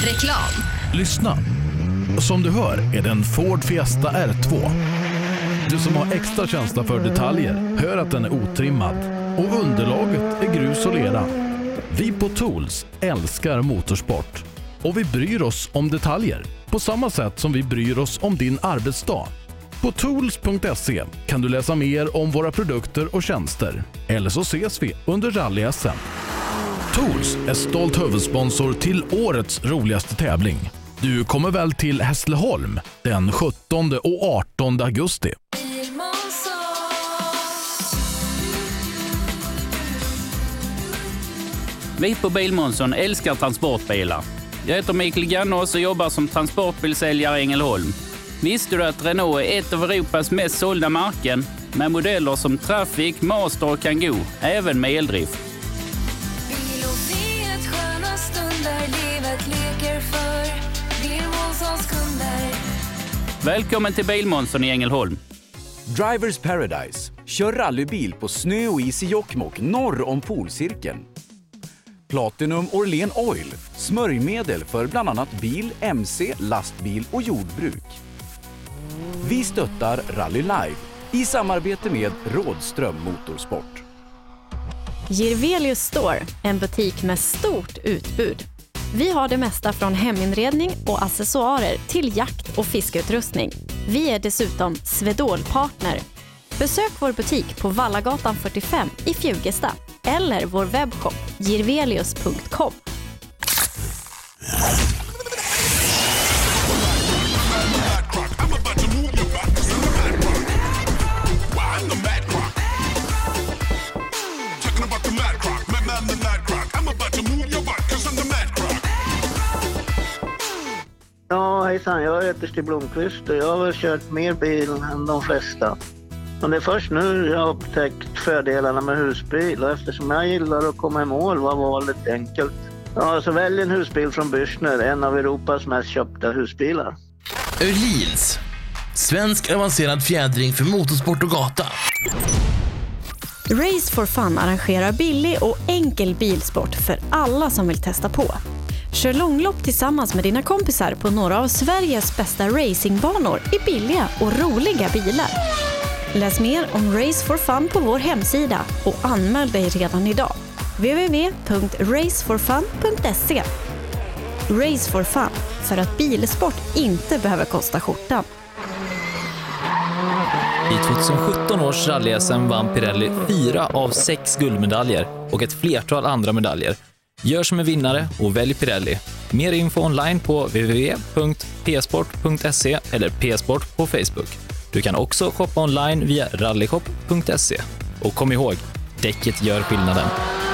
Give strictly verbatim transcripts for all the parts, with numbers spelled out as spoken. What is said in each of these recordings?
Reklam. Lyssna. Som du hör är det en Ford Fiesta R två. Du som har extra känsla för detaljer hör att den är otrimmad. Och underlaget är grus och lera. Vi på Tools älskar motorsport. Och vi bryr oss om detaljer. På samma sätt som vi bryr oss om din arbetsdag. På tools punkt se kan du läsa mer om våra produkter och tjänster. Eller så ses vi under rally-S M. Tools är stolt huvudsponsor till årets roligaste tävling. Du kommer väl till Hässleholm den sjuttonde och artonde augusti. Vi på Bilmånsson älskar transportbilar. Jag heter Mikael Gannås och jobbar som transportbilsäljare i Ängelholm. Visste du att Renault är ett av Europas mest sålda märken med modeller som Traffic, Master och Kangoo, även med eldrift? Bil och frihet, sköna stunder, livet leker för Bilmånssons kunder. Välkommen till Bilmånsson i Ängelholm. Drivers Paradise. Kör rallybil på snö och is i Jokkmokk norr om polcirkeln. Platinum Orlen Oil. Smörjmedel för bland annat bil, M C, lastbil och jordbruk. Vi stöttar Rally Live i samarbete med Rådström Motorsport. Jirvelius Store, en butik med stort utbud. Vi har det mesta från heminredning och accessoarer till jakt- och fiskeutrustning. Vi är dessutom Swedol-partner. Besök vår butik på Vallagatan fyrtiofem i Fjugesta eller vår webbshop jirvelius punkt com. Ja, hejsan. Jag heter Stig Blomqvist och jag har väl kört mer bil än de flesta. Och det är först nu jag har upptäckt fördelarna med husbil, och eftersom jag gillar att komma i mål var valet enkelt. Ja, så välj en husbil från Bürstner, en av Europas mest köpta husbilar. Öhlins. Svensk avancerad fjädring för motorsport och gata. Race for Fun arrangerar billig och enkel bilsport för alla som vill testa på. Kör långlopp tillsammans med dina kompisar på några av Sveriges bästa racingbanor i billiga och roliga bilar. Läs mer om Race for Fun på vår hemsida och anmäl dig redan idag. w w w punkt race for fun punkt se. Race for Fun, för att bilsport inte behöver kosta skjortan. I tjugosjutton års rally-S M vann Pirelli fyra av sex guldmedaljer och ett flertal andra medaljer. Gör som en vinnare och välj Pirelli. Mer info online på w w w punkt p sport punkt se eller p-sport på Facebook. Du kan också shoppa online via rallyshop punkt se. Och kom ihåg, däcket gör skillnaden.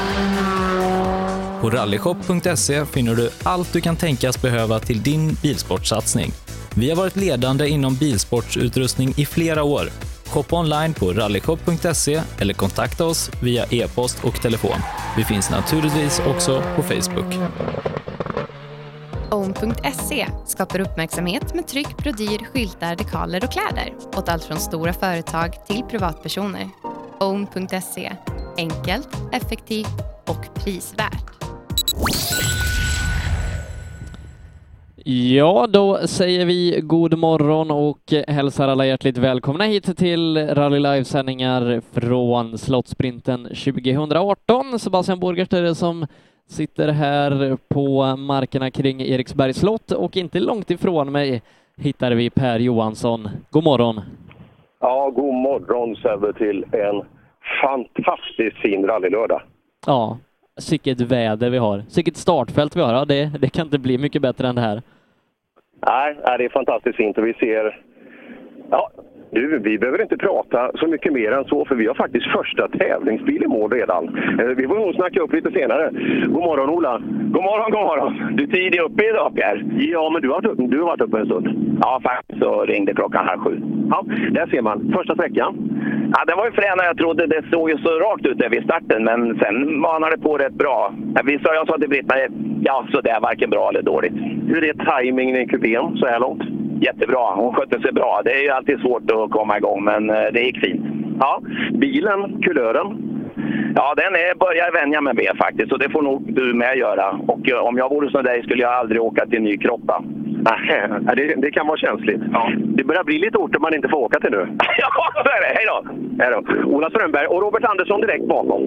På rallyshop punkt se finner du allt du kan tänkas behöva till din bilsportsatsning. Vi har varit ledande inom bilsportsutrustning i flera år. Shoppa online på rallyshop punkt se eller kontakta oss via e-post och telefon. Vi finns naturligtvis också på Facebook. own punkt se skapar uppmärksamhet med tryck, brodyr, skyltar, dekaler och kläder åt allt från stora företag till privatpersoner. own punkt se. Enkelt, effektivt och prisvärt. Ja, då säger vi god morgon och hälsar alla hjärtligt välkomna hit till Rally Live-sändningar från Slottsprinten tjugoarton. Sebastian Borgert är det som sitter här på markerna kring Eriksbergs slott, och inte långt ifrån mig hittar vi Per Johansson. God morgon. Ja, god morgon Sebbe till en fantastiskt fin rallylördag. Ja, sicket väder vi har. Sicket startfält vi har. Ja, det, det kan inte bli mycket bättre än det här. Nej, det är fantastiskt fint och vi ser... Ja, du, vi behöver inte prata så mycket mer än så, för vi har faktiskt första tävlingsbil i mål redan. Vi får nog snacka upp lite senare. God morgon Ola. God morgon, god morgon. Du är tidig uppe idag, Pierre. Ja, men du har, varit, du har varit uppe en stund. Ja, faktiskt så ringde klockan halv sju. Ja, där ser man. Första sträckan. Ja, det var ju fränare. Jag trodde det såg ju så rakt ut där vid starten, men sen manade det på rätt bra. Vi sa, jag sa till Britt, ja, så det är varken bra eller dåligt. Hur är tajmingen i kupén så här långt? Jättebra. Hon skötte sig bra. Det är ju alltid svårt att komma igång, men det gick fint. Ja, bilen, kulören. Ja, den är, börjar vänja mig med faktiskt, och det får nog du med göra. Och uh, om jag vore som dig skulle jag aldrig åka till Nykroppa. Nej, det, det kan vara känsligt. Ja. Det börjar bli lite orter man inte får åka till nu. Ja, så är det. Hej då! Hej då. Ola Strömberg och Robert Andersson direkt bakom.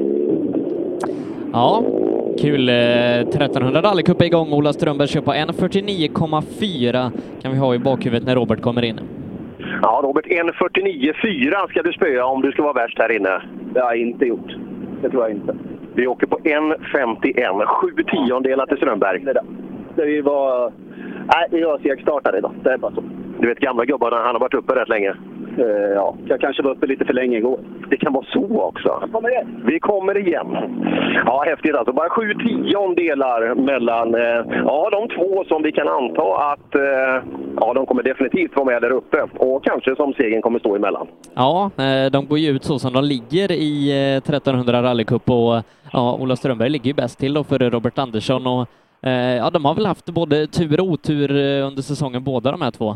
Ja, kul. trettonhundra rallycup är igång. Ola Strömberg kör på en fyrtionio komma fyra kan vi ha i bakhuvudet när Robert kommer in. Ja, Robert, en fyrtionio komma fyra ska du spöa om du ska vara värst här inne. Det har jag inte gjort. Det tror jag inte. Vi åker på en femtioen, sju tiondelar till Strömberg. Det, det var... Nej, det var segstartare idag. Det är bara så. Du vet, gamla gubbarna, han har varit uppe rätt länge. Uh, ja, jag kanske var uppe lite för länge igår. Det kan vara så också. Kommer igen. Vi kommer igen. Ja, häftigt alltså. Bara sju tiondelar mellan eh, ja, de två som vi kan anta att eh, ja, de kommer definitivt vara med där uppe. Och kanske som segern kommer stå emellan. Ja, de går ju ut så som de ligger i trettonhundra rallycup och ja, Ola Strömberg ligger ju bäst till då för Robert Andersson och ja, de har väl haft både tur och otur under säsongen, båda de här två.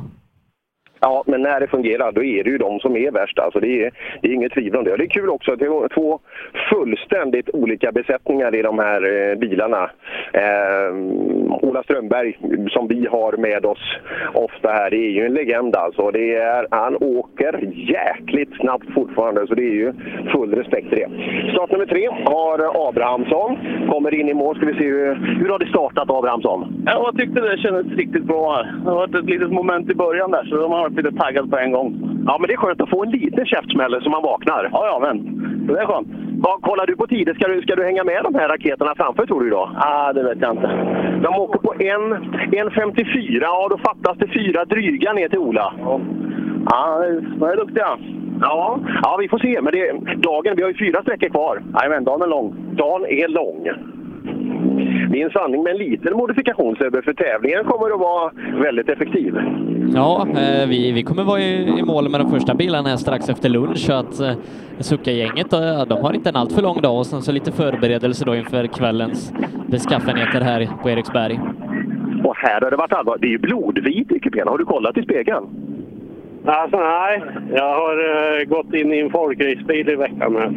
Ja, men när det fungerar, då är det ju de som är värst. Alltså det är, det är inget tvivel om det. Och det är kul också att det är två fullständigt olika besättningar i de här eh, bilarna. Eh, Ola Strömberg, som vi har med oss ofta här, det är ju en legend alltså. Det är, han åker jäkligt snabbt fortfarande, så det är ju full respekt för det. Start nummer tre har Abrahamsson. Kommer in i mål, ska vi se hur, hur har det startat, Abrahamsson? Ja, jag tyckte det kändes riktigt bra här. Det har varit ett litet moment i början där, så de har varit lite taggad på en gång. Ja, men det är skönt att få en liten käftsmäll så man vaknar. Ja, ja, men det är skönt. Ja, kollar du på tider? Ska du, ska du hänga med de här raketerna framför, tror du idag? Ja, ah, det vet jag inte. De åker på en femtiofyra, och då fattas det fyra dryga ner till Ola. Ja, ja de är duktiga. Ja, ja, vi får se. Men det, dagen, vi har ju fyra sträckor kvar. Nej, men dagen är lång. Dagen är lång. Det är en sanning med en liten modifikation, Sebbe, för tävlingen kommer att vara väldigt effektiv. Ja, eh, vi, vi kommer vara i, i mål med de första bilarna här strax efter lunch, så att eh, Succa-gänget, eh, de har inte en allt för lång dag och sen så lite förberedelse då inför kvällens beskaffenheter här på Eriksberg. Och här har det varit allvar. Det är ju blodvit i kupén. Har du kollat i spegeln? Alltså, nej, jag har uh, gått in i en folkracebil i veckan.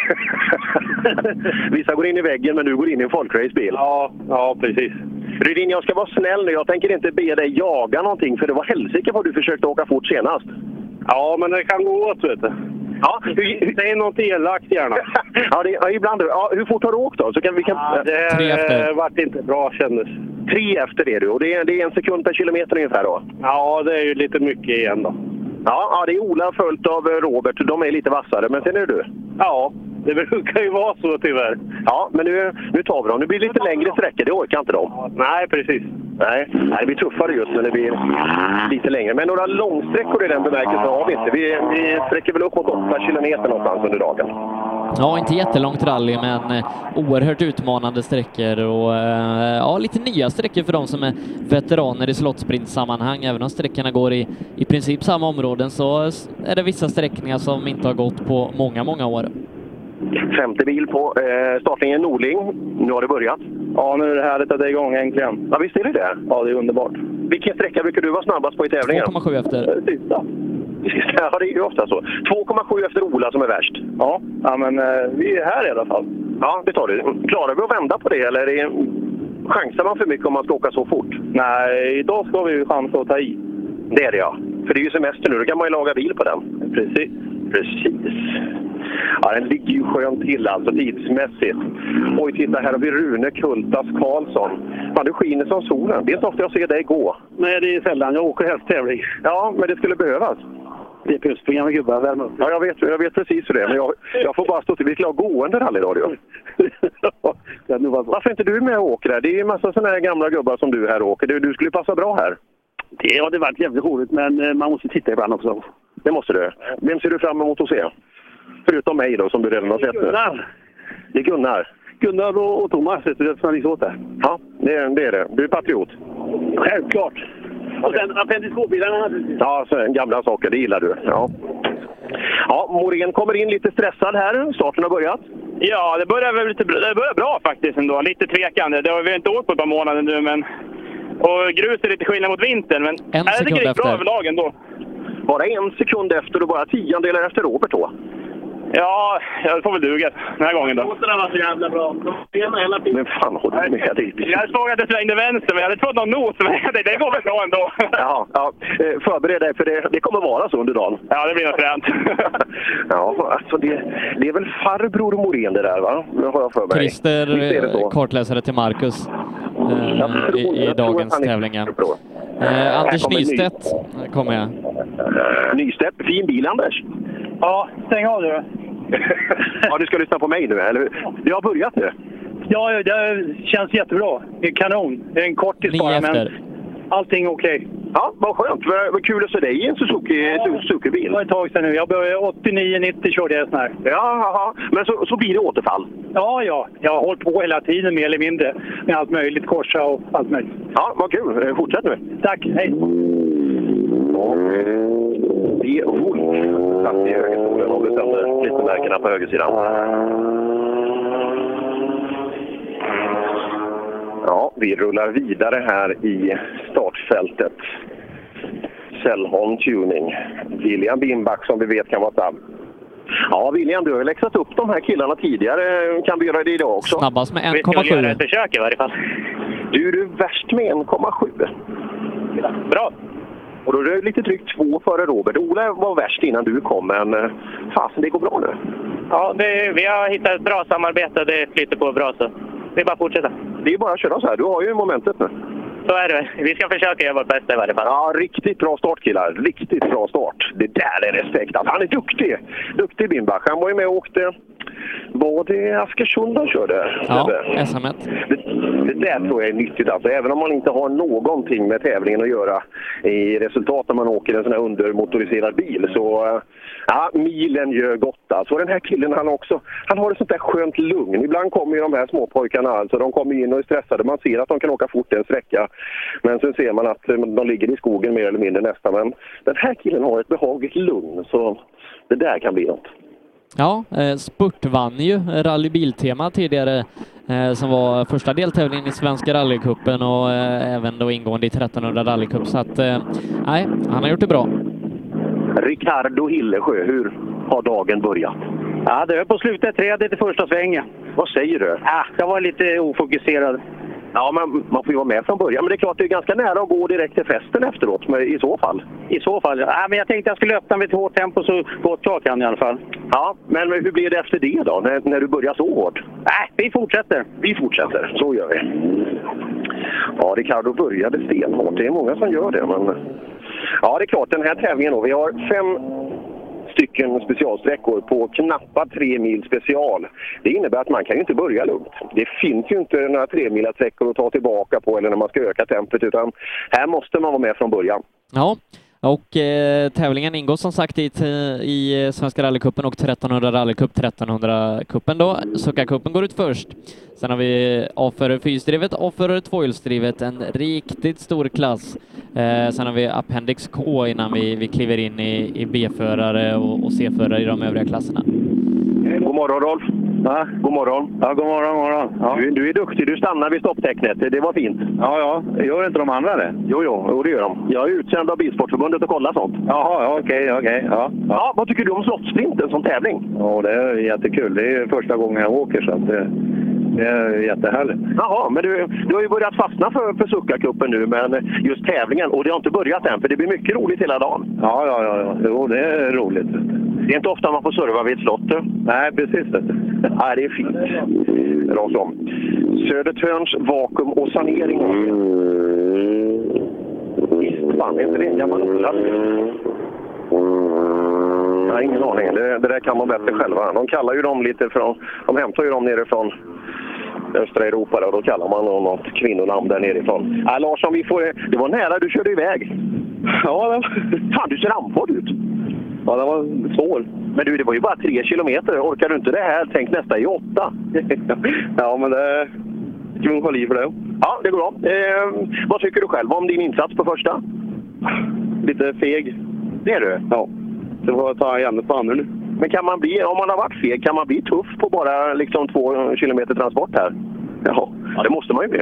Vissa går in i väggen, men du går in i en folkracebil. Ja, ja, precis. Rydin, jag ska vara snäll nu. Jag tänker inte be dig jaga någonting, för det var helsike vad du försökte åka fort senast. Ja, men det kan gå åt, vet du. Ja, hur, det är något elakt gärna. Ja, det, ja, ibland. Ja, hur fort har du åkt då? Så kan vi kan... Ja, det Tre efter. Vart inte bra, kändes. Tre efter det du, och det är, det är en sekund per kilometer ungefär då? Ja, det är ju lite mycket igen då. Ja, ja, det är Ola följt av Robert. De är lite vassare, men sen är det du. Ja, det brukar ju vara så tyvärr. Ja, men nu, nu tar vi dem. Nu blir det lite längre sträckor, det orkar inte de. Ja, nej, precis. Nej, nej, det blir tuffare just när det blir lite längre. Men några långsträckor i den bemärkelsen har vi inte. Vi, vi sträcker väl upp mot åtta kilometer någonstans under dagen. Ja, inte jättelångt rally, men eh, oerhört utmanande sträckor och eh, ja, lite nya sträckor för de som är veteraner i slottsprintsammanhang. Även om sträckorna går i, i princip samma områden, så är det vissa sträckningar som inte har gått på många, många år. Femte bil på eh, startningen Norling. Nu har det börjat. Ja, nu är det härligt att det är igång egentligen. Ja, visst är det det? Ja, det är underbart. Vilken sträcka brukar du vara snabbast på i tävlingen? två komma sju efter. Sista. Ja, det är ju ofta så. två komma sju efter Ola som är värst. Ja, ja men eh, vi är här i alla fall. Ja, det tar du. Klarar vi att vända på det, eller är det, chansar man för mycket om man ska åka så fort? Nej, idag ska vi ju chansa att ta i. Det är det, ja. För det är ju semester nu, då kan man ju laga bil på den. Precis. Precis. Ja, den ligger ju skönt till alltså tidsmässigt. Oj, titta här har vi Rune Kultas Karlsson. Man, du skiner som solen. Det är inte ofta jag ser dig gå. Nej, det är sällan. Jag åker helst tävling. Ja, men det skulle behövas. Det är pustprogram med gubbar, värme upp. Ja, jag vet, jag vet precis hur det är. Men jag, jag får bara stå till. Vi ska ha gående rallyradio. Varför är inte du med och åker där? Det är ju en massa sådana här gamla gubbar som du här åker. Du, du skulle passa bra här. Det har det varit jävligt roligt, men man måste titta ibland också. Det måste du. Vem ser du fram emot att se? Förutom mig då, som du redan har sett nu. Gunnar. Det är Gunnar. Gunnar och, och Thomas, vet du, som åt det. Ja, det är, det är det. Du är patriot. Självklart. Och sen appendix-bilarna naturligtvis. Ja, så gamla saker, det gillar du. Ja. Ja, Morén kommer in lite stressad här. Starten har börjat. Ja, det börjar väl lite det börjar bra faktiskt ändå. Lite tvekande. Det har vi inte åkt på ett par månader nu, men och grus är lite skillnad mot vintern, men en är det gick bra överlag ändå. Bara en sekund efter och bara tiondelar efter Robert då. Ja, jag får väl duga den här gången då. Motorn var så jävla bra. Men fan håller du med dig? Jag såg att det svängde vänster, men jag hade fått någon nos med det. Det går väl bra ändå. Ja, ja. Förbered dig för det, det kommer vara så under dagen. Ja, det blir något fränt. Ja, alltså det, det är väl farbror Morén det där, va? Nu har jag för mig. Christer, kortläsare till Marcus eh, i, i dagens tävlingar. Eh, Anders Nystedt kommer jag. Nystedt, fin bil Anders. Ja, stäng av du. Ja, du ska lyssna på mig nu, eller? Du har börjat nu. Ja, det känns jättebra. Det är kanon. Det är en kortis bara, men allting är okej. Okay. Ja, vad skönt. Vad kul att se dig i en Suzuki, ja. Suzuki-bil. Det var ett tag sedan nu. Jag började åttionio nittio körde jag sån här. Ja, ja, men så, så blir det återfall. Ja, ja. Jag har hållit på hela tiden mer eller mindre. Med allt möjligt, korsa och allt möjligt. Ja, vad kul. Fortsätt nu. Tack, hej. Ja. Det är Wolf. Satt i högerstolen och bestämde klistermärkena på högersidan. Ja, vi rullar vidare här i startfältet. Sällholm Tuning. William Bimback som vi vet kan vara snabb. Ja, William, du har ju läxat upp de här killarna tidigare. Kan vi göra det idag också? Snabbast med en komma sju. Vi ska göra ett försök i varje fall. Du är du värst med en komma sju. Bra. Och då är det lite drygt två före Robert. Ola var värst innan du kom, men fasen, det går bra nu. Ja, det, vi har hittat ett bra samarbete. Det flyter på bra, så det är bara att fortsätta. Det är bara att köra så här. Du har ju momentet nu. Så är det. Vi ska försöka göra vårt bästa i varje fall. Ja, riktigt bra start killar. Riktigt bra start. Det där är respekt. Alltså, han är duktig. Duktig Bimbach. Han var ju med och åkte... Var det Askersund han körde? Ja, S M ett. Det, det där tror jag är nyttigt. Alltså. Även om man inte har någonting med tävlingen att göra i resultat när man åker en sån här undermotoriserad bil. Så ja, milen gör gott. Alltså. Den här killen, han också, han har ett sånt där skönt lugn. Ibland kommer ju de här småpojkarna, alltså, de kommer in och är stressade. Man ser att de kan åka fort en sträcka. Men sen ser man att de ligger i skogen mer eller mindre nästan. Men den här killen har ett behagligt lugn. Så det där kan bli något. Ja, eh, Spurt vann ju Rally Biltema tidigare eh, som var första deltävlingen i Svenska rallycupen och eh, även då ingående i trettonhundra rallycup. Så att, eh, nej, han har gjort det bra. Ricardo Hillesjö, hur har dagen börjat? Ja, det är på slutet trädet i första svängen. Vad säger du? Ja, jag var lite ofokuserad. Ja, men man får ju vara med från början. Men det är klart, det är ganska nära att gå direkt till festen efteråt, men i så fall. I så fall, ja. Men jag tänkte jag skulle öppna med ett hårt tempo så gott jag kan i alla fall. Ja, men hur blir det efter det då, när, när du börjar så hårt? Nej, vi fortsätter. Vi fortsätter, så gör vi. Ja, Ricardo började stenhårt. Det är många som gör det, men... Ja, det är klart, den här tävlingen då. Vi har fem stycken specialsträckor på knappa tre mil special. Det innebär att man kan ju inte börja lugnt. Det finns ju inte några tre mila sträckor att ta tillbaka på eller när man ska öka tempot, utan här måste man vara med från början. Ja, och eh, tävlingen ingår som sagt i, i Svenska rallycupen och trettonhundra rallycup, trettonhundra-cupen då. Succa-cupen går ut först. Sen har vi A för fyrhjulsdrivet, A för tvåhjulsdrivet, en riktigt stor klass. Eh, sen har vi Appendix K innan vi, vi kliver in i, i B-förare och, och C-förare i de övriga klasserna. God morgon Rolf. Ja, god morgon. Ja, god morgon, god morgon. Ja. Du, du är duktig, du stannar vid stopptecknet. Det var fint. Ja, ja. Gör inte de andra det? Jo, jo, jo det gör de. Jag är utsänd av Bilsportförbundet och kollar sånt. Jaha, ja, okej, okej. Ja, ja. Ja, vad tycker du om slottsprinten som tävling? Ja, det är jättekul. Det är första gången jag åker så att det, det är jättehärligt. Jaha, men du, du har ju börjat fastna för, för Succa-cupen nu, men just tävlingen, och det har inte börjat än, för det blir mycket roligt hela dagen. Ja, ja, ja. ja. Jo, det är roligt. Det är inte ofta man får serva vid ett slott. Nej, precis. Nej, det är fint. Rakt om. Södertörns vakuum och sanering. Fan, är inte det en gammal odlad? Nej, ingen aning. Det, det där kan man bättre själva. De kallar ju dem lite från... De hämtar ju dem nerifrån östra Europa och då kallar man dem något kvinnonamn där nerifrån. Nej, Larsson, vi får... Det var nära du körde iväg. Ja, det... Fan, du ser andfådd ut. Ja, det var svår. Men du, det var ju bara tre kilometer. Orkar du inte det här? Tänk nästa i åtta. Ja, men det... Ska vi hålla i för det? Ja, det går bra. Eh, vad tycker du själv om din insats på första? Lite feg. Det är du? Ja. Så får jag ta ämnet på andra nu. Men kan man bli, om man har varit feg, kan man bli tuff på bara liksom två kilometer transport här? Ja, ja det måste man ju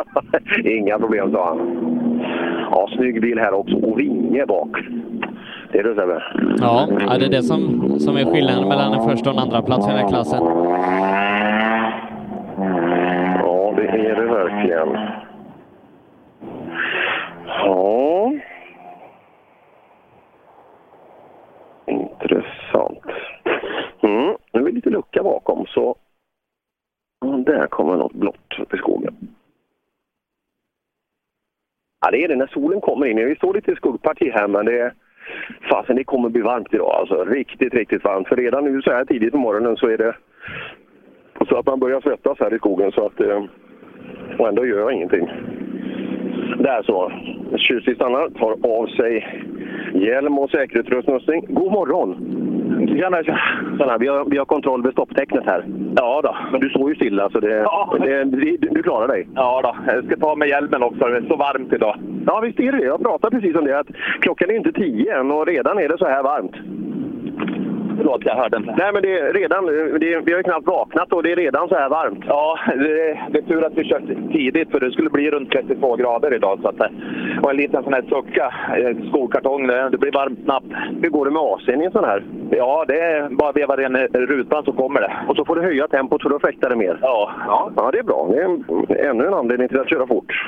bli. Inga problem, sa han. Ja, snygg bil här också. Och vinge bak. Det är det, Sebbe. Ja, ja, det är det som, som är skillnaden mellan den första och den andra platsen i den här klassen. Ja, det är det verkligen. Ja. Intressant. Mm. Nu är vi lite lucka bakom, så ja, där kommer något blått upp i skogen. Ja, det är det när solen kommer in. Vi står lite i skuggparti här, men det är fasen, det kommer bli varmt idag. Alltså riktigt, riktigt varmt. För redan nu så här tidigt på morgonen så är det så att man börjar svettas här i skogen, så att och ändå gör jag ingenting. Där så. Tjusig stannar, tar av sig hjälm och säkerhetsutrustning. God morgon! Tjena, tjena. Vi har, vi har kontroll vid stopptecknet här. Ja då. Men du står ju stilla, så det, ja. det, det, du klarar dig. Ja då. Jag ska ta med hjälmen också. Det är så varmt idag. Ja, visst är det. Jag pratar precis om det. Att klockan är inte tio än och redan är det så här varmt. Förlåt, jag hörde inte. Nej, men det är redan, det är, vi har ju knappt vaknat och det är redan så här varmt. Ja, det, det är tur att vi kört tidigt, för det skulle bli runt trettiotvå grader idag. Så att, och en liten sån här sucka, skolkartong, det, det blir varmt snabbt. Hur går det med A C:n i en sån här? Ja, det är bara veva den rutan så kommer det. Och så får du höja tempot för då fäktar det mer. Ja. Ja, ja, det är bra. Det är ännu en anledning till att köra fort.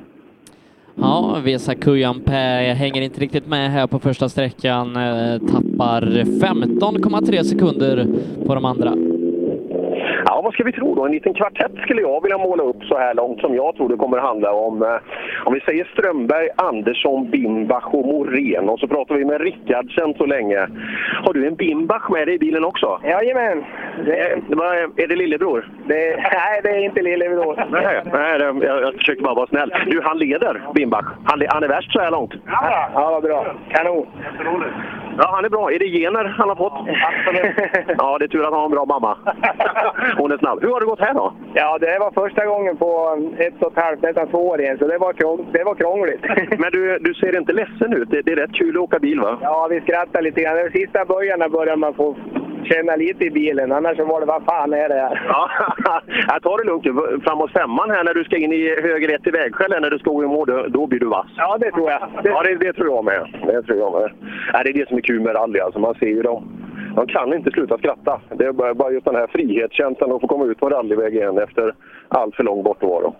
Ja, Vesa Kujanpää hänger inte riktigt med här på första sträckan. Tappar femton komma tre sekunder på de andra. Ja, vad ska vi tro då? En liten kvartett skulle jag vilja måla upp så här långt, som jag tror det kommer handla om. Om vi säger Strömberg, Andersson, Bimbach och Morén. Och så pratar vi med Rickardsen så länge. Har du en Bimbach med dig i bilen också? Jajamän. Det är, är det lillebror? Det, nej, det är inte lillebror. Nej, nej det, jag, jag försöker bara vara snäll. Du, han leder, Bimbach. Han, han är värst så här långt. Ja, ja, vad bra. Kanon. Ja, han är bra. Är det gener han har fått? Ja, det är tur att han har en bra mamma. Hon är snabb. Hur har det gått här då? Ja, det var första gången på ett och ett halvt, nästan två år igen, så det var, krång, det var krångligt. Men du, du ser inte ledsen ut. Det, det är rätt kul att åka bil, va? Ja, vi skrattar lite grann. De sista börjarna börjar man få känna lite i bilen. Annars så var det, vad fan är det här? Ja, jag tar det lugnt. Framåt femman här när du ska in i höger ett i vägskäl, när du ska gå i mål, då, då blir du vass. Ja, det tror jag. Det... Ja, det, det tror jag med. Det tror jag med. Ja, det är det som är kul med rally. Alltså, man ser ju dem. Man kan inte sluta skratta. Det är bara, bara just den här frihetskänslan att få komma ut på rallyväg igen efter allt för lång bortovaro.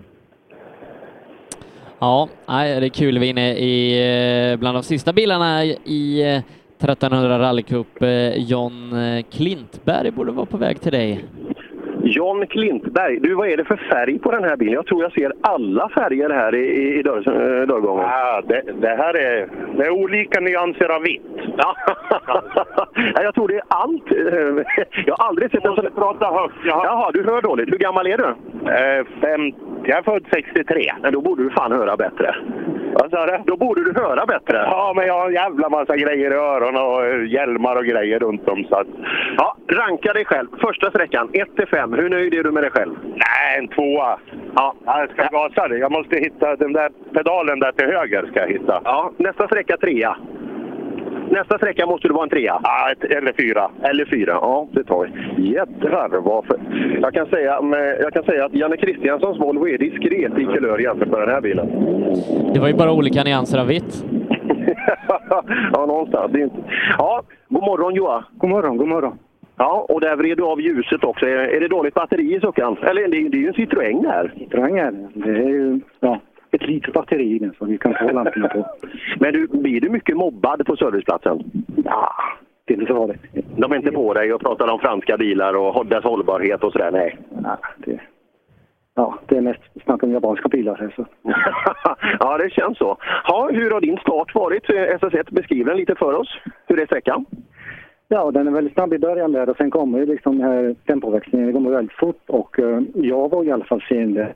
Ja, det är kul. Vi är inne i bland de sista bilarna i trettonhundra rallycup. John Klintberg borde vara på väg till dig. John Klintberg, du, vad är det för färg på den här bilen? Jag tror jag ser alla färger här i, i, i dörr, dörrgången. Ja, det, det här är, det är olika nyanser av vitt. Ja. Jag tror det är allt. Jag har aldrig sett en sån... prata högt. Jaha. Jaha, du hör dåligt. Hur gammal är du? Eh, fem... Jag är född sextiotre. Men då borde du fan höra bättre. Vad sa du? Då borde du höra bättre. Ja, men jag har en jävla massa grejer i öronen och hjälmar och grejer runt om. Så att... Ja, ranka dig själv. Första sträckan, ett till fem. Hur nöjd är du med dig själv? Nej, en tvåa. Ja. Jag ska gasa det. Jag måste hitta den där pedalen där till höger ska jag hitta. Ja, nästa sträcka trea. Nästa sträcka måste du vara en trea. Ja, ett, eller fyra. Eller fyra, ja det tar vi. Jädrar, varför? Jag kan säga, jag kan säga att Janne Kristianssons Volvo är diskret i kulör jämfört med den här bilen. Det var ju bara olika nyanser av vitt. Ja, någonstans. Det är inte... Ja, god morgon Joa. God morgon, god morgon. Ja, och där vred du av ljuset också. Är, är det dåligt batteri i suckan? Eller det, det är ju en Citroën här. Citroën, det är ju ja, ett litet batteri i den som vi kan få lamporna på. Men du, blir du mycket mobbad på serviceplatsen? Ja, det är inte så vanligt. De är inte på dig och pratar om franska bilar och dess hållbarhet och sådär, nej? Ja, det, ja, det är mest snack om japanska bilar här så. Ja, det känns så. Ja, hur har din start varit? S S ett, beskriv den lite för oss. Hur är sträckan? Ja, den är väldigt snabb i början där och sen kommer ju liksom här tempoväxlingen, det kommer väldigt fort och uh, jag var i alla fall seende.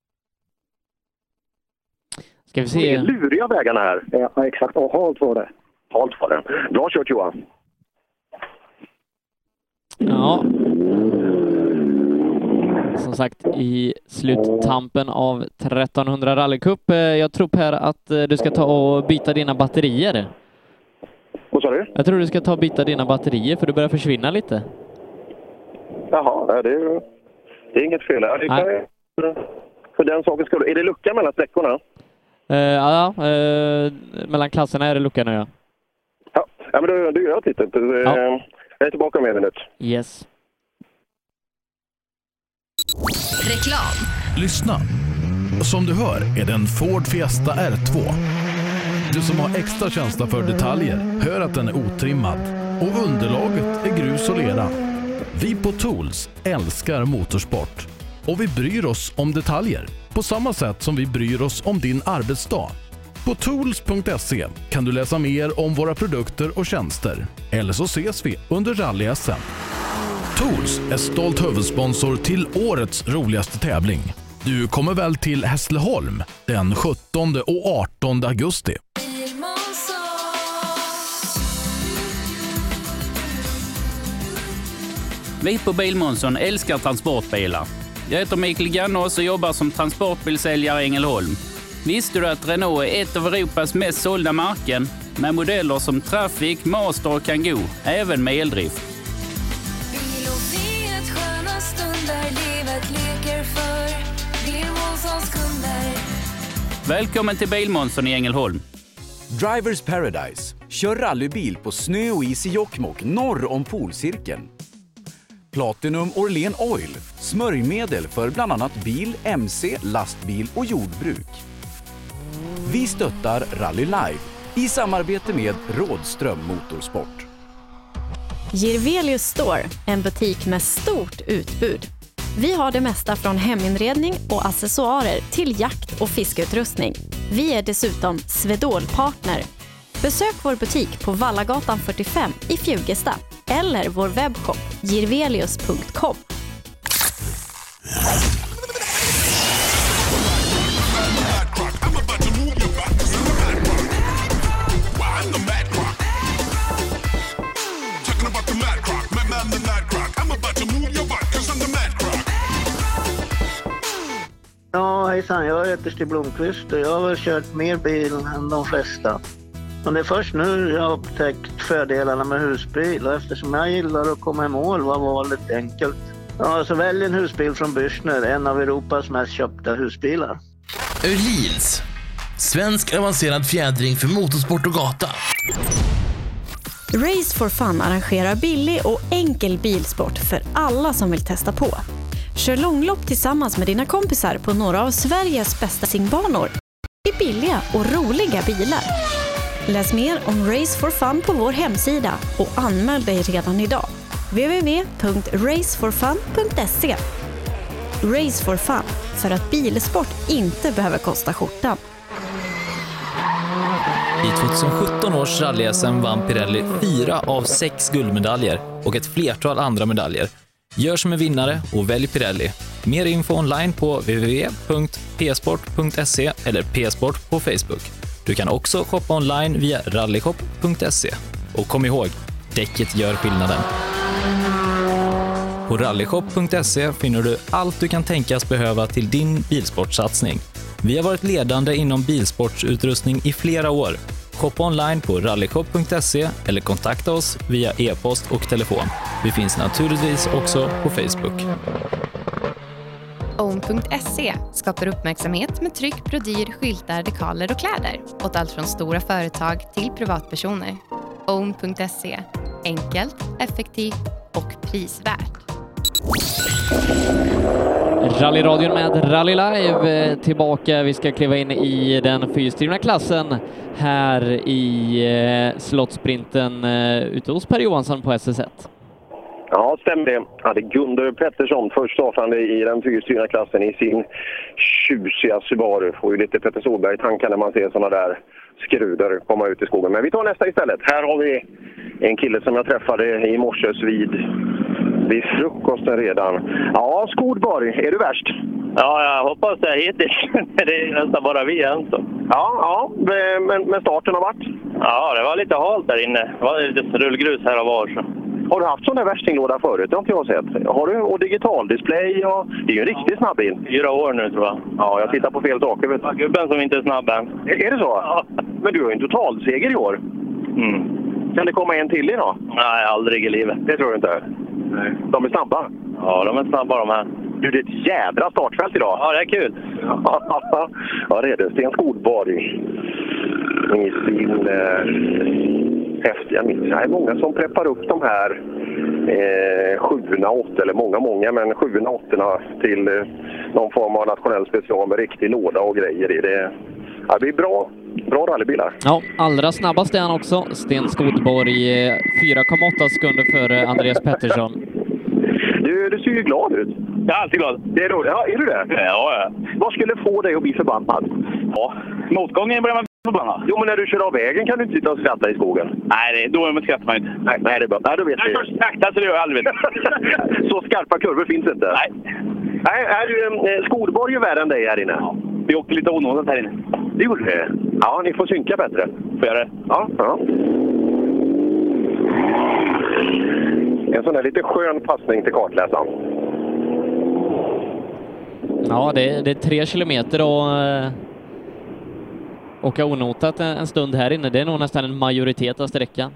Ska vi se? Det är luriga vägarna här. Ja, exakt. Och halt var det. Halt var det. Bra kört Johan. Ja. Som sagt, i sluttampen av trettonhundra rallycup. Jag tror Per att du ska ta och byta dina batterier. Vad sa du? Jag tror du ska ta och byta dina batterier för du börjar försvinna lite. Jaha, det är, det är inget fel. Det är, för den saken ska du, är det lucka mellan sträckorna? Uh, ja, uh, mellan klasserna är det lucka nu, ja. Ja, men då, då gör jag tittet. Ja. Jag är tillbaka om en minut. Yes. Reklam. Lyssna. Som du hör är det en Ford Fiesta R två. Du som har extra känsla för detaljer hör att den är otrimmad och underlaget är grus och lera. Vi på Tools älskar motorsport och vi bryr oss om detaljer på samma sätt som vi bryr oss om din arbetsdag. På tools punkt se kan du läsa mer om våra produkter och tjänster. Eller så ses vi under rally-S M. Tools är stolt huvudsponsor till årets roligaste tävling. Du kommer väl till Hässleholm den sjuttonde och artonde augusti. Vi på Bilmånsson älskar transportbilar. Jag heter Mikael Gannås och jobbar som transportbilsäljare i Ängelholm. Visste du att Renault är ett av Europas mest sålda märken med modeller som Traffic, Master och Kangoo, även med eldrift? Bil och Fiat, sköna stunder, livet leker för Bilmånssons kunder. Välkommen till Bilmånsson i Ängelholm. Drivers Paradise. Kör rallybil på snö och is i Jokkmokk norr om polcirkeln. Platinum Orlen Oil. Smörjmedel för bland annat bil, mc, lastbil och jordbruk. Vi stöttar Rally Live i samarbete med Rådström Motorsport. Jirvelius Store, en butik med stort utbud. Vi har det mesta från heminredning och accessoarer till jakt- och fiskeutrustning. Vi är dessutom Swedol-partner. Besök vår butik på Vallagatan fyrtiofem i Fjugesta eller vår webbshop jirvelius punkt com. Ja, hejsan. Jag heter Stig Blomqvist och jag har kört mer bil än de flesta. Men det är först nu jag har upptäckt fördelarna med husbil och eftersom jag gillar att komma i mål var valet enkelt. Ja, så välj en husbil från Bürstner, en av Europas mest köpta husbilar. Öhlins. Svensk avancerad fjädring för motorsport och gata. Race for Fun arrangerar billig och enkel bilsport för alla som vill testa på. Kör långlopp tillsammans med dina kompisar på några av Sveriges bästa racingbanor i billiga och roliga bilar. Läs mer om Race for Fun på vår hemsida och anmäl dig redan idag. w w w punkt race for fun punkt se. Race for Fun, för att bilsport inte behöver kosta skjortan. I tjugosjutton års rally-S M vann Pirelli fyra av sex guldmedaljer och ett flertal andra medaljer. Gör som en vinnare och välj Pirelli. Mer info online på w w w punkt p sport punkt se eller p-sport på Facebook. Du kan också shoppa online via rallyshop punkt se. Och kom ihåg, däcket gör skillnaden. På rallyshop punkt se finner du allt du kan tänkas behöva till din bilsportsatsning. Vi har varit ledande inom bilsportsutrustning i flera år. Shoppa online på rallyshop punkt se eller kontakta oss via e-post och telefon. Vi finns naturligtvis också på Facebook. own punkt se skapar uppmärksamhet med tryck, brodyr, skyltar, dekaler och kläder åt allt från stora företag till privatpersoner. own punkt se. Enkelt, effektivt och prisvärt. Rallyradion med Rally Live tillbaka. Vi ska kliva in i den fyrhjulsdrivna klassen här i eh, slottsprinten eh, ute hos Per Johansson på S S ett. Ja, stämmer det. Ja, det är Gunnar Pettersson, först avförande i den fyrhjulsdrivna klassen i sin tjusiga Subaru. Får ju lite Petter Solberg i tankar när man ser sådana där skruder komma ut i skogen. Men vi tar nästa istället. Här har vi en kille som jag träffade i morse vid, vid frukosten redan. Ja, Skodborg, är du värst? Ja, jag hoppas det hittills. Det är nästan bara vi än så. Ja, ja, men, men starten har varit? Ja, det var lite halt där inne. Det var lite rullgrus här och var. Så. Har du haft sån där värstinglåda förut? Det har inte jag sett. Har du och digitaldisplay? Och... Det är ju en riktigt snabb bil. Fyra år nu tror jag. Ja, jag tittar på fel saker. Vet du. Ja, gubben som inte är snabb än. Är, är det så? Ja. Men du har ju en totalseger i år. Mm. Kan det komma en till idag? Nej, aldrig i livet. Det tror du inte? Nej. De är snabba? Ja, de är snabba de här. Du, det är ett jädra startfält idag. Ja, det är kul. Ja, det är det. Sten Skodborg. I sin... Eh... häftiga mitt. Det är många som preppar upp de här eh, sjuorna, åtta, eller många, många, men sjuorna, åttorna till eh, någon form av nationell special med riktig låda och grejer i det. Ja, det är bra, bra rallybilar. Ja, allra snabbast är han också. Sten Skodborg, eh, fyra komma åtta sekunder före Andreas Pettersson. Du, du ser ju glad ut. Jag är alltid glad. Det är roligt. Ja, är du det? Ja, ja. Vad skulle få dig att bli förbannad? Ja, motgången börjar man bli förbannad. Jo, men när du kör av vägen kan du inte sitta och skratta i skogen. Nej, det, då skrattar man inte. Nej, nej, det är bra. Nej, då vet jag. Jag kör sakta så det gör jag aldrig. Så skarpa kurvor finns inte? Nej. Nej, är du eh, Skodborg är värre än dig här inne? Ja, vi åkte lite onådigt här inne. Det gjorde det? Ja, ni får synka bättre. Får jag det? Ja, ja. En sån där lite skön passning till kartläsaren. Ja, det är, det är tre kilometer och äh, åka onotat en, en stund här inne. Det är nog nästan en majoritet av sträckan.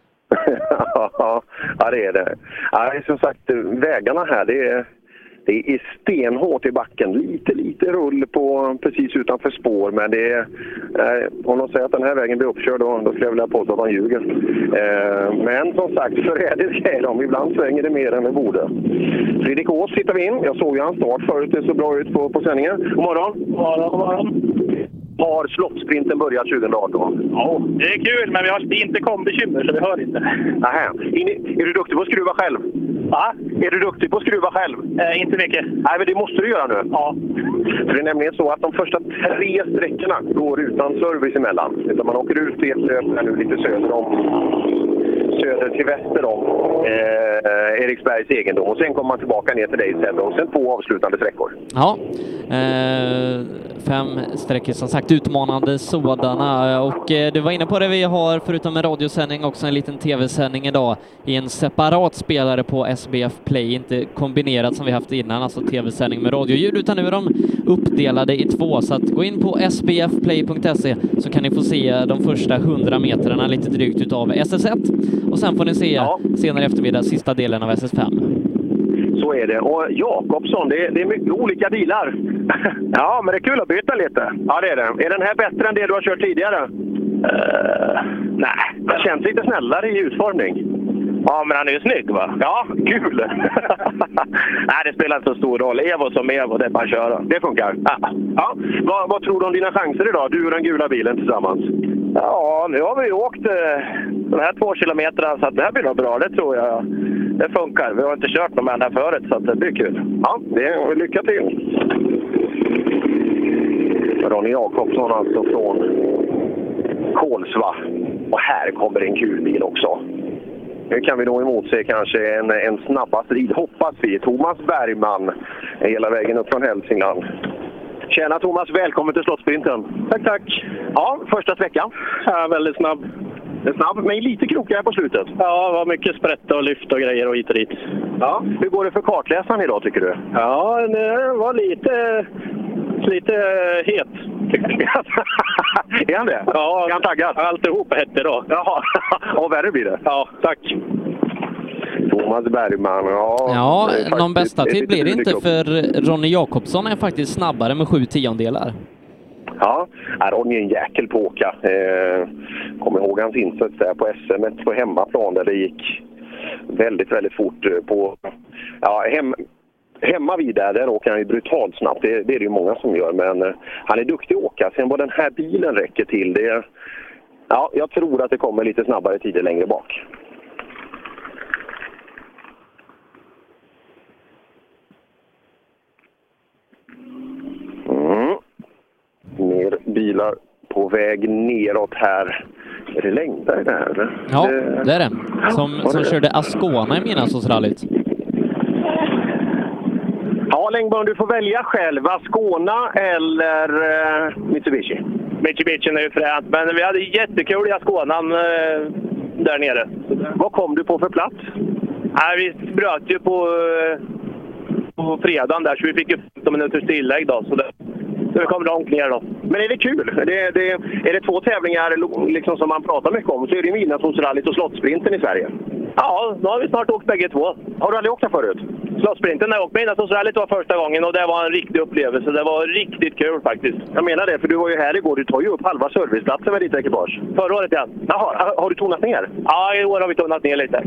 Ja, det är det. Ja, som sagt, vägarna här, det är, det är stenhårt i backen. Lite, lite rull på precis utanför spår, men det är, eh, om de säger att den här vägen blir uppkörd, då, då skulle jag vilja påstå att de ljuger. Eh, men som sagt, förrädiska är de. Ibland svänger det mer än det borde. Fredrik Ås sitter vi in. Jag såg ju hans start förut. Det såg bra ut på, på sändningen. God morgon. God morgon, god morgon. Har Slottssprinten börjat tjugo arton? Ja, det är kul, men vi har inte kombekymmer så vi hör inte. Nähä. Är du duktig på att skruva själv? Va? Är du duktig på att skruva själv? Eh, inte mycket. Nej, men det måste du göra nu. Ja. För det är nämligen så att de första tre sträckorna går utan service emellan. Utan man åker ut i ett löp här nu lite söder om, söder till väster om eh, Eriksbergs egendom. Och sen kommer man tillbaka ner till dig sen och sen två avslutande sträckor. Ja, eh, fem sträckor som sagt, utmanande sådana. Och eh, du var inne på det, vi har förutom en radiosändning också en liten tv-sändning idag i en separat spelare på S B F Play, inte kombinerat som vi haft innan, alltså tv-sändning med radioljud, utan nu är de uppdelade i två. Så att gå in på s b f play punkt se så kan ni få se de första hundra metrarna lite drygt utav S S ett och sen får ni se ja. senare i eftermiddag sista delen av S S fem. Så är det. Och Jakobsson, det är, det är mycket olika bilar. Ja, men det är kul att byta lite. Ja, det är det. Är den här bättre än det du har kört tidigare? Uh, nej. Den känns lite snällare i utformning. Ja, men han är ju snygg, va? Ja, kul! Nej, det spelar inte så stor roll. Evo som Evo, det är bara att köra. Det funkar. Ja. Ja. Vad, vad tror du om dina chanser idag? Du och den gula bilen tillsammans. Ja, nu har vi åkt eh, de här två kilometerna, så att det här blir nog bra. Det tror jag. Det funkar. Vi har inte kört någon med den här förut, så att det blir kul. Ja, det är lycka till. Ronny Jakobsson alltså från Kolsva. Och här kommer en kul bil också. Nu kan vi då emot sig kanske en, en snabba strid, hoppas vi. Thomas Bergman hela vägen upp från Hälsingland. Tjena Thomas, välkommen till Slottssprinten. Tack, tack. Ja, första sträckan. Ja, väldigt snabb. Det är snabb, men lite krokigare på slutet. Ja, det var mycket sprätt och lyft och grejer och hit och dit. Ja, hur går det för kartläsaren idag tycker du? Ja, det var lite, lite het. Är han det? Ja, är han taggad? Alltihop är hett idag. Jaha, och värre blir det. Ja, tack. Thomas Bergman, ja. Ja, någon bästa tid blir det inte för Ronny Jakobsson är faktiskt snabbare med sju tiondelar. Ja, Ronny är en jäkel på åka. Eh, kommer ihåg hans insats där på S M på hemmaplan där det gick väldigt, väldigt fort på... Ja, hem, hemma vid där, där åker han ju brutalt snabbt. Det, det är det ju många som gör, men eh, han är duktig att åka. Sen vad den här bilen räcker till, det... Ja, jag tror att det kommer lite snabbare tider längre bak. Mm. Mer bilar på väg neråt här. Är det Längberg där eller? Ja, det är det. Som, som det? körde Ascona i Midnattsrallyt. Ja, Längberg, du får välja själv. Ascona eller uh, Mitsubishi? Mitsubishi är ju fränt, men vi hade jättekul i Ascona uh, där nere. Vad kom du på för plats? Nej, vi bröt ju på, uh, på fredagen där, så vi fick ju femton minuters tillägg då. Så det, så vi kom långt ner då. Men är det kul? Det, det, är det två tävlingar liksom, som man pratar mycket om, så är det Midnattsrallyt och Slottssprinten i Sverige. Ja, då har vi snart åkt bägge två. Har du aldrig åkt där förut? Slottssprinten när jag åkte med innan Slottsrallyt var första gången och det var en riktig upplevelse. Det var riktigt kul faktiskt. Jag menar det, för du var ju här igår. Du tar ju upp halva serviceplatsen med ditt ekipage. Förra året, ja. Jaha, har du tonat ner? Ja, i år har vi tonat ner lite.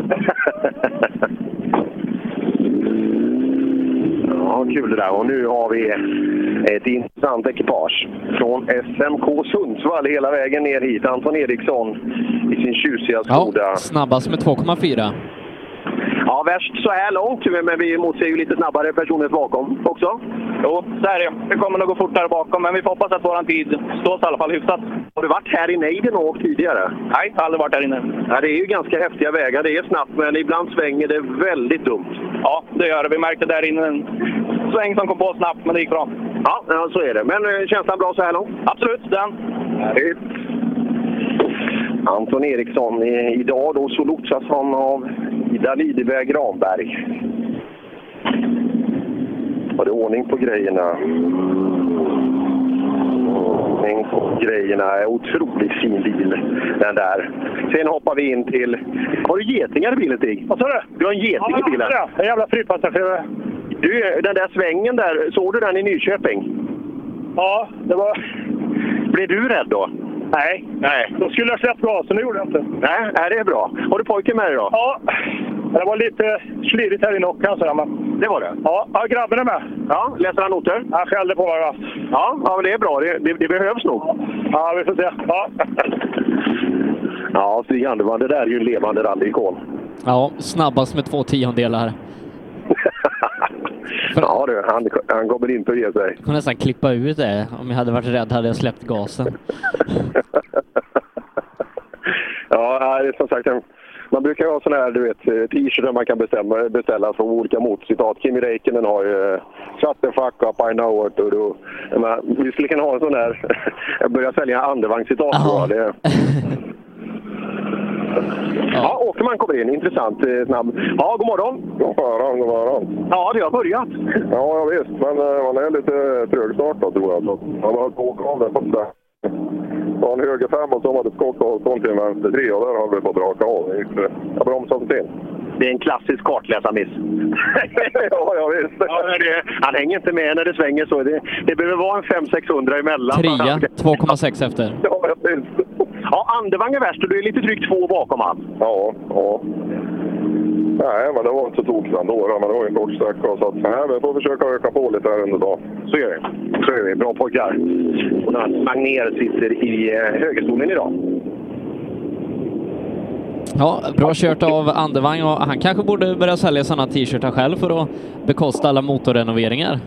Ja, kul det där. Och nu har vi ett intressant ekipage från S M K Sundsvall hela vägen ner hit. Anton Eriksson i sin tjusiga Skoda. Ja, snabbast med två komma fyra. Ja, värst så här långt, men vi motser ju lite snabbare personer bakom också. Jo, så är det. Det kommer nog gå fortare bakom, men vi får hoppas att våran tid står i alla fall hyfsat. Har du varit här i nejden och åkt tidigare? Nej, jag har aldrig varit här inne. Ja, det är ju ganska häftiga vägar. Det är snabbt, men ibland svänger det väldigt dumt. Ja, det gör det. Vi märkte där inne en sväng som kom på snabbt, men det gick bra. Ja, ja så är det. Men känslan bra så här långt? Absolut, den. Härligt. Anton Eriksson idag då så lotsas han av Ida Lideberg Granberg. Var det ordning på grejerna? Ordning på grejerna. Otroligt fin bil, den där. Sen hoppar vi in till... Har du getingar i bilen, Stig? Vad sa du? Du har en geting ja, i bilen? Ja, en jävla fripassagerare. Du, den där svängen där, såg du den i Nyköping? Ja, det var... Blev du rädd då? Nej. Nej. Då skulle jag släppt gasen, det gjorde jag inte. Nej, nej, det är bra. Har du pojken med dig då? Ja. Det var lite slirigt här i nocken, så men... Det var det? Ja, ja, grabben är med. Ja, läser han noter? Han skällde på mig, va? Ja, ja, men det är bra. Det, det, det behövs nog. Ja, vi får se. Ja, ja Stig Anderman, det där är ju en levande rallyikon. Ja, snabbast med två tiondelar. För... Ja du, han, han kommer inte att ge sig. Jag kunde nästan klippa ut det. Om jag hade varit rädd hade jag släppt gasen. Ja, som sagt, man brukar ha sådana här, du vet, t-shirtar man kan bestämma, beställa från olika motcitat. Kimi Räikkönen har ju shut the fuck up, I know what to do. Men vi skulle kunna ha en sån där, jag börjar sälja andevagnscitat. Ja. Det... Ja, Åkerman kommer in. Intressant, snabb. Ja, god morgon. God morgon, god morgon. Ja, det har börjat. Ja, visst. Men man är lite trögstartad, tror jag. Så man har på åka av den första. Det var en höger fem och så var det skottavstånd till en vänster tre och där har vi fått raka av. Jag bromsade till. Det är en klassisk kartläsarmiss. Ja, jag visst. Ja, det, han hänger inte med när det svänger så. Det, det behöver vara en fem sexhundra emellan. Trea, två komma sex efter. Ja, jag visst. Ja, Andevang är värst och du är lite drygt två bakom han. Ja, ja. Nej, men det var inte så tokigt ändå, men det var en kort sträcka. Så att, nej, vi får försöka öka på lite här under dagen. Så gör vi. Så gör vi. Bra pojkar. Och Magnér sitter i högerstolen idag. Ja, bra kört av Andevang och han kanske borde börja sälja sådana t-shirtar själv för att bekosta alla motorrenoveringar.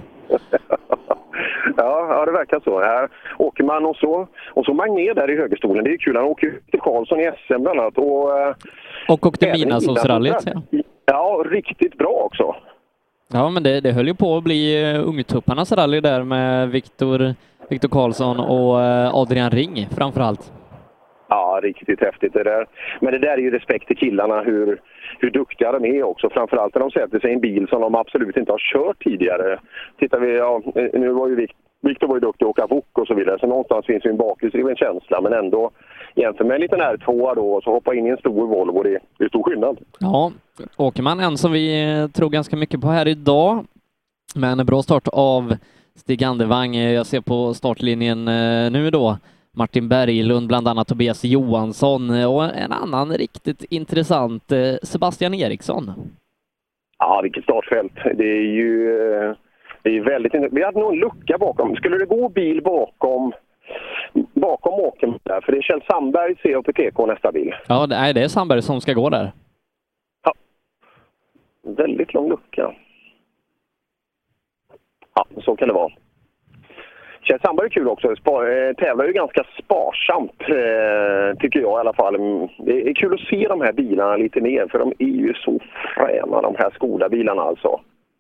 Ja, ja, det verkar så. Här åker man och så, och så Magnér där i högerstolen. Det är kul. Han åker till Karlsson i S M bland annat. Och, och åkte Midnattssolsrallyt. Ja. Ja, riktigt bra också. Ja, men det, det höll ju på att bli uh, ungtupparnas rally där med Viktor, Viktor Karlsson och uh, Adrian Ring framförallt. Ja, riktigt häftigt det där. Men det där är ju respekt till killarna, hur, hur duktiga de är också. Framförallt när de sätter sig i en bil som de absolut inte har kört tidigare. Tittar vi, ja, nu var ju Viktor, Viktor var ju duktig att åka vok och så vidare. Så någonstans finns ju en bakhjulsdriven känsla. Men ändå, jämför med en liten R två då och så hoppa in i en stor Volvo, det, det är stor skillnad. Ja, Åkerman en som vi tror ganska mycket på här idag. Men en bra start av Stig Andevang. Jag ser på startlinjen nu då. Martin Berglund, bland annat Tobias Johansson och en annan riktigt intressant Sebastian Eriksson. Ja, vilket startfält. Det är ju det är väldigt intressant. Vi hade nog en lucka bakom. Skulle det gå bil bakom bakom Åkerman där? För det är Kjell Sandberg, C H P T K nästa bil. Ja, det är, det är Sandberg som ska gå där. Ja, väldigt lång lucka. Ja, så kan det vara. Kjell Sandberg är kul också. Spar, tävlar ju ganska sparsamt, eh, tycker jag i alla fall. Det är kul att se de här bilarna lite mer, för de är ju så fräna, de här Skoda-bilarna alltså.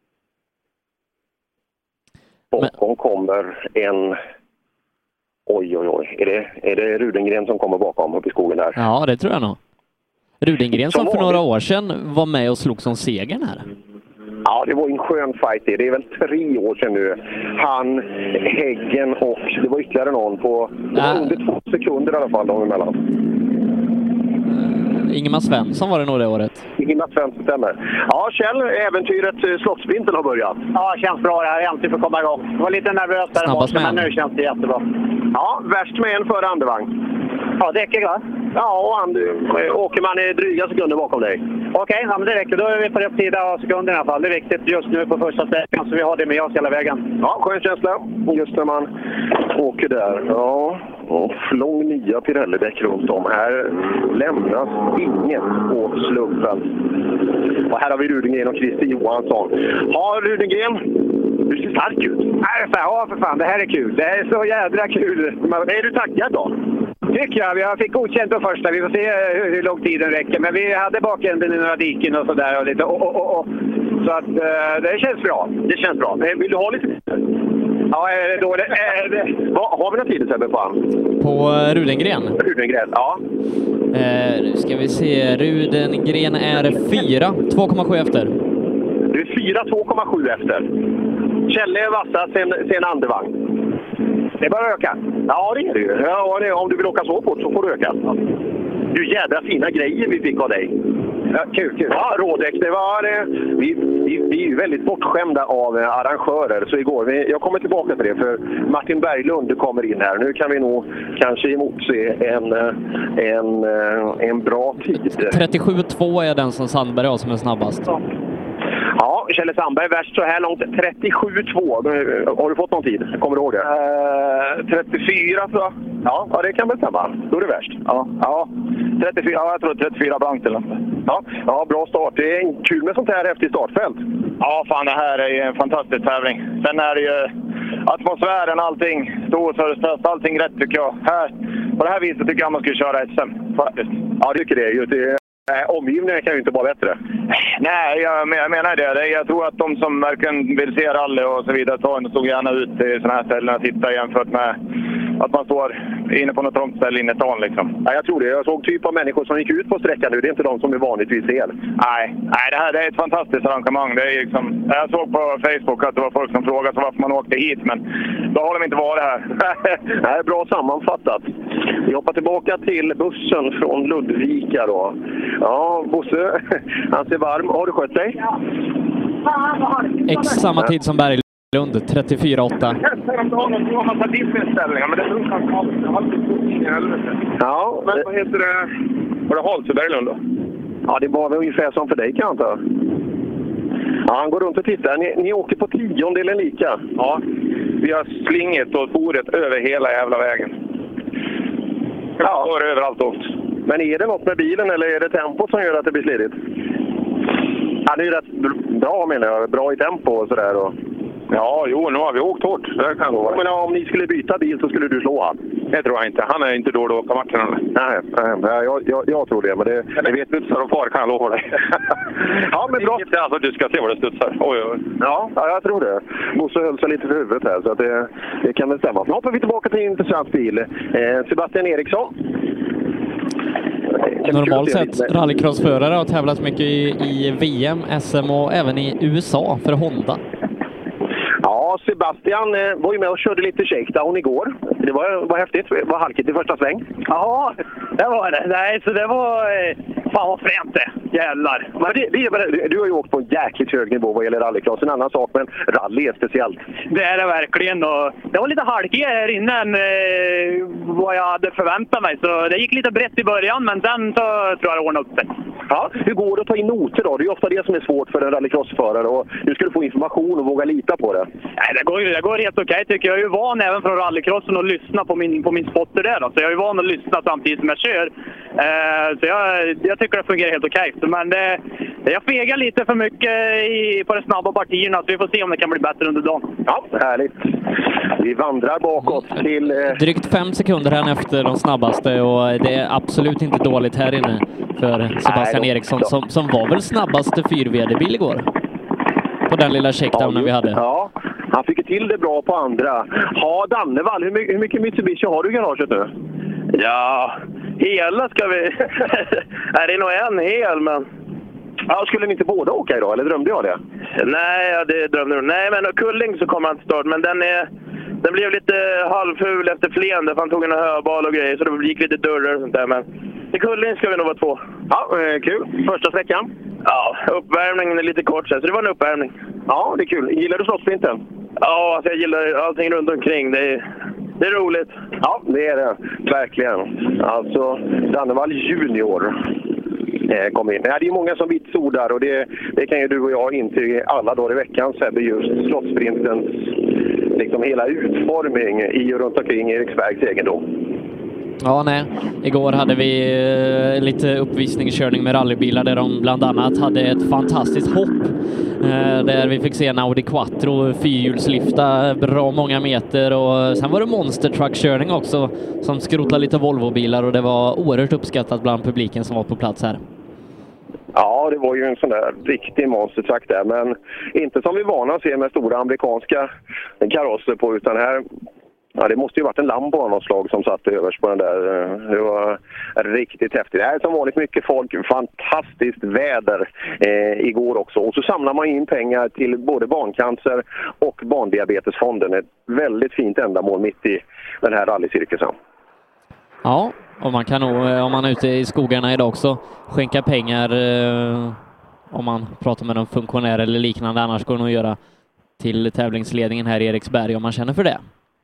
Bakom Men... kommer en... Oj, oj, oj. Är det, är det Rudengren som kommer bakom upp i skogen där? Ja, det tror jag nog. Rudengren som, som för några år sedan var med och slog som segern här. Ja, det var en skön fight det. Det är väl tre år sedan nu. Han, Häggen och det var ytterligare någon på... Det var under två sekunder i alla fall de emellan. Ingemar Svensson var det nog det året. Ingemar Svensson stämmer. Ja, Kjell, äventyret Slottssprinten har börjat. Ja, det känns bra det här. Äntligen får komma igång. Det var lite nervöst där i morse, men nu känns det jättebra. Ja, värst med en före andevagn. Ja, det räcker va? Ja, och and, åker man i dryga sekunder bakom dig. Okej, okay, ja, men det räcker. Då är vi på rätt sida av sekunder i alla fall. Det är viktigt just nu på första sträckan, så vi har det med oss hela vägen. Ja, skön känsla. Just när man åker där. Ja, och lång nya Pirelli-däck runt om. Här lämnas ingen på slumpen. Och här har vi Rudengren och Christer Johansson. Ja, Rudengren, du ser stark ut. Nej, ja, för fan. Det här är kul. Det är så jädra kul. Men är du taggad då? Tycker jag. Vi fick godkänt på första. Vi får se hur, hur lång tiden räcker. Men vi hade bakänden i några diken och sådär. Och lite, och, och, och, och. Så att uh, det känns bra. Det känns bra. Vill du ha lite? Ja, är det då? Det, är det... Vad, har vi några tider, Sebbe, på han? På Rudengren? Rudengren, ja. Eh, nu ska vi se. Rudengren är fyra, två komma sju efter. Du är fyra, två komma sju efter. Kjelle är vassa sen, sen andevagn. Det är bara att öka. Ja, det är det ju. Ja, det, om du vill åka så fort så får du öka. Ja. Du jädra fina grejer vi fick av dig. Ja, kul, kul. Ja, Rådäck, det var det. Vi, vi, vi är ju väldigt bortskämda av arrangörer. Så igår, vi, jag kommer tillbaka till det, för Martin Berglund kommer in här. Nu kan vi nog kanske emotse en, en, en bra tid. trettiosju två är den som Sandberg har som är snabbast. Ja. Ja, Kjelle Sandberg värst så här långt. trettiosju två. Har du fått någon tid? Kommer du ihåg det? Uh, trettiofyra tror jag. Ja, ja, det kan väl stämma. Då är det värst. Ja, ja. trettiofyra, ja jag tror trettiofyra blankt eller något. Ja, ja, bra start. Det är kul med sånt här häftigt startfält. Ja, fan det här är ju en fantastisk tävling. Sen är det ju atmosfären, allting. Storförstås, allting rätt tycker jag. Här, på det här viset tycker jag man skulle köra S M faktiskt. Ja, det tycker det. Just det. Äh, omgivningen kan ju inte vara bättre. Nej, jag, jag menar det. Jag tror att de som verkligen vill se rally och så vidare tar stod gärna ut i sådana här ställen och titta jämfört med att man står inne på något trångt ställe inne i stan liksom. Ja, jag tror det. Jag såg typ av människor som gick ut på sträckan nu. Det är inte de som är vanligtvis ser. Nej, nej det här det är ett fantastiskt arrangemang. Det är liksom, jag såg på Facebook att det var folk som frågade varför man åkte hit, men då har de inte varit här. Nej, bra sammanfattat. Vi hoppar tillbaka till bussen från Ludvika då. Ja, Bosse, han ser varm. Har du skött dig? Ja. Ex samma tid som Berglund, trettiofyra åtta. Ja, men vad heter det? Var det halt för Berglund då? Ja, det var väl ungefär som för dig kan jag anta. Ja, han går runt och tittar. Ni, ni åker på tiondelen lika. Ja, vi har slinget och foret över hela jävla vägen. Ja, går överallt åkt. Men är det något med bilen eller är det tempo som gör att det blir slidigt? Han är ju rätt bra menar jag. Bra i tempo och sådär. Och... Ja, jo, nu har vi åkt hårt. Det kan gå. Men om ni skulle byta bil så skulle du slå han? Det tror jag inte. Han är inte dålig att åka matchen. Nej, nej jag, jag, jag tror det. Men det, det vet studsar och far kan jag lova dig. Ja, men bra. Det, alltså, du ska se vad det studsar. Oj, oj. Ja, ja, jag tror det. Bosse höll sig lite för huvudet här så att det, det kan väl stämma. Nu hoppar vi tillbaka till en intressant bil. Eh, Sebastian Eriksson. Normalt sett rallycrossförare har tävlat mycket i, i V M, S M och även i U S A för Honda. Ja, Sebastian eh, var ju med och körde lite shakedown igår. Det var, var häftigt. Det var halkigt i första sväng. Ja, det var det. Nej, så det var... Eh, fan vad fränt det. Jävlar. Men det, det, du har ju åkt på en jäkligt hög nivå vad gäller rallycross. En annan sak, men rally är speciellt. Det är det verkligen. Och det var lite halkigare här innan eh, vad jag hade förväntat mig. Så det gick lite brett i början, men sen så tror jag det ordnade upp sig. Ja, hur går det att ta in noter då? Det är ju ofta det som är svårt för en rallycrossförare. Och nu ska du få information och våga lita på det. Nej, det går, det går helt okej tycker jag. Jag är ju van även från rallycrossen att lyssna på min, på min spotter där. Då. Så jag är ju van att lyssna samtidigt som jag kör. Eh, så jag, jag tycker det fungerar helt okej. Men det, jag fegar lite för mycket i, på de snabba partierna. Så vi får se om det kan bli bättre under dagen. Ja, härligt. Vi vandrar bakåt till... Eh... Drygt fem sekunder här efter de snabbaste. Och det är absolut inte dåligt här inne för Sebastian Nej, Eriksson. Som, som var väl snabbaste fyr V D-bil igår. På den lilla checkdownen ja, vi hade. Ja, han fick till det bra på andra. Ja, Dannevall, hur mycket, hur mycket Mitsubishi har du i garaget nu? Ja, hela ska vi... Nej, det är nog en hel, men... Ja, skulle ni inte båda åka idag, eller drömde jag det? Nej, ja, det drömde jag. Nej, men Kulling så kommer han till start, men den är... Den blev lite halvful efter Flen, för han tog en höbal och grejer, så det gick lite dörrar och sånt där, men... I Kullin ska vi nog vara två. Ja, eh, kul. Första sträckan? Ja, uppvärmningen är lite kort så det var en uppvärmning. Ja, det är kul. Gillar du slottsprinten? Ja, alltså jag gillar allting runt omkring. Det är, det är roligt. Ja, det är det. Verkligen. Alltså, Dannevall junior eh, kom in. Det är ju många som vitsordar och det, det kan ju du och jag intyga alla dagar i veckan, Sebbe, just slottsprintens liksom hela utformning i och runt omkring Eriksbergs egendom. Ja, nej. Igår hade vi eh, lite uppvisningskörning med rallybilar där de bland annat hade ett fantastiskt hopp. Eh, där vi fick se en Audi Quattro fyrhjulslyfta bra många meter och sen var det Monster Truck-körning också som skrotade lite Volvo-bilar och det var oerhört uppskattat bland publiken som var på plats här. Ja, det var ju en sån där riktig Monster Truck där, men inte som vi är vana att se med stora amerikanska karosser på, utan här. Ja, det måste ju varit en Lambo av något slag som satt överst på den där. Det var riktigt häftigt. Det är som vanligt mycket folk. Fantastiskt väder eh, igår också. Och så samlar man in pengar till både barncancer och barndiabetesfonden. Ett väldigt fint ändamål mitt i den här rallycirkusen. Ja, och man kan nog, om man är ute i skogarna idag också, skänka pengar eh, om man pratar med någon funktionär eller liknande. Annars går det nog att göra till tävlingsledningen här i Eriksberg om man känner för det.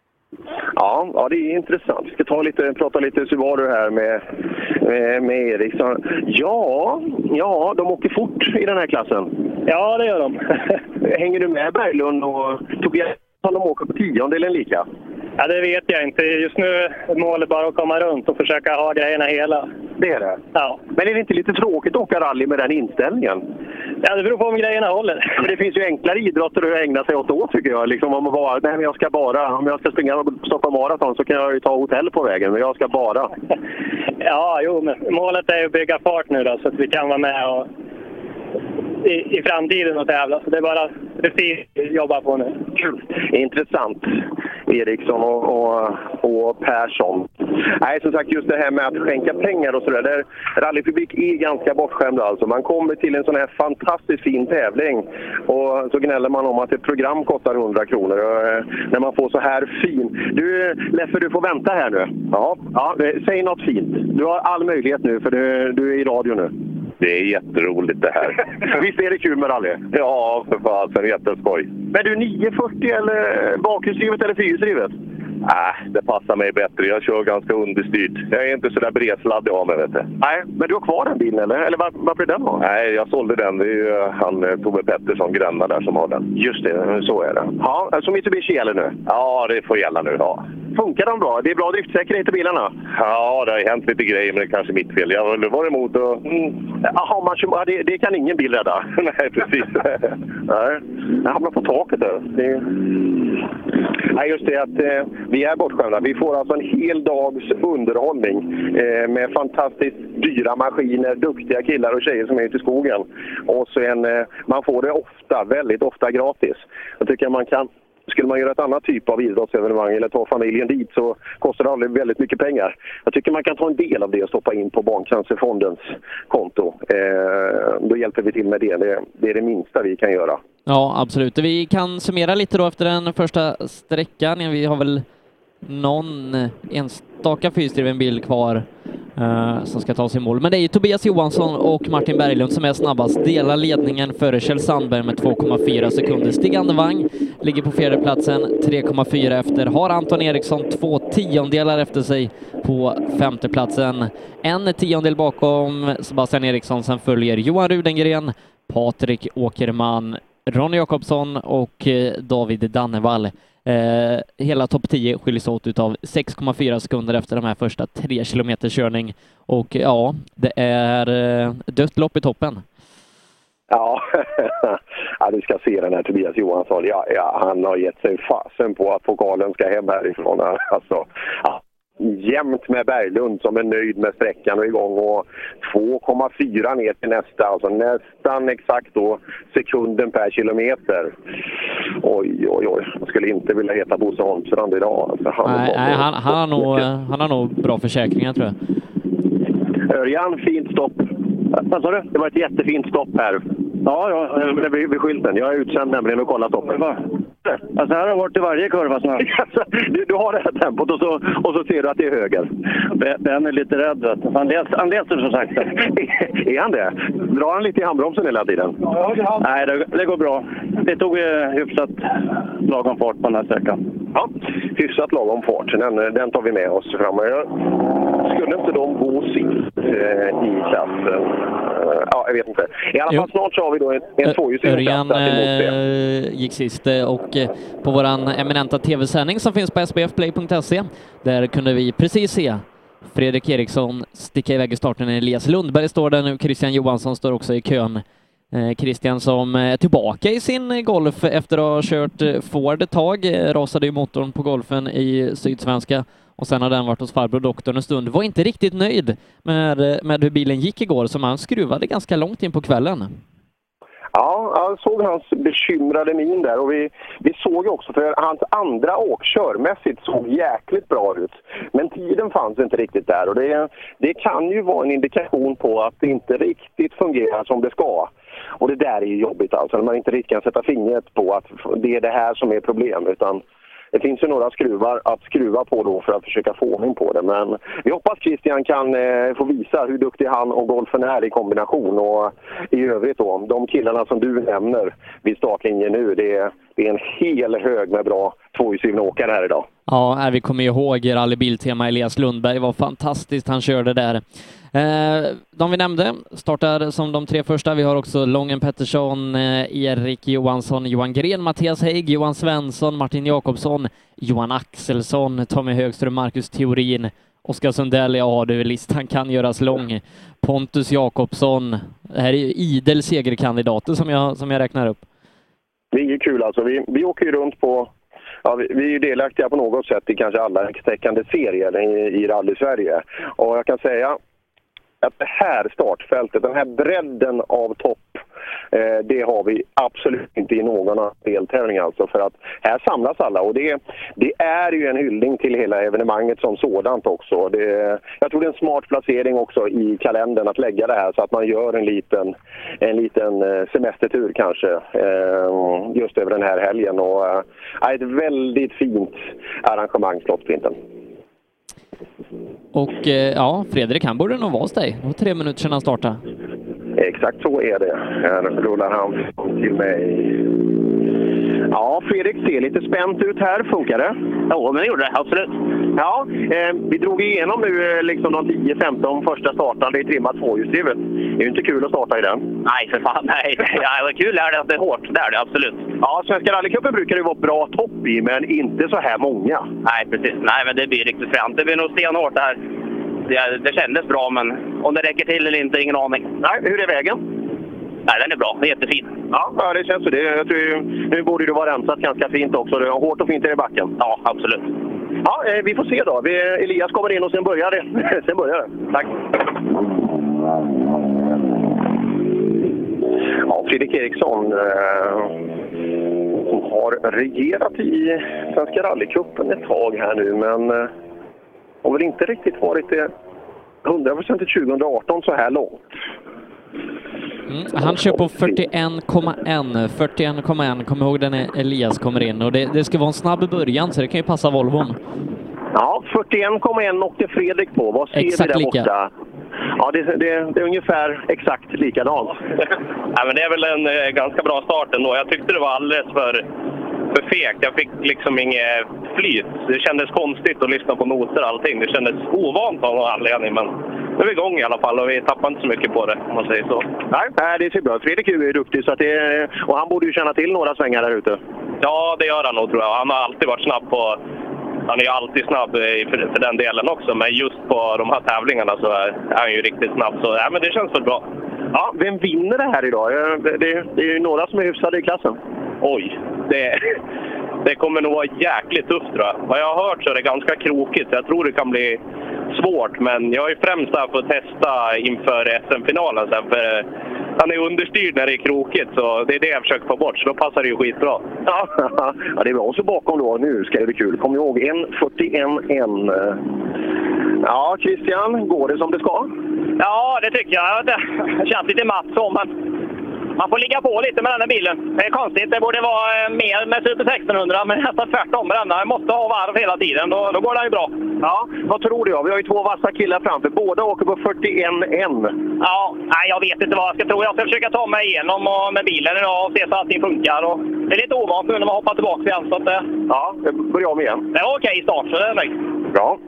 Ja, ja, det är intressant. Vi ska ta lite, prata lite Subaru här med, med, med Eriksson. Ja, ja, de åker fort i den här klassen. Ja, det gör de. Hänger du med Berglund och Tobias? De åker på tiondelen lika? Ja, det vet jag inte. Just nu är målet bara att komma runt och försöka ha grejerna hela. Det är det? Ja. Men är det inte lite tråkigt att åka rally med den inställningen? Ja, det beror på om grejerna håller. Men det finns ju enklare idrotter att ägna sig åt då, tycker jag. Liksom om, man bara, nej, men jag ska bara, om jag ska springa Stockholm Marathon så kan jag ju ta hotell på vägen, men jag ska bara. Ja, jo, men målet är att bygga fart nu då, så att vi kan vara med och I, i framtiden och tävla. Så det är bara precis jobba på nu. Kul. Intressant. Eriksson och, och, och Persson. Nej, som sagt, just det här med att skänka pengar och sådär. Där rallypublik är ganska bortskämd alltså. Man kommer till en sån här fantastiskt fin tävling och så gnäller man om att ett program kostar hundra kronor. Och, när man får så här fin. Du, Leffe, du får vänta här nu. Ja, ja, säg något fint. Du har all möjlighet nu för du, du är i radio nu. Det är jätteroligt det här. Visst är det kul med rally? Ja, för fan, det är jätteskoj. Men du, nio fyrtio eller bakhjulsdrivet eller fyrhjulsdrivet? Nej, det passar mig bättre. Jag kör ganska understyrt. Jag är inte så där bredsladd av mig, vet du. Nej, men du har kvar den bilen, eller? Eller var, varför är den då? Nej, jag sålde den. Det är ju han Tove Pettersson, Gränna där, som har den. Just det, så är det. Ja, som Mitsubishi gäller nu? Ja, det får gälla nu, ja. Funkar de bra? Det är bra driftsäkerhet i bilarna? Ja, det har hänt lite grejer, men det är kanske mitt fel. Jag har varit emot och... Mm. Jaha, man, det, det kan ingen bil rädda. Nej, precis. Nej, jag hamnar på taket där. Det... Nej, just det att eh, vi är bortskämda. Vi får alltså en hel dags underhållning eh, med fantastiskt dyra maskiner, duktiga killar och tjejer som är ute i skogen. Och sen, eh, man får det ofta, väldigt ofta gratis. Jag tycker man kan... Skulle man göra ett annat typ av idrottsevenemang eller ta familjen dit så kostar det aldrig väldigt mycket pengar. Jag tycker man kan ta en del av det och stoppa in på Barncancerfondens konto. Eh, då hjälper vi till med det. det. Det är det minsta vi kan göra. Ja, absolut. Vi kan summera lite då efter den första sträckan. Vi har väl någon enstaka fyrhjulsdriven bil kvar Uh, som ska ta sig i mål. Men det är ju Tobias Johansson och Martin Berglund som är snabbast. Delar ledningen före Kjell Sandberg med två komma fyra sekunder. Stig Andevang ligger på fjärde platsen, tre komma fyra efter. Har Anton Eriksson två tiondelar efter sig på femte platsen. En tiondel bakom Sebastian Eriksson. Sen följer Johan Rudengren, Patrik Åkerman, Ronny Jakobsson och David Dannevall. Eh, hela topp tio skiljs åt utav sex komma fyra sekunder efter de här första tre kilometer körning. Och ja, det är eh, dött lopp i toppen. Ja, ja, du ska se den här Tobias Johansson. Ja, ja, han har gett sig fasen på att pokalen ska hem härifrån. Alltså, ja. Jämnt med Berglund som är nöjd med sträckan och igång och två komma fyra ner till nästa, alltså nästan exakt då sekunden per kilometer. Oj, oj, oj. Jag skulle inte vilja heta Bosse Holmstrand idag. Alltså, han, nej, nej, han, han, har nog, han har nog bra försäkringar, tror jag. Örjan, fint stopp. Vad sa du? Det var ett jättefint stopp här. Ja, ja, vid, vid skylten. Jag är utsänd nämligen och kollar stoppen. Alltså här har jag varit i varje kurva snart. du, du har det här tempot och så, och så ser du att det är höger. Ben är lite rädd. Vet du. Han, läser, han läser så sakta. Är han det? Drar han lite i handbromsen hela tiden? Ja, ja. Nej, det, det går bra. Det tog eh, hyfsat lagom fart på den här sträckan. Ja, hyfsat lagom fart. Den, den tar vi med oss framåt. Skulle inte de gå sist eh, i klassen? Uh, ja, jag vet inte. I alla fall jo. Snart så har vi då en, en tvåhjulsdriven Örjan äh, gick sist och äh, på våran eminenta tv-sändning som finns på s b f play punkt se där kunde vi precis se Fredrik Eriksson sticka iväg i starten. Elias Lundberg står där nu. Christian Johansson står också i kön. Eh, Christian som är tillbaka i sin golf efter att ha kört Ford ett tag. Rasade ju motorn på golfen i Sydsvenska och sen har den varit hos farbror doktorn en stund. Var inte riktigt nöjd med, med hur bilen gick igår, som han skruvade ganska långt in på kvällen. Ja, jag såg hans bekymrade min där och vi, vi såg också för hans andra åk körmässigt såg jäkligt bra ut. Men tiden fanns inte riktigt där och det, det kan ju vara en indikation på att det inte riktigt fungerar som det ska. Och det där är ju jobbigt alltså, när man inte riktigt kan sätta fingret på att det är det här som är problem, utan det finns ju några skruvar att skruva på då för att försöka få ordning på det. Men vi hoppas Christian kan eh, få visa hur duktig han och golfen är i kombination. Och i övrigt då, de killarna som du nämner vid startlinjen nu, det är, det är en hel hög med bra tvåhjulsdrivna åkare här idag. Ja, vi kommer ihåg rallybiltema. Elias Lundberg var fantastiskt, han körde där. Eh, de vi nämnde startar som de tre första. Vi har också Lången Pettersson, eh, Erik Johansson, Johan Gren, Mattias Hägg, Johan Svensson, Martin Jakobsson, Johan Axelsson, Tommy Högström, Marcus Theorin, Oskar Sundell. Ja du, listan kan göras lång. Pontus Jakobsson. Det här är ju idel segerkandidater som jag, som jag räknar upp. Det är ju kul alltså. Vi, vi åker ju runt på Ja, vi, vi är ju delaktiga på något sätt i kanske alla täckande serier i, i Rally Sverige. Och jag kan säga att det här startfältet, den här bredden av topp, eh, det har vi absolut inte i någon deltävling alltså. För att här samlas alla och det, det är ju en hyllning till hela evenemanget som sådant också. Det, jag tror det är en smart placering också i kalendern att lägga det här så att man gör en liten, en liten semestertur kanske eh, just över den här helgen. Och eh, ett väldigt fint arrangemang, Slottssprinten. Och eh, ja, Fredrik, han borde nog vara hos dig. Det var tre minuter sedan han startade. Exakt så är det. Här rullar han till mig. Ja, Fredrik ser lite spänt ut här. Funkar det? Ja, men det gjorde det. Absolut. Ja, eh, vi drog igenom nu liksom de tio femton första startarna i trimmat tvåhjulsdrivet. Det är ju inte kul att starta i den. Nej, för fan. Nej, ja, det är kul är det att det är hårt. Det är det, absolut. Ja, Svenska rallycupen brukar det vara bra topp i, men inte så här många. Nej, precis. Nej, men det blir riktigt främt. Det blir nog stenhårt det här. Det, det kändes bra, men om det räcker till eller inte, ingen aning. Nej, hur är vägen? Nej, den är bra. Det är jättefin. Ja, ja det känns så. Det, jag tror, nu borde det vara rensat ganska fint också. Det är hårt och fint i backen. Ja, absolut. Ja, eh, vi får se då. Vi, Elias kommer in och sen börjar det. sen börjar det. Tack. Ja, Fredrik Eriksson eh, har regerat i Svenska rallycupen ett tag här nu, men eh, har väl inte riktigt varit det hundra procent till tjugo arton så här långt. Mm, han kör på fyrtioen komma ett. fyrtioen komma ett, kom ihåg den Elias kommer in. Och det, det ska vara en snabb början så det kan ju passa Volvon. Ja, fyrtioen komma ett åkte Fredrik på. Vad ser exakt vi där lika. Borta? Ja, det, det, det är ungefär exakt likadant. Ja, men det är väl en eh, ganska bra start ändå. Jag tyckte det var alldeles för, för fegt. Jag fick liksom inget flyt. Det kändes konstigt att lyssna på noter och allting. Det kändes ovant av någon anledning, men nu är vi igång i alla fall och vi tappar inte så mycket på det, om man säger så. Nej, det ser bra. Fredrik är duktig, så att det, och han borde ju känna till några svängar där ute. Ja, det gör han nog, tror jag. Han har alltid varit snabb på... Han är ju alltid snabb för, för den delen också, men just på de här tävlingarna så är han ju riktigt snabb. Så ja, men det känns väl bra. Ja, vem vinner det här idag? Det, det, det är ju några som är hyfsade i klassen. Oj, det, det kommer nog vara jäkligt tufft, tror jag. Vad jag har hört så är det ganska krokigt. Jag tror det kan bli svårt, men jag är främst där för att testa inför S M-finalen sen. För han är understyrd när det är krokigt, så det är det jag försöker få bort. Så då passar det ju skitbra. Ja, ja det är bra. Så bakom då, nu ska det bli kul. Kom ihåg, en fyrtioen en. Ja, Christian, går det som det ska? Ja, det tycker jag. Det känns lite matt så, men man får ligga på lite med den här bilen. Det är konstigt, det borde vara eh, mer med Super sextonhundra, men nästan tvärtom med denna. Jag måste ha varv hela tiden, då, då går det ju bra. Ja, vad tror du? Vi har ju två vassa killar framför. Båda åker på fyrtioen en. Ja, nej, jag vet inte vad jag ska tro. Jag ska försöka ta mig igenom och, med bilen idag och se så att allting funkar. Och det är lite ovant nu när man hoppar tillbaka igen. Så att, eh, ja, det börjar om igen. Det är okej start, så det är nöjd. Bra.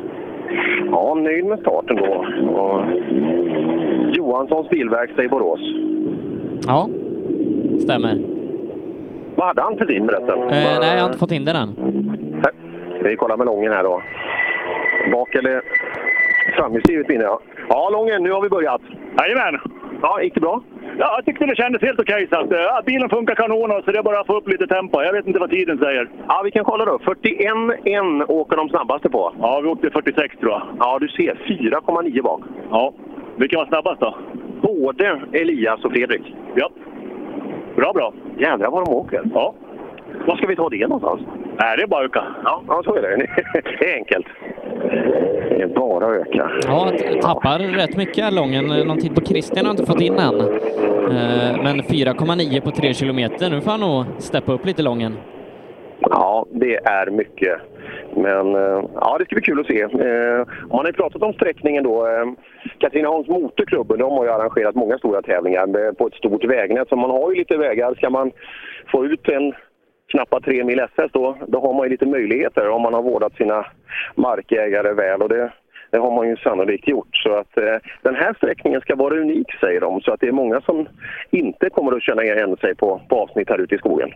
Ja, nöjd med starten då. Och Johanssons bilverkstad i Borås. Ja, stämmer. Vad hade han för din berätten? Eh, nej, jag har inte fått in den än. Nej. Vi kollar med Lången här då. Bak eller framhjulsdrivet minne, ja. Ja, Lången, nu har vi börjat. Jajamän. Ja, gick det bra? Ja, jag tyckte det kändes helt okej. Så att, ja, bilen funkar kanon, så det är bara att få upp lite tempo. Jag vet inte vad tiden säger. Ja, vi kan kolla då. fyrtioen en åker de snabbaste på. Ja, vi åkte fyrtiosex tror jag. Ja, du ser. fyra komma nio bak. Ja. Vilken var snabbast då? Både Elias och Fredrik. Ja. Bra, bra. Jävlar vad de åker. Ja. Var ska vi ta det någonstans? Nej, det är bara att öka. Ja, ja, så är det. Det är enkelt. Det är bara att öka. Ja, tappar rätt mycket här Lången. Någon tid på Christian har inte fått in än. Men fyra komma nio på tre kilometer. Nu får han nog steppa upp lite Lången. Ja, det är mycket. Men ja, det ska bli kul att se. Man har ju pratat om sträckningen då. Katrineholms Motorklubb, de har ju arrangerat många stora tävlingar på ett stort vägnät. Så man har ju lite vägar. Ska man få ut en knappt tre mil S S då, då har man ju lite möjligheter om man har vårdat sina markägare väl. Och det, det har man ju sannolikt gjort. Så att eh, den här sträckningen ska vara unik, säger de. Så att det är många som inte kommer att känna igen sig på, på avsnitt här ute i skogen.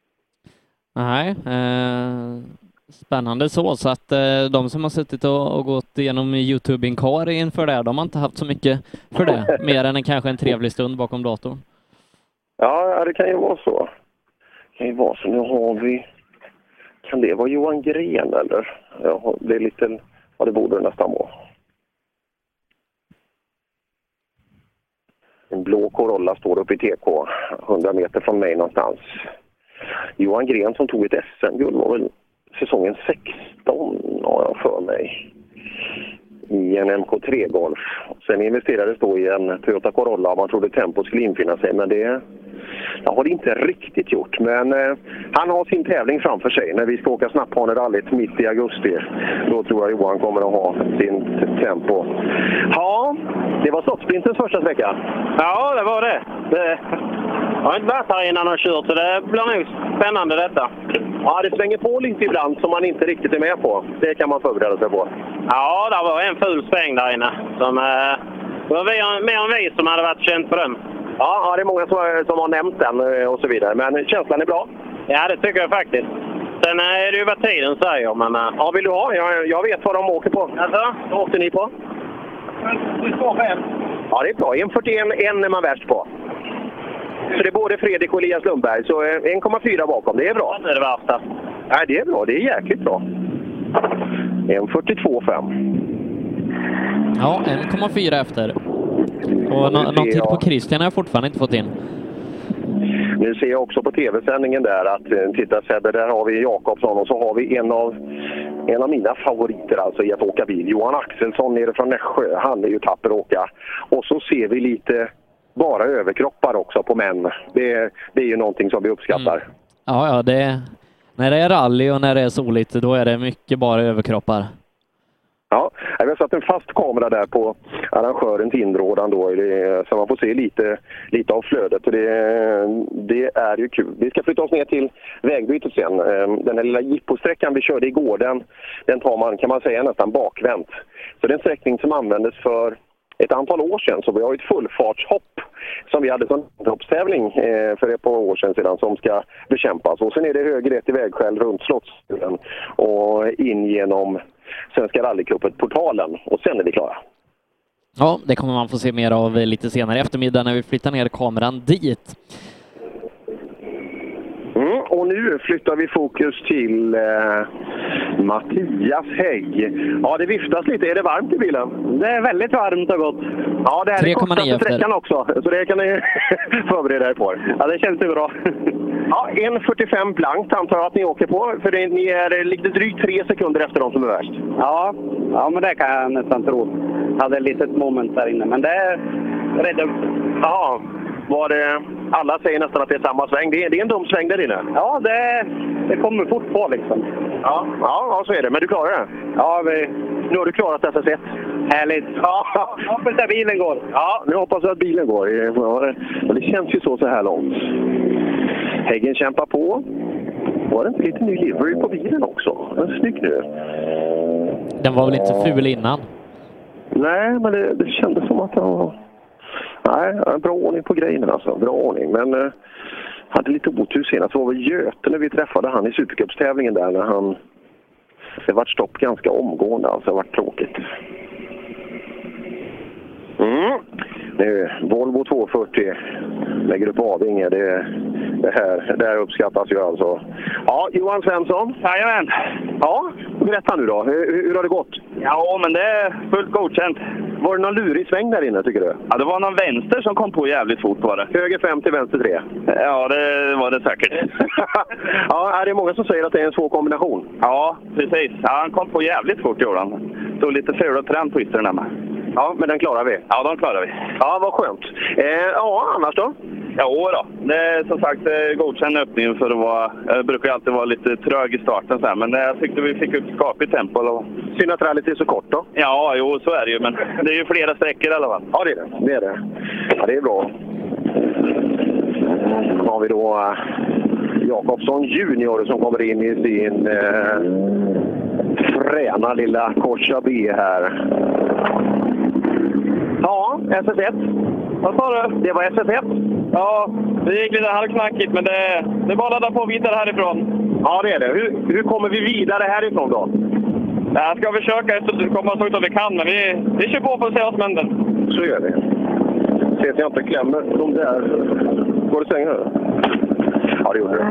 Nej, eh, spännande så. Så att eh, de som har suttit och, och gått igenom YouTube-inkar inför det, de har inte haft så mycket för det. Mer än en, kanske en trevlig stund bakom datorn. Ja, det kan ju vara så. Det kan ju vara så. Nu har vi... Kan det vara Johan Gren eller? Ja, det är lite... Ja, det borde det nästan vara. En blå Corolla står uppe i T K. hundra meter från mig någonstans. Johan Gren som tog ett S M-guld var väl säsongen sexton, har jag för mig. I en M K tre Golf. Sen investerades då i en Toyota Corolla. Man trodde tempo skulle infinna sig, men det, det har det inte riktigt gjort. Men eh, han har sin tävling framför sig när vi ska åka Snapphanerallyt mitt i augusti. Då tror jag Johan kommer att ha sin tempo. Ja, det var Slottsprintens första sträcka. Ja, det var det. det. Jag har inte varit här innan och kört, så det blir nog spännande detta. Ja, det svänger på lite ibland som man inte riktigt är med på. Det kan man förbereda sig på. Ja, det var en ful sväng där inne. Som, eh, det var mer än vi som hade varit känt för den. Ja, ja, det är många som, som har nämnt den och så vidare. Men känslan är bra. Ja, det tycker jag faktiskt. Sen är det ju vad tiden säger. Men, eh, ja, vill du ha? Jag, jag vet vad de åker på. Alltså? Vad åkte ni på? två fem. Ja, det är bra. en fyrtioen en är man värst på. Så det är både Fredrik och Elias Lundberg. Så en komma fyra bakom. Det är bra. Det är det värsta. Nej, det är bra. Det är jäkligt bra. en fyrtiotvå fem. Ja, en komma fyra efter. Och nå- någon tid på Christian har jag fortfarande inte fått in. Nu ser jag också på tv-sändningen där att, titta Sebbe, där har vi Jakobsson och så har vi en av, en av mina favoriter alltså i att åka bil. Johan Axelsson nere från Nässjö, han är ju tapper att åka. Och så ser vi lite bara överkroppar också på män. Det, det är ju någonting som vi uppskattar. Mm. Ja, ja, det, när det är rally och när det är soligt, då är det mycket bara överkroppar. Ja, vi har satt en fast kamera där på arrangören Tindrådan då, så man får se lite, lite av flödet och det, det är ju kul. Vi ska flytta oss ner till vägbytet sen. Den här lilla jipposträckan vi körde igår, den, den tar man, kan man säga, nästan bakvänt. Så det är en sträckning som användes för ett antal år sedan, så vi har ett fullfartshopp som vi hade som hoppstävling eh, för ett par år sedan, sedan som ska bekämpas. Och sen är det höger rätt i vägskäl runt Slottsstugan och in genom Svenska rallycupen-portalen. Och sen är vi klara. Ja, det kommer man få se mer av lite senare i eftermiddag när vi flyttar ner kameran dit. Mm, och nu flyttar vi fokus till eh, Mattias Hägg. Ja, det viftas lite. Är det varmt i bilen? Det är väldigt varmt och gott. Ja, det här är kortaste sträckan också. Så det kan ni förbereda er på. Ja, det känns ju bra. Ja, en fyrtiofem blankt antar jag att ni åker på. För det, ni är lite drygt tre sekunder efter de som är värst. Ja, ja, men det kan jag nästan tro. Jag hade ett litet moment där inne, men det är rätt upp. Jaha. Var det, alla säger nästan att det är samma sväng. Det är, det är en dum sväng där inne. Ja, det, det kommer fort på liksom. Ja, ja, ja, så är det. Men du klarar det? Ja, vi... Nu har du klarat S S ett. Härligt. Ja, hoppas att bilen går. Ja, nu hoppas jag att bilen går. Ja, det, det känns ju så så här långt. Häggen kämpar på. Var det inte lite ny livery på bilen också? Den är snygg nu. Den var väl inte så ful innan? Nej, men det, det kändes som att den var... Nej, bra ordning på grejerna alltså. Bra ordning. Men eh, hade lite otur senast. Det var väl Göte när vi träffade han i Supercupstävlingen där när han... Det var stopp ganska omgående, alltså det var tråkigt. Mm. Nu, Volvo tvåhundrafyrtio med Grupp Avinge, det, det här det här uppskattas ju alltså. Ja, Johan Svensson. Jajamän. Ja, berätta nu då. Hur, hur har det gått? Ja, men det är fullt godkänt. Var det någon lurig sväng där inne, tycker du? Ja, det var någon vänster som kom på jävligt fort på det. Höger fem till vänster tre. Ja, det var det säkert. Ja, är det många som säger att det är en svår kombination? Ja, precis. Ja, han kom på jävligt fort, gjorde han. Stod lite ful och trend twistern hemma. Ja, men den klarar vi. Ja, de klarar vi. Ja, vad skönt. Eh, ja, annars då? Ja, då. Det är som sagt godkänd öppning för att vara... Jag brukar alltid vara lite trög i starten så här, men jag tyckte vi fick upp skapligt tempo. Och... Synd att rallyt är så kort då? Ja, jo, så är det ju, men det är ju flera sträckor i alla fall. Ja, det är det. Det är det. Ja, det är bra. Då har vi då äh, Jakobsson junior som kommer in i sin äh, fräna lilla Corsa B här. Ja, S S ett. Vad sa du? Det var S S ett. Ja, det gick lite halvknackigt, men det, det är bara att ladda på vidare härifrån. Ja, det är det. Hur, hur kommer vi vidare härifrån då? Jag ska försöka efter att komma så ut som vi kan, men vi, vi kör på för att se vad som händer. Så gör vi. Se att jag inte klämmer de där. Går det svänga? Ja, det gjorde det.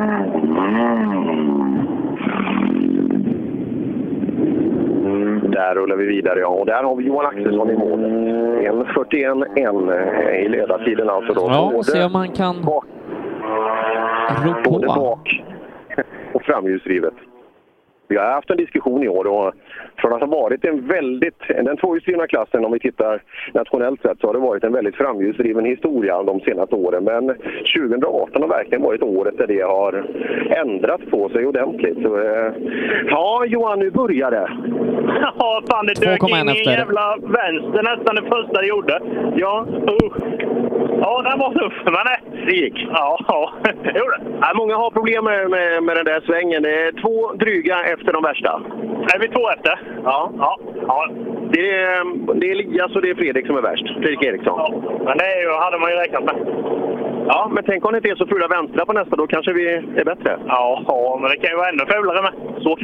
Där rullar vi vidare, ja. Och där har vi Johan Axelsson i mål. en fyrtioen en i ledartiden alltså då. Ja, och se om man kan bak. ro Både bak och framhjulsdrivet. Vi har haft en diskussion i år och från att ha varit en väldigt, den tvåhjulsdrivna klassen om vi tittar nationellt sett så har det varit en väldigt framhjulsdriven historia de senaste åren. Men tjugo arton har verkligen varit året där det har ändrat på sig ordentligt. Så, eh, ja, Johan, nu börjar det. Ja, fan det dök in i jävla vänster nästan det första det gjorde. Ja, uh. Ja, det var tuff, men nej, det gick. Ja, ja, det gjorde det. Ja, många har problem med, med, med den där svängen. Det är två dryga efter de värsta. Är vi två efter? Ja. Ja. Ja. Det är, det är Elias och det är Fredrik som är värst. Fredrik Eriksson. Ja. Men det är ju, hade man ju räknat med. Ja, men tänk om det inte är så fula vänstra på nästa, då kanske vi är bättre. Ja, ja men det kan ju vara ännu fulare med. Så.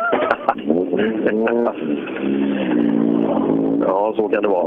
Ja, så kan det vara.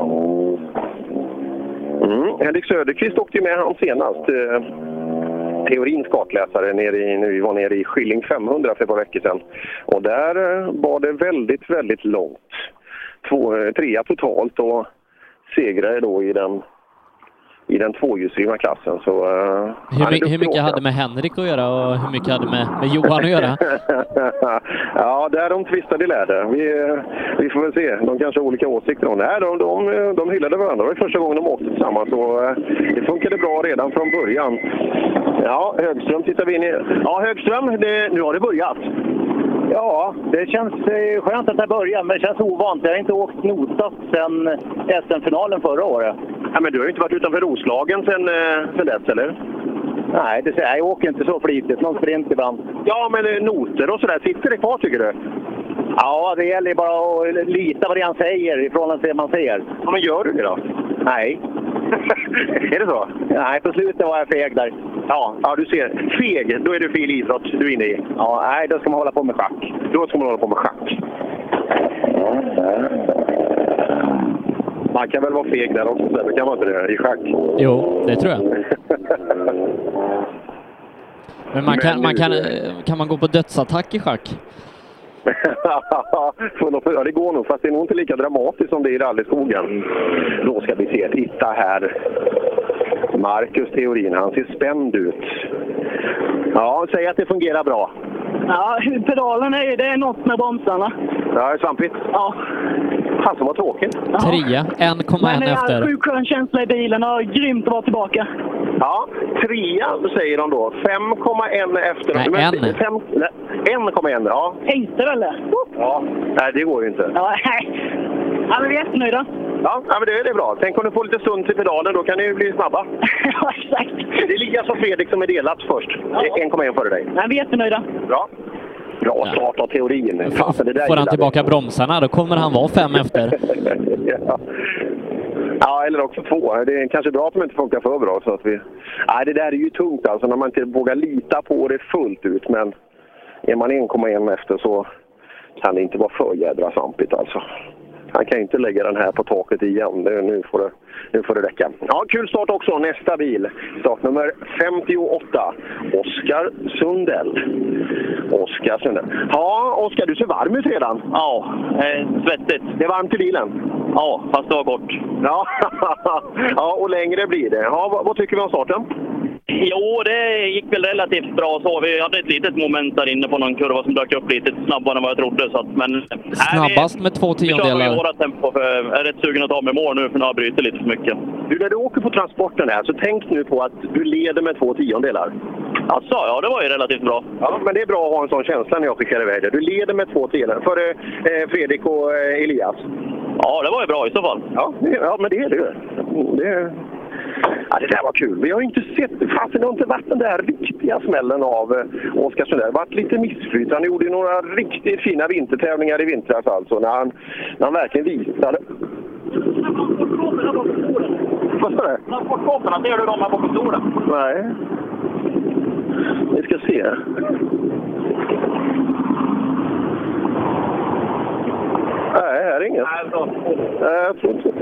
Mm. Henrik Söderqvist åkte ju med han senast. Eh, teorins kartläsare nere i, nu vi var nere i Skilling femhundra för ett par veckor sedan. Och där eh, var det väldigt, väldigt långt. Två, eh, trea totalt och segrade då i den i den tvåhjulsdrivna klassen. Så, uh, hur, my- hur mycket hade med Henrik att göra och hur mycket hade med, med Johan att göra? Ja, där de tvistade i läder. Vi, vi får väl se. De kanske har olika åsikter om det. Nej, de, de, de hyllade varandra. Det var första gången de åkte tillsammans. Så, uh, det funkade bra redan från början. Ja, Högström tittar vi in i. Ja, Högström, det, nu har det börjat. Ja, det känns eh, skönt att det börjar, men det känns ovant. Jag har inte åkt nosat sedan S M-finalen förra året. Ja, men du har ju inte varit utanför Roslagen sedan, eh, sedan dess, eller? Nej, det, jag åker inte så flitigt. Någon sprint ibland. Ja, men eh, noter och sådär. Sitter det kvar, tycker du? Ja, det gäller bara att lita vad det han säger ifrån det man ser. Ja, men gör du det då? Nej. Är det så? Nej, på slutet var jag feg där. Ja, ja, du ser. Feg, då är det fel idrott du är inne i. Ja, nej, då ska man hålla på med schack. Då ska man hålla på med schack. Man kan väl vara feg där också, så kan man inte det i schack? Jo, det tror jag. Men man kan, man kan, kan man gå på dödsattack i schack? Ja, det går nog, fast det är nog inte lika dramatiskt som det är i rallyskogen. Då ska vi se, titta här. Marcus Theorin, han ser spänd ut. Ja, säg att det fungerar bra. Ja, pedalen är, det är något med bromsarna. Ja, det är svampigt. Ja. Han som var tråkigt. Trea, en komma en efter. Men det är sjuk skön känsla i bilen och grymt att vara tillbaka. Ja, trea säger de då. fem komma ett efter. Nej, Men, en. fem, nej, en komma ett, ja. Tänkte väl det? Ja, nej det går ju inte. Ja, nej. Ja, men vi är jättenöjda. Ja, ja men det är det är bra. Tänk om du får lite stund till pedalen, då kan ni ju bli snabba. Ja, exakt. Det är Elias och Fredrik som är delat först. Ja. en komma ett före dig. Nej, vi är jättenöjda. Bra. Bra start av teorin. Fan, det där Får han gillar tillbaka vi. bromsarna, då kommer han vara fem efter. ja. ja, eller också två. Det är kanske bra att de inte funkar för bra. Så att vi... Nej, det där är ju tungt alltså när man inte vågar lita på det fullt ut. Men är man en komma ett efter så kan det inte vara för jädra sampigt alltså. Han kan inte lägga den här på taket igen. Det, nu, får det, nu får det räcka. Ja, kul start också. Nästa bil. Startnummer femtioåtta. Oskar Sundell. Oskar Sundell. Ja, Oskar, du ser varm ut redan. Ja, eh, svettigt. Det är varmt i bilen? Ja, fast det var kort. Ja, ja och längre blir det. Ja, vad, vad tycker vi om starten? Jo, det gick väl relativt bra så. Vi hade ett litet moment där inne på någon kurva som dök upp lite snabbare än vad jag trodde. Så att, men, Snabbast nej, med två tiondelar. Vi kör i våra tempo. För jag är rätt sugen att ta mig mål nu för nu har jag brytit lite för mycket. Du, när du åker på transporten här så tänk nu på att du leder med två tiondelar. Alltså, ja, det var ju relativt bra. Ja, men det är bra att ha en sån känsla när jag skickar iväg det. Du leder med två tiondelar före eh, Fredrik och eh, Elias. Ja, det var ju bra i så fall. Ja, det, ja men det är det. det Ja, det där var kul. Vi har inte sett, fast det har inte varit den där riktiga smällen av eh, Oskar Sundell. Det har varit lite missflyt. Han gjorde några riktigt fina vintertävlingar i vintras alltså. När han, när han verkligen visade. Vad sa du? Transportkåporna, ser du dem här på kontoret? Nej. Vi ska se. Nej, här är inget. Nej, jag tror inte.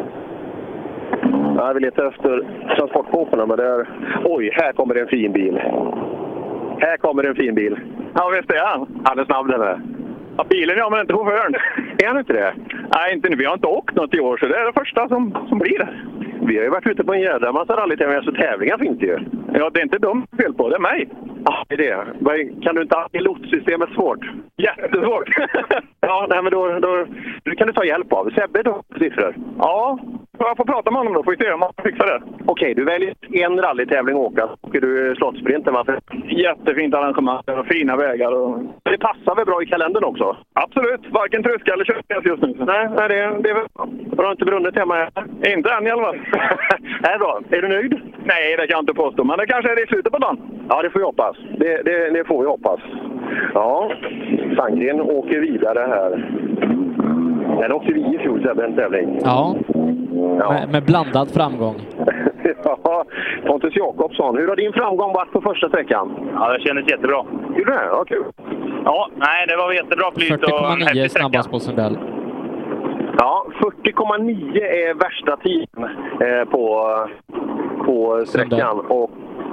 Ja, vi letar efter transportkåporna, men där... Oj, här kommer en fin bil. Här kommer en fin bil. Ja, visst är han. Han är snabb den här. Ja, bilen ja, men inte chauffören. Är han inte det? Nej, inte nu. Vi har inte åkt något i år, så det är det första som, som blir det. Vi har ju varit ute på en jädra massa rallytävlingar, så tävlingar finns det ju. Ja, det är inte de fel på, det är mig. Ja, det är det. Kan du inte ha lotsystemet svårt? Jättesvårt. Ja, nej, men då, då, då kan du ta hjälp av. Sebbe då, siffror? Ja, jag får prata med honom då. Får vi se om han fixar det. Okej, du väljer en rallytävling att åka. Åker du Slottssprinten, varför? Jättefint arrangemang och fina vägar. Och... Det passar väl bra i kalendern också? Absolut. Varken tröska eller köpgas just nu. Nej, nej det, det är väl... Har du inte brunnit hemma här? Inte än i alla fall. Det är bra. Är du nöjd? Nej, det kan jag inte påstå. Men det kanske är det i slutet på dagen. Ja, det får vi hoppas. Det, det, det får vi hoppas. Ja, Sandgren åker vidare här. Den åkte vi i fjol, den tävling. Ja, ja. Med, med blandad framgång. Ja, Pontus Jakobsson. Hur har din framgång varit på första sträckan? Ja, det kändes jättebra. Gjorde det? Ja, kul. Ja, nej, det var jättebra flyt och fyrtio komma nio snabbast på Sundell. Ja, fyrtio komma nio är värsta tiden eh, på, på sträckan. Och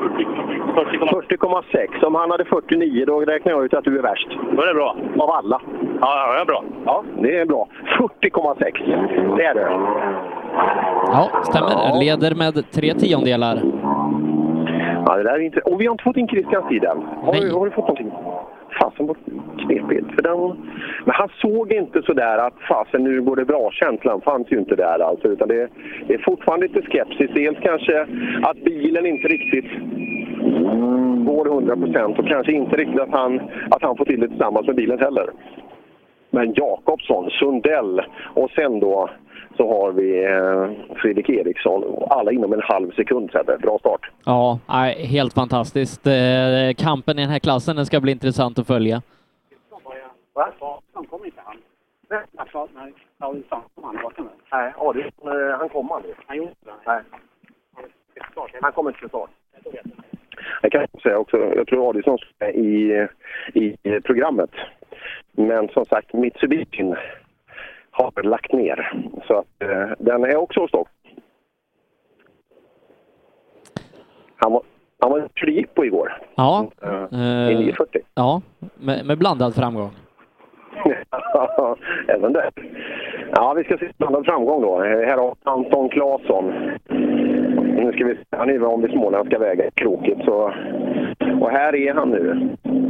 fyrtio komma sex. Om han hade fyrtionio, då räknar jag ut att du är värst. Då är det bra. Av alla. Ja, det är bra. Ja, det är bra. fyrtio komma sex. Det är det. Ja, stämmer. Ja. Leder med tre tiondelar. Ja, det där är inte... Och vi har inte fått in Christians tid än. Har, du, har du fått någonting? Fasen var knepigt. För den... Men han såg inte så där att fasen, nu går det bra. Känslan fanns ju inte där alltså. Utan det, det är fortfarande lite skepsis. Dels kanske att bilen inte riktigt går hundra procent. Och kanske inte riktigt att han, att han får till det tillsammans med bilen heller. Men Jakobsson, Sundell och sen då så har vi eh, Fredrik Eriksson. Alla inom en halv sekund. Så här, bra start. Ja, helt fantastiskt. Kampen i den här klassen, den ska bli intressant att följa. Va? Han kom inte han. Nej, alltså, nej. Ja, det kom han bakom det. Nej, Adrian, han kom aldrig. Han gjorde det. Nej. Han kommer inte till start. Jag kan säga också, jag tror Adrian är i, i programmet. Men som sagt, Mitsubishi har lagt ner. Så att eh, den är också stopp. Han var, han var gick på igår. Ja. Uh, I nio fyrtio. Ja, med, med blandad framgång. Även det. Ja, vi ska se blandad framgång då. Här har Anton Claesson. Nu ska vi se, han är om vid småländska vägar krokigt. Så, och här är han nu.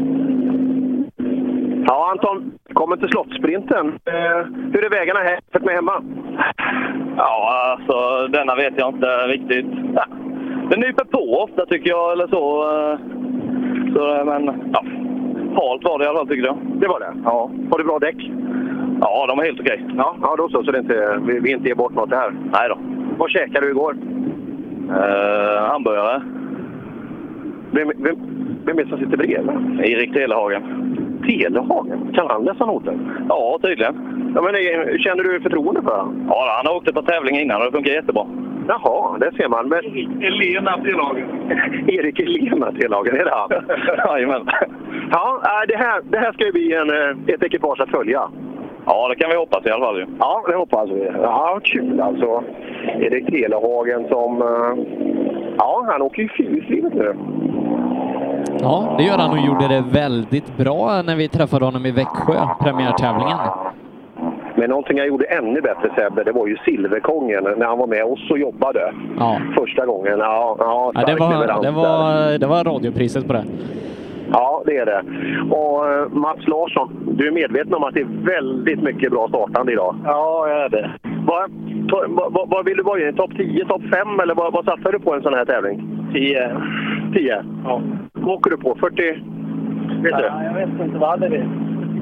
Ja, Anton, kommer till Slottssprinten. Eh, hur är vägarna här med hemma? Ja, alltså denna vet jag inte riktigt. Ja. Det nyper på ofta tycker jag, eller så. så men ja, halt var det i alla fall tycker jag. Det var det? Ja. Har du bra däck? Ja, de var helt okej. Ja, ja då så, så det inte, vi, vi inte ger bort något här. Nej då. Vad käkade du igår? Uh, hamburgare. Vem, vem, vem är det som sitter bredvid? Erik Telehagen. Telehagen? Kan han läsa noten? Ja, tydligen. Ja, men känner du förtroende för honom? Ja, han har åkt på tävling innan och det funkar jättebra. Jaha, det ser man. Men... Elena Telehagen. Erik Elena Telehagen, är det han? Jajamän. Ja, det här, det här ska ju bli en, ett ekipage att följa. Ja, det kan vi hoppas i alla fall. Ja, det hoppas vi. Ja, kul alltså. Erik Telehagen som... Ja, han åker ju fyrhjulslivet nu. Ja, det gör han och gjorde det väldigt bra när vi träffade honom i Växjö, premiärtävlingen. Men någonting jag gjorde ännu bättre, Sebbe, det var ju Silverkongen när han var med oss och jobbade. Ja. Första gången. Ja, ja, ja, det, var, det, var, det var radiopriset på det. Ja, det är det. Och Mats Larsson, du är medveten om att det är väldigt mycket bra startande idag? Ja, jag är det. Vad, vad, vad vill du vara i? Topp tio, topp fem eller vad, vad satsar du på en sån här tävling? tio. tio? Ja. Vad åker du på? fyrtio? Vet du? Ja, jag vet inte vad det är.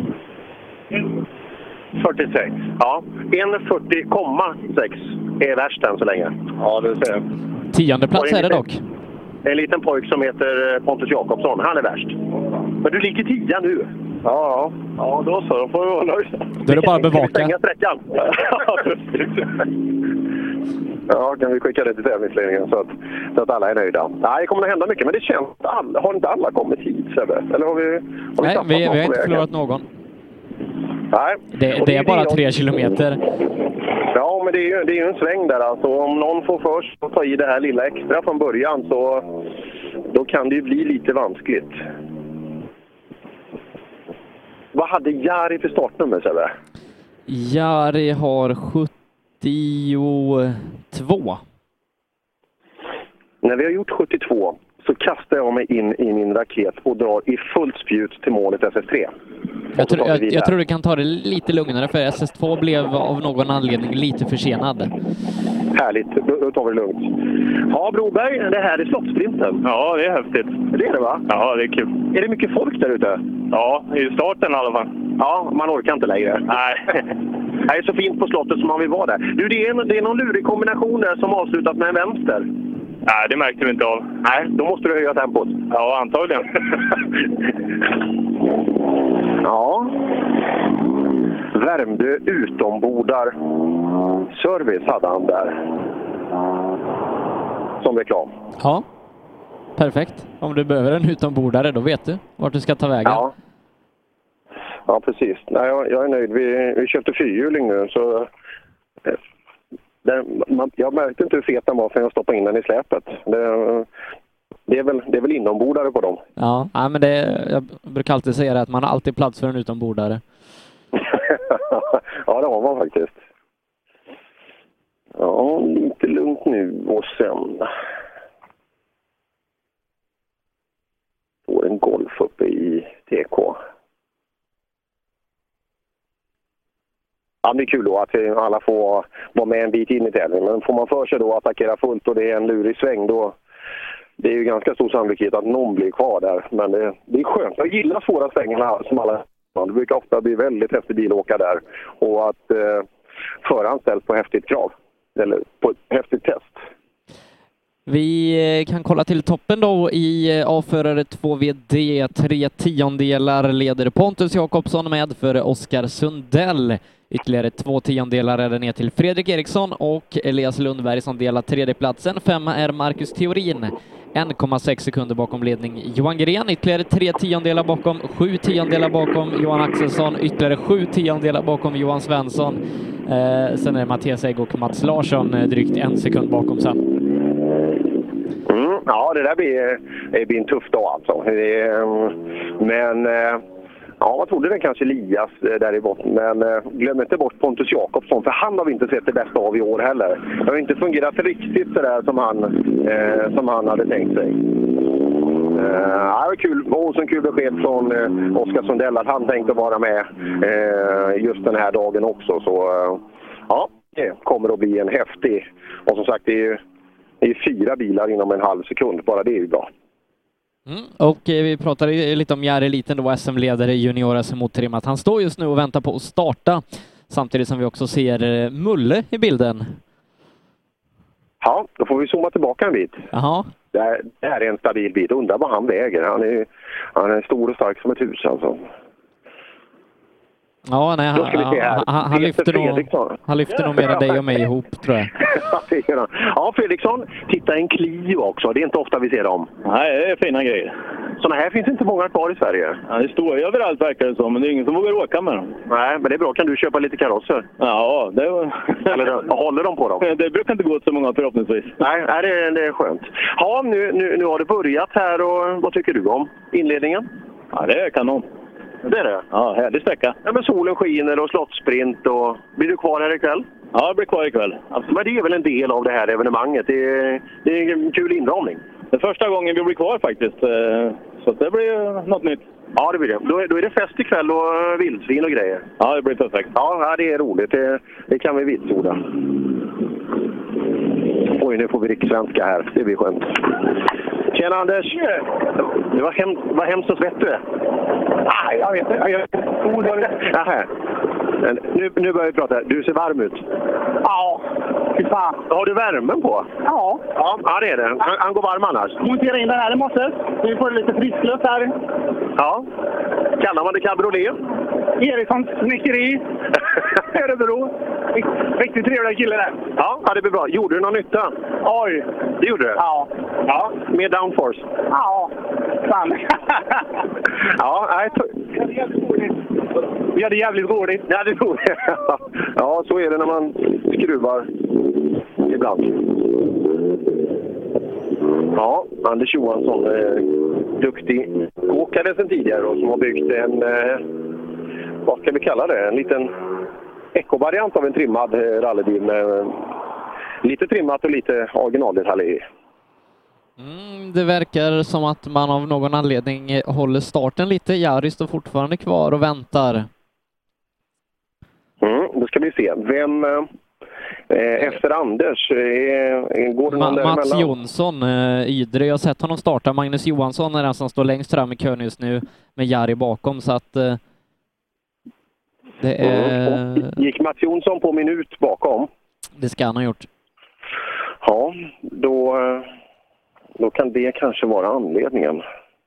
fyrtiosex. Ja, en fyrtio komma sex är värst än så länge. Ja, det ser jag. Tionde plats är det dock. En liten pojk som heter Pontus Jakobsson, han är värst. Men du ligger tia nu. Ja, ja, då så. Då får vi vara nöjda. Då är det bara att bevaka. Kan vi stänga sträckan? Ja, kan vi skicka det till tävlingsledningen så att, så att alla är nöjda. Nej, det kommer att hända mycket, men det känns alla, har inte alla kommit hit, Sebbe? Eller har vi, har vi Nej, vi, vi har inte förlorat någon. Nej. Det, det, det är bara tre jag... kilometer. Ja, men det är ju det är ju en sväng där. Alltså, om någon får först att ta i det här lilla extra från början så då kan det ju bli lite vanskligt. Vad hade Jari för startnummer, Sebbe? Jari har sjuttiotvå. När vi har gjort sjuttiotvå så kastar jag mig in i min raket och drar i fullt spjut till målet S S tre. Jag tror, jag, jag tror du kan ta det lite lugnare för S S två blev av någon anledning lite försenad. Härligt, då tar vi det lugnt. Ja, Broberg, det här är slottsprinten. Ja, det är häftigt. Det är det, va? Ja, det är kul. Är det mycket folk där ute? Ja, i starten i alla fall. Ja, man orkar inte längre. Nej. Det är så fint på slottet som man vill vara där. Du, det är, en, det är någon lurig kombination där som avslutas med en vänster. Nej, det märkte vi inte av. Nej, då måste du höja tempot. Ja, antagligen. Ja. Värmdö utombordar service hade han där. Som reklam. Ja, perfekt. Om du behöver en utombordare, då vet du vart du ska ta vägen. Ja, ja precis. Nej, jag, jag är nöjd. Vi, vi köpte fyrhjuling nu, så... Det, man, jag märkte inte hur fet den var förrän jag stoppade in den i släpet. Det, det, är, väl, det är väl inombordare på dem. Ja, ja men det, jag brukar alltid säga det, att man har alltid plats för en utombordare. Ja, det har man faktiskt. Ja, lite lugnt nu och sen... får en golf uppe i T K. Ja, det är kul då att alla får vara med en bit in i tävlingen. Men får man för sig då att attackera fullt och det är en lurig sväng, då det är ju ganska stor sannolikhet att någon blir kvar där. Men det, det är skönt. Jag gillar svåra svängarna som alla. Det brukar ofta bli väldigt häftig bil att åka där. Och att eh, föraren ställs på häftigt krav. Eller på ett häftigt test. Vi kan kolla till toppen då i A-förare två V D. Tre tiondelar leder Pontus Jakobsson med för Oskar Sundell. Ytterligare två tiondelar är det ner till Fredrik Eriksson och Elias Lundberg som delar tredjeplatsen. Femma är Marcus Theorin. en komma sex sekunder bakom ledning Johan Gren. Ytterligare tre tiondelar bakom, sju tiondelar bakom Johan Axelsson. Ytterligare sju tiondelar bakom Johan Svensson. Eh, sen är det Mattias Egg och Mats Larsson drygt en sekund bakom sen. Mm, ja, det där blir, det blir en tuff dag alltså. Det är, men... Ja, man trodde det kanske Elias där i botten, men eh, glöm inte bort Pontus Jakobsson, för han har vi inte sett det bästa av i år heller. Det har inte fungerat riktigt så där som han, eh, som han hade tänkt sig. Eh, ja, det var kul, och så en kul besked från eh, Oskar Sundell att han tänkte vara med eh, just den här dagen också. Så eh, ja, det kommer att bli en häftig, och som sagt det är ju Det är fyra bilar inom en halv sekund, bara det är ju bra. Mm. Och eh, vi pratade lite om Jari Liten då, S M-ledare i junior-S M motordrimmat. Han står just nu och väntar på att starta, samtidigt som vi också ser eh, Mulle i bilden. Ja, då får vi zooma tillbaka en bit. Jaha. Det här, det här är en stabil bit. Undrar vad han väger. Han är, han är stor och stark som ett hus alltså. Ja, nej, han, han, han, han lyfter nog, han lyfter nog mer än dig och mig ihop, tror jag. Ja, Fredriksson, titta en Clio också. Det är inte ofta vi ser dem. Nej, det är fina grejer. Såna här finns inte många kvar i Sverige. Ja, det står ju överallt verkar det som, men det är ingen som vågar åka med dem. Nej, men det är bra. Kan du köpa lite karosser? Ja, det var... Eller håller de på dem? Det brukar inte gå åt så många förhoppningsvis. Nej, nej det, är, det är skönt. Ja, nu, nu, nu har det börjat här och vad tycker du om inledningen? Ja, det är kanon. Det är det? Ja, härlig sträcka. Ja, men solen skiner och slottsprint och... Blir du kvar här ikväll? Ja, jag blir kvar ikväll. Alltså, men det är väl en del av det här evenemanget. Det är, det är en kul inramning. Det är första gången vi blir kvar faktiskt. Så det blir något nytt. Ja, det blir det. Då är, då är det fest ikväll och vildsvin och grejer. Ja, det blir perfekt. Ja, det är roligt. Det, det kan vi vitsorda. Oj, nu får vi rikssvenska här. Det blir skönt. Tjena Anders! Det var, hem, var hemskt och svett du är. Nej, jag vet inte. Jag är Jaha. Nu, nu börjar vi prata. Du ser varm ut. Ja, fy fan. Har du värmen på? Ja. Ja, ja det är det. Han, han går varm annars. Montera in den här i morse. Vi får lite friskluft här. Ja. Kallar man det cabriolet? Erikssons snickeri. Örebro. Riktigt trevliga kille där. Ja, ja, det blir bra. Gjorde du någon nytta? Oj. Det gjorde du? Ja. Ja, med downforce? Ja. Fan. Ja, nej. Vi hade jävligt roligt. Ja, det tror jag. Ja, så är det när man skruvar ibland. Ja, Anders Johansson är duktig åkare sedan tidigare och som har byggt en, eh, vad ska vi kalla det, en liten eco-variant av en trimmad eh, rallybil med eh, lite trimmat och lite originaldetalj. Mm, det verkar som att man av någon anledning håller starten lite. Jari står fortfarande kvar och väntar. Mm, då ska vi se. Vem eh, efter Anders eh, går det någon Ma- Mats däremellan? Jonsson, eh, Ydre. Jag har sett honom starta. Magnus Johansson är den som står längst fram i kön just nu med Jari bakom, så att eh, det är... Mm. Gick Mats Jonsson på minut bakom? Det ska han ha gjort. Ja, då, då kan det kanske vara anledningen.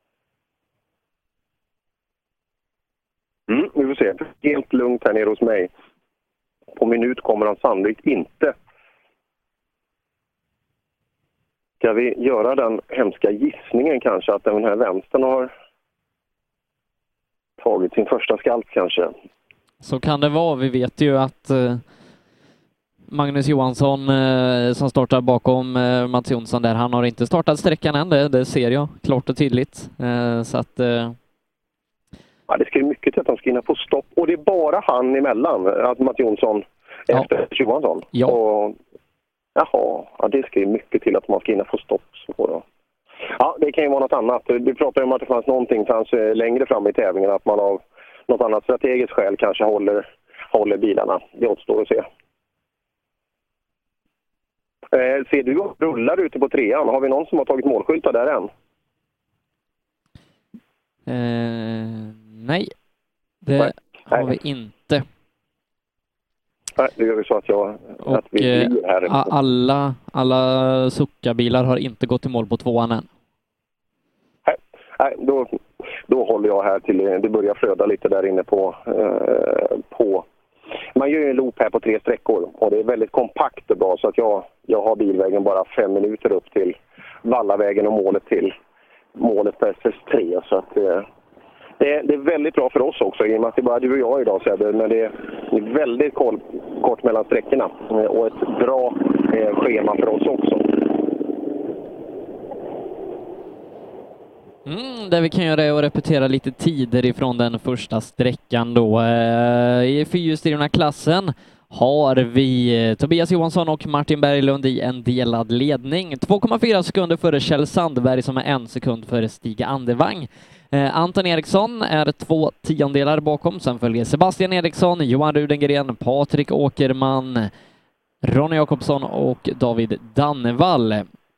Mm, vi får se. Helt lugnt här nere hos mig. På minut kommer han sannolikt inte. Ska vi göra den hemska gissningen kanske att den här vänstern har tagit sin första skalt kanske? Så kan det vara. Vi vet ju att eh, Magnus Johansson eh, som startar bakom eh, Mats Jonsson där, han har inte startat sträckan än. Det, det ser jag klart och tydligt. Eh, så att... Eh... Ja, det ska ju mycket till att de ska hinna på stopp. Och det är bara han emellan, att Mats Jonsson efter ja. Johansson. Ja. Och, jaha, ja, det ska ju mycket till att man ska hinna få stopp. Så då. Ja, det kan ju vara något annat. Vi pratade om att det fanns någonting fanns längre fram i tävlingen, att man av något annat strategiskt skäl kanske håller, håller bilarna. Det återstår att se. Eh, ser du rullar ute på trean? Har vi någon som har tagit målskyltar där än? Eh, nej, det nej. har nej. vi inte. Nej, det gör vi så att, jag, och att vi blir här. Eh, alla, alla Succa-bilar har inte gått i mål på tvåan än. Nej, nej då, då håller jag här till det börjar flöda lite där inne på, eh, på... Man gör ju en loop här på tre sträckor och det är väldigt kompakt och bra, så att jag, jag har bilvägen bara fem minuter upp till Vallavägen och målet till målet på S S tre, så att eh, det, är, det är väldigt bra för oss också, i och med att det är bara du och jag idag, Sebbe, men det är, det är väldigt kort, kort mellan sträckorna och ett bra eh, schema för oss också. Mm, det vi kan göra är att repetera lite tider ifrån den första sträckan då. Eh, I fyrhjulsdrivna klassen har vi Tobias Johansson och Martin Berglund i en delad ledning. två komma fyra sekunder före Kjell Sandberg som är en sekund före Stig Andevang. Eh, Anton Eriksson är två tiondelar bakom. Sen följer Sebastian Eriksson, Johan Rudengren, Patrik Åkerman, Ronny Jakobsson och David Dannevall.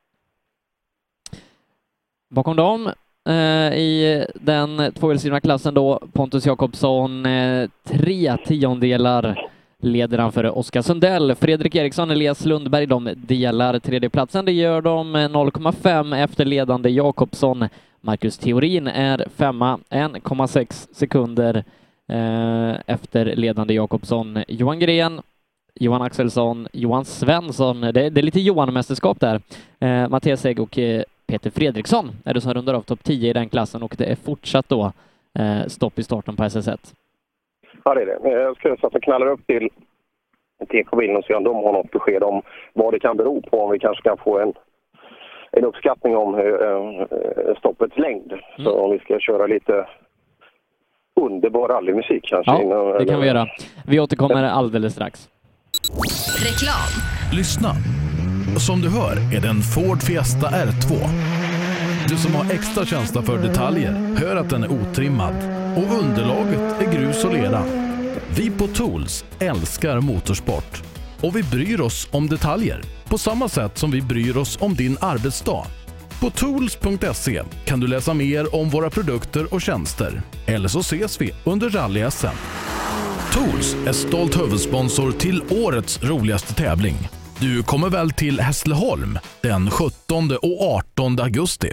Bakom dem eh, i den tvåhjulsdrivna klassen då Pontus Jakobsson, eh, tre tiondelar leder han före Oskar Sundell. Fredrik Eriksson, Elias Lundberg, de delar tredjeplatsen. Det gör de noll komma fem efter ledande Jakobsson. Marcus Theorin är femma, en komma sex sekunder eh, efter ledande Jakobsson. Johan Gren, Johan Axelsson, Johan Svensson, det, det är lite Johan-mästerskap där. Eh, Mattias Egg och eh, Peter Fredriksson är det som rundar av topp tio i den klassen, och det är fortsatt då eh, stopp i starten på S S ett. Ja, det är det. Jag ska så att jag knallar upp till T K-bilen och se om de har något besked om vad det kan bero på, om vi kanske kan få en, en uppskattning om hur, äh, stoppets längd. Mm. Så om vi ska köra lite underbar rallymusik kanske. Ja, innan, det kan eller... vi göra. Vi återkommer alldeles strax. Reklam. Lyssna. Som du hör är det en Ford Fiesta R två. Du som har extra känsla för detaljer hör att den är otrimmad och underlaget är grus och lera. Vi på Tools älskar motorsport och vi bryr oss om detaljer på samma sätt som vi bryr oss om din arbetsdag. På tools punkt se kan du läsa mer om våra produkter och tjänster, eller så ses vi under rally-S M. Tools är stolt huvudsponsor till årets roligaste tävling. Du kommer väl till Hässleholm den sjuttonde och artonde augusti.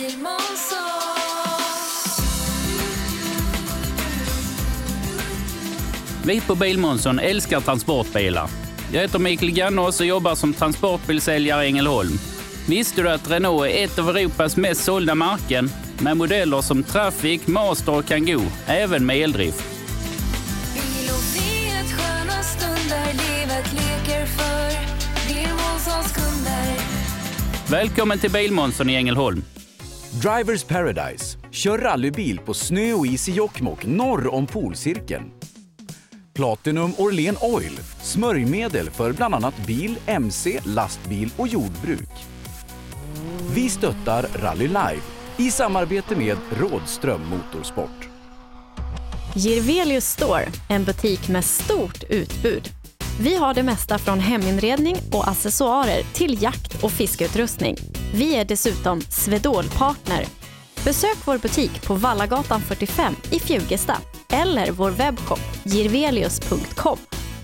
Vi på Bilmånsson älskar transportbilar. Jag heter Mikael Gannås och jobbar som transportbilsäljare i Ängelholm. Visste du att Renault är ett av Europas mest sålda märken med modeller som Traffic, Master och Kangoo, även med eldrift? Bil och frihet, sköna stunder, livet leker för Bilmånssons kunder. Välkommen till Bilmånsson i Ängelholm. Drivers Paradise. Kör rallybil på snö och is i Jokkmokk norr om polcirkeln. Platinum Orlen Oil. Smörjmedel för bland annat bil, M C, lastbil och jordbruk. Vi stöttar Rally Live i samarbete med Rådström Motorsport. Jirvelius Store, en butik med stort utbud. Vi har det mesta från heminredning och accessoarer till jakt- och fiskeutrustning. Vi är dessutom Swedol-partner. Besök vår butik på Vallagatan fyrtiofem i Fjugesta eller vår webbshop jirvelius punkt com.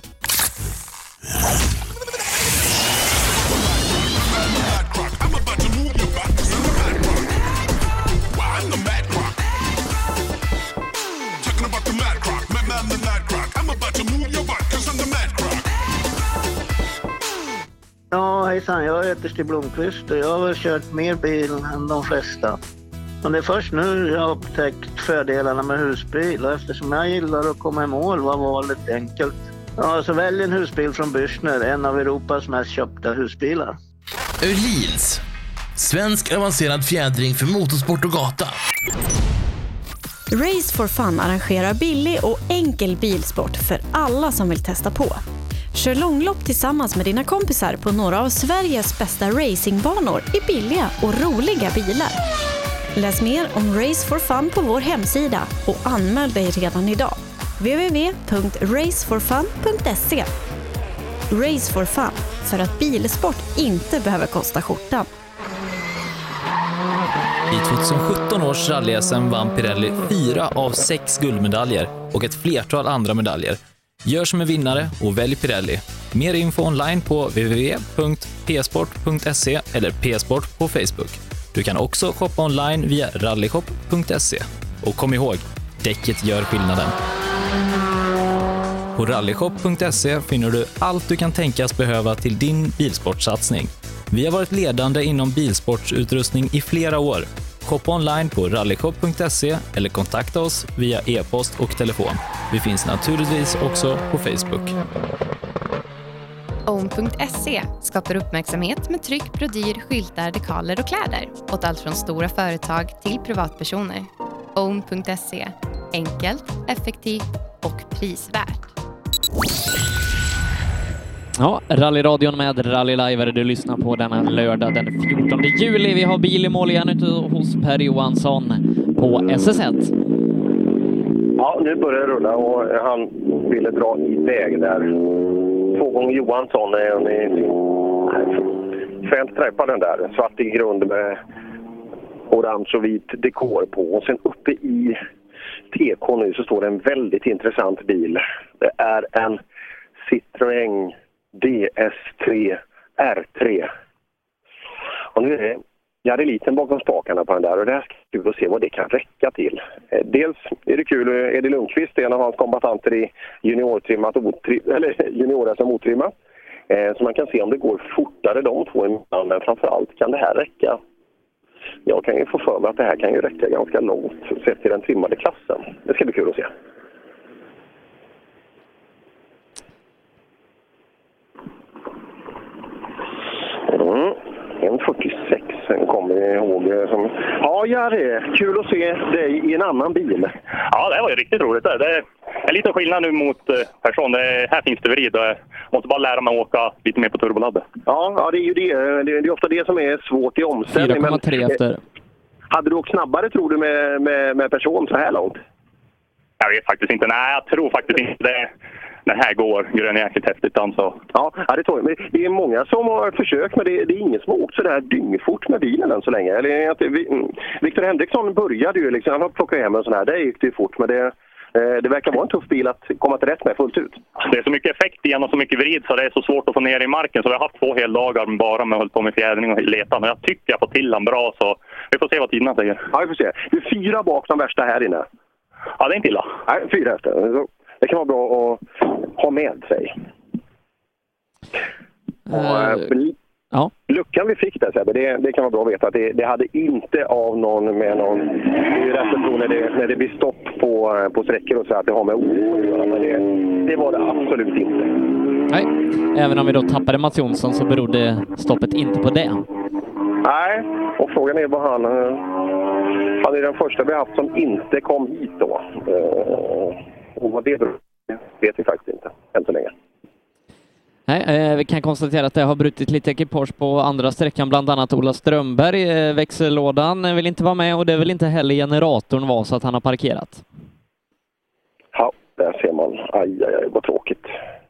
Ja, hejsan. Jag heter Stig Blomqvist och jag har väl kört mer bil än de flesta. Men det är först nu jag har upptäckt fördelarna med husbil, och eftersom jag gillar att komma i mål var valet enkelt. Ja, så välj en husbil från Bürstner, en av Europas mest köpta husbilar. Öhlins. Svensk avancerad fjädring för motorsport och gata. Race for Fun arrangerar billig och enkel bilsport för alla som vill testa på. Kör långlopp tillsammans med dina kompisar på några av Sveriges bästa racingbanor i billiga och roliga bilar. Läs mer om Race for Fun på vår hemsida och anmäl dig redan idag. w w w punkt race for fun punkt se. Race for Fun, för att bilsport inte behöver kosta skjortan. I tjugosjutton års rally-S M vann Pirelli fyra av sex guldmedaljer och ett flertal andra medaljer. Gör som en vinnare och välj Pirelli. Mer info online på w w w punkt p sport punkt se eller p-sport på Facebook. Du kan också shoppa online via rallyshop punkt se. Och kom ihåg, däcket gör skillnaden. På rallyshop punkt se finner du allt du kan tänkas behöva till din bilsportsatsning. Vi har varit ledande inom bilsportsutrustning i flera år. Shoppa online på rallyshop punkt se eller kontakta oss via e-post och telefon. Vi finns naturligtvis också på Facebook. own punkt se skapar uppmärksamhet med tryck, brodyr, skyltar, dekaler och kläder åt allt från stora företag till privatpersoner. own punkt se. Enkelt, effektivt och prisvärt. Ja, rallyradion med Rally Live är du lyssnar på denna lördag den fjortonde juli. Vi har bil i mål igen ute hos Per Johansson på S S ett. Ja, nu börjar det rulla och han ville dra iväg där. Två gånger Johansson är han i fränt träffar den där. Svart i grund med orange och vit dekor på. Och sen uppe i T K nu så står det en väldigt intressant bil. Det är en Citroën D S tre R tre. Och nu är det jag hade liten bakom spakarna på den där och det är kul att se vad det kan räcka till. Dels är det kul, Eddie Lundqvist är en av hans kombatanter i juniortrimmat otrim, eller junior som otrimmat. Så man kan se om det går fortare de två emellan, men framförallt kan det här räcka. Jag kan ju få för mig att det här kan ju räcka ganska långt sett till den trimmade klassen. Det ska bli kul att se. Mm. en fyrtiosex kommer jag ihåg som... Ja, Jari, kul att se dig i en annan bil. Ja, det var ju riktigt roligt. Det är en liten skillnad nu mot person. Det, här finns det vrid. Jag måste bara lära mig att åka lite mer på turboladder. Ja, ja, det är ju det. Det är ofta det som är svårt i omställning. fyra komma tre efter. Hade du åkt snabbare, tror du, med, med, med person så här långt? Jag vet faktiskt inte. Nej, jag tror faktiskt inte det. Den här går grönjäkligt häftigt alltså. Ja, det tror jag. Men det är många som har försökt, men det är, det är ingen som har åkt så där dyngfort med bilen än så länge. Eller att vi, Victor Henriksson började ju liksom, han har plockat hem en sån här, det gick det ju fort, men det, det verkar vara en tuff bil att komma till rätt med fullt ut. Det är så mycket effekt igen och så mycket vrid så det är så svårt att få ner i marken. Så vi har haft två heldagar bara med att hålla på med fjädring och letan. Och jag tycker jag får till den bra, så vi får se vad tiderna säger. Ja, vi får se. Det är fyra bak de värsta här inne. Ja, det är inte illa. Nej, fyra efter. Det kan vara bra att ha med sig. Och, uh, ja. Luckan vi fick där, Sebbe, det, det kan vara bra att veta att det, det hade inte av någon med någon... Det är ju rätt att tro när det, när det blir stopp på, på sträckor och så att det har med ord att göra, men det, det var det absolut inte. Nej, även om vi då tappade Mats Jonsson så berodde stoppet inte på det. Nej, och frågan är vad han... Han är den första vi har haft som inte kom hit då. Och vad det beror vet vi faktiskt inte, än så länge. Nej, vi kan konstatera att det har brutit lite ekipage på andra sträckan, bland annat Ola Strömberg. Växellådan vill inte vara med och det vill inte heller generatorn vara, så att han har parkerat. Ja, där ser man. Aj, aj, aj, vad tråkigt.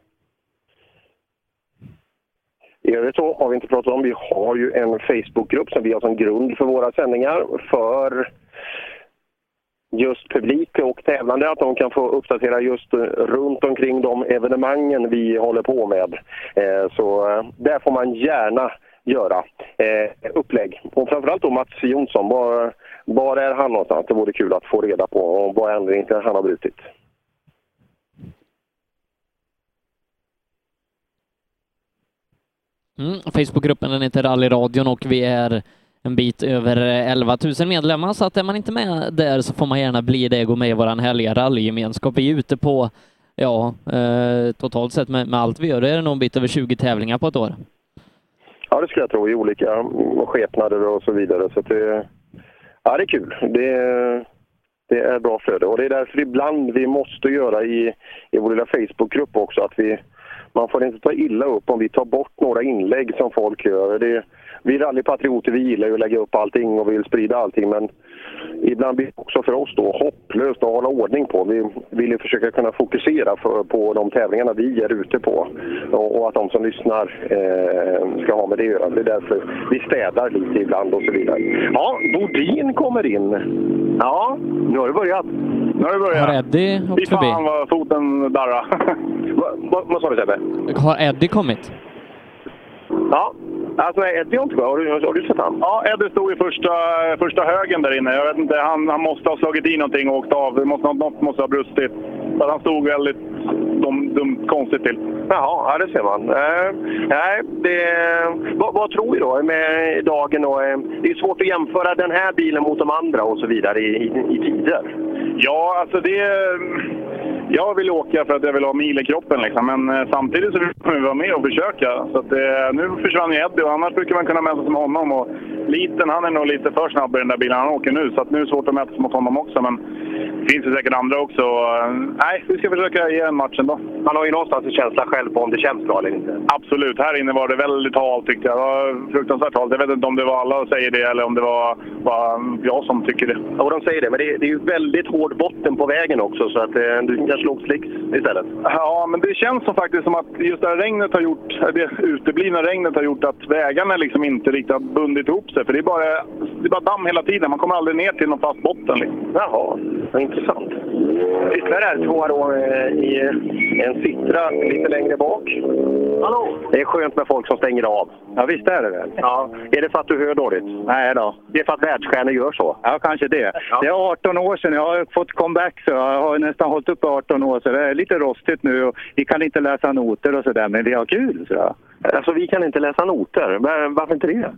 I övrigt så har vi inte pratat om, vi har ju en Facebookgrupp som vi har som grund för våra sändningar för just publik och tävlande, att de kan få uppdatera just runt omkring de evenemangen vi håller på med. Så där får man gärna göra upplägg. Och framförallt då Mats Jonsson, var, var är han någonstans? Det vore kul att få reda på, och vad är anledningen till att han har brutit. Mm, Facebookgruppen den heter Rallyradion och vi är en bit över elva tusen medlemmar, så att är man inte med där så får man gärna bli det och gå med i våran härliga rallygemenskap. Vi är ute på, ja, eh, totalt sett med, med allt vi gör, det är nog en bit över tjugo tävlingar på ett år. Ja, det skulle jag tro, i olika skepnader och så vidare. Så att det, ja, det är kul. Det, det är bra flöde, och det är därför ibland vi måste göra i, i vår lilla Facebookgrupp också att vi, man får inte ta illa upp om vi tar bort några inlägg som folk gör. Det, vi rallypatrioter, vi gillar ju att lägga upp allting och vill sprida allting, men ibland blir det också för oss då hopplöst att hålla ordning på. Vi vill ju försöka kunna fokusera för, på de tävlingarna vi är ute på, och, och att de som lyssnar eh, ska ha med det att göra. Det är därför vi städar lite ibland och så vidare. Ja, Bodin kommer in. Ja, nu har det börjat. Nu har det börjat. Har Eddie åkt förbi? Fy fan vad foten darra. Vad va, va, sa du, Sebbe? Har Eddie kommit? Ja, alltså nej, Eddie har inte kvar. Har du, har du sett han? Ja, Eddie stod i första, första högen där inne. Jag vet inte, han, han måste ha slagit i någonting och åkt av. Det måste, något måste ha brustit. Så han stod väldigt dum, dumt konstigt till. Jaha, ja, det ser man. Äh, nej, det, vad, vad tror vi då med dagen? Och, det är svårt att jämföra den här bilen mot de andra och så vidare i, i, i tider. Ja, alltså det... Jag vill åka för att jag vill ha mil i kroppen liksom, men samtidigt så vill vi vara med och försöka. Så att det, nu försvann ju Eddie och annars brukar man kunna mäta sig med honom. Och liten, han är nog lite för snabb i den där bilen han åker nu, så att nu är det svårt att mäta sig mot honom också. Men finns det säkert andra också. Nej, vi ska försöka ge en matchen då. Man har ju någonstans en känsla själv på om det känns bra eller inte. Absolut. Här inne var det väldigt halt tyckte jag. Det var fruktansvärt halt. Jag vet inte om det var alla som säger det eller om det var, var jag som tycker det. Ja, de säger det. Men det, det är ju väldigt hård botten på vägen också så att eh, du kanske slog slicks istället. Ja, men det känns som faktiskt som att just det här regnet har gjort, det uteblivna regnet har gjort att vägarna liksom inte riktigt har bundit ihop sig. För det är bara, det är bara damm hela tiden. Man kommer aldrig ner till någon fast botten. Liksom. Jaha, vad intressant. Ytterligare är två då i en Citra lite längre bak. Hallå! Det är skönt med folk som stänger av. Ja, visst är det väl. Ja. Är det för att du hör dåligt? Nej då. Det är för att världsstjärnor gör så? Ja, kanske det. Ja. Det är arton år sedan. Jag har fått comeback så jag har nästan hållit upp arton år så det är lite rostigt nu och vi kan inte läsa noter och sådär men vi har kul så. Alltså vi kan inte läsa noter? Varför inte det?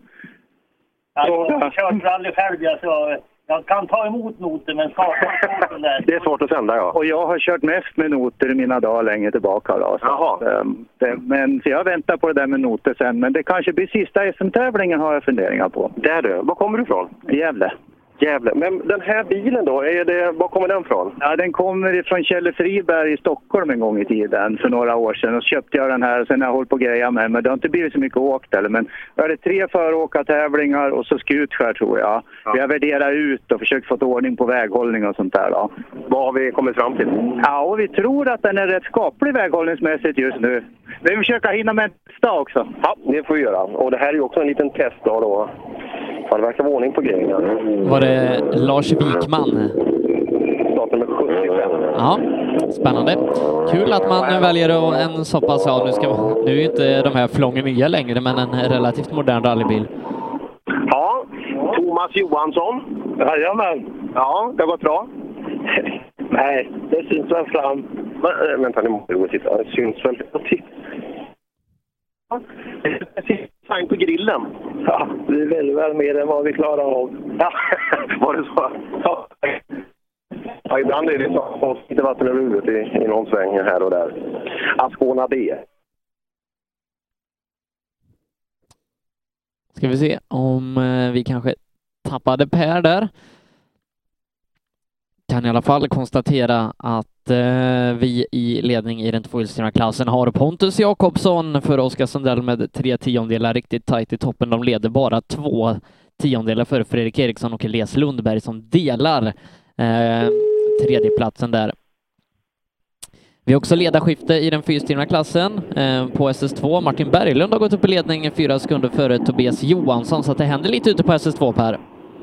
Ja, jag har kört rally själv så jag kan ta emot noter men skapa noten där. Det är svårt att sända, ja. Och jag har kört mest med noter i mina dagar längre tillbaka. Då, så Jaha. Att, det, men, så jag väntar på det där med noter sen. Men det kanske blir sista S M-tävlingen har jag funderingar på. Där du. Var kommer du ifrån? Gävle. Gävle. Men den här bilen då, är det, var kommer den från? Ja, den kommer från Kjelle Friberg i Stockholm en gång i tiden för några år sedan. Och så köpte jag den här och sen har jag hållit på att greja med. Men det har inte blivit så mycket åkt eller. Men jag hade tre föråkartävlingar och så skutskär tror jag. Ja. Vi har värderat ut och försökt få ordning på väghållning och sånt där. Då. Vad har vi kommit fram till? Ja, och vi tror att den är rätt skaplig väghållningsmässigt just nu. Vi försöker hinna med nästa också. Ja, det får vi göra. Och det här är ju också en liten testdag då. Ja, det verkar vara ordning på grejerna. Var det Lars Wikman? Startar med sjuttiofem. Ja, spännande. Kul att man väljer en så pass, ja nu, ska, nu är ju inte de här Flången nya längre, men en relativt modern rallybil. Ja, Thomas Johansson. Jajamän. Ja, det har gått bra. Nej, det syns väl fram. Men, äh, vänta, nu måste du gå och titta. Det syns väl. Titta. Ja, det på grillen. Ja, vi vill väl mer än vad vi klarar av. Ja, var det så? Ja. Ja, ibland är det så lite vatten över huvudet i, i någon sväng här och där. Ascona D. Ska vi se om vi kanske tappade Per där. Kan i alla fall konstatera att eh, vi i ledning i den tvåhjulsdrivna klassen har Pontus Jakobsson för Oskar Sundell med tre tiondelar riktigt tajt i toppen. De leder bara två tiondelar för Fredrik Eriksson och Elias Lundberg som delar eh, tredjeplatsen där. Vi har också ledarskifte i den fyrhjulsdrivna klassen eh, på S S två. Martin Berglund har gått upp i ledning fyra sekunder före Tobias Johansson så att det händer lite ute på S S två, Per.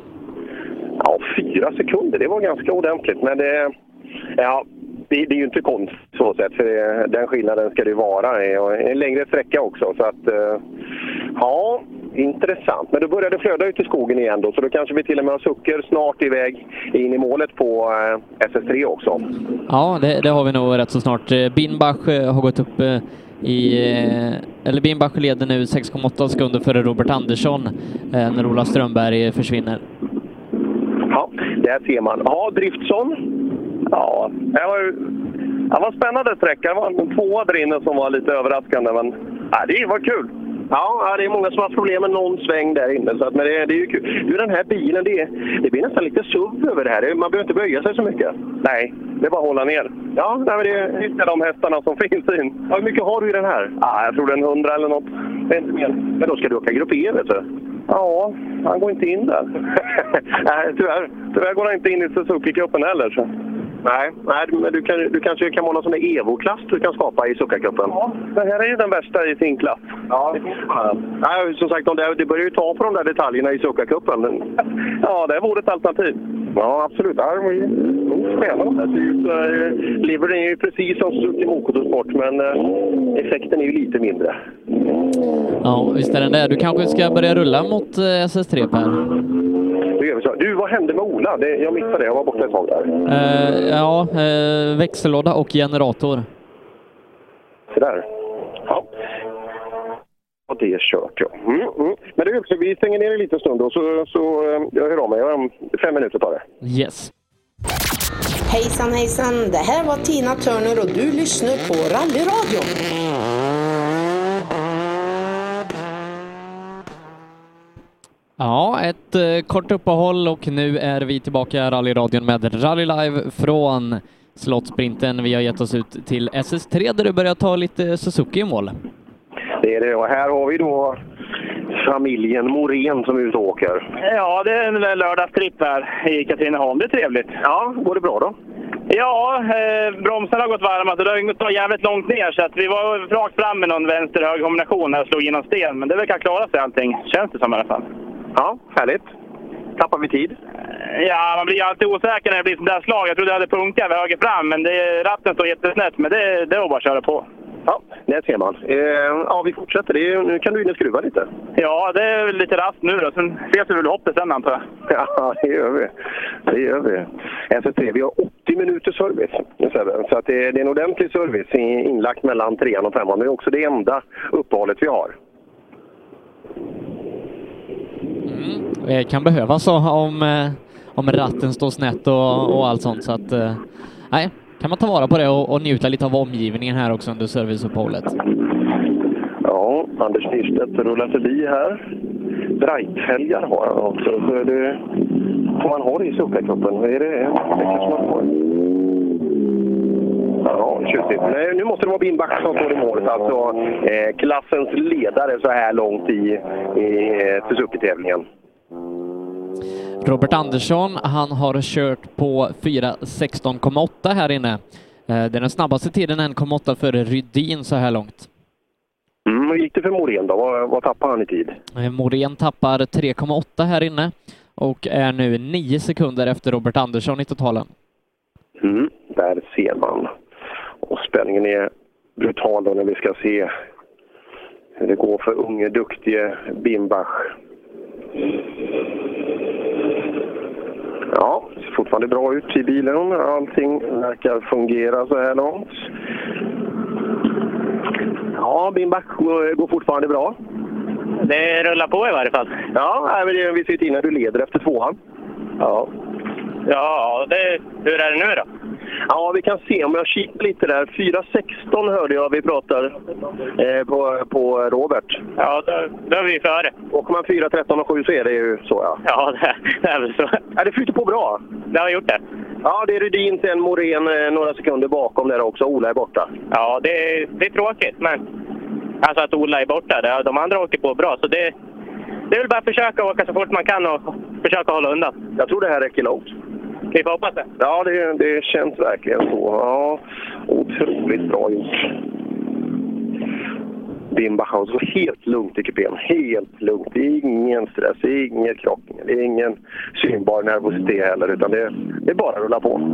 Ja, fyra sekunder, det var ganska ordentligt. Men det, ja, det, det är ju inte konstigt så sätt, för det, den skillnaden ska det ju vara. En längre sträcka också, så att ja, intressant. Men då börjar det flöda ut i skogen igen då, så då kanske vi till och med har sucker snart iväg in i målet på S S tre också. Ja, det, det har vi nog rätt så snart. Binbach har gått upp i, eller Binbach leder nu sex komma åtta sekunder före Robert Andersson när Ola Strömberg försvinner. Ja, där ser man. Ja, Driftsson. Ja, det var ju det var en spännande sträcka. Det var en tvåa där inne som var lite överraskande, men ja, det var kul. Ja, det är många som har problem med någon sväng där inne, så att, men det, det är ju kul. Du, den här bilen, det, det blir nästan lite suv över det här. Man behöver inte böja sig så mycket. Nej, det är bara att hålla ner. Ja, nej, men det är de hästarna som finns in. Ja, hur mycket har du i den här? Ja, jag tror det är en hundra eller något. Det är inte mer. Men då ska du åka grupp E, vet du. Ja, han går inte in där. Nej, tyvärr. Tyvärr går han inte in i Suzuki-cupen heller. Så. Nej, nej, men du, kan, du kanske kan vara någon sån där Evo-klass du kan skapa i Suzuka-cupen. Ja, det här är ju den bästa i sin klass. Ja, det finns fan. Nej, som sagt, de där, det börjar ju ta på de där detaljerna i Suzuka-cupen. Ja, det vore ett alternativ. Ja, absolut. Ja, det var ju spännande. Livern är ju precis som Suzuki Motorsport, men effekten är ju lite mindre. Ja, visst är den där. Du kanske ska börja rulla mot S S tre, Per. Du, vad hände med Ola? Det, jag missade det. Jag var borta ett tag där. Uh, ja, uh, växellåda och generator. Så där. Ja. Och det är kört, ja. Mm, mm. Men det är också, vi stänger ner en liten stund och så, så jag hör av mig. Jag har fem minuter tar det. Yes. Hejsan, hejsan. Det här var Tina Turner och du lyssnar på Rallyradion. Ja, ett eh, kort uppehåll och nu är vi tillbaka i rallyradion med Rally Live från Slottsprinten. Vi har gett oss ut till S S tre där du börjar ta lite Suzuki i mål. Det är det, och här har vi då familjen Morén som är ute och åker. Ja, det är en lördagstripp här i Katrineholm. Det är trevligt. Ja, går det bra då? Ja, eh, bromsarna har gått varma så det har gått jävligt långt ner så att vi var rakt fram med någon vänster-hög kombination här och slog in någon sten. Men det verkar klara sig allting, känns det som i alla fall. Ja, härligt. Tappar vi tid? Ja, man blir alltid osäker när det blir sånt där slag. Jag trodde jag hade punkat höger fram, men det, ratten står jättesnett. Men det, det var bara att köra på. Ja, det ser man. Eh, ja, vi fortsätter. Det är, nu kan du in och skruva lite. Ja, det är lite rast nu då. Sen ses vi väl hoppet sen, antar jag. Ja, det gör vi. Det gör vi. S S tre, vi har åttio minuters service. Så att det, det är en ordentlig service inlagt mellan trean och femman. Men det är också det enda uppehållet vi har. Mm. Det kan behövas om, om ratten står snett och, och allt sånt. Så att, nej, kan man ta vara på det och, och njuta lite av omgivningen här också under serviceuppehållet. Ja, Anders Nystedt rullar förbi här. Breithelgar har han också. Så det får man ha det i Supercupen. Vad är det? Det kanske man får. Ja, tjusigt. Nej, nu måste det vara Bimbach som står i målet. Alltså eh, klassens ledare så här långt i, i eh, Suzuki-tävlingen. Robert Andersson, han har kört på fyra sexton komma åtta här inne. Eh, det är den snabbaste tiden, en komma åtta för Rydin så här långt. Mm, hur gick det för Morén då? Vad, vad tappar han i tid? Eh, Morén tappar tre komma åtta här inne och är nu nio sekunder efter Robert Andersson i totalen. Mm, där ser man. Och spänningen är brutal då när vi ska se hur det går för unge, duktige Bimbach. Ja, det ser fortfarande bra ut i bilen. Allting verkar fungera så här långt. Ja, Bimbach går fortfarande bra. Det rullar på i varje fall. Ja, vi ser innan du leder efter tvåan. Ja. Ja, det, hur är det nu då? Ja, vi kan se om jag kikar lite där. fyra sexton hörde jag vi pratar eh, på, på Robert. Ja, då, då är vi före. Åker man fyra tretton och sju så är det ju så, ja. Ja, det, det är väl så. Ja, det flyter på bra. Det har gjort det. Ja, det är Rydin, sen Morén eh, några sekunder bakom där också. Ola är borta. Ja, det, det är tråkigt, men alltså att Ola är borta, det, de andra åker på bra. Så det, det är väl bara att försöka åka så fort man kan och försöka hålla undan. Jag tror det här räcker långt. Vi får hoppas det. Ja, det, det känns verkligen så. Ja, otroligt bra gjort. Bimbach har så helt lugnt i kupén. Helt lugnt. Det är ingen stress, det är ingen krockning. Det är ingen synbar nervositet heller, utan det, det är bara att rulla på.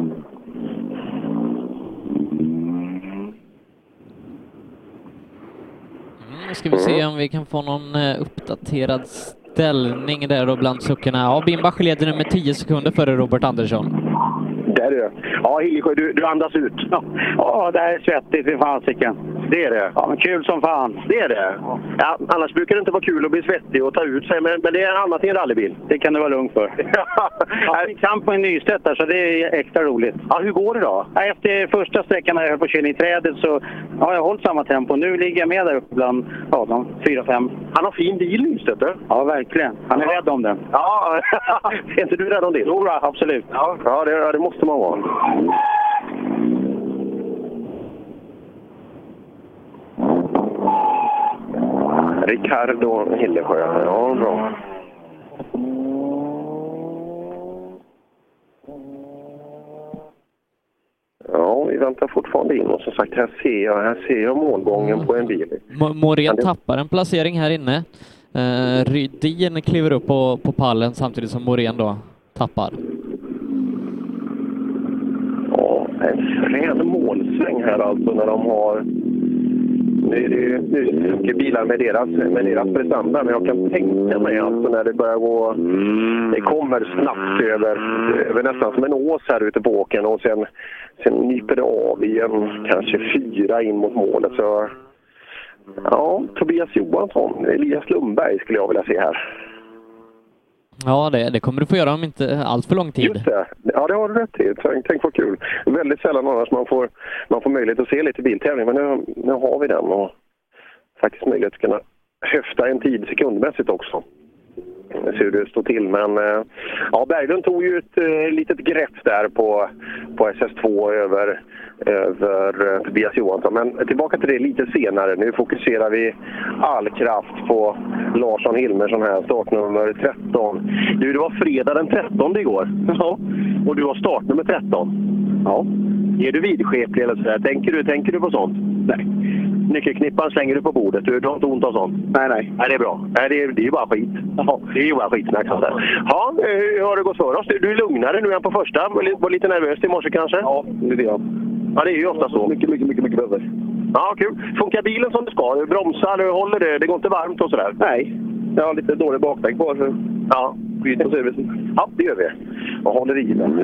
Nu ska vi se om vi kan få någon uppdaterad ställning där då bland suckorna. Ja, Bimbach leder nu med tio sekunder före Robert Andersson. Där är det. Ja, Hillesjö, du, du andas ut. Ja, ja, det är svettigt i fasiken. Det är det. Ja, men kul som fan. Det är det. Ja, annars brukar det inte vara kul att bli svettig och ta ut sig, men, men det är annat i en rallybil. Det kan du vara lugn för. Ja, vi kan på en Nystedt där, så det är extra roligt. Ja, hur går det då? Ja, efter första sträckan när jag höll på att köra in i trädet så ja, jag har hållit samma tempo. Nu ligger jag med där uppe bland ja, de fyra fem. Han har fin bil, Nystedt. Ja, verkligen. Han är ja. rädd om den. Ja, är inte du rädd om det? Jo, absolut. Ja, ja det, det måste man vara. Ricardo Hillesjö, ja bra. Ja, vi väntar fortfarande in och som sagt här ser jag, här ser jag målgången mm. på en bil. Morén tappar en placering här inne. Uh, Rydin kliver upp på, på pallen samtidigt som Morén då tappar. Ja, en frän målsväng här alltså när de har nu är det ju mycket bilar med deras, med deras prestanda, men jag kan tänka mig alltså när det börjar gå, det kommer snabbt över, över nästan som en ås här ute på åken och sen, sen nyper det av igen, kanske fyra in mot målet. Så ja, Tobias Johansson, Elias Lundberg skulle jag vilja se här. Ja, det, det kommer du få göra om inte allt för lång tid. Just det. Ja, det har du rätt i. Tänk, tänk vad kul. Väldigt sällan annars man får, man får möjlighet att se lite biltävling. Men nu, nu har vi den och faktiskt möjlighet att kunna höfta en tid sekundmässigt också. se hur det står till. Men eh, ja, Berglund tog ju ett eh, litet grepp där på, på S S två över, över eh, Tobias Johansson. Men tillbaka till det lite senare. Nu fokuserar vi all kraft på Larsson Hilmersson här, startnummer tretton. Du, det var fredag den trettonde igår. Ja. Och du har startnummer tretton. Ja. Är du vidskeplig eller sådär? Tänker du, tänker du på sånt? Nej. Nyckelknippan slänger du på bordet. Du, du har inte ont av sånt? Nej, nej. Nej, det är bra. Nej, det är, det är ju bara skit. Jaha, det är ju bara skitsnack. Ja, hur har det gått för oss? Du är lugnare nu än på första. Var lite nervös i morse kanske? Ja, det är det. Ja, det är ju ofta så. Mycket, mycket, mycket, mycket bättre. Ja, kul. Funkar bilen som det ska? Du bromsar, håller det? Det går inte varmt och sådär? Nej. Jag har lite dålig bakdäck på. Så... Ja, skit på servicen. Ja, det gör vi. Och håller i den.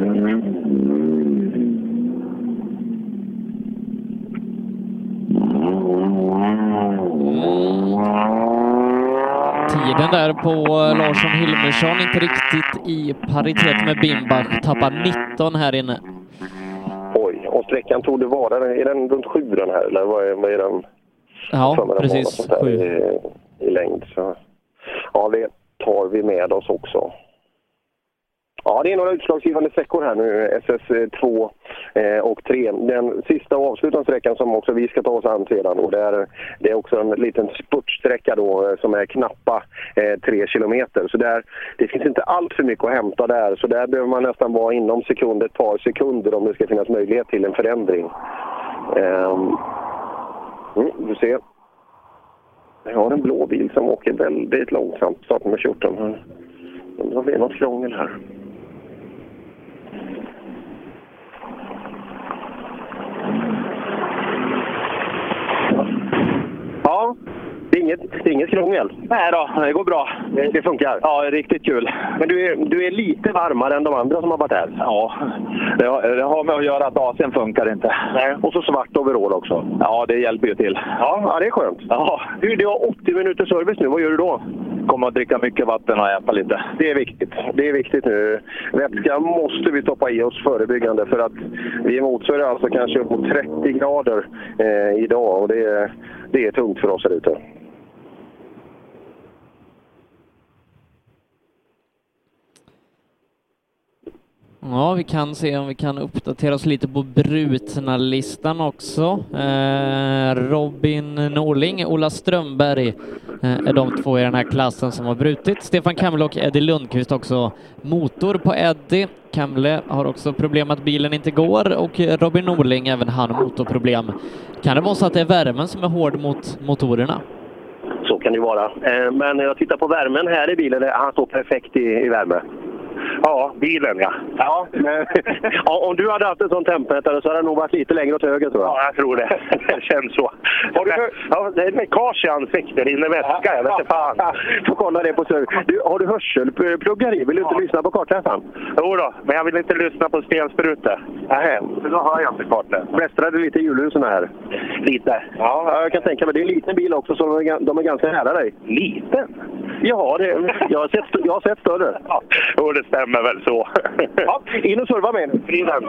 Tiden där på Larsson Hilmersson inte riktigt i paritet med Bimbach. Tappar nitton här inne. Oj, och sträckan tog det vara. Är den runt sju den här? Eller vad är, vad är den? Ja, precis. Sju. I, i längd. Så. Ja, det tar vi med oss också. Ja, det är några utslagsgivande sträckor här nu, S S två eh, och tre. Den sista och avslutande sträckan som också vi ska ta oss an sedan. Och det, är, det är också en liten spurtsträcka då som är knappa eh, tre kilometer. Så där, det finns inte allt för mycket att hämta där. Så där behöver man nästan vara inom sekund, ett par sekunder om det ska finnas möjlighet till en förändring. Um, mm, du ser. Jag har en blå bil som åker väldigt långsamt. Start med fjorton. Det blir något krångel här. Ja, det är inget, det är inget krångel. Nej då, det går bra. Det, det funkar. Ja, det är riktigt kul. Men du är, du är lite varmare än de andra som har varit här. Ja, det har, det har med att göra att A C:n funkar inte. Nej, och så svart overall också. Ja, det hjälper ju till. Ja, ja det är skönt. Ja. Du, det har åttio minuter service nu. Vad gör du då? Kommer att dricka mycket vatten och äta lite. Det är viktigt. Det är viktigt nu. Vätska måste vi toppa i oss förebyggande för att vi är motsvarar alltså kanske upp mot trettio grader eh, idag och det är, det är tungt för oss här ute. Ja, vi kan se om vi kan uppdatera oss lite på brutna-listan också. Eh, Robin Norling, Ola Strömberg eh, är de två i den här klassen som har brutit. Stefan Kamle och Eddie Lundqvist också motor på Eddie. Kamle har också problem att bilen inte går och Robin Norling, även han motorproblem. Kan det vara så att det är värmen som är hård mot motorerna? Så kan det vara. Eh, men jag tittar på värmen här i bilen. Han står perfekt i, i värme. Ja, bilen ja. Ja, men, ja, om du hade haft en sån temperatur så hade det nog varit lite längre åt höger tror jag. Ja, jag tror det. Det känns så. Har du, ja, det är läckage i ansiktet, det är vätska, jag vet inte fan. Får kolla det på service. Du, har du hörselpluggar i? Vill du inte ja. lyssna på kartläsaren? Jo då, men jag vill inte lyssna på stensprutor. Nej, för då hör jag inte kartläsaren. Blästrade lite i hjulhusen här? Lite. Ja, jag kan tänka mig. Det är en liten bil också så de är, de är ganska nära dig. Liten? Ja, det, jag, har sett, jag har sett större. Ja, jo, det stämmer väl så. Ja, in och serva med nu. Friden.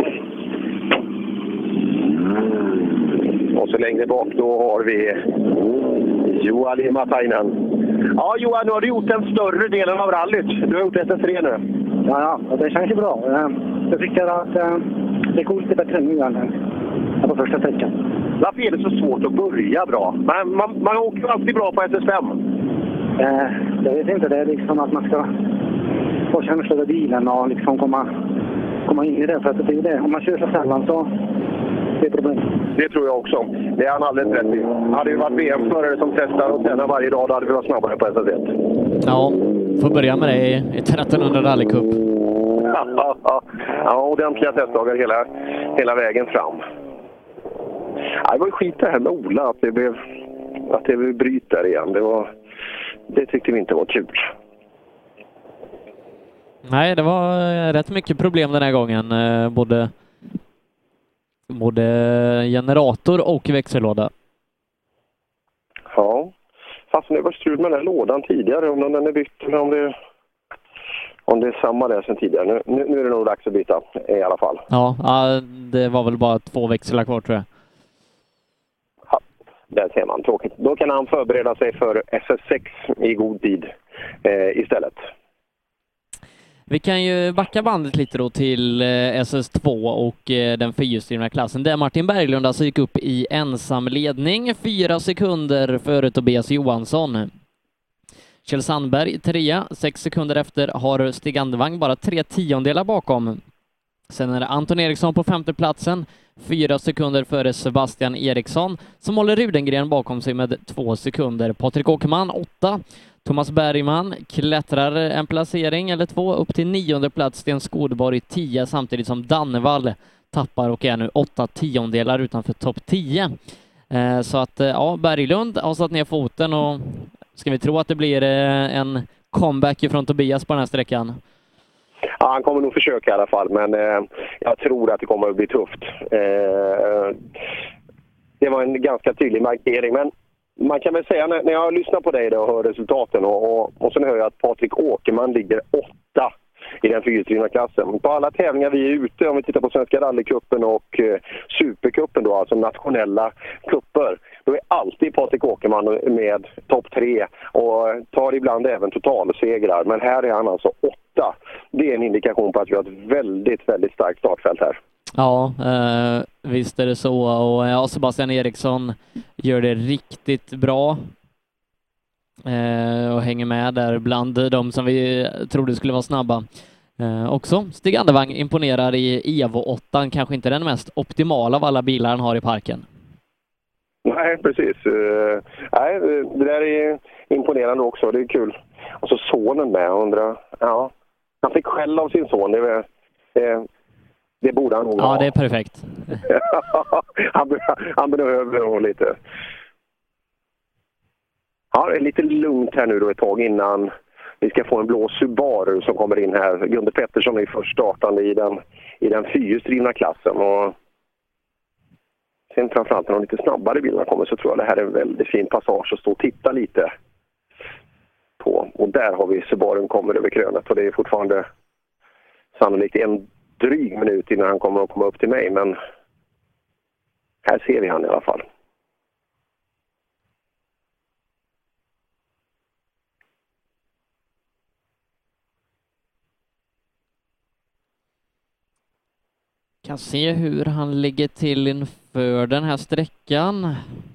Och så längre bak då har vi Johan Matainen. Ja, Johan, nu har du gjort den större delen av rallyt. Du har gjort S S tre nu. Ja, ja, det känns ju bra. Jag tycker att det går lite bättre nu än på första sträckan. Varför är det så svårt att börja bra? Man, man, man åker ju alltid bra på S S fem. Eh, jag vet inte, det är liksom att man ska få känsla av bilen och liksom komma, komma in i det. För att det är det. Om man kör så sällan så det är problem. Det tror jag också. Det är han alldeles rätt i. Hade ju varit V M-förare som testar och tränar varje dag, då hade vi varit snabbare på S S ett. Ja, får börja med det i, i trettonhundra rallycup. Ja, ja, ja. Ja, ordentliga testdagar hela, hela vägen fram. Ja, det var ju skit det här med Ola, att det blev, att det blev bryt där igen. Det, var, det tyckte vi inte var kul. Nej, det var rätt mycket problem den här gången. Både, både generator och växellåda. Ja, fast det var strul med den här lådan tidigare. Om den är bytt eller om det, om det är samma där sen tidigare. Nu, nu, nu är det nog dags att byta i alla fall. Ja, det var väl bara två växlar kvar tror jag. Ja, där ser man. Tråkigt. Då kan han förbereda sig för S S sex i god tid. eh, istället. Vi kan ju backa bandet lite då till S S två och den fyrhjulsdrivna klassen där Martin Berglund alltså gick upp i ensamledning, fyra sekunder före Tobias Johansson. Kjell Sandberg trea, sex sekunder efter har Stig Andevang bara tre tiondelar bakom. Sen är det Anton Eriksson på femte platsen, fyra sekunder före Sebastian Eriksson som håller Rudengren bakom sig med två sekunder. Patrik Åkerman åtta. Thomas Bergman klättrar en placering eller två upp till nionde plats. Sten Skodborg tio samtidigt som Dannevall tappar och är nu åtta tiondelar utanför topp tio. Eh, så att ja, Berglund har satt ner foten och ska vi tro att det blir eh, en comeback från Tobias på den här sträckan? Ja, han kommer nog försöka i alla fall, men eh, jag tror att det kommer att bli tufft. Eh, det var en ganska tydlig markering, men man kan väl säga när, när jag lyssnar på dig då och hör resultaten och, och, och sen hör jag att Patrik Åkerman ligger åtta i den fyrhjulsdrivna klassen. På alla tävlingar vi är ute, om vi tittar på Svenska rallycupen och eh, Supercupen då, alltså nationella kupper, då är alltid Patrik Åkerman med topp tre och tar ibland även totalsegrar. Men här är han alltså åtta. Det är en indikation på att vi har ett väldigt, väldigt starkt startfält här. Ja, eh, visst är det så. Och ja, Sebastian Eriksson gör det riktigt bra eh, och hänger med där bland de som vi trodde skulle vara snabba. Eh, också Stig Andevang imponerar i Evo åtta, kanske inte den mest optimala av alla bilar han har i parken. Nej, precis. Uh, nej, det där är imponerande också. Det är kul. Och så sonen med, undrar. Ja, han fick skäll av sin son. Det, är, eh, det borde han nog ha. Ja, det är perfekt. han, han behöver nog lite. Ja, det är lite lugnt här nu då ett tag innan vi ska få en blå Subaru som kommer in här. Gunde Pettersson är först startande i den, i den fyrhjulsdrivna klassen och sen framförallt när de lite snabbare bilarna kommer så tror jag det här är en väldigt fin passage att stå och titta lite på. Och där har vi Subarun kommer över krönet och det är fortfarande sannolikt en dryg minut innan han kommer att komma upp till mig. Men här ser vi han i alla fall. Kan se hur han ligger till inför den här sträckan.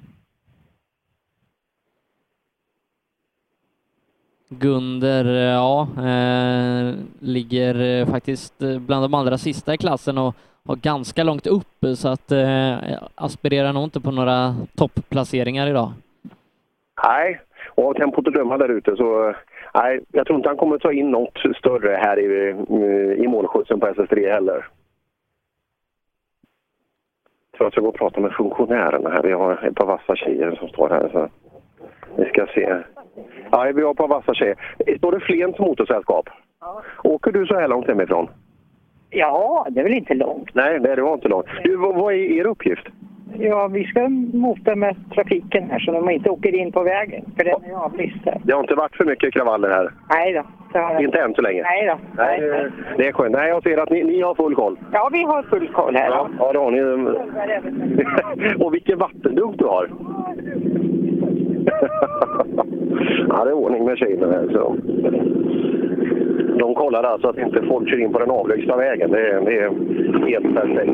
Gunder, ja, eh, ligger faktiskt bland de allra sista i klassen och har ganska långt upp så att eh, aspirerar nog inte på några toppplaceringar idag. Nej, och av tempot att döma där ute så nej, jag tror inte han kommer ta in något större här i, i målskjutsen på S S tre heller. Jag ska gå och prata med funktionärerna här. Vi har ett par vassa tjejer som står här. Så vi ska se. Ja, vi har ett par vassa tjejer. Står det Flens motorsällskap? Ja. Åker du så här långt hemifrån? Ja, det är väl inte långt. Nej, det var inte långt. Du, vad, vad är er uppgift? Ja, vi ska mota med trafiken här så de inte åker in på vägen. För den är avlyst här. Det har inte varit för mycket kravaller här? Nej då. Inte än så länge? Nej då. Nej, det, det är skönt. Nej, jag ser att ni, ni har full koll. Ja, vi har full koll här. Ja, ja det har ni. Och vilken vattendunk du har. Ja, det är ordning med tjejerna här. Så. De kollar alltså att inte folk kör in på den avlägsna vägen. Det är, det är helt perfekt.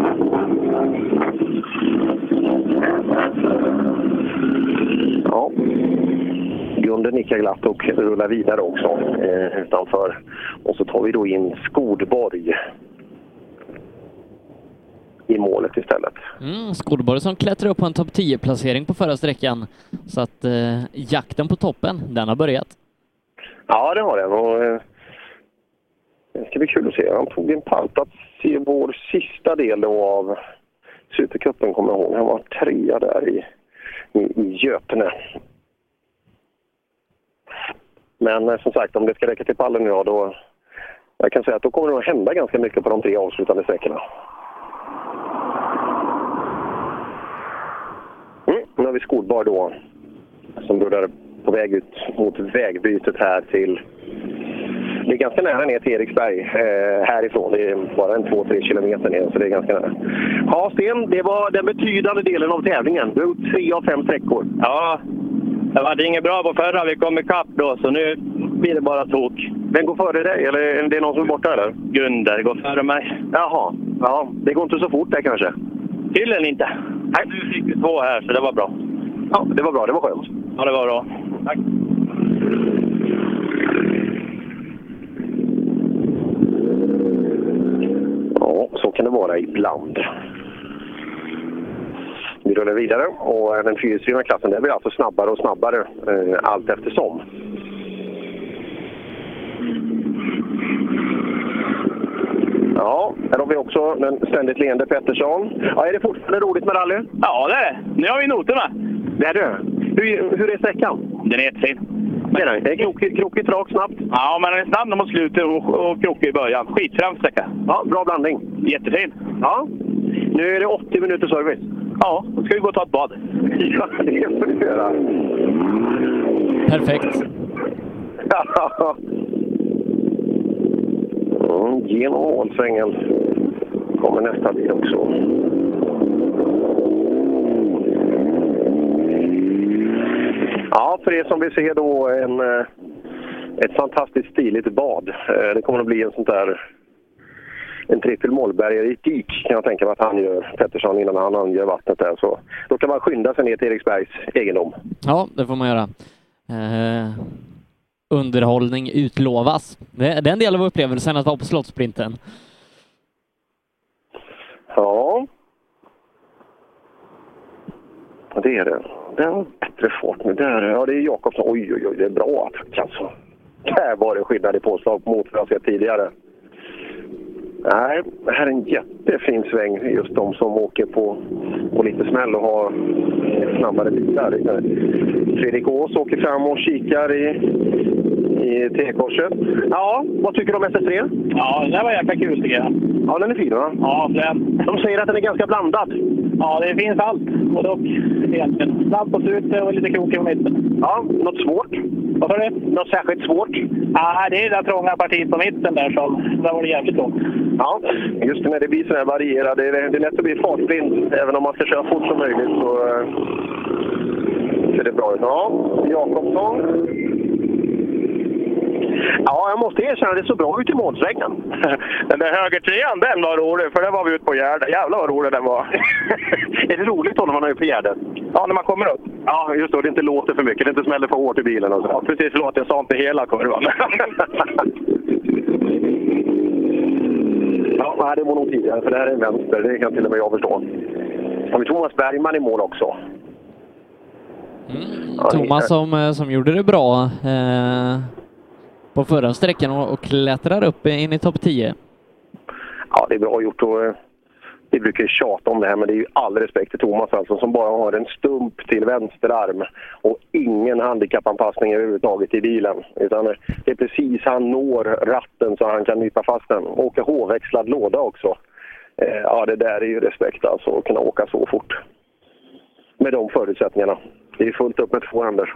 Ja. Gunder nickar glatt och rullar vidare också eh, utanför. Och så tar vi då in Skodborg i målet istället. Mm, Skodborg som klättrar upp på en topp tio-placering på förra sträckan. Så att eh, jakten på toppen, den har börjat. Ja, det har den. Och, eh, det ska bli kul att se. Han tog en pallplats i vår sista del av Supercupen, kommer jag ihåg. Han var trea där i, i, i Götene. Men eh, som sagt, om det ska räcka till pallen nu, ja, då jag kan säga att då kommer det att hända ganska mycket på de tre avslutande sträckorna. Mm, nu har vi Skodborg då som rullar på väg ut mot vägbytet här till, det är ganska nära ner till Eriksberg eh, härifrån. Det är bara en två tre kilometer ner, så det är ganska nära. Ja, Sten, det var den betydande delen av tävlingen. Du har gjort tre av fem sträckor. Ja, Det var inget bra på förra, vi kom ikapp då, så nu blir det bara tok. Vem går före dig, eller är det någon som är borta eller? Gunder går före mig. Jaha, ja, det går inte så fort där kanske? Tydligen inte. Nej, nu fick vi två här, så det var bra. Ja, det var bra, det var skönt. Ja, det var bra. Tack. Ja, så kan det vara ibland. Vi rullar vidare och den fyrhjulsdrivna klassen där blir alltså snabbare och snabbare eh, allt eftersom. Ja, här har vi också den ständigt leende Pettersson. Ja, är det fortfarande roligt med rally? Ja, det är det. Nu har vi noterna. Det är det. Hur, hur är sträckan? Den är jättefin. Det är den. Det är krokigt, krokigt, rakt, snabbt. Ja, men den är snabb mot slutet och, och krokig i början. Skitfram sträcka. Ja, bra blandning. Jättefin. Ja. Nu är det åttio minuter service. Ja, då ska vi gå och ta ett bad. Ja, det får vi göra. Perfekt. Ja. Mm, genom målsvängen kommer nästa bil också. Ja, för er som vill se då en, ett fantastiskt stiligt bad. Det kommer att bli en sånt där en trippel målbergare i dik kan jag tänka mig att han gör, Pettersson, innan han angör vattnet där. Så då kan man skynda sig ner till Eriksbergs egendom. Ja, det får man göra. Eh, underhållning utlovas. Det, det är en del av upplevelsen att vara på Slottsprinten. Ja. Det är det. Det är bättre fart nu. Där, ja, det är Jakobsson. Oj, oj, oj, det är bra attack alltså. Där var det skillnad i påslag mot vad jag sett tidigare. Nej, det här är en jättefin sväng. Just de som åker på, på lite smäll och har snabbare bilar. Fredrik Ås åker fram och kikar i, i T-korset. Ja, vad tycker du om S S tre? Ja, det var jäkla kul tycker jag. Ja, den är fin va? Ja, den. De säger att den är ganska blandad. Ja, det finns allt. Och dock egentligen. Snabb på slutet och lite krokig på mitten. Ja, något svårt? Vad sa du? Något särskilt svårt? Ja, det är det trånga partiet på mitten där som där var det jävligt långt. Ja, just när det blir så här varierat. Det är, det är lätt att bli fartblind. Även om man ska köra fort som möjligt så äh, ser det bra ut. Ja, Jakobsson. Ja, jag måste erkänna det så bra ut i målsvängen. Den där högertrean, den var rolig, för den var vi ute på Gärdet. Jävlar vad rolig den var. Är det roligt då när man är ute på Gärdet? Ja, när man kommer upp. Ja, just då. Det inte låter för mycket. Det inte smäller för hårt i bilen. Och så. Ja, precis. Förlåt, jag sa inte hela kurvan. Ja, det var nog tidigare, för det här är en vänster. Det kan till och med jag förstå. Har vi Thomas Bergman i mål också? Mm, ja, Thomas som, som gjorde det bra eh, på förra sträckan och, och klättrar upp in i topp tio. Ja, det är bra gjort och vi brukar tjata om det här, men det är ju all respekt till Thomas alltså, som bara har en stump till vänsterarm och ingen handikappanpassning överhuvudtaget i bilen. Utan det är precis han når ratten så han kan nypa fast den. Åka H-växlad låda också. Ja, det där är ju respekt alltså, att kunna åka så fort. Med de förutsättningarna. Det är fullt upp med två händer.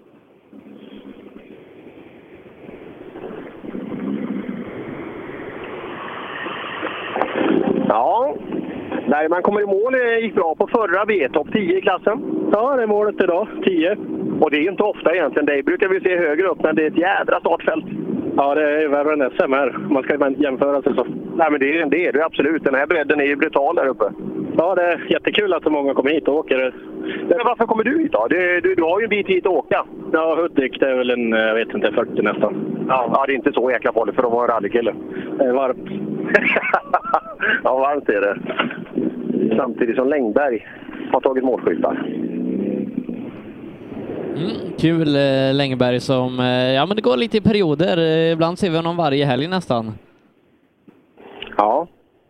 Ja, när man kommer i mål gick bra på förra V, topp tio i klassen. Ja, det är målet idag, tio. Och det är inte ofta egentligen, det brukar vi se högre upp, men det är ett jädra startfält. Ja, det är värre än S M här. Man ska inte jämföra sig så. Nej, men det är det, är det absolut. Den här bredden är ju brutal där uppe. Ja, det är jättekul att så många kommer hit och åker. Men varför kommer du hit då? Du, du, du har ju en bit hit att åka. Ja, Hudik, det är väl en, jag vet inte, fyrtio nästan. Ja, ja, det är inte så jäkla farligt för att vara en rallykille. Det är varmt. Ja, varmt är det. Samtidigt som Längberg har tagit målskyltar. Mm, kul eh, Längberg som, eh, ja men det går lite i perioder. Eh, ibland ser vi honom varje helg nästan. Ja.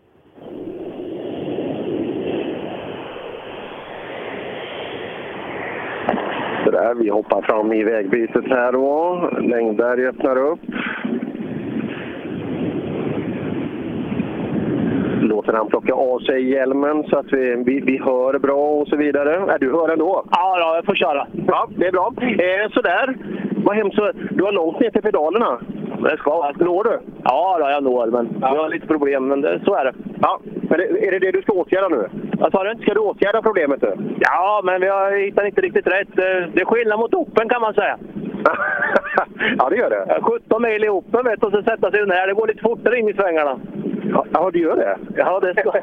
Så där, vi hoppar fram i vägbytet här då. Längberg öppnar upp. Låter han plocka av sig hjälmen så att vi, vi, vi hör bra och så vidare. Är du hör ändå? Ja, då, jag får köra. Ja, det är bra. Eh, sådär. Vad hemskt, du har långt ner till pedalerna. Det ska. Når du? Ja, då, jag når, men ja. Jag har lite problem, men det, så är det. Ja, men det, är det det du ska åtgärda nu? Vad sa du? Ska du åtgärda problemet nu? Ja, men vi har hittat inte riktigt rätt. Det är skillnad mot Open kan man säga. Ja, det gör det. sjutton mil i Open vet du, och så sätta sig den här. Det går lite fortare in i svängarna. Ja, du gör det? Ja, det ska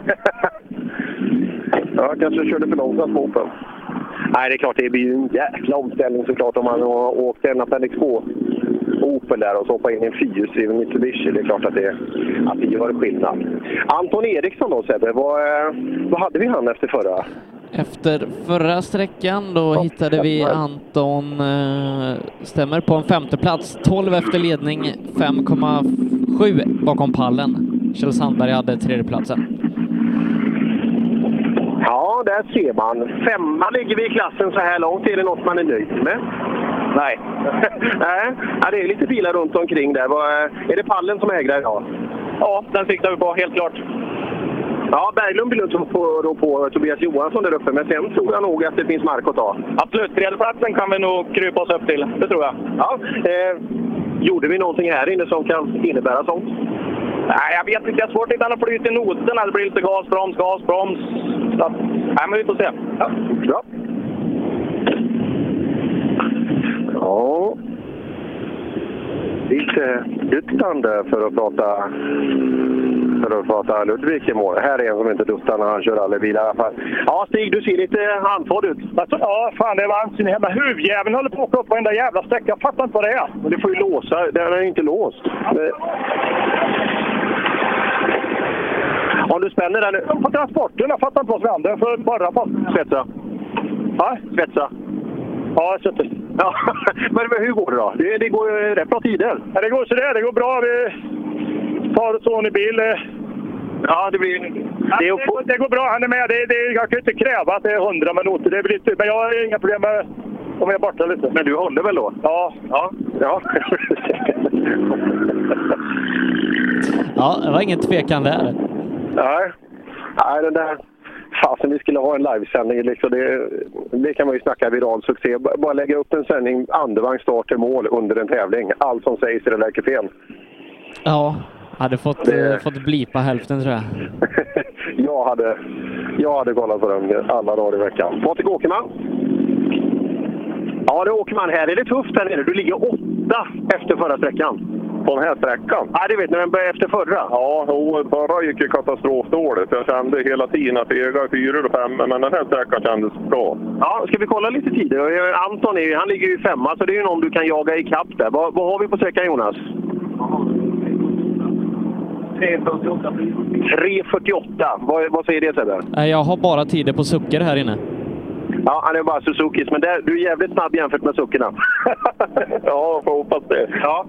Ja, kanske körde för långsamt på Open. Nej, det är klart, det blir ju en jäkla omställning såklart om man har åkt en Appendix två Opel där och så hoppa in i en fyrhjulsdriven Mitsubishi. Det är klart att det, att det gör skillnad. Anton Eriksson då, Sebbe, vad, vad hade vi han efter förra? Efter förra sträckan då ja, hittade vi Anton, eh, stämmer på en femte plats, tolv efter ledning, fem komma sju bakom pallen. Kjell Sandberg hade tredje platsen. Ja, där ser man. Femma ligger vi i klassen så här långt. Är det något man är nöjd med? Nej. Nej, ja, det är lite bilar runt omkring där. Är det pallen som äger idag? Ja, den siktar vi på, helt klart. Ja, Berglund vill inte på, då på Tobias Johansson där uppe, men sen tror jag nog att det finns mark att ta. Absolut, tredjeplatsen kan vi nog krypa oss upp till, det tror jag. Ja, eh, gjorde vi någonting här inne som kan innebära sånt? Nej, jag vet inte. Det är svårt att hitta något flyt i noterna. Det blir lite gas, broms, gas, broms. Så att, nej, men vi får se. Ja, bra. Ja. Lite duttande för att prata för att prata Ludvig i mål. Här är en som inte duttar när han kör rallybil i alla fall. Ja, Stig, du ser lite handfådd ut. Alltså, ja, fan, det var sin jävla huvudjäveln håller på att åka upp på den där jävla sträckan. Jag fattar inte vad det är. Men du får ju låsa. Den är inte låst. Om du spänner den nu. På transporten, jag fattar inte vad som händer. För bara på. Svetsa. Ja, svetsa. Ja, jag sätter. Ja, men hur går det då? Det, det går ju rätt bra tider. Ja, det går så där. Det går bra. Vi tar och så i bil. Ja, det blir... Ja, det, går, det går bra. Han är med. Det, det, jag kan inte kräva att det är hundra minuter. Det blir lite, men jag har inga problem med om jag är borta lite. Men du håller väl då? Ja. Ja. Ja, ja det var ingen tvekan där. Nej. Nej, den där... Fasen, vi skulle ha en livesändning. Liksom det, det kan man ju snacka viral succé. Bara lägga upp en sändning, andevagn, start till mål under en tävling. Allt som sägs i den där kupén. Ja, hade fått, det... eh, fått blipa hälften tror jag. jag, hade, jag hade kollat på den alla dagar i veckan. Patrik Åkerman. Ja, det är Åkerman. Här är det tufft här nere. Du ligger åtta efter förra sträckan. På den här sträckan? Ja, det vet när den började efter förra. Ja, och förra gick ju katastrofdåligt. Jag kände hela tiden att det är fyra och fem, men den här sträckan kändes bra. Ja, ska vi kolla lite tider? Anton är, han ligger ju femma, så det är ju någon du kan jaga i kapp där. Vad, vad har vi på sträckan, Jonas? tre fyrtioåtta. tre fyrtioåtta. Vad, vad säger det, Sebbe? Jag har bara tider på sucker här inne. Ja, han är bara Suzukis, men där, du är jävligt snabb jämfört med suckerna. Ja, jag får hoppas det. Ja.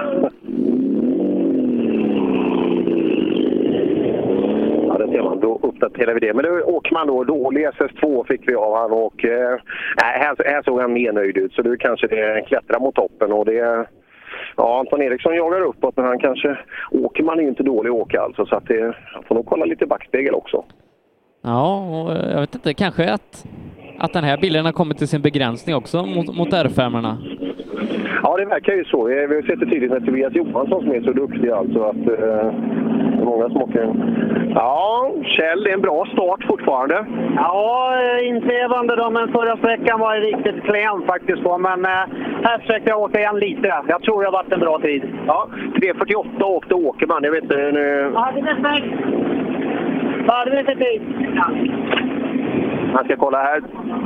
Ja, det ser man. Då uppdaterar vi det. Men då åker man då. Dålig S S två fick vi av han och eh, här, här såg han mer nöjd ut. Så nu kanske det klättrar mot toppen och det... Ja, Anton Eriksson jagar uppåt, men han kanske... Åker man är ju inte dålig att åka alltså, så att det... Jag får nog kolla lite backspegel också. Ja, och jag vet inte, kanske att... Att den här bilen har kommit till sin begränsning också mot, mot R fem-erna. Ja, det verkar ju så. Vi har sett det tydligt med Tobias Johansson som är så duktig. Alltså att eh, det är många som åker. Ja, Kjell, det är en bra start fortfarande. Ja, intrevande då, men förra sträckan var det riktigt klen faktiskt på. Men eh, här försökte jag åka igen lite. Jag tror det har varit en bra tid. Ja, tre fyrtioåtta åkte Åkerman. Jag vet inte nu... Ja, det är snägt. Ja, det är lite tid. Ja. Man ska kolla här.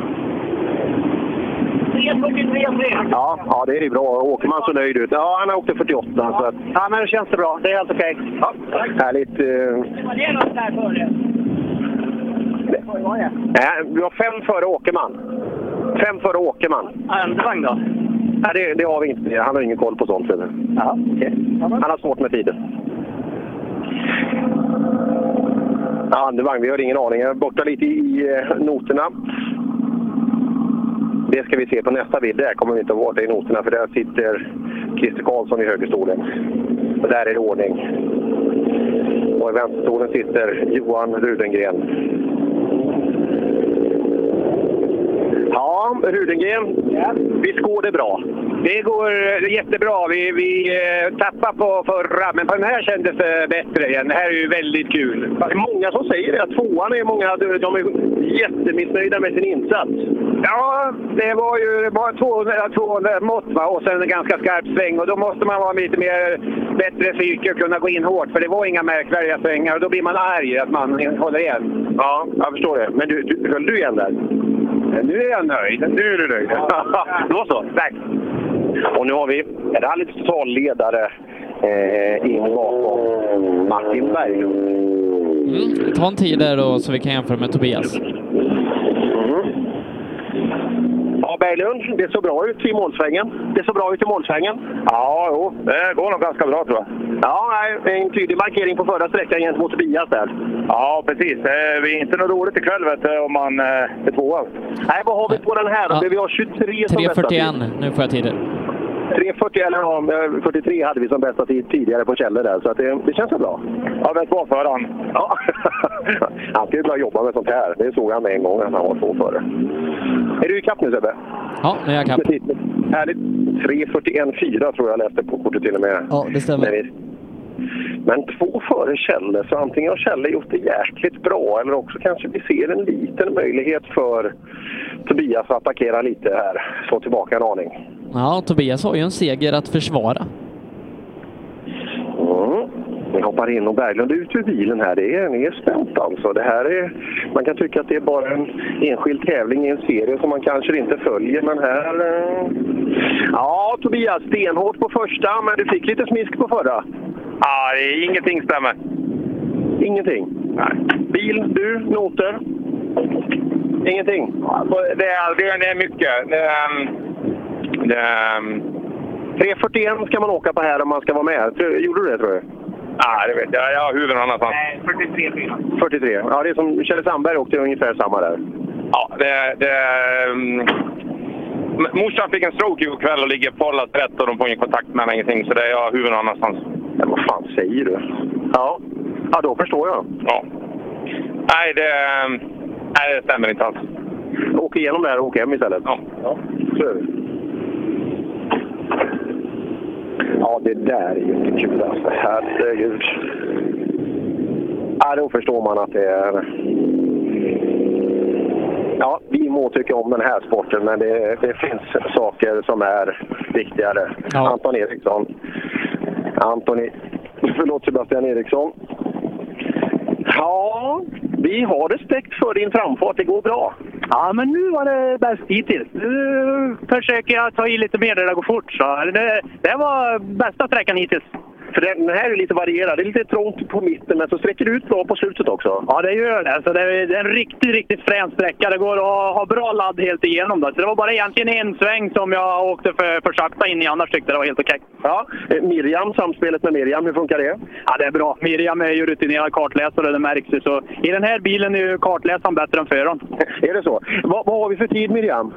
tre fyrtiotre. Ja, ja, det är bra. Åker man så nöjd ut. Ja, han har åkt fyrtioåtta. Ja, så att... ja, men det känns det bra. Det är helt okej. Okay. Ja, härligt. Uh... Det var det något där före. Nej, vi har fem före Åkerman. Fem före Åkerman. Andevagn då? Nej, det, det har vi inte. Han har ingen koll på sånt. Ja, okay. Han har svårt med tiden. Ja, andevagn, vi har ingen aning. Jag är borta lite i eh, noterna. Det ska vi se på nästa bild. Där kommer vi inte att vara i noterna, för där sitter Christer Karlsson i högerstolen. Och där är det ordning. Och i vänsterstolen sitter Johan Rudengren. Ja, Rudengren. Ja. Visst går det bra? Det går jättebra. Vi, vi eh, tappade på förra, men på den här kändes det bättre igen. Det här är ju väldigt kul. Det är många som säger det, att tvåan är många, de är jättemissnöjda med sin insats. Ja, det var ju bara tvåhundra mått, va? Och sen en ganska skarp sväng. Och då måste man vara lite mer bättre psyke och kunna gå in hårt. För det var inga märkvärdiga svängar och då blir man arg att man håller igen. Ja, jag förstår det. Men du, du, höll du igen där? Nu är jag nöjd. Nu är du nöjd. Då så, tack. Och nu har vi en rallyts totalledare eh, in bakom Martin Berglund. Mm, ta en tid där då så vi kan jämföra med Tobias. Mm. Ja, Berglund, det såg bra ut i målsvängen. Det såg bra ut i målsvängen. Ja, jo. Det går nog ganska bra, tror jag. Ja, nej, en tydlig markering på förra sträckan gentemot Tobias där. Ja, precis. Det är inte något roligt ikväll, vet du, om man är tvåa. Nej, vad har vi på den här? Ja. Vi har tjugotre som bästa tid. tre fyrtioen, nu får jag tider. tre fyrtio eller ja, fyrtiotre hade vi som bästa tid tidigare på Kjelle där, så att det, det känns så bra. Ja, det är två före han. Ja, han ska ju börja jobba med sånt här. Det såg han med en gång att han var två före. Är du i kapp nu, Sebbe? Ja, nu är jag i kapp. Härligt. tre fyrtioen fyra tror jag läste på kortet till och med. Ja, det stämmer. Men två före Kjelle, så antingen har Kjelle gjort det jäkligt bra eller också kanske vi ser en liten möjlighet för Tobias att attackera lite här. Slå tillbaka en aning. Ja, Tobias har ju en seger att försvara. Mm. Vi hoppar in och Berglund ut ur bilen här. Det är, det är spänt alltså. Det här är, man kan tycka att det är bara en enskild tävling i en serie som man kanske inte följer. Men här... Eh... Ja, Tobias, stenhårt på första, men du fick lite smisk på förra. Ja, det är ingenting stämmer. Ingenting? Nej. Bil, du, noter? Ingenting? Det är, det är mycket. Det är, det är... tre fyrtioen ska man åka på här om man ska vara med. Gjorde du det, tror jag? Ja, det vet jag. Jag har huvudet annanstans. Nej, fyrtiotre fyra. fyrtiotre. Ja, det är som Kjell Sandberg åkte ungefär samma där. Ja, det... det um... Morsan fick en stroke i kväll och ligger på alla rätt och de får ingen kontakt med mig, ingenting. Så det är jag huvudet annanstans. Ja, vad fan säger du? Ja, ja då förstår jag. Ja. Nej, det, nej, det stämmer inte alls. Åk igenom det här och åk hem istället. Ja. Ja, så är det. Ja, det där är ju inte kul alltså. Herregud. Ja, då förstår man att det är... Ja, vi må tycka om den här sporten, men det, det finns saker som är viktigare. Ja. Anton Eriksson. Antoni... Förlåt, Sebastian Eriksson. Ja, vi har respekt för din framfart. Det går bra. Ja, men nu var det bäst hittills. Nu försöker jag ta i lite mer där det går fort. Så det, det var bästa sträckan hittills. För den här är lite varierad. Det är lite trångt på mitten, men så sträcker du ut bra på slutet också. Ja, det gör det. Så det är en riktigt, riktigt frän sträcka. Det går att ha bra ladd helt igenom. Då. Så det var bara egentligen en sväng som jag åkte för, för sakta in i, annars tyckte det var helt okej. Ja, Miriam, samspelet med Miriam, hur funkar det? Ja, det är bra. Miriam är ju rutinerad kartläsare, det märks ju. Så i den här bilen är ju kartläsaren bättre än föraren. Är det så? Vad, vad har vi för tid, Miriam?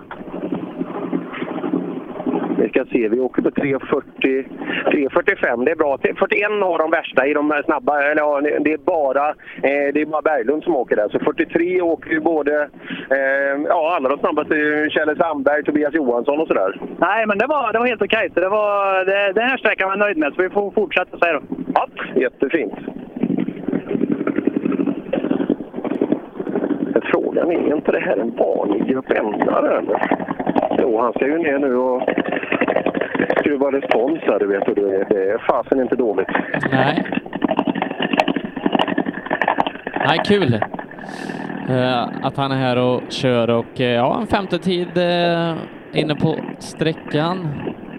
Vi ska se, vi åker på tre fyrtio, tre fyrtiofem, det är bra. fyrtioen har de värsta i de snabba, eller ja, det är bara eh, det är bara Berglund som åker där. Så fyrtiotre åker ju både, eh, ja alla de snabbaste, Kjell Sandberg, Tobias Johansson och sådär. Nej, men det var, det var helt okej. Så det var, det, den här sträckan var jag nöjd med, så vi får fortsätta säga då. Ja, jättefint. Frågan är inte det här en vanlig gruppändare eller? Jo, han ska ju ner nu och skruva respons här, du vet, och det, det är fasen inte dåligt. Nej. Nej, kul. Uh, att han är här och kör och uh, ja, en femte tid uh, inne på sträckan.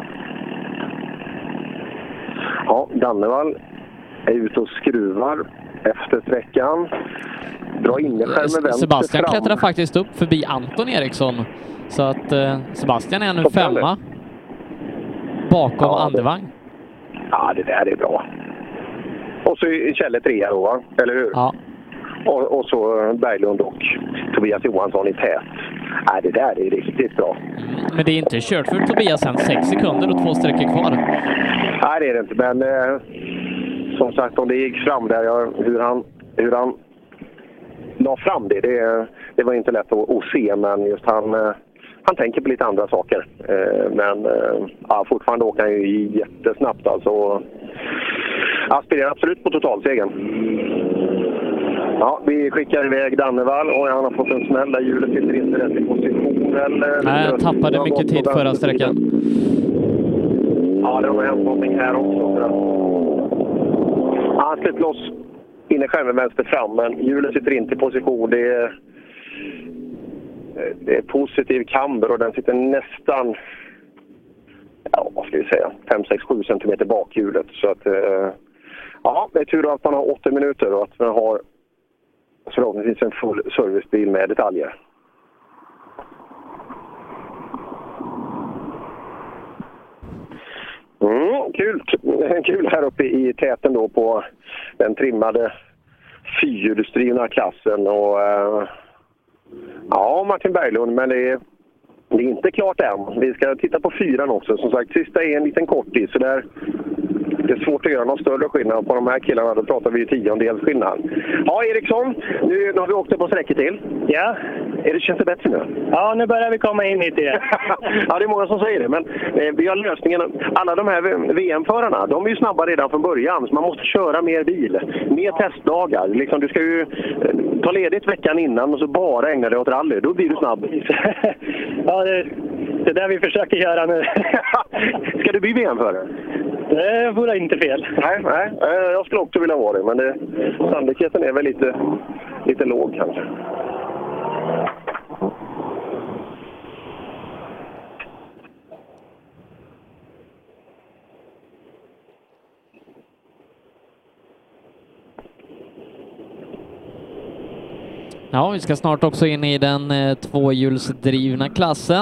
Ja, Dannevall är ute och skruvar efter sträckan. Dra in med vänster Sebastian fram. klättrar faktiskt upp förbi Anton Eriksson. Så att uh, Sebastian är nu Så femma bakom ja, Andevang. Ja, det där är bra. Och så är Kjelle trea då, va? Eller hur? Ja. Och, och så Berglund och Tobias Johansson i tät. Nej, det där är riktigt bra. Men det är inte kört för Tobias än. Sex sekunder och två sträckor kvar. Nej, det är det inte. Men eh, som sagt, om det gick fram där, ja, hur han... Hur han la fram det, det, det var inte lätt att, att se, men just han, han tänker på lite andra saker. Eh, men eh, ja, fortfarande åker han ju jättesnabbt alltså. Och aspirerar absolut på totalsegern. Ja, vi skickar iväg Dannevall och han har fått en smäll där hjulet sitter inte rätt i position. Eller, Nej, jag tappade mycket tid förra sträckan. Ja, det har hänt någonting här också. För att... ja, han släppt loss innerskärmen vänster fram, men hjulet sitter inte i position. Det är, det är positiv kamber och den sitter nästan, ja, vad ska vi säga, fem sex sju centimeter bak hjulet. Så att, ja, det är tur att man har åttio minuter och att man har förhoppningsvis en full servicebil med detaljer. Mm, kul. Kul här uppe i täten då på den trimmade fyrhjulsdrivna klassen. Och uh, ja, Martin Berglund, men det är, det är inte klart än. Vi ska titta på fyran också. Som sagt, sista är en liten kortis, så där det är svårt att göra någon större skillnad på de här killarna. Då pratar vi tiondels skillnad. Ja, Eriksson, nu, nu har vi åkt på sträcket till. Ja. Är det, känns det bättre nu? Ja, nu börjar vi komma in hit igen. Ja, det är många som säger det. Men eh, vi har lösningen. Alla de här V M-förarna, de är ju snabba redan från början. Så man måste köra mer bil. Mer testdagar. Liksom, du ska ju eh, ta ledigt veckan innan och så bara ägna dig åt rally. Då blir du snabb. Ja, det, det är det vi försöker göra nu. Ska du bli V M-förare? Det vore inte fel. Nej, nej, jag skulle också vilja vara det, men det, sannolikheten är väl lite, lite låg kanske. Ja, vi ska snart också in i den eh, tvåhjulsdrivna klassen.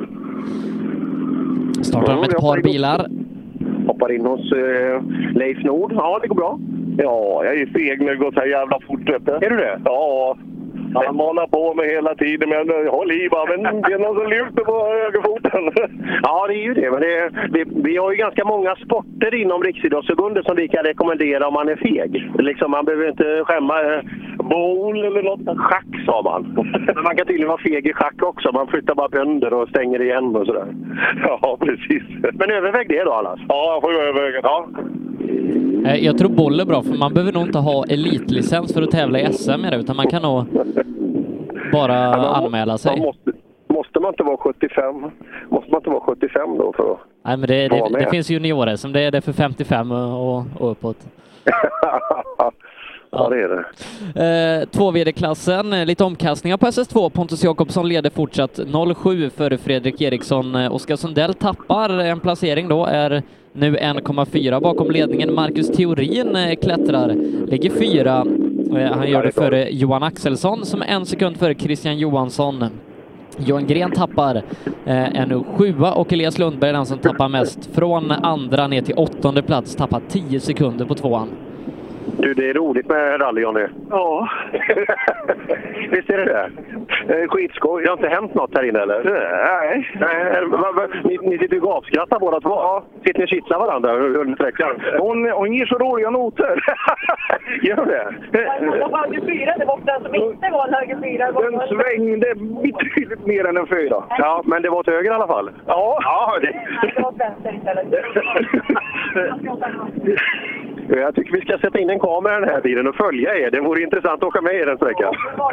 Startar med ett par bilar. Hoppar in hos eh, Leif Nord. Ja, det går bra. Ja, jag är feg när det går så här jävla fort. Är du det? Ja. Han manar på mig hela tiden, men håll i bara. Men det är någon som lyfter på högerfoten. Ja, det är ju det. Men det är, vi, vi har ju ganska många sporter inom Riksidrottsförbundet som vi kan rekommendera om man är feg. Liksom, man behöver inte skämma. Bowl eller något. Schack, sa man. Men man kan tydligen vara feg i schack också. Man flyttar bara bönder och stänger igen och sådär. Ja, precis. Men överväg det då, Allas. Ja, jag får ju överväga. Ja. Jag tror boll är bra, för man behöver nog inte ha elitlicens för att tävla i S M med det, utan man kan nog bara ja, anmäla sig. Man måste, måste man inte vara sjuttiofem? Måste man inte vara sjuttiofem då för att Nej, men det, det, det finns junior som det är det för femtiofem och, och uppåt. Ja, det är det. Eh, två V D-klassen, lite omkastningar på S S två. Pontus Jakobsson leder fortsatt noll sju för Fredrik Eriksson. Oskar Sundell tappar en placering då, är nu en komma fyra bakom ledningen. Marcus Theorin klättrar, ligger fyra. Han gör det före Johan Axelsson som är en sekund före Christian Johansson. Johan Gren tappar eh, en sjua och Elias Lundberg är den som tappar mest. Från andra ner till åttonde plats, tappar tio sekunder på tvåan. Du, det är roligt med rally, Johnny. Ja. Visst är det det? Eh, skitskoj. Det har inte hänt något här inne, eller? Nej. Nej. Ni, ni sitter ju och avskrattar båda två. Ja. Sitter ni och kittlar varandra under sträckan? Hon, hon ger så roliga noter. Gör det? Det var höger fyra, det var den som inte var en höger fyra. Den svängde betydligt mer än en fyra. Ja, men det var ett höger i alla fall. Ja. Ja, det... Nej, det var vänster istället. Jag tycker vi ska sätta in en kamera i den här bilen och följa er. Det vore intressant att åka med i den sträckan.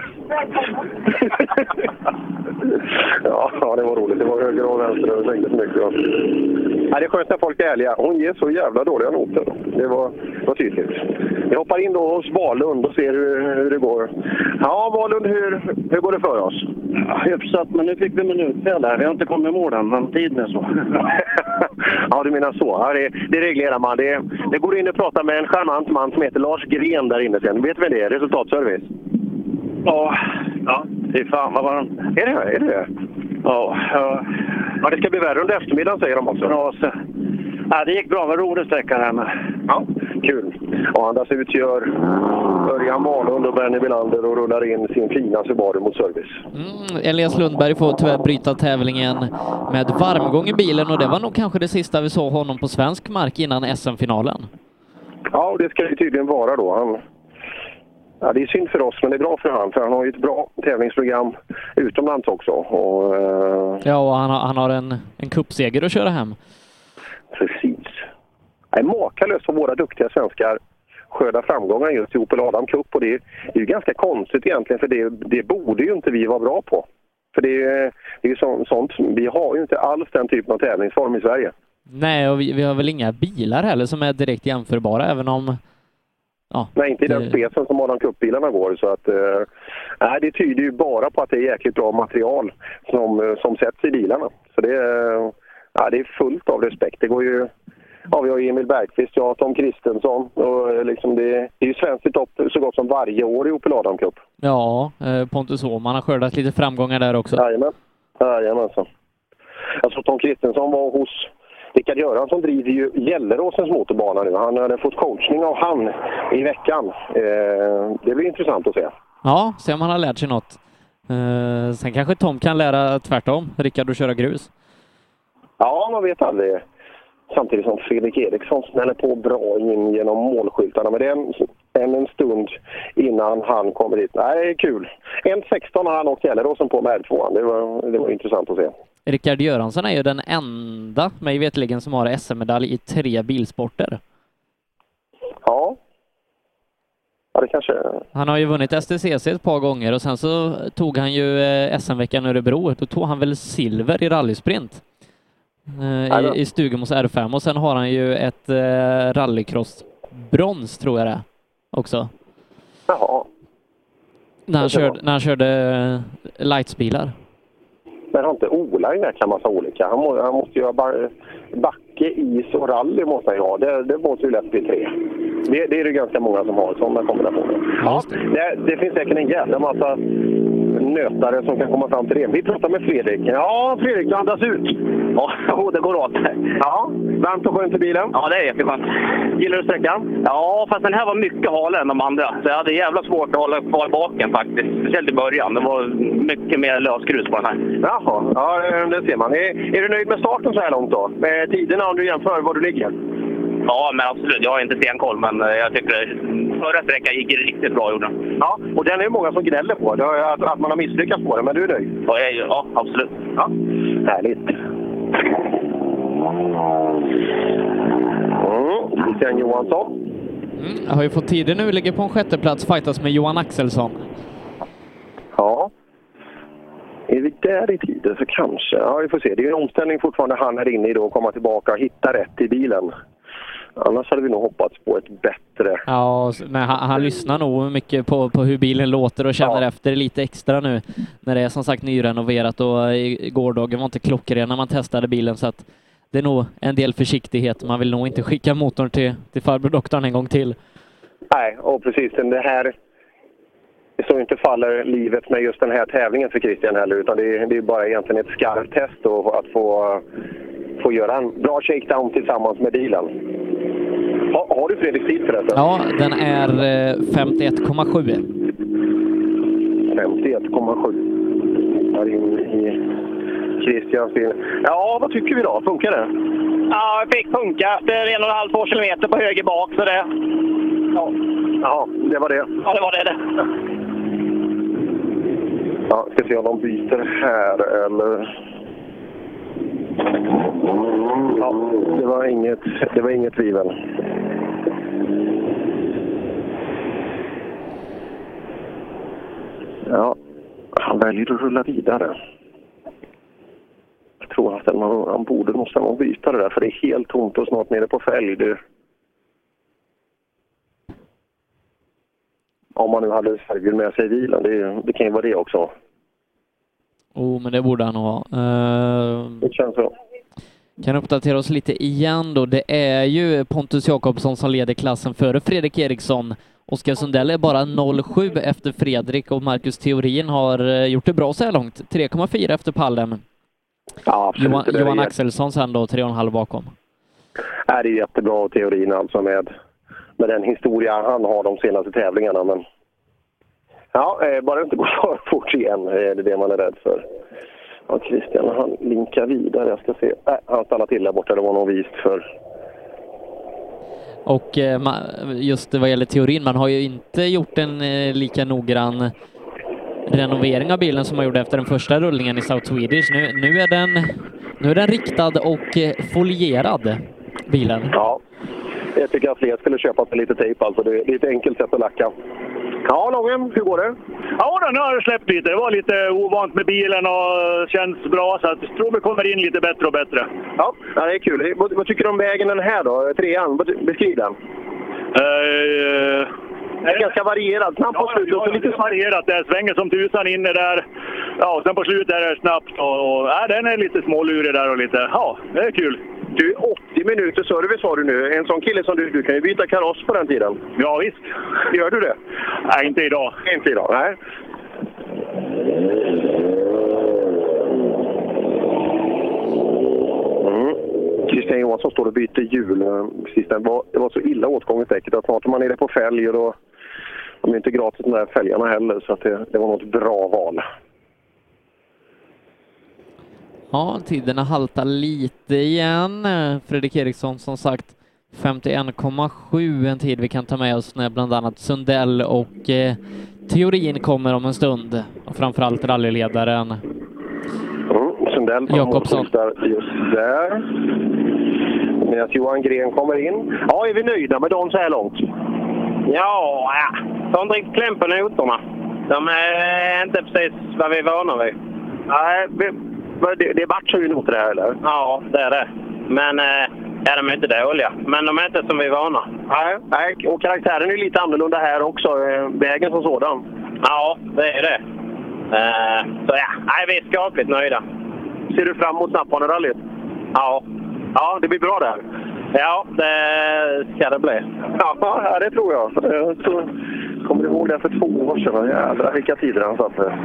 Ja, det var roligt. Det var höger och vänster och det svängde så mycket. Ja, det är skönt när folk är ärliga. Hon ger så jävla dåliga noter. Det var, var tydligt. Vi hoppar in då hos Wahlund och ser hur, hur det går. Ja, Wahlund, hur, hur går det för oss? Ja, hyfsat, men nu fick vi minutfel där. Vi har inte kommit i mål än, men tiden är så. Ja, du menar så. Ja, det, det reglerar man. Det, det går in och prata med en charmant man som heter Lars Gren där inne sen. Vet vi det? Resultatservice. Ja, ja. Det är fan vad varmt. Är det är det? det? Ja, ja. Ja, det ska bli värre under eftermiddagen, säger de också. Ja, så. Ja, det gick bra. Vad rolig sträcka här med. Ja, kul. Och andas ut gör Örjan Wahlund och Benny Wilander och rullar in sin fina Subaru mot service. Mm, Elias Lundberg får tyvärr bryta tävlingen med varmgång i bilen, och det var nog kanske det sista vi såg honom på svensk mark innan S M-finalen. Ja, och det ska det tydligen vara då. Han, Ja, det är synd för oss, men det är bra för han. För han har ju ett bra tävlingsprogram utomlands också. Och, uh... Ja, och han har, han har en, en kuppseger att köra hem. Precis. Det är makalöst för våra duktiga svenskar skördar framgångar just i Opel Adam Cup. Och det är, det är ju ganska konstigt egentligen, för det, det borde ju inte vi vara bra på. För det är, det är ju så, sånt, vi har ju inte alls den typen av tävlingsform i Sverige. Nej, och vi, vi har väl inga bilar heller som är direkt jämförbara, även om... Ja, Nej, inte i den det... specen som Adam Cup-bilarna går. Så att, eh, nej, det tyder ju bara på att det är jäkligt bra material som, som sätts i bilarna. Så det, ja, det är fullt av respekt. Det går ju... Ja, vi har Emil Bergqvist, ja, Tom Kristensson. Och liksom det, det är ju svenskt i topp så gott som varje år i Opel Adam Cup. Ja, Pontus Åhman har skördat lite framgångar där också. Jajamän, jajamän så. Alltså Tom Kristensson var hos Rickard Göransson, driver ju Gelleråsens motorbana nu. Han hade fått coachning av han i veckan. Eh, det blir intressant att se. Ja, se om han har lärt sig något. Eh, sen kanske Tom kan lära tvärtom, Rickard, att köra grus. Ja, man vet aldrig. Samtidigt som Fredrik Eriksson smäller på bra in genom målskyltarna. Men det är en, en, en stund innan han kommer dit. Nej, det är kul. en sexton har han åkt Gelleråsen på med R två. Det var, det var intressant att se. Rickard Göransson är ju den enda, mig vetligen, som har S M-medalj i tre bilsporter. Ja. Ja, det kanske... Han har ju vunnit S T C C ett par gånger och sen så tog han ju S M-veckan i Örebro. Då tog han väl silver i rallysprint. I, i Stugemos R fem, och sen har han ju ett eh, rallycross-brons, tror jag det också. Jaha. När han, körde, när han körde lightsbilar. Men har inte Ola en jäkla massa olika? Han, må, han måste ju ha bar, backe, is och rally måste han ju ha. Det, det måste ju lätt bli tre. Det, det är det ganska många som har sådana kombinationer. Ja, det, det finns säkert en jävla massa nötare som kan komma fram till det. Vi pratar med Fredrik. Ja, Fredrik, du andas ut. Ja, det går åt. Ja, varmt och skönt i bilen. Ja, det är jätteskönt. Gillar du sträckan? Ja, fast den här var mycket halare än de andra. Så jag hade jävla svårt att hålla kvar baken faktiskt. Speciellt i början. Det var mycket mer lösgrus på den här. Jaha, ja, det ser man. Är, är du nöjd med starten så här långt då? Med tiderna om du jämför var du ligger? Ja, men absolut. Jag har inte stenkoll, men jag tycker förra sträckan gick riktigt bra, gjorde den. Ja, och den är ju många som gnäller på. Det är att, att man har misslyckats på det, men du är nöjd? Ja, jag, ja absolut. Ja, härligt. Mm, Christian Johansson. Mm, jag har ju fått tider nu, ligger på en sjätte plats, fightas med Johan Axelsson. Ja. Är vi där i tiden så kanske. Ja, vi får se. Det är ju en omställning fortfarande han är inne i då, att komma tillbaka och hitta rätt i bilen. Annars hade vi nog hoppats på ett bättre... Ja, men han, han lyssnar nog mycket på, på hur bilen låter och känner ja. efter lite extra nu. När det är som sagt nyrenoverat, och i gårdagen var inte klockren när man testade bilen, så att det är nog en del försiktighet. Man vill nog inte skicka motorn till, till farbror doktorn en gång till. Nej, och precis. Det här... Det så inte faller livet med just den här tävlingen för Christian heller, utan det är, det är bara egentligen ett skarpt test då, att få, få göra en bra shakedown tillsammans med bilen. Ha, har du Fredriks tid förresten? Ja, den är femtioett komma sju. femtioett komma sju. Här in i Christians bil. Ja, vad tycker vi då? Funkar det? Ja, jag fick funka efter en och en halv, två kilometer på höger bak, så det... Ja. Ja, det var det. Ja, det var det. det. Ja, ska se om de byter här eller... Ja, det var inget, det var inget tvivel. Ja, han väljer att rulla vidare. Jag tror att man, han borde måste nog byta det där, för det är helt tomt och snart nere på fälg. Det... Om man nu hade färgen med sig i bilen, det, det kan ju vara det också. Oh, men det borde han nog ha. Uh, det känns så. Kan uppdatera oss lite igen då. Det är ju Pontus Jakobsson som leder klassen före Fredrik Eriksson. Oskar Sundell är bara noll komma sju efter Fredrik, och Marcus Theorin har gjort det bra så här långt. tre komma fyra efter pallen. Ja, Johan, Johan Axelsson sen då tre komma fem bakom. Ja, det är jättebra Theorin alltså med, med den historia han har de senaste tävlingarna. Men ja, bara inte gå för fort igen är det det man är rädd för. Ja, Christian, han linkar vidare. Jag ska se. Äh, han stannar till där borta. Det var nog vist för... Och eh, just vad gäller teorin, man har ju inte gjort en eh, lika noggrann renovering av bilen som man gjorde efter den första rullningen i South Swedish. Nu, nu, är, den, nu är den riktad och eh, folierad, bilen. Ja, jag tycker att fler skulle köpa med lite tejp. Alltså. Det är ett enkelt sätt att lacka. Ja, Lången, hur går det? Ja, då, nu har det släppt lite. Det var lite ovant med bilen och känns bra, så att jag tror vi kommer in lite bättre och bättre. Ja, ja det är kul. Vad, vad tycker du om vägen den här då? Trean, beskriv den. Uh, det är ganska varierat. Snabbt på ja, slutet. Ja, lite varierat. Det svänger som tusan inne där. Ja, och sen på slutet är det snabbt. Och, och, ja, den är lite smålurig där och lite... Ja, det är kul. Du, åttio minuter service har du nu. En sån kille som du, du kan ju byta kaross på den tiden. Ja, visst. Gör du det? Nej, inte idag. Inte idag, nej. Mm. Christian Johansson står och byter hjul. Det var, det var så illa åtgånget däcket att snart är man nere på fälg och då... De är inte gratis de där fälgarna heller, så att det, det var något bra val. Ja, tiderna haltar lite igen. Fredrik Eriksson som sagt femtioen komma sju, en tid vi kan ta med oss när bland annat Sundell och eh, teorin kommer om en stund. Och framförallt rallyledaren mm, Sundell Jakobsson. Just där. Medan Johan Gren kommer in. Ja, är vi nöjda med dem så här långt? Ja, ja. Jag har inte riktigt kläm på noterna. De är inte precis vad vi är vana vid. Nej, det, det matchar ju noter det här, eller? Ja, det är det. Men ja, de är inte dåliga. Men de är inte som vi är vana. Nej, nej, och karaktären är lite annorlunda här också. Vägen som sådan. Ja, det är det. Så ja, nej, vi är skapligt nöjda. Ser du fram emot Snappbanerallyt? Ja. Ja, det blir bra där. Ja, det ska det bli. Ja, det tror jag. Jag tror, kommer du ihåg det för två år sedan? Jädrar vilka tider han satte.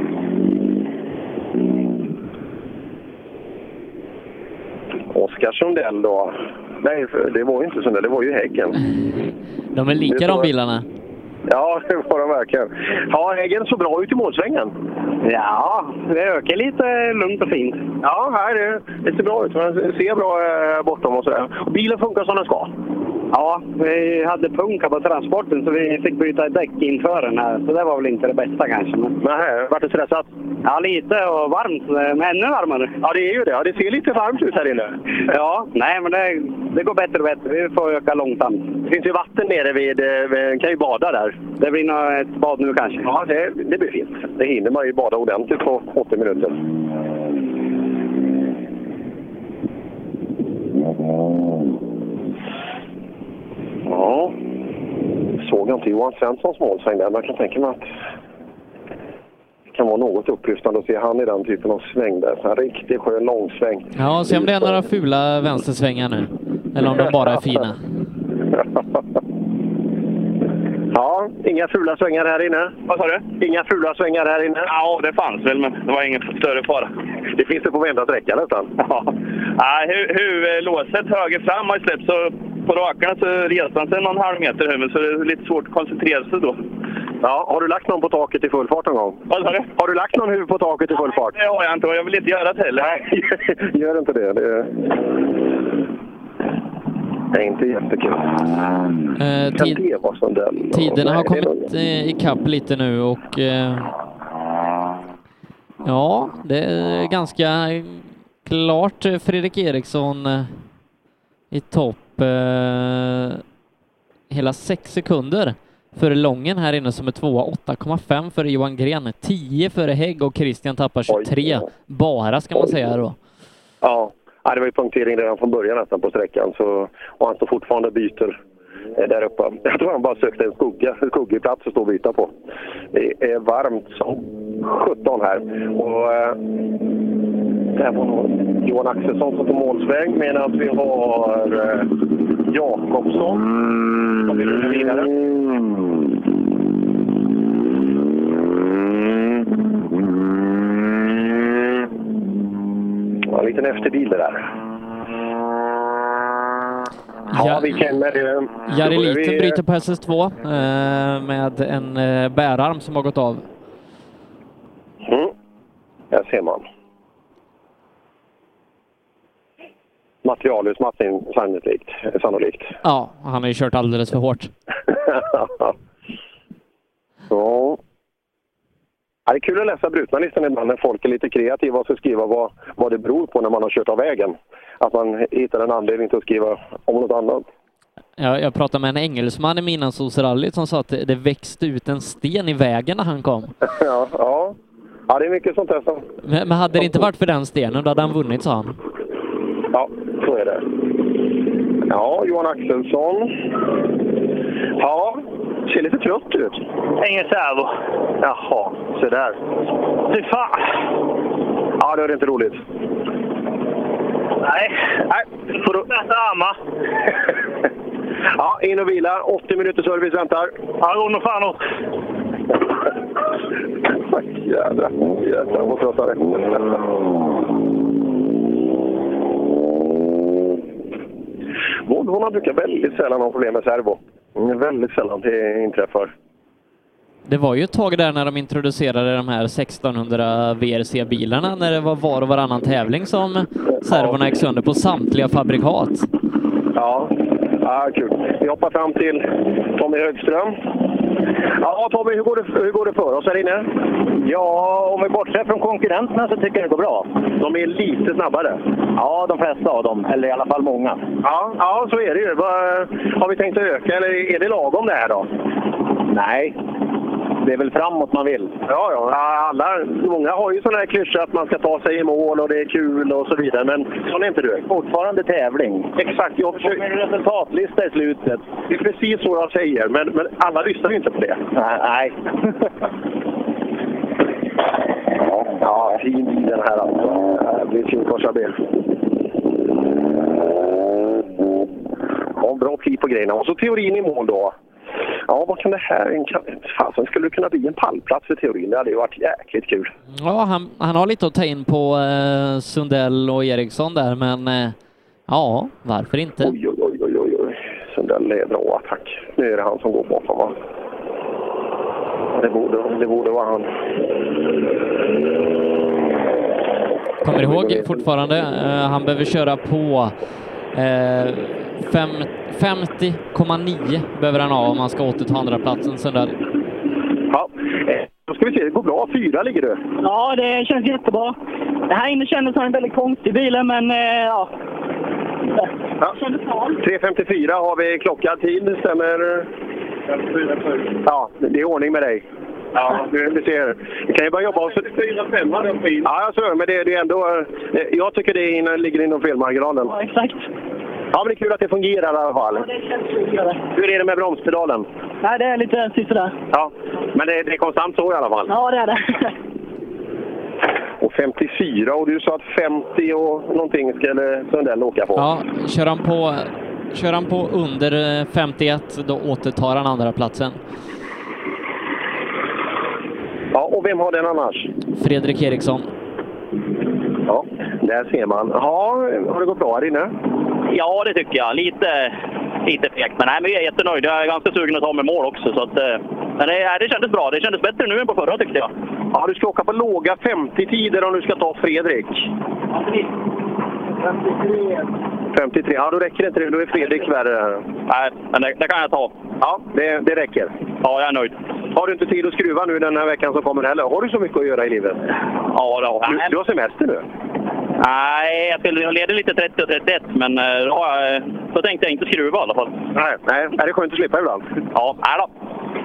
Oskar Sundell då. Nej, det var ju inte Sundell, det var ju Häggen. De är lika de bilarna. Ja, det var de verkligen. Ja, Häggen så bra ut i målsvängen. Ja, det ökar lite lugnt och fint. Ja, här är det ser bra ut. Man ser bra bortom och sådär. Och bilen funkar som den ska. Ja, vi hade punka på transporten så vi fick byta däck inför den här. Så det var väl inte det bästa kanske. Men... Nej, vart det stressat? Ja, lite och varmt, men ännu varmare. Ja, det är ju det. Ja, det ser lite varmt ut här inne. Ja, nej men det, det går bättre och bättre. Vi får öka långsamt. Det finns ju vatten nere vid, vi kan ju bada där. Det blir nog ett bad nu kanske. Ja, det, det blir fint. Det hinner man ju bada ordentligt på åttio minuter. Ja, såg jag inte Johan Svenssons målsväng där, men jag kan tänka mig att det kan vara något upplyftande att se han i den typen av sväng där. Så en riktigt skön långsväng. Ja, se om det är några fula vänstersvängar nu. Eller om de bara är fina. Ja, inga fula svängar här inne. Vad sa du? Inga fula svängar här inne. Ja, det fanns väl, men det var ingen större fara. Det finns det på varenda sträcka nästan. Ja. Ja, hur, hur låset höger fram har släppt så på rakarna så reser han sig någon halv meter höger, så det är lite svårt att koncentrera sig då. Ja, har du lagt någon på taket i full fart någon gång? Vad sa du? Har du lagt någon huvud på taket i full fart? Nej, det har jag inte och jag vill inte göra det heller. Nej, gör inte det. Det är, det är inte jättekul. Eh, tid... Kan det vara sån där? Tiderna Nej, har kommit eh, ikapp lite nu och eh, ja, det är ganska klart Fredrik Eriksson eh, i topp. Eh, hela sex sekunder för Lången här inne som är tvåa, åtta komma fem för Johan Gren, tio för Hägg och Christian tappar tjugotre. Oj. Bara ska man säga då. Ja. Ja, det var ju punktering redan från början nästan på sträckan. Så, och han står fortfarande och byter eh, där uppe. Jag tror han bara sökte en skugga, en skuggig plats att stå och byta på. Det är varmt som sjutton här. Och eh, det här var nog Johan Axelsson som tog målsväng medan vi har eh, Jakobsson som vill rulla vidare. En liten efterbil det där. Ja, ja vi känner det. Jari Liten vi... bryter på S S två eh, med en eh, bärarm som har gått av. Mm. Där ser man. materialhus Martin sannolikt. sannolikt. Ja, han har ju kört alldeles för hårt. Så. Ja, det är kul att läsa brutna listan ibland när folk är lite kreativa och ska skriva vad, vad det beror på när man har kört av vägen. Att man hittar en anledning till att skriva om något annat. Ja, jag pratade med en engelsman i Midnattssolsrallyt som sa att det, det växte ut en sten i vägen när han kom. ja, ja. ja, det är mycket sånt här. Som... Men, men hade det inte varit för den stenen, då hade han vunnit, sa han. Ja, så är det. Ja, Johan Axelsson. Ja, ser lite trött ut. Ingen servo. Jaha, så där. Fy fan. Ja, det är inte roligt. Nej, nej. Får du mäta armar? Ja, in och vila. åttio minuter service väntar. Ja, går nog fan åt. Jädrar, jädrar. Jag måste ta det. Volvona brukar väldigt sällan ha problem med servo. Väldigt sällan det inträffar. Det var ju ett tag där när de introducerade de här sextonhundra V R C-bilarna, när det var var och varannan tävling som servorna gick sönder på samtliga fabrikat. Ja, ja kul. Vi hoppar fram till Tommy Högström. Ja, Tommy, hur går det, hur går det för oss här inne? Ja, om vi bortser från konkurrenterna så tycker jag det går bra. De är lite snabbare. Ja, de flesta av dem. Eller i alla fall många. Ja, ja så är det ju. Vad, har vi tänkt att öka eller är det lagom det här då? Nej, det är väl framåt man vill. Ja, ja. Alla, många har ju sådana här klyschor att man ska ta sig i mål och det är kul och så vidare. Men sån är inte du. Fortfarande tävling. Exakt. Jag försöker... Det kommer en resultatlista i slutet. Det är precis så jag säger. Men, men alla lyssnar ju inte på det. Nej. nej. ja, ja, fin bil den här alltså. Det blir fin Corsa B. Ja, bra tid på grejerna. Och så teorin i mål då. Ja, vad kan det här... Fasen, skulle det kunna bli en pallplats för teorin? Det hade ju varit jäkligt kul. Ja, han, han har lite att ta in på eh, Sundell och Eriksson där, men eh, ja, varför inte? Oj, oj, oj, oj, oj. Sundell är bra attack. Nu är det han som går bakom, va? Det borde, det borde vara han. Kommer ihåg fortfarande, eh, han behöver köra på eh, femtio komma nio behöver han ha om han ska återta andra platsen sen där. Ja, då ska vi se, det går bra. Fyra ligger du. Ja, det känns jättebra. Det här inne kändes som en väldigt konstig bil, men eh, ja. ja. tre femtiofyra har vi klockad tid, det stämmer. Ja, det är ordning med dig. Ja, du ser. Vi kan ju bara jobba oss... fyra fem hade fin. Ja, jag tror men det, det är ändå... Jag tycker det in, ligger inom felmarginalen. Ja, exakt. Ja, men det är kul att det fungerar i alla fall. Ja, det känns kul. Hur är det med bromspedalen? Nej, det är lite sista där. Ja, men det, det är konstant så i alla fall. Ja, det är det. Och femtiofyra, och du sa att femtio och någonting skulle Sundell åka på. Ja, kör han på, kör han på under femtioett, då återtar han andra platsen. Ja, och vem har den annars? Fredrik Eriksson. Ja, där ser man. Ja, har det gått bra här inne? Ja, det tycker jag. Lite, lite fegt. Men, nej, men jag är jättenöjd. Jag är ganska sugen att ta med mål också. Så att, men det, det kändes bra. Det kändes bättre nu än på förra, tyckte jag. Ja, du ska åka på låga femtio-tider om du ska ta Fredrik. femtiotre. femtiotre, ja då räcker det inte det. Då är Fredrik värre. Nej, men det, det kan jag ta. Ja, det, det räcker. Ja, jag är nöjd. Har du inte tid att skruva nu den här veckan som kommer heller? Har du så mycket att göra i livet? Ja, då. Du, du har semester nu? Nej, jag skulle leda lite trettio och trettioett, men ja, så tänkte jag inte skruva i alla fall. Nej, nej. Är det skönt att slippa ibland? Ja, nej då.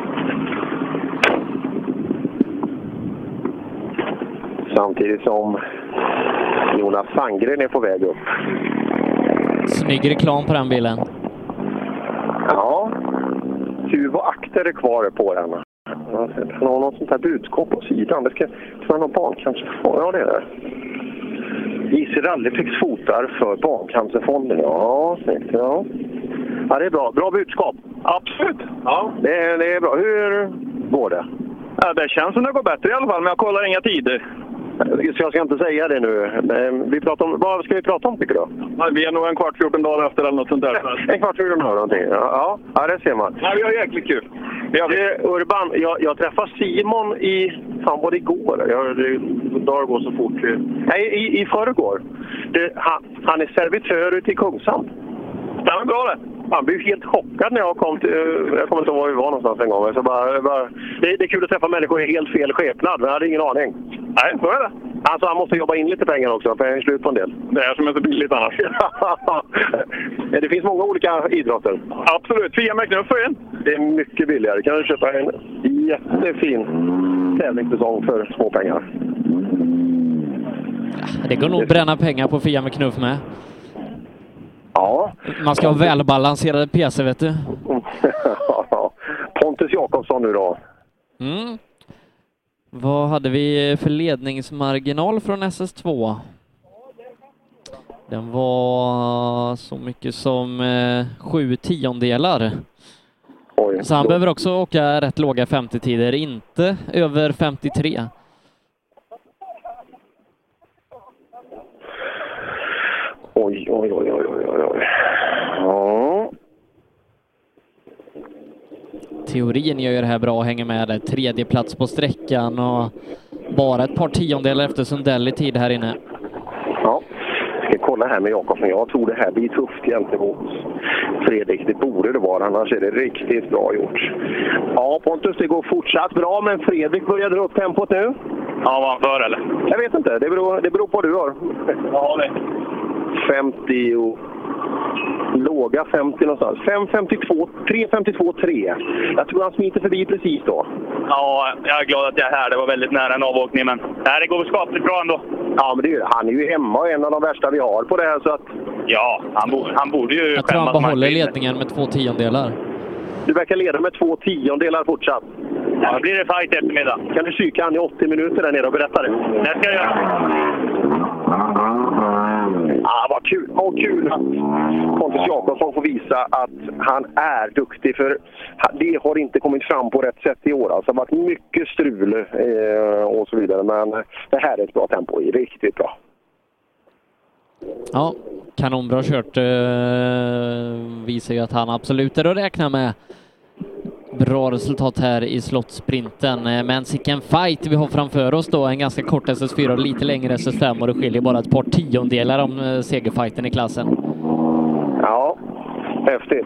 Samtidigt som Jonas Sandgren är på väg upp. Snygg reklam på den bilen. Ja, Huv och akter är kvar på den. Han har något sånt här budskap på sidan. Det ska vara någon barncancerfond. Ja, det är det. J C Rallyfix fotar för barncancerfonden. Ja, snyggt. Ja. Ja, det är bra. Bra budskap. Absolut. Ja, det är, det är bra. Hur går det? Ja, det känns som det går bättre i alla fall, men jag kollar inga tider. Så jag ska inte säga det nu. Vi pratar om, vad ska vi prata om, tycker du? Ja, vi är nog en kvart, fjorton dagar efter eller något sånt där. En kvart, fjorton dagar någonting. Ja, ja, det ser man. Ja, vi har jäkligt kul. Ja, det är Urban. Jag, jag träffade Simon i... Fan, var det igår? Jag, det, dagar går så fort. Nej, i, i förrgår. Det, han, han är servitör ute i Kungshamn. Stämmer bra det. Han blev helt chockad när jag kom till... Jag kommer inte ihåg var vi var någonstans en gång. Så bara, bara, det, det är kul att träffa människor i helt fel skepnad, men jag hade ingen aning. Nej, så är det. Alltså han måste jobba in lite pengar också, för jag är slut på en del. Det är som är så billigt annars. Det finns många olika idrotter. Absolut, Fia med knuff för en. Det är mycket billigare. Kan du köpa en jättefin tävlingssäsong för små pengar. Det går nog bränna pengar på Fia med knuff med. Ja. Man ska ha välbalanserade P C, vet du. Pontus Jakobsson nu då. Mm. Vad hade vi för ledningsmarginal från S S två? Den var så mycket som eh, sju tiondelar. Oj, så han då. behöver också åka rätt låga femtio-tider, inte över femtiotre. Oj, oj, oj, oj, oj, oj. Ja. Teorin gör ju det här bra och hänger med där. Tredje plats på sträckan och bara ett par tiondelar efter Sundell i tid här inne. Ja, jag ska kolla här med Jakobsson. Jag tror det här blir tufft gentemot Fredrik. Det borde det vara, annars är det riktigt bra gjort. Ja, Pontus, det går fortsatt bra, men Fredrik börjar dra upp tempot nu. Ja, var han för eller? Jag vet inte, det beror, det beror på vad du har. Ja, det. femtio... Låga femtio någonstans. fem femtiotvå, tre femtiotvå tre. Jag tror han smiter förbi precis då. Ja, jag är glad att jag är här. Det var väldigt nära en avåkning, men nej, det går skapligt bra ändå. Ja, men det är, han är ju hemma och en av de värsta vi har på det här, så att... Ja, han, bo, han borde ju... Jag tror han behåller ledningen med två tiondelar. Du verkar leda med två tiondelar fortsatt. Ja, då blir det fight eftermiddag. Kan du psyka han i åttio minuter där nere och berätta det? Det ska jag göra. Ah, vad kul, vad kul att Pontus Jakobsson får visa att han är duktig, för det har inte kommit fram på rätt sätt i år. Alltså, det har varit mycket strul eh, och så vidare, men det här är ett bra tempo i, riktigt bra. Ja, kanonbra kört. Eh, visar ju att han absolut är att räkna med. Bra resultat här i slottsprinten, men sicken fight vi har framför oss då. En ganska kort S S fyra och lite längre S S fem, och det skiljer bara ett par tiondelar om segerfighten i klassen. Ja, häftigt.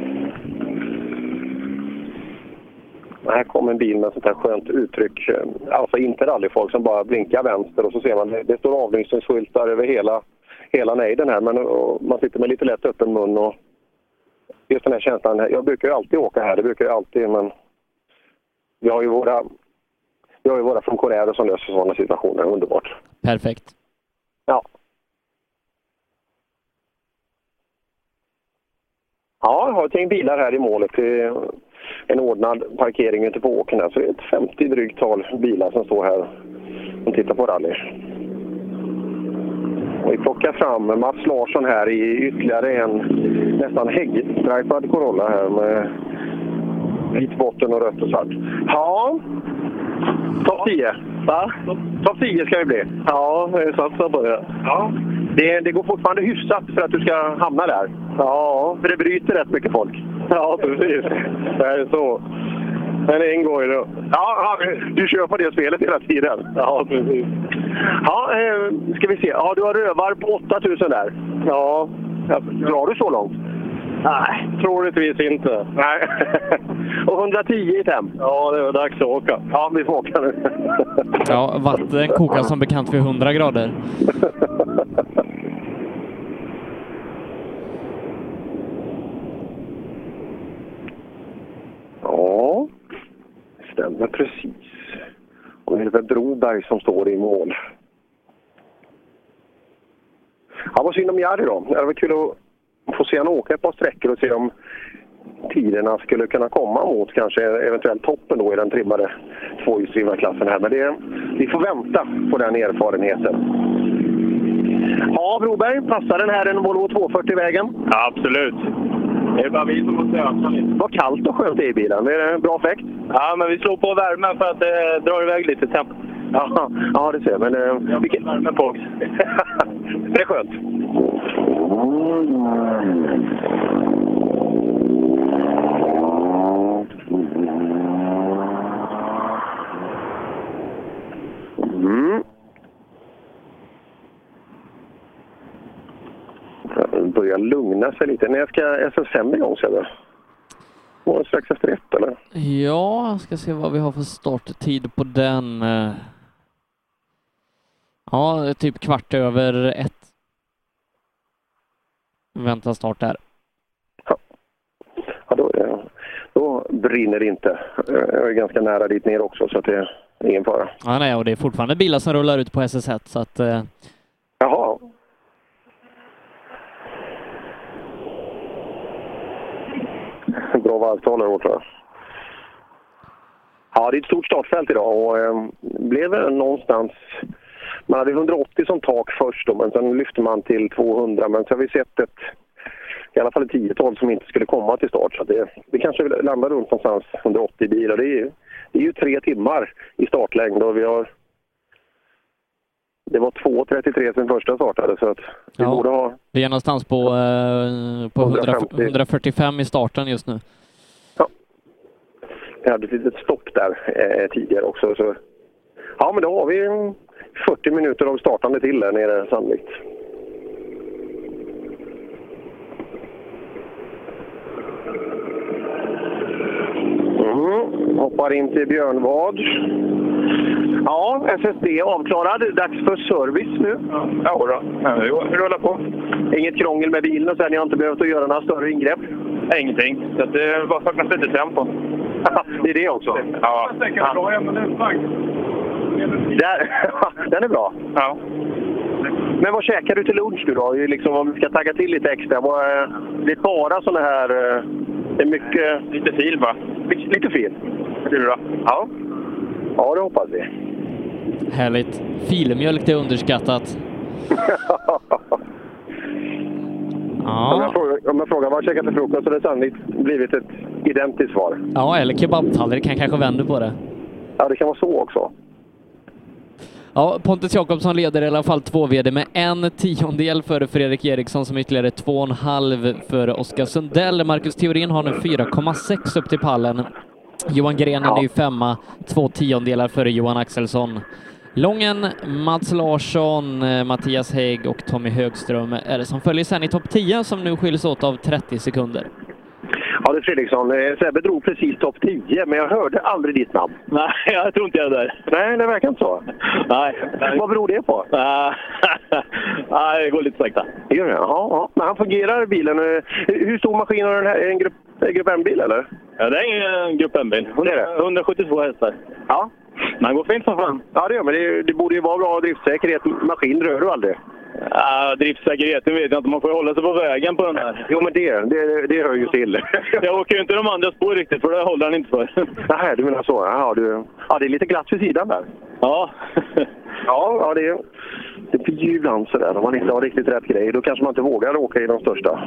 Här kommer en bil med sånt här skönt uttryck. Alltså inte rallyfolk som bara blinkar vänster och så ser man det står avlysningsskyltar över hela, hela nejden här, men man sitter med lite lätt öppen mun och just den här känslan. Jag brukar ju alltid åka här, det brukar jag alltid, men vi har ju våra, vi har ju våra funktionärer som löser sådana situationer. Underbart. Perfekt. Ja. Ja, jag har ett gäng bilar här i målet. Det är en ordnad parkering ute på åken här, så det är ett femtio drygt tal bilar som står här och tittar på rally. Och vi plockar fram Mats Larsson här i ytterligare en nästan häggstripad Corolla här med vit botten och rött och svart. Ja, topp tio. Va? Topp tio ska vi bli. Ja, jag satsar på det. Ja. Det, det går fortfarande hyfsat för att du ska hamna där. Ja, för det bryter rätt mycket folk. Ja, precis. Det är så. Men en går ju då. Ja, du kör på det spelet hela tiden. Ja, precis. Ja, ska vi se. Ja, du har rövar på åtta tusen där. Ja. Drar du så långt? Nej, troligtvis inte. Nej. Och hundratio i tem? Ja, det är dags att åka. Ja, vi får åka nu. Ja, vatten kokar som bekant vid hundra grader. Ja, stämmer precis. Och det är väl Broberg som står i mål. Ja, vad synd om Jari då. Det var kul att få se han åka ett par sträckor och se om tiderna skulle kunna komma mot kanske eventuellt toppen då i den trimmade tvåhjulsdrivna klassen här. Men det, vi får vänta på den erfarenheten. Ja, Broberg, passar den här en Volvo tvåhundrafyrtio-vägen? Ja, absolut. Det är bara vi som måste öka lite. Vad kallt och skönt det är i bilen. Är det en bra effekt? Ja, men vi slår på värmen för att det drar iväg lite tempo. Ja, ja, det ser. Men eh, vilken värme på. Det är skönt. lugna sig lite. När ska S S fem igång så det? Var det strax efter ett eller? Ja, jag ska se vad vi har för starttid på den. Ja, typ kvart över ett. Vänta start där. Ja, ja då, är det, då brinner det inte. Jag är ganska nära dit ner också så att det är ingen fara. Ja, nej, och det är fortfarande bilar som rullar ut på S S ett så att... Eh... Jaha. Bra varvtal här, tror jag. Ja, det är ett stort startfält idag och eh, blev någonstans... Man hade hundraåttio som tak först då, men sen lyfte man till tvåhundra. Men så har vi sett ett, i alla fall ett tiotal som inte skulle komma till start. Så det, det kanske landar runt någonstans hundraåttio bilar. Det är ju, det är ju tre timmar i startlängd och vi har... Det var två trettiotre sen första startade så att vi ja, borde ha... Vi är någonstans på, eh, på hundrafyrtiofem i starten just nu. Ja. Vi hade ett litet stopp där eh, tidigare också. Så... Ja, men då har vi fyrtio minuter av startande till där nere sannolikt. Mm. Hoppar in till Björnvad. Ja, S S D avklarad. Dags för service nu. Ja, ja då. Vi rullar på. Inget krångel med bilen och sen ni har inte behövt att göra några större ingrepp? Ingenting. Så det är bara saknas lite tempo. Det är det också? Ja. Ja. Där. Den är bra. Ja. Men vad käkar du till lunch nu då? Liksom, om vi ska tagga till lite extra. Vad, det är bara sådana här... Det är mycket... Lite fil va? Lite fil. Det är bra. Ja. Ja, det hoppas vi. Härligt. Filmjölk är underskattat. Ja. Om, jag frågar, om jag frågar vad jag käkar till frukost så har det sannolikt blivit ett identiskt svar. Ja, eller kebabtallrik kan kanske vända på det. Ja, det kan vara så också. Ja, Pontus Jakobsson leder i alla fall två V D med en tiondel före Fredrik Eriksson som ytterligare två och en halv före Oskar Sundell. Marcus Theorin har nu fyra komma sex upp till pallen. Johan Grenen ja. är ju femma, två tiondelar före Johan Axelsson. Lången, Mats Larsson, Mattias Hägg och Tommy Högström är det som följer sen i topp tio som nu skiljs åt av trettio sekunder. Ja, det är Fredriksson. Sebbe drog precis topp tio, men jag hörde aldrig ditt namn. Nej, jag tror inte jag är där. Nej, det verkar inte så. Nej. Vad beror det på? Nej, det går lite sakta. Det gör det? Ja, ja. Men han fungerar bilen. Hur stor maskin har den här? Är det en grupp, grupp M-bil, eller? Ja, det är en grupp M-bil. hundrasjuttiotvå hästar. Ja. Men det går fint som fan. Ja, det gör men det, det borde ju vara bra driftsäkerhet. Maskin rör du aldrig. Ja, driftsäkerheten vet jag inte. Man får hålla sig på vägen på den här. Jo, men det, det, det hör ju till. Jag åker ju inte de andra spår riktigt, för det håller han inte för. Nej, du menar så. Ja, du, ja, det är lite glatt vid sidan där. Ja. ja, ja, det, det blir ju ibland sådär. Om man inte har riktigt rätt grej, då kanske man inte vågar åka i de största.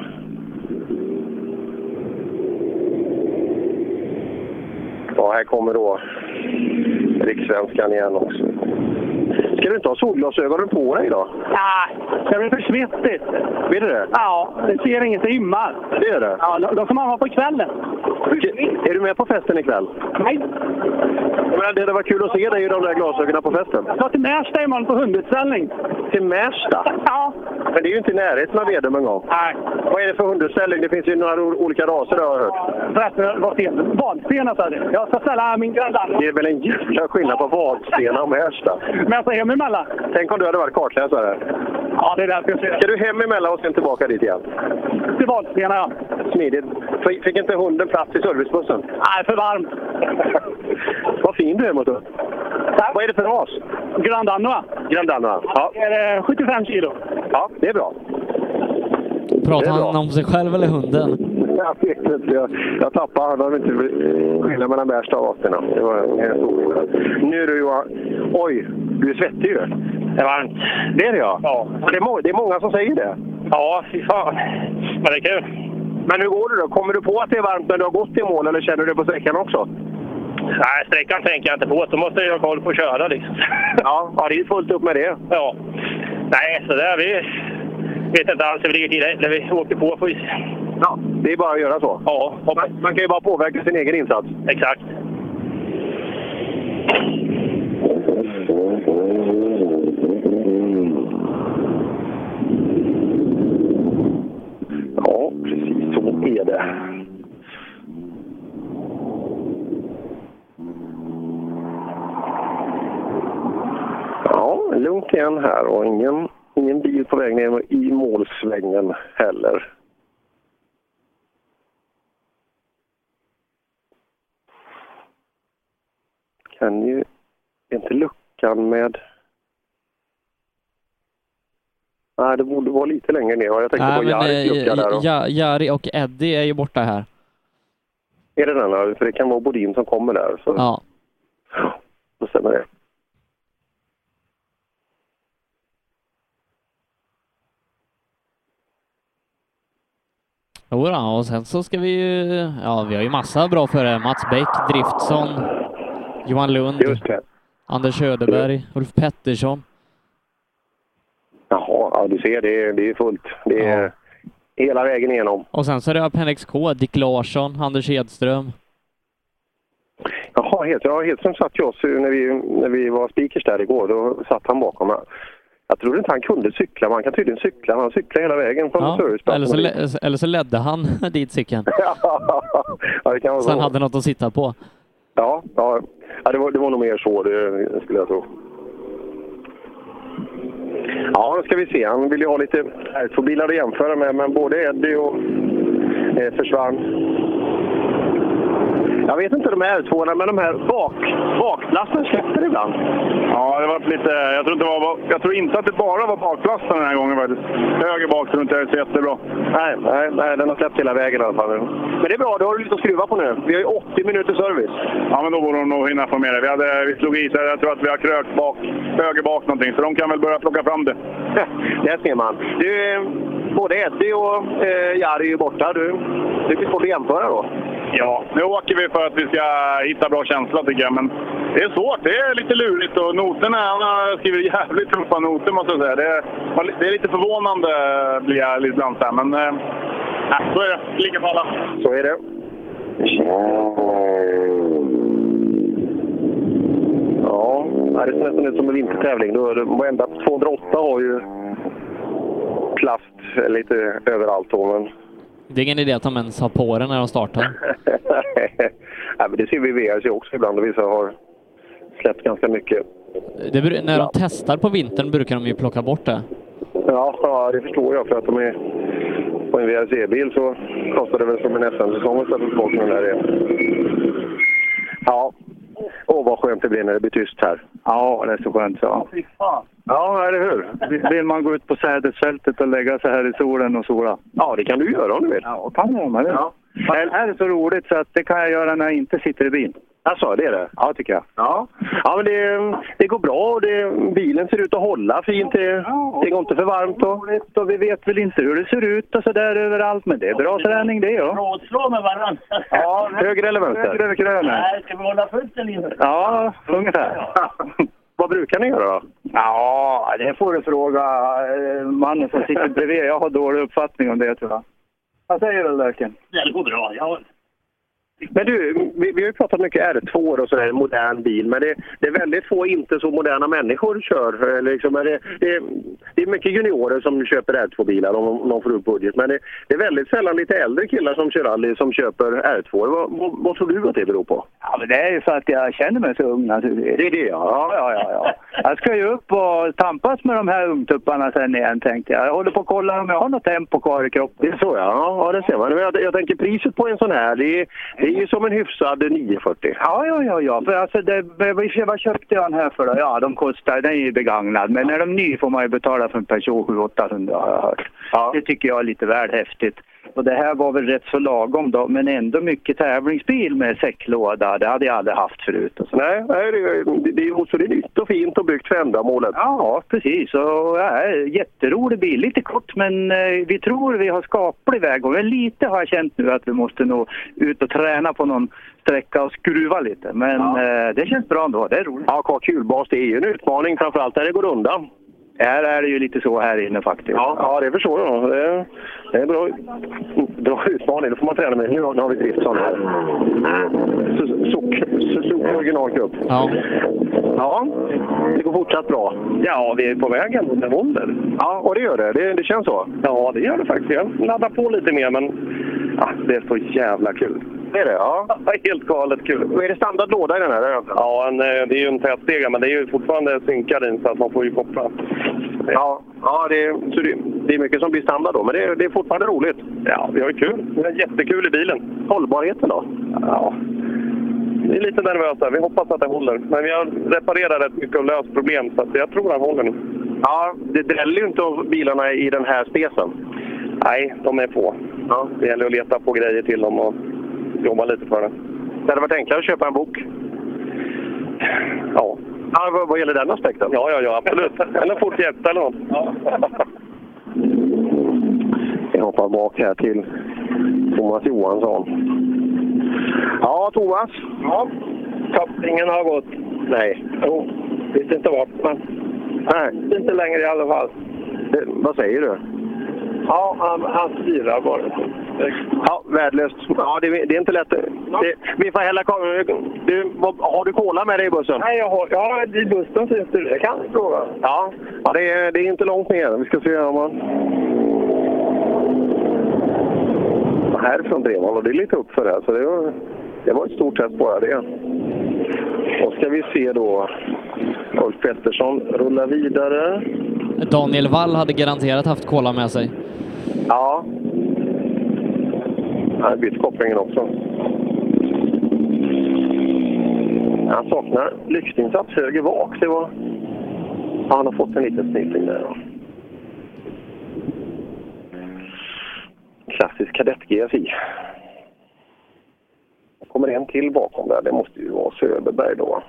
Ja, här kommer då rikssvenskan igen också. Ska du inte ha solglasögonen på dig idag? Nej, det blir för svettigt. Vet du det? Ja, det ser inget immar. Det är det? Ja, då, då kan man vara på kvällen. Är du med på festen ikväll? Nej. Men det var kul att se dig i de där glasögonen på festen. Jag ska till Märsta imorgon på hundutställning. Till Märsta? Ja. Men det är ju inte i närheten av Vedum en gång. Nej. Vad är det för hundutställning? Det finns ju några olika raser jag har hört. Förresten, vad sten? Vadstena sa det. Jag ska ställa min grannland. Det är väl en jävla skillnad på Vadstena och Märsta. Men jag ska hem emellan. Tänk om du hade varit kartläsare. Ja, det är därför jag ser det. Ska du hem emellan och sen tillbaka dit igen? Till Vadstena, ja. Smidigt. Fick inte hunden plats i servicebussen? Nej, för varmt. Vad fin du är mot det. Vad är det för ras? Grand Anoa. Grand Anoa, ja. Det är sjuttiofem kilo. Ja, det är bra. Pratar han om sig själv eller hunden? Jag vet inte. Jag, jag tappade. Han hade inte skillnad mellan Märsta och Vadstena. Det var en stor. Nu är du Johan. Oj, du är svettig ju. Det är varmt. Det är det, ja. Ja. Det är, må- det är många som säger det. Ja, fy fan. Men det är kul. Men hur går det då? Kommer du på att det är varmt när du har gått i mål eller känner du det på sträckan också? Nej, sträckan tänker jag inte på. Så måste jag ha koll på att köra liksom. Ja, ja, det är fullt upp med det. Ja. Nej, så där vi vet inte alls hur det ligger till när vi åker på. på ja, det är bara att göra så. Ja. Man, man kan ju bara påverka sin egen insats. Exakt. Ja, är det. Ja, lugnt igen här och ingen, ingen bil på väg ner i målsvängen heller. Kan ju inte luckan med... Nej, det borde vara lite längre ner. Jag tänkte Nej, på Jaris lucka där. Och... Ja, Jari och Eddie är ju borta här. Är det den här? För det kan vara Bodin som kommer där. Så... Ja. Då stämmer det. Jodå, och sen så ska vi ju... Ja, vi har ju massa bra före. Mats Bäck, Driftsson, Johan Lund, Anders Söderberg, Ulf Pettersson. Jaha, ja, du ser, det är, det är fullt. Det är ja. Hela vägen igenom. Och sen så är det Appendix K, Dick Larsson, Anders Hedström. Jaha, Hed, ja, Hedström satt ju oss när vi, när vi var speakers där igår. Då satt han bakom mig. Jag trodde inte han kunde cykla, man kan tydligen cykla. Han cyklar hela vägen från ja, eller, så le, eller så ledde han dit cykeln. Ja, det kan vara så. Så han hade något att sitta på. Ja, ja. ja det, var, det var nog mer så, det skulle jag tro. Ja, då ska vi se. Han vill ju ha lite två bilar att jämföra med, men både Eddie och eh, försvann. Jag vet inte de här två, men de här bak, bakplasten släpper ibland. Ja, det var lite... Jag tror, inte det var, jag tror inte att det bara var bakplasten den här gången faktiskt. Höger bak tror inte det är så jättebra. Nej, nej, nej, den har släppt hela vägen i alla fall. Men det är bra, då har du lite att skruva på nu. Vi har ju åttio minuter service. Ja, men då borde de nog hinna få med det. Vi, hade, vi slog i sig, jag tror att vi har krökt bak, höger bak någonting. Så de kan väl börja plocka fram det. Det ser man. Du, både Eddie och eh, Jari är ju borta. Du, du blir svårt att jämföra då. Ja, nu åker vi för att vi ska hitta bra känsla tycker jag. Men det är svårt, det är lite lurigt och noterna, han har skrivit jävligt tuffa noter måste jag säga. Det är, det är lite förvånande blir jag lite bland där, men äh, så är det, lika för alla. Så är det. Ja, det ser nästan ut som en vintertävling. Varenda tvåhundraåtta har ju plast lite överallt då, men... Det är ingen idé att de ens har på den när de startar. Ja, men det ser vi i V R C också ibland och vissa har släppt ganska mycket. Det, när de testar på vintern brukar de ju plocka bort det. Ja, ja, det förstår jag för att de är på en V R C-bil så kostar det väl som en S M-säsong att ställa bort den där igen. Ja, åh vad skönt det blir när det blir tyst här. Ja, det är så skönt så. Ja, eller hur? Vill man gå ut på sädesfältet och lägga sig här i solen och sola? Ja, det kan du göra om du vill. Ja, kan jag med det. Ja. Det här är så roligt så att det kan jag göra när jag inte sitter i bil. Alltså, det är det? Ja, tycker jag. Ja, ja men det, det går bra och det, bilen ser ut att hålla fint. Det, ja, det går inte för varmt. Och... och vi vet väl inte hur det ser ut och så där överallt, men det är bra träning det, ja. Rådslå med varandra. Ja, höger eller vänster? Höger eller gröna. Nej, ska vi hålla fullt eller inte? Ja, ungefär. Vad brukar ni göra då? Ja, det får du fråga mannen som sitter bredvid. Jag har dålig uppfattning om det, tror jag. Vad säger du, Löken? Det går bra, ja. Men du, vi, vi har ju pratat mycket R två och sådär, modern bil, men det, det är väldigt få inte så moderna människor kör. Liksom, det, det, det är mycket juniorer som köper R två-bilar om de får upp budget, men det, det är väldigt sällan lite äldre killar som kör rally som köper R två. Vad, vad, vad tror du att det beror på? Ja, men det är ju för att jag känner mig så ung naturligtvis. Det är det, ja. Ja, ja, ja. Jag ska ju upp och tampas med de här ungtupparna sen igen, tänkte jag. Jag håller på att kolla om jag har något tempo kvar i kroppen. Det är så, ja. Ja, det ser man. Jag, jag tänker priset på en sån här, det är, det är ju som en hyfsad nio fyrtio. Ja, ja, ja, ja. För alltså, det, vad köpte jag den här för då? Ja, de kostar, den är ju begagnad. Men när de är ny får man ju betala för en Peugeot sju åttahundra, har jag hört. Ja. Det tycker jag är lite väl häftigt. Och det här var väl rätt så lagom då, men ändå mycket tävlingsbil med säcklåda. Det hade jag aldrig haft förut. Och så. Nej, nej det, det, det är också det är nytt och fint och byggt för ändamålet. Ja, precis. Och, ja, jätterolig bil. Lite kort, men eh, vi tror vi har skaplig väg. Och lite har jag känt nu att vi måste nå ut och träna på någon sträcka och skruva lite. Men ja. eh, det känns bra ändå. Det är roligt. Ja, K-kulbas, det är ju en utmaning framförallt när det går undan. Här är det ju lite så här inne faktiskt. Ja, ja det förstår jag. Det är, det är bra, bra utmaning. Då får man träna med. Nu har vi Driftsson här. Suzuki originalgrupp. Ja. Ja, det går fortsatt bra. Ja, vi är på vägen mot en ålder. Ja, och det gör det. det. Det känns så. Ja, det gör det faktiskt. Jag laddar på lite mer, men Ja, det är så jävla kul. Det är det, ja. Helt galet kul. Och är det standard låda i den här? Ja, en, det är ju en tätstega, men det är ju fortfarande synkad in så att man får ju koppla. Ja, ja det, är, så det, det är mycket som blir standard då, men det är, det är fortfarande roligt. Ja, vi har ju kul. Det är jättekul i bilen. Hållbarheten då? Ja, vi är lite nervösa. Vi hoppas att det håller. Men vi har reparerat rätt mycket och löst problem, så att jag tror att det håller nu. Ja, det dräller ju inte av bilarna i den här specen. Nej, de är få. Ja. Det gäller att leta på grejer till dem och jobba lite för det. Det hade varit enklare att köpa en bok. Ja. Ja, vad, vad gäller den aspekten? Ja, ja, ja, absolut. Eller fort hjälp eller något. Ja. Jag hoppar bak här till Thomas Johansson. Ja, Thomas. Ja, kopplingen har gått. Nej. Jo, visste inte vart, men nej. Inte längre i alla fall. Det, vad säger du? Ja, han, han styrar bara. Ja, värdelöst. Ja, det, det är inte lätt. Det, vi får hälla... Du, har du cola med dig i bussen? Nej, jag har... Ja, i bussen finns det. Det kan du fråga. Ja, ja det, är, det är inte långt ner. Vi ska se om man... Härifrån drev man och det är lite upp för det här. Så det var, det var ett stort test bara det. Och ska vi se då... Ulf Pettersson rullar vidare. Daniel Wall hade garanterat haft cola med sig. Ja. Han har bytt kopplingen också. Han saknar lyxtinsats höger bak. Det var... Ja, han har fått en liten snittning där. Då. Klassisk kadett G S I. Kommer en till bakom där. Det måste ju vara Söderberg då.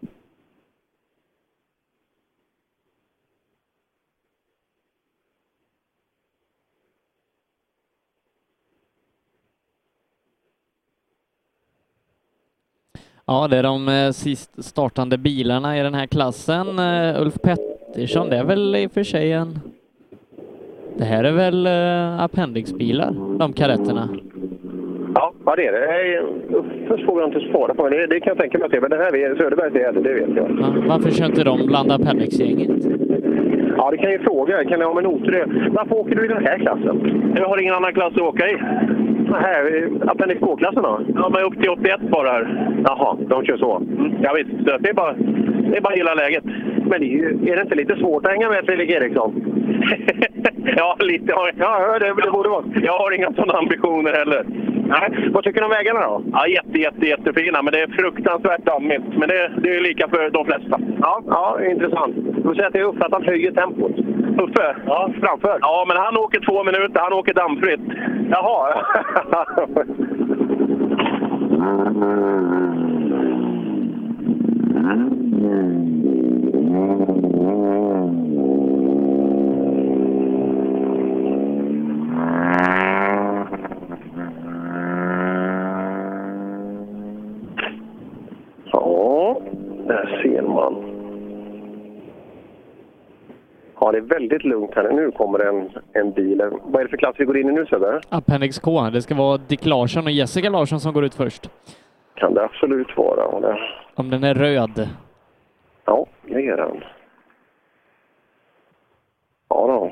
Ja, det är de eh, sist startande bilarna i den här klassen. Uh, Ulf Pettersson, det är väl i och för sig en... Det här är väl uh, appendixbilar, de kadetterna. Ja, ja det är det. Först får vi inte svara på det. Det kan jag tänka mig att det är. Men det här är Söderberg, det, är det, det vet jag. Ja, varför kör inte de bland appendixgänget? Ja, det kan jag fråga. Kan jag ha med noter det? Varför åker du i den här klassen? Jag har ingen annan klass att åka i. Här, appendix K-klassen då? Ja, men upp till åttioett bara här. Jaha, de kör så. Mm. Ja visst, det är bara, det är bara hela läget. Men det är, ju, är det inte lite svårt att hänga med Fredrik Eriksson? Ja, lite. Ja, ja det, det borde vara. Jag har inga sådana ambitioner heller. Nej. Vad tycker du om vägarna då? Ja, jätte, jätte, jättefina. Men det är fruktansvärt dammigt. Men det, det är lika för de flesta. Ja, ja intressant. Du vill säga att det är Uffe att han höjer tempot. Uffe? Ja, framför. Ja, men han åker två minuter. Han åker dammfritt. Jaha. Ja, där ser man. Ja, det är väldigt lugnt här. Nu kommer en, en bil. Vad är det för klass vi går in i nu, Söder? Appendix K. Det ska vara Dick Larsson och Jessica Larsson som går ut först. Kan det absolut vara. Det... Om den är röd. Ja, det är den. Ja då.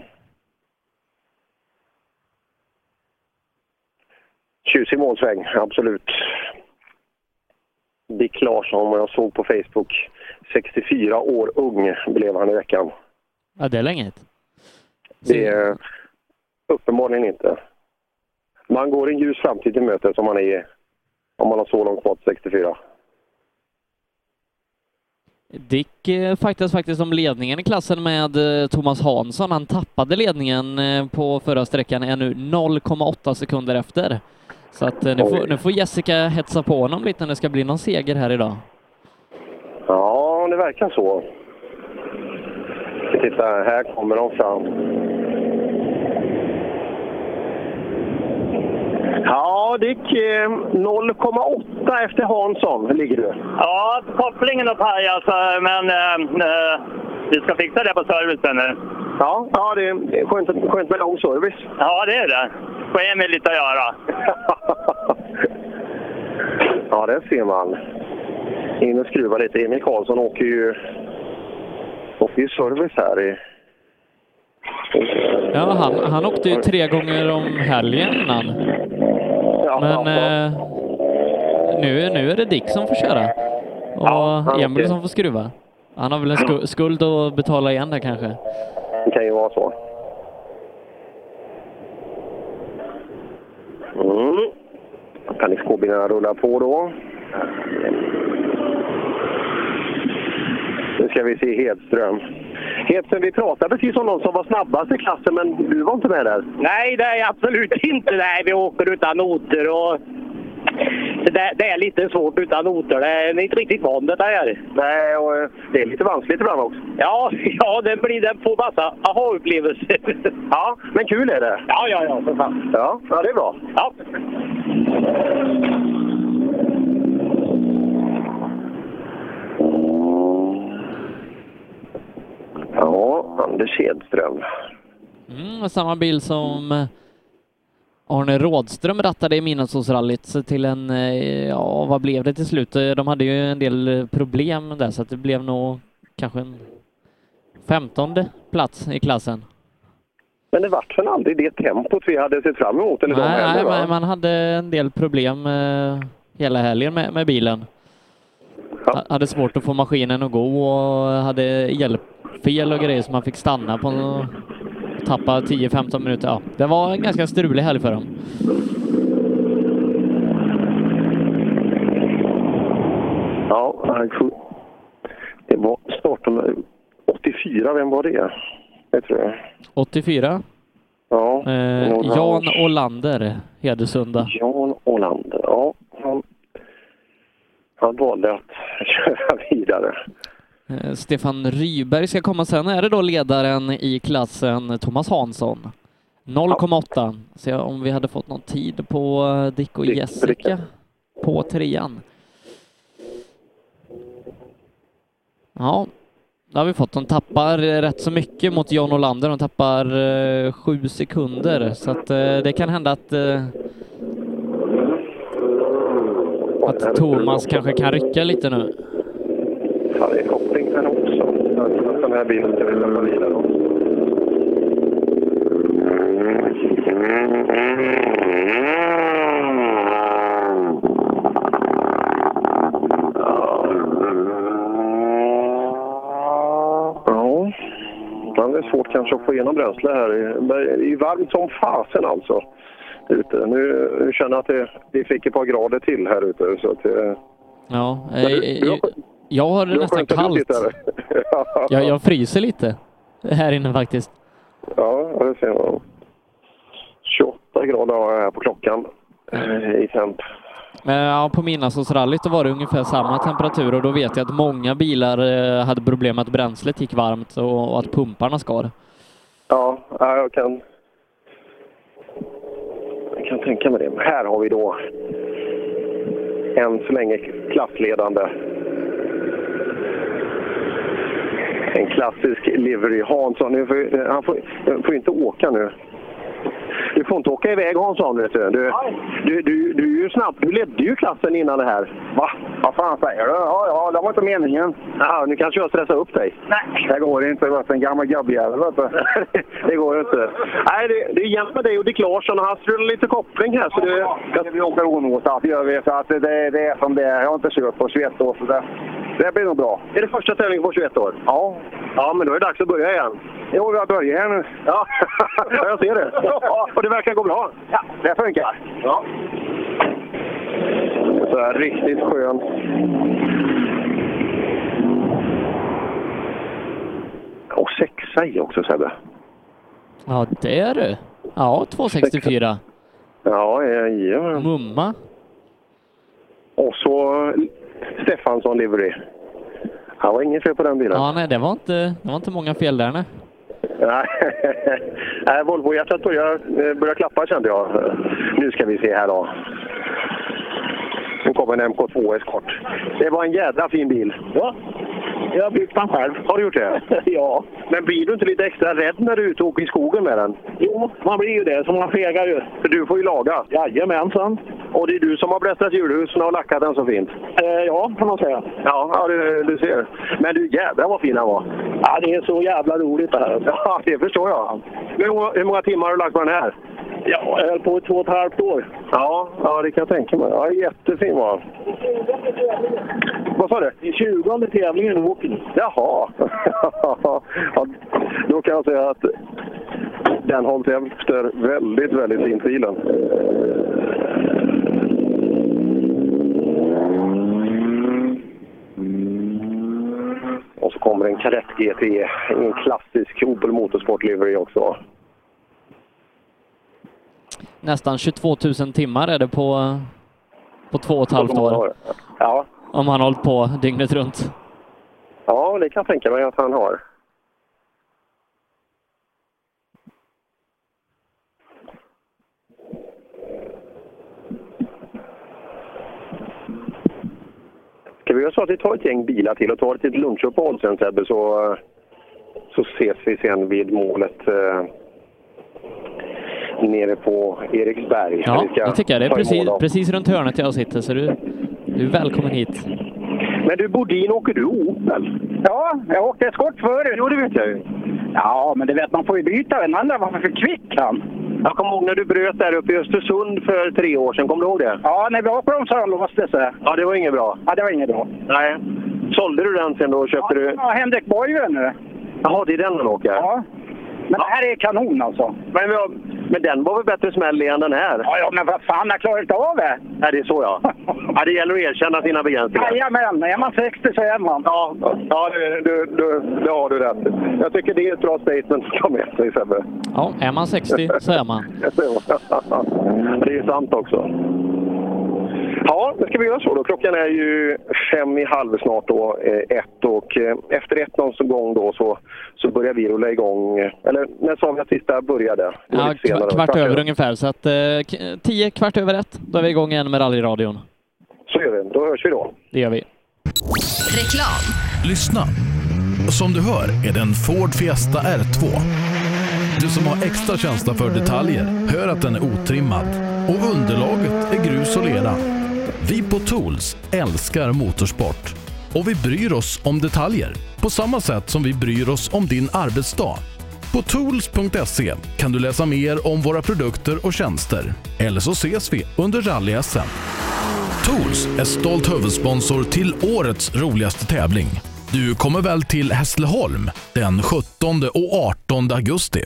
Tjusig målsväng, absolut. Dick Larsson, vad jag såg på Facebook. sextiofyra år ung blev han i veckan. Ja, det är länge. Det är uppenbarligen inte. Man går en ljus framtid i mötet som man är om man har så långt kvar till sextiofyra. Dick eh, faktiskt faktiskt om ledningen i klassen med eh, Thomas Hansson. Han tappade ledningen eh, på förra sträckan, är nu noll komma åtta sekunder efter. Så att eh, nu, får, nu får Jessica hetsa på honom lite när det ska bli någon seger här idag. Ja, det verkar så. Titta, här kommer de fram. Ja, Dick, noll komma åtta efter Hansson ligger du. Ja, kopplingen upp här alltså, men äh, vi ska fixa det på servicen. Ja, ja det är skönt, skönt med lång service. Ja, det är det. Får jag med lite att göra. Ja, det ser man. In och skruva lite. Emil Karlsson åker ju, åker ju service här i... Ja, han, han åkte ju tre gånger om helgen innan. Ja, Men ja. eh, nu, nu är det Dick som får köra. Och Ja, Emil okej. som får skruva. Han har väl en sku- skuld att betala igen där kanske. Det kan ju vara så. Mm. Kan K-bilarna rulla på då. Nu ska vi se Hedström. Hedström, vi pratade precis om någon som var snabbast i klassen, men du var inte med där. Nej, det är absolut inte. Nej, vi åker utan noter och det, det är lite svårt utan noter. Det är inte riktigt van det här. Nej, och det är lite vanskligt ibland också. Ja, ja, det blir den på massa aha-upplevelser. Ja, men kul är det. Ja, ja, ja, för fan. Ja, ja, det är bra. Ja. Ja, Anders Hedström. Mm, samma bil som Arne Rådström rattade i Midnattssolsrallyt till en, ja vad blev det till slut? De hade ju en del problem där så att det blev nog kanske en femtonde plats i klassen. Men det vart väl aldrig det tempot vi hade sett fram emot? Eller nej, de heller, nej va? men man hade en del problem eh, hela helgen med, med bilen. Ja. Hade svårt att få maskinen att gå och hade hjälpfel och grejer så man fick stanna på och tappa tio femton minuter. Ja, det var en ganska strulig helg för dem. Ja, det var starten åttiofyra, vem var det? Det tror jag. åttiofyra? Ja. Eh, Jan Olander, Hedesunda. Jan Olander, ja. Han, han valde att köra vidare. Eh, Stefan Ryberg ska komma sen. Är det då ledaren i klassen Thomas Hansson? noll komma åtta. Så om vi hade fått någon tid på Dick och Dick, Jessica Dick. på trean. Ja, då har vi fått. De tappar rätt så mycket mot Jan Olander. De tappar eh, sju sekunder. Så att eh, det kan hända att eh, att Thomas kanske kan rycka lite nu. Ja, det är koppling här också. Att den här bilen ska vi släppa vidare då. Ja, det är svårt kanske att få igenom bränsle här. Det är varmt som fasen alltså. Ute. Nu, nu känner jag att det, det fick ett par grader till här ute. Så att, eh, ja, du, du har, jag har det nästan kallt. jag, jag fryser lite här inne faktiskt. Ja, det ser man. tjugoåtta grader har jag här på klockan eh, i temp. Men ja, på Midnattssolsrallyt var det ungefär samma temperatur och då vet jag att många bilar eh, hade problem med att bränslet gick varmt och, och att pumparna skar. Ja, jag kan jag kan tänka mig det. Här har vi då än så länge klassledande. En klassisk livery. Hansson, nu får, han får, får inte åka nu. Du får inte åka iväg, Hansson, vet du. Du, du, du, du är ju snabb. Du ledde ju klassen innan det här. Va? Vad fan säger du? Ja, ja, det var inte meningen. Ja, nu kanske jag stressar upp dig. Nej, det går inte. Det var en gammal gubbjävel, vet du. Det går inte. Nej, det, det är jämnt med dig och Dick Larsson. Och han strular lite koppling här. Så det, ja, det, vi åker onåsat, det gör vi. Så att det, det är som det är. Jag har inte kört på tjugoett år, så det, det blir nog bra. Är det första tävlingen på tjugoett år? Ja. Ja, men då är det dags att börja igen. Jo, vi har börjat här nu. Ja, jag ser det. Och det verkar gå bra. Ja, det funkar. Ja. Så här, riktigt skön. Och sexa i också, Sebbe. Ja, det är du. Ja, två sextiofyra. Ja, ja. Mumma. Och så Stefansson livery. Han var ingen fel på den bilen. Ja, nej, det var inte, det var inte många fel där, nej. Nej, Volvo-hjärtat börjar, börjar klappa, kände jag. Nu ska vi se här då. Nu kommer en M K två Escort. Det var en jädra fin bil. Ja, jag har byggt den själv. Har du gjort det? Ja. Men blir du inte lite extra rädd när du är ute och åker i skogen med den? Jo, man blir ju det. Som man fegar ju. För du får ju laga. Jajamensan. Och det är du som har blästrat hjulhusen och lackat den så fint? Eh, ja, kan man säga. Ja, ja du, du ser. Men du, jävlar vad fin den var. Ja, det är så jävla roligt det här. Ja, det förstår jag. Men hur många timmar har du lagt på den här? Ja, Ja, jag höll på i två och ett halvt år. Ja, ja det kan jag tänka mig. Ja, jättefin var han. Vad sa du? I tjugonde tävlingen åker. Jaha. Ja, då kan jag säga att den hållit efter väldigt, väldigt fint bilen. Och så kommer en Kadett G T, en klassisk Opel Motorsport livery också. Nästan tjugotvå tusen timmar är det på, på två och ett halvt år. Ja. Om han har hållit på dygnet runt. Ja, det kan jag tänka mig att han har. Ska vi göra så att vi tar ett gäng bilar till och tar ett lunchuppehåll sen, Sebbe, så, så ses vi sen vid målet eh, nere på Eriksberg. Ja, det tycker jag. Det är precis, precis runt hörnet jag sitter, så du, du är välkommen hit. Men du, Bodin, åker du Opel? Ja, jag åkte ett skott förut. Jo, det vet jag ju. Ja, men det vet man får ju byta. Den andra var för kvick han. Jag kommer ihåg när du bröt där uppe i Östersund för tre år sedan. Kommer du ihåg det? Ja, när vi åkte om så han låste sig. Ja, det var inget bra. Ja, det var inget bra. Nej. Sålde du den sen då och köpte ja, du? Ja, Henrik Borgve nu. Jaha, det är den han åker? Ja. Men ja. Det här är kanon alltså. Men, men den var väl bättre smäll än den här? Ja, ja, men vad fan, jag klarar inte av det. Nej, det är så ja. Ja, det gäller att erkänna sina begränsningar. Jajamän, är man sextio så är man. Ja, ja du, du, du, det har du rätt. Jag tycker det är ett bra statement att ta med sig, Sebbe. Ja, är man sextio så är man. Det är sant också. Ja, det ska vi göra så då. Klockan är ju fem i halv snart då, eh, ett och eh, efter ett någon gång då så, så börjar vi rulla igång. Eller när sa vi att sista började? Ja, kvart, kvart över ungefär. Så att eh, tio kvart över ett, då är vi igång igen med rallyradion. Så gör vi. Då hörs vi då. Det gör vi. Reklam. Lyssna. Som du hör är det en Ford Fiesta R två. Du som har extra känsla för detaljer hör att den är otrimmad och underlaget är grus och lera. Vi på Tools älskar motorsport och vi bryr oss om detaljer på samma sätt som vi bryr oss om din arbetsdag. På tools punkt se kan du läsa mer om våra produkter och tjänster. Eller så ses vi under rally-S M. Tools är stolt huvudsponsor till årets roligaste tävling. Du kommer väl till Hässleholm den sjuttonde och artonde augusti.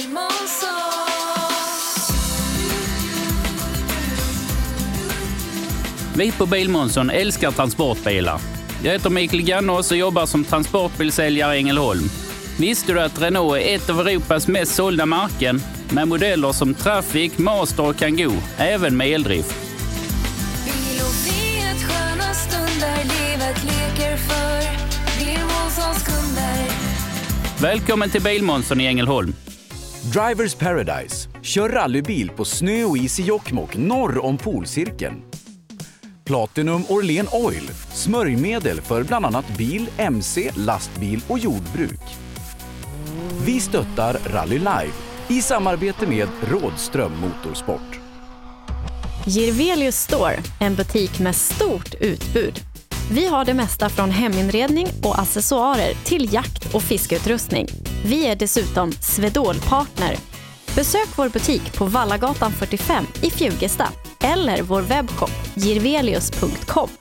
Vi på Bilmånsson älskar transportbilar. Jag heter Mikael Gannås och jobbar som transportbilsäljare i Ängelholm. Visste du att Renault är ett av Europas mest sålda märken med modeller som Traffic, Master och Kangoo, även med eldrift? Bil och frihet, sköna stunder, livet leker för Bilmånssons kunder. Välkommen till Bilmånsson i Ängelholm. Drivers Paradise. Kör rallybil på snö och is i Jokkmokk norr om polcirkeln. Platinum Orlen Oil. Smörjmedel för bland annat bil, mc, lastbil och jordbruk. Vi stöttar Rally Live i samarbete med Rådström Motorsport. Jirvelius Store, en butik med stort utbud. Vi har det mesta från heminredning och accessoarer till jakt- och fiskeutrustning. Vi är dessutom Swedol-partner. Besök vår butik på Vallagatan fyrtiofem i Fjugesta eller vår webbshop jirvelius punkt com.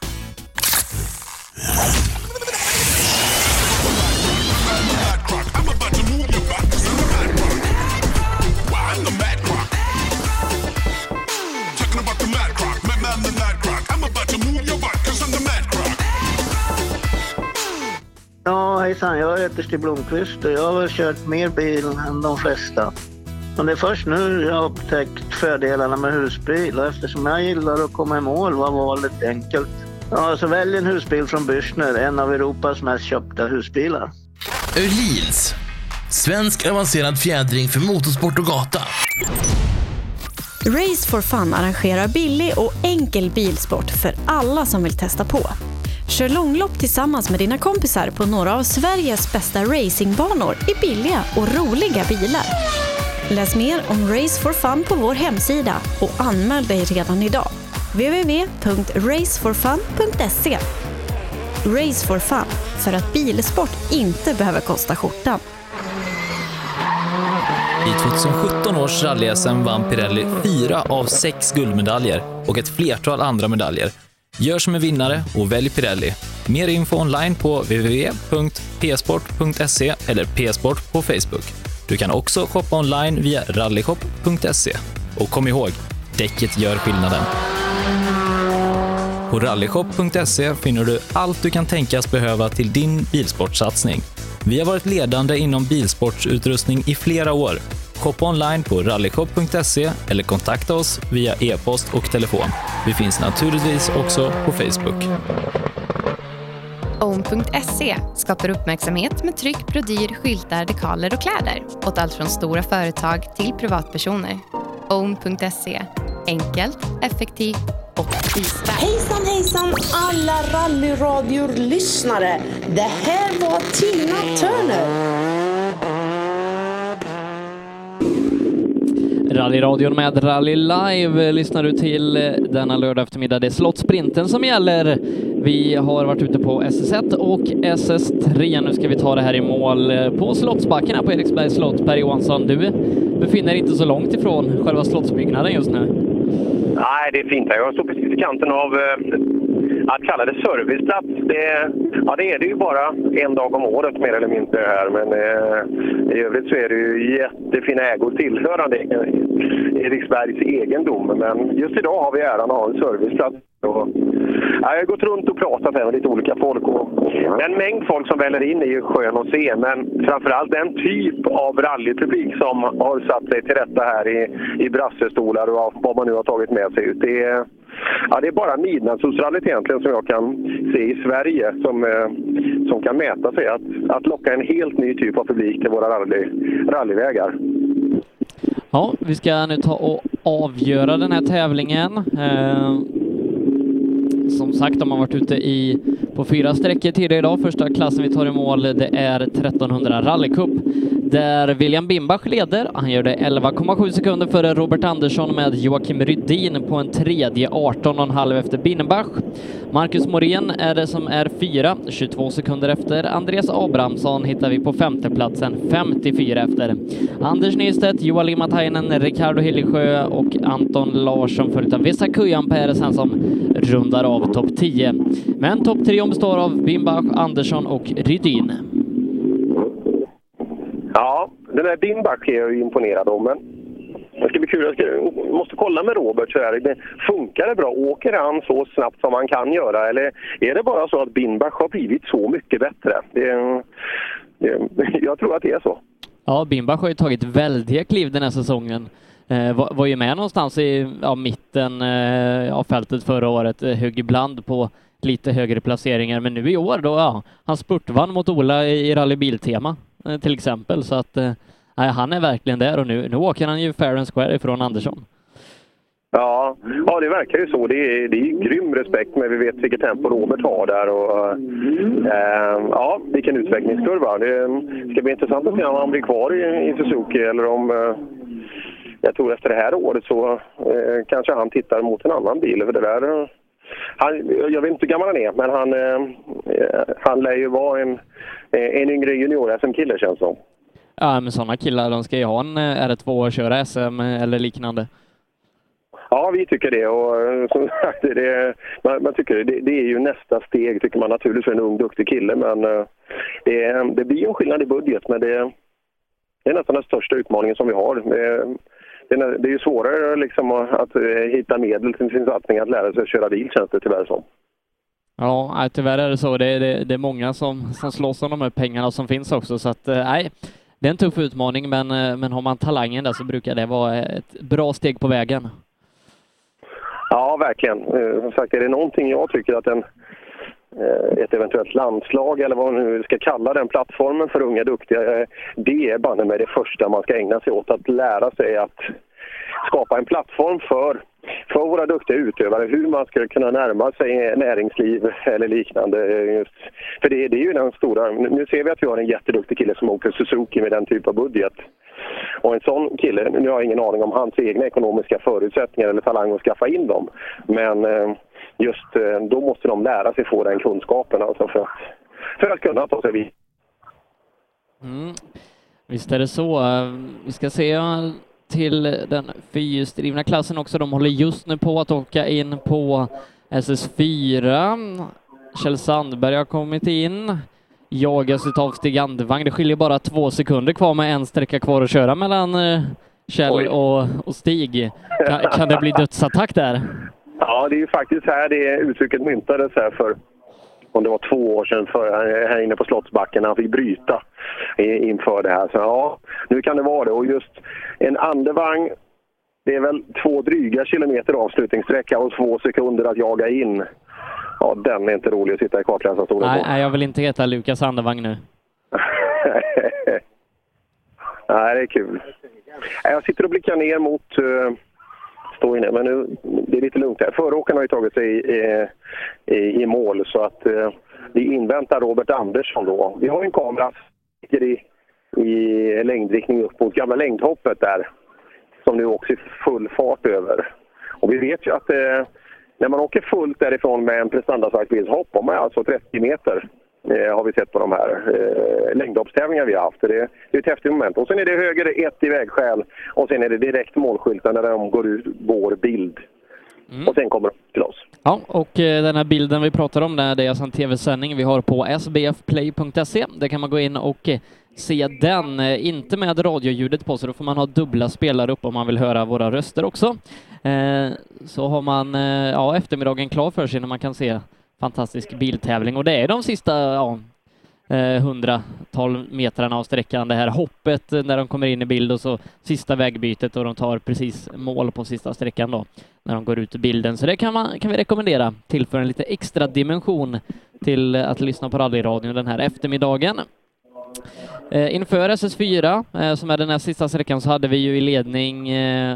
Ja, hejsan. Jag heter Stig Blomqvist och jag har väl kört mer bil än de flesta. Och det är först nu jag har upptäckt fördelarna med husbil och eftersom jag gillar att komma i mål var valet enkelt. Ja, så välj en husbil från Bürstner, en av Europas mest köpta husbilar. Öhlins. Svensk avancerad fjädring för motorsport och gata. Race for Fun arrangerar billig och enkel bilsport för alla som vill testa på. Kör långlopp tillsammans med dina kompisar på några av Sveriges bästa racingbanor i billiga och roliga bilar. Läs mer om Race for Fun på vår hemsida och anmäl dig redan idag. w w w punkt race for fun punkt se. Race for Fun, för att bilsport inte behöver kosta skjortan. I tjugohundrasjutton års rally-S M vann Pirelli fyra av sex guldmedaljer och ett flertal andra medaljer. Gör som en vinnare och välj Pirelli. Mer info online på w w w punkt p sport punkt se eller p-sport på Facebook. Du kan också shoppa online via rallyshop punkt se. Och kom ihåg, däcket gör skillnaden. På rallyshop punkt se finner du allt du kan tänkas behöva till din bilsportsatsning. Vi har varit ledande inom bilsportsutrustning i flera år. Shoppa online på rallyshop punkt se eller kontakta oss via e-post och telefon. Vi finns naturligtvis också på Facebook. own punkt se skapar uppmärksamhet med tryck, brodyr, skyltar, dekaler och kläder åt allt från stora företag till privatpersoner. own punkt se. Enkelt, effektivt och prisvärt. Hejsan hejsan alla rallyradio-lyssnare. Det här var Tina Turner. Rallyradion med Rally Live lyssnar du till denna lördag eftermiddag. Det är Slottsprinten som gäller. Vi har varit ute på S S ett och S S tre. Nu ska vi ta det här i mål på Slottsbacken här på Eriksbergs slott. Per Johansson, du befinner dig inte så långt ifrån själva slottsbyggnaden just nu. Nej, det är fint. Jag står precis i kanten av eh, att kalla det serviceplats. Det, ja, det är det ju bara en dag om året mer eller mindre här. Men eh, i övrigt så är det ju jättefina ägor tillhörande Eriksbergs egendom. Men just idag har vi äran att ha en serviceplats. Och, ja, jag har gått runt och pratat med lite olika folk. Och en mängd folk som väller in är ju skön att se. Men framförallt den typ av rallypublik som har satt sig till rätta här i, i brassestolar och vad man nu har tagit med sig ut. Det är, ja, det är bara midnattsrallyt egentligen som jag kan se i Sverige som, eh, som kan mäta sig att, att locka en helt ny typ av publik till våra rally, rallyvägar. Ja, vi ska nu ta och avgöra den här tävlingen. Eh... Som sagt, de har varit ute i, på fyra sträckor tidigare idag. Första klassen vi tar i mål, det är trettonhundra rallycup. Där William Bimbach leder. Han gör det elva komma sju sekunder före Robert Andersson med Joakim Rydin på en tredje, arton komma fem efter Bimbach. Marcus Morén är det som är fyra, tjugotvå sekunder efter. Andreas Abrahamsson hittar vi på femteplatsen, femtiofyra efter. Anders Nystedt, Joakim Matainen, Ricardo Hillisjö och Anton Larsson följt av Vesa Kujan Persson som rundar av topp tio. Men topp tre består av Bimbach, Andersson och Rydin. Ja, den där Bimbach är jag ju imponerad om, men det ska bli kul. Jag ska, måste kolla med Robert så här. Funkar det bra? Åker han så snabbt som man kan göra? Eller är det bara så att Bimbach har blivit så mycket bättre? Det, det, jag tror att det är så. Ja, Bimbach har ju tagit väldiga kliv den här säsongen. Eh, var, var ju med någonstans i ja, mitten eh, av fältet förra året. Eh, hög ibland på lite högre placeringar. Men nu i år då, ja, han spurtvann mot Ola i, i rallybiltema eh, till exempel. Så att eh, han är verkligen där och nu, nu åker han ju fair and square ifrån Andersson. Ja, ja, det verkar ju så. Det är, det är grym respekt, men vi vet vilket tempo Robert har där. Och, eh, ja, vilken utvecklingskurva. Det ska bli intressant att se om han blir kvar i, i Suzuki eller om... Eh, jag tror efter det här året så eh, kanske han tittar mot en annan bil. För det där, eh, han, jag vet inte hur gammal han är, men han, eh, han lär ju vara en, en yngre junior-S M-kille känns som. Ja, men sådana killar, de ska ju ha en R två och köra S M eller liknande. Ja, vi tycker det. Och som sagt, det, man, man tycker det, det är ju nästa steg tycker man naturligtvis för en ung duktig kille. Men det, det blir ju en skillnad i budget, men det, det är nästan den största utmaningen som vi har. Det, det, det är ju svårare liksom att hitta medel till sin satsning att lära sig att köra bil, känns det tyvärr som. Ja, tyvärr är det så. Det är, det, det är många som, som slåss om de här pengarna som finns också. Så att, nej, det är en tuff utmaning, men, men har man talangen där så brukar det vara ett bra steg på vägen. Ja, verkligen. Som sagt, är det någonting jag tycker att en, ett eventuellt landslag eller vad man nu ska kalla den plattformen för unga duktiga, det är banne med det första man ska ägna sig åt. Att lära sig att skapa en plattform för, för våra duktiga utövare, hur man ska kunna närma sig näringsliv eller liknande. Just, för det, det är ju den stora... Nu ser vi att vi har en jätteduktig kille som åker Suzuki med den typ av budget. Och en sån kille, nu har jag ingen aning om hans egna ekonomiska förutsättningar eller talang att skaffa in dem. Men just då måste de lära sig få den kunskapen alltså för, att, för att kunna ta sig vid. Mm. Visst är det så. Vi ska se till den fyrhjulsdrivna klassen också. De håller just nu på att åka in på S S fyra. Kjell Sandberg har kommit in. Jagas utav Stig Andevang. Det skiljer bara två sekunder kvar med en sträcka kvar att köra mellan Kjell och, och Stig. Kan, kan det bli dödsattack där? Ja, det är ju faktiskt här det uttrycket myntades här för, om det var två år sedan, för, här inne på Slottsbacken, han fick bryta inför det här. Så ja, nu kan det vara det. Och just en Andevang, det är väl två dryga kilometer avslutningssträcka och två sekunder att jaga in. Ja, den är inte rolig att sitta i kartläsarstolen nej, på. nej, jag vill inte heta Lukas Andevang nu. Nej, det är kul. Jag sitter och blickar ner mot uh, stå inne, men nu det är lite lugnt här. Föråkaren har ju tagit sig i, i, i mål, så att uh, vi inväntar Robert Andersson då. Vi har en kamera i, i längdriktning upp mot gamla längdhoppet där, som nu också är full fart över. Och vi vet ju att uh, när man åker fullt därifrån med en prestandasaktbil hoppar man alltså trettio meter. Eh, har vi sett på de här eh, längdhoppstävlingar vi har haft. Det, det är ett häftigt moment. Och sen är det höger ett i vägskäl och sen är det direkt målskylten där de går ut vår bild. Mm. Och sen kommer de till oss. Ja, och eh, den här bilden vi pratar om där, det är alltså en tv-sändning vi har på s b f play punkt se. Där kan man gå in och eh, se den, eh, inte med radioljudet på, så då får man ha dubbla spelare upp om man vill höra våra röster också. Eh, så har man eh, ja, eftermiddagen klar för sig när man kan se fantastisk biltävling, och det är de sista ja, hundratal metrarna av sträckan, det här hoppet när de kommer in i bild och så sista vägbytet och de tar precis mål på sista sträckan då när de går ut i bilden. Så det kan, man, kan vi rekommendera, tillföra en lite extra dimension till att lyssna på rallyradion den här eftermiddagen. Eh, inför S S fyra eh, som är den här sista sträckan så hade vi ju i ledning eh,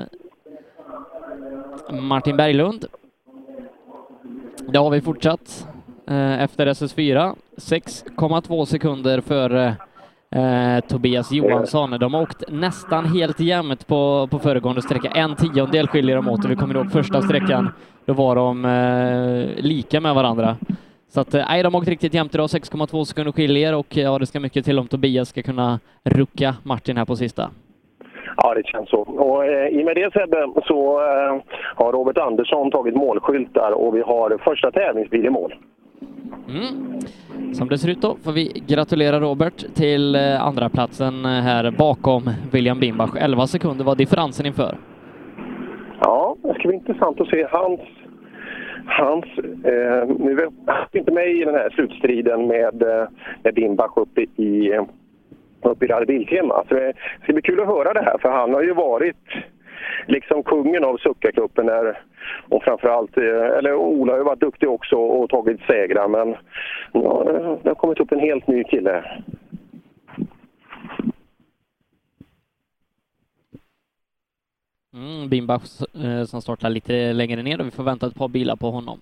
Martin Berglund. Det har vi fortsatt eh, efter S S fyra. sex komma två sekunder för eh, Tobias Johansson. De har åkt nästan helt jämnt på, på föregående sträcka. En tiondel skiljer de åt. Vi kommer ihåg första sträckan. Då var de eh, lika med varandra. Så att, nej, de har åkt riktigt jämnt idag. sex komma två sekunder skiljer och ja, det ska mycket till om Tobias ska kunna rucka Martin här på sista. Ja, det känns så. Och eh, i och med det Sebbe, så eh, har Robert Andersson tagit målskyltar och vi har första tävlingsbil i mål. Mm. Som det ser ut då får vi gratulera Robert till eh, andra platsen här bakom William Bimbach. elva sekunder var differensen inför. Ja, det ska bli intressant att se hans... Hans, eh, nu är vi inte med i den här slutstriden med, eh, med Bimbach uppe i... uppe i det här biltema. Så det ska bli kul att höra det här, för han har ju varit liksom kungen av Succa-cupen där, och framförallt, eller Ola har ju varit duktig också och tagit segrar, men ja, det har kommit upp en helt ny kille. Mm, Bimbach eh, som startar lite längre ner och vi får vänta ett par bilar på honom.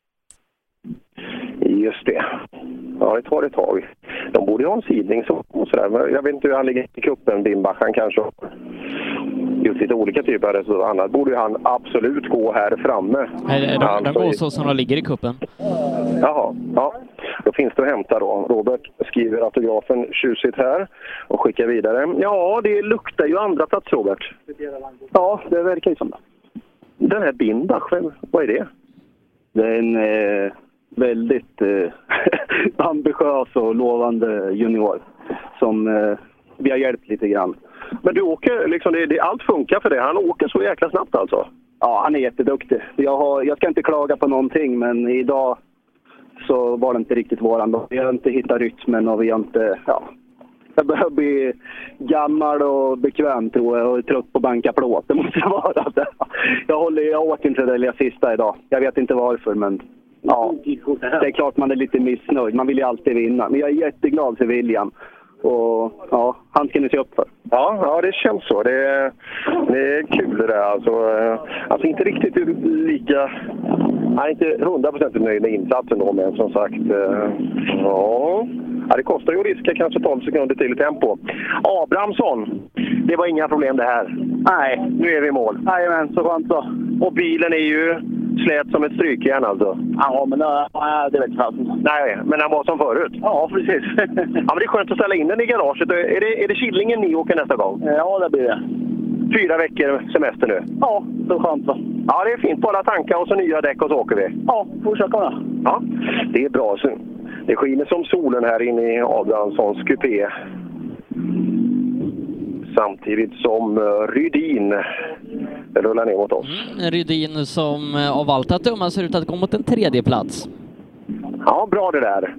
Just det. Ja, det tar ett tag. De borde ha en sidning så, och sådär. Men jag vet inte hur han ligger i kuppen, Bimbach. Han kanske just lite olika typer av resultat. Annars borde han absolut gå här framme. Nej, de, de går så som de ligger i kuppen. Jaha, ja. Då finns det att hämta då. Robert skriver autografen tjusigt här och skickar vidare. Ja, det luktar ju andra plats, Robert. Ja, det verkar ju som det. Den här Bimbach, vad är det? Det är en... Eh... väldigt eh, ambitiös och lovande junior som eh, vi har hjälpt lite grann. Men du åker, liksom, det, det, allt funkar för det. Han åker så jäkla snabbt alltså. Ja, han är jätteduktig. Jag, har, jag ska inte klaga på någonting, men idag så var det inte riktigt våran. Vi har inte hittat rytmen och vi har inte... Ja, jag börjar bli gammal och bekväm, tror jag, och är trött på banka plåt. Det måste jag vara. Jag, håller, jag åker inte det sista idag. Jag vet inte varför, men... Ja, det är klart man är lite missnöjd. Man vill ju alltid vinna. Men jag är jätteglad för William. Och ja, han ska ni se upp för. Ja, ja, det känns så. Det är, det är kul det där. Alltså, alltså inte riktigt lika... Han är inte hundra procent nöjd med insatsen då, men som sagt... Ja, ja det kostar ju att riska kanske tolv sekunder till i tempo. Abrahamsson, det var inga problem det här. Nej, nu är vi i mål. Jajamän, så skönt så. Och bilen är ju slät som ett strykjärn alltså? Ja, men äh, det vet jag inte. Nej, men han var som förut? Ja, precis. Ja, men det är skönt att ställa in den i garaget. Är det, är det Killingen ni åker nästa gång? Ja, det blir det. Fyra veckor semester nu? Ja, det är skönt va? Ja, det är fint. Bara tankar och så nya däck och så åker vi. Ja, försöka med. Ja, det är bra. Det skiner som solen här inne i Abrahamssons kupé. Samtidigt som Rydin rullar ner mot oss. Mm, Rydin som av allt att döma ser ut att gå mot en tredje plats. Ja, bra det där.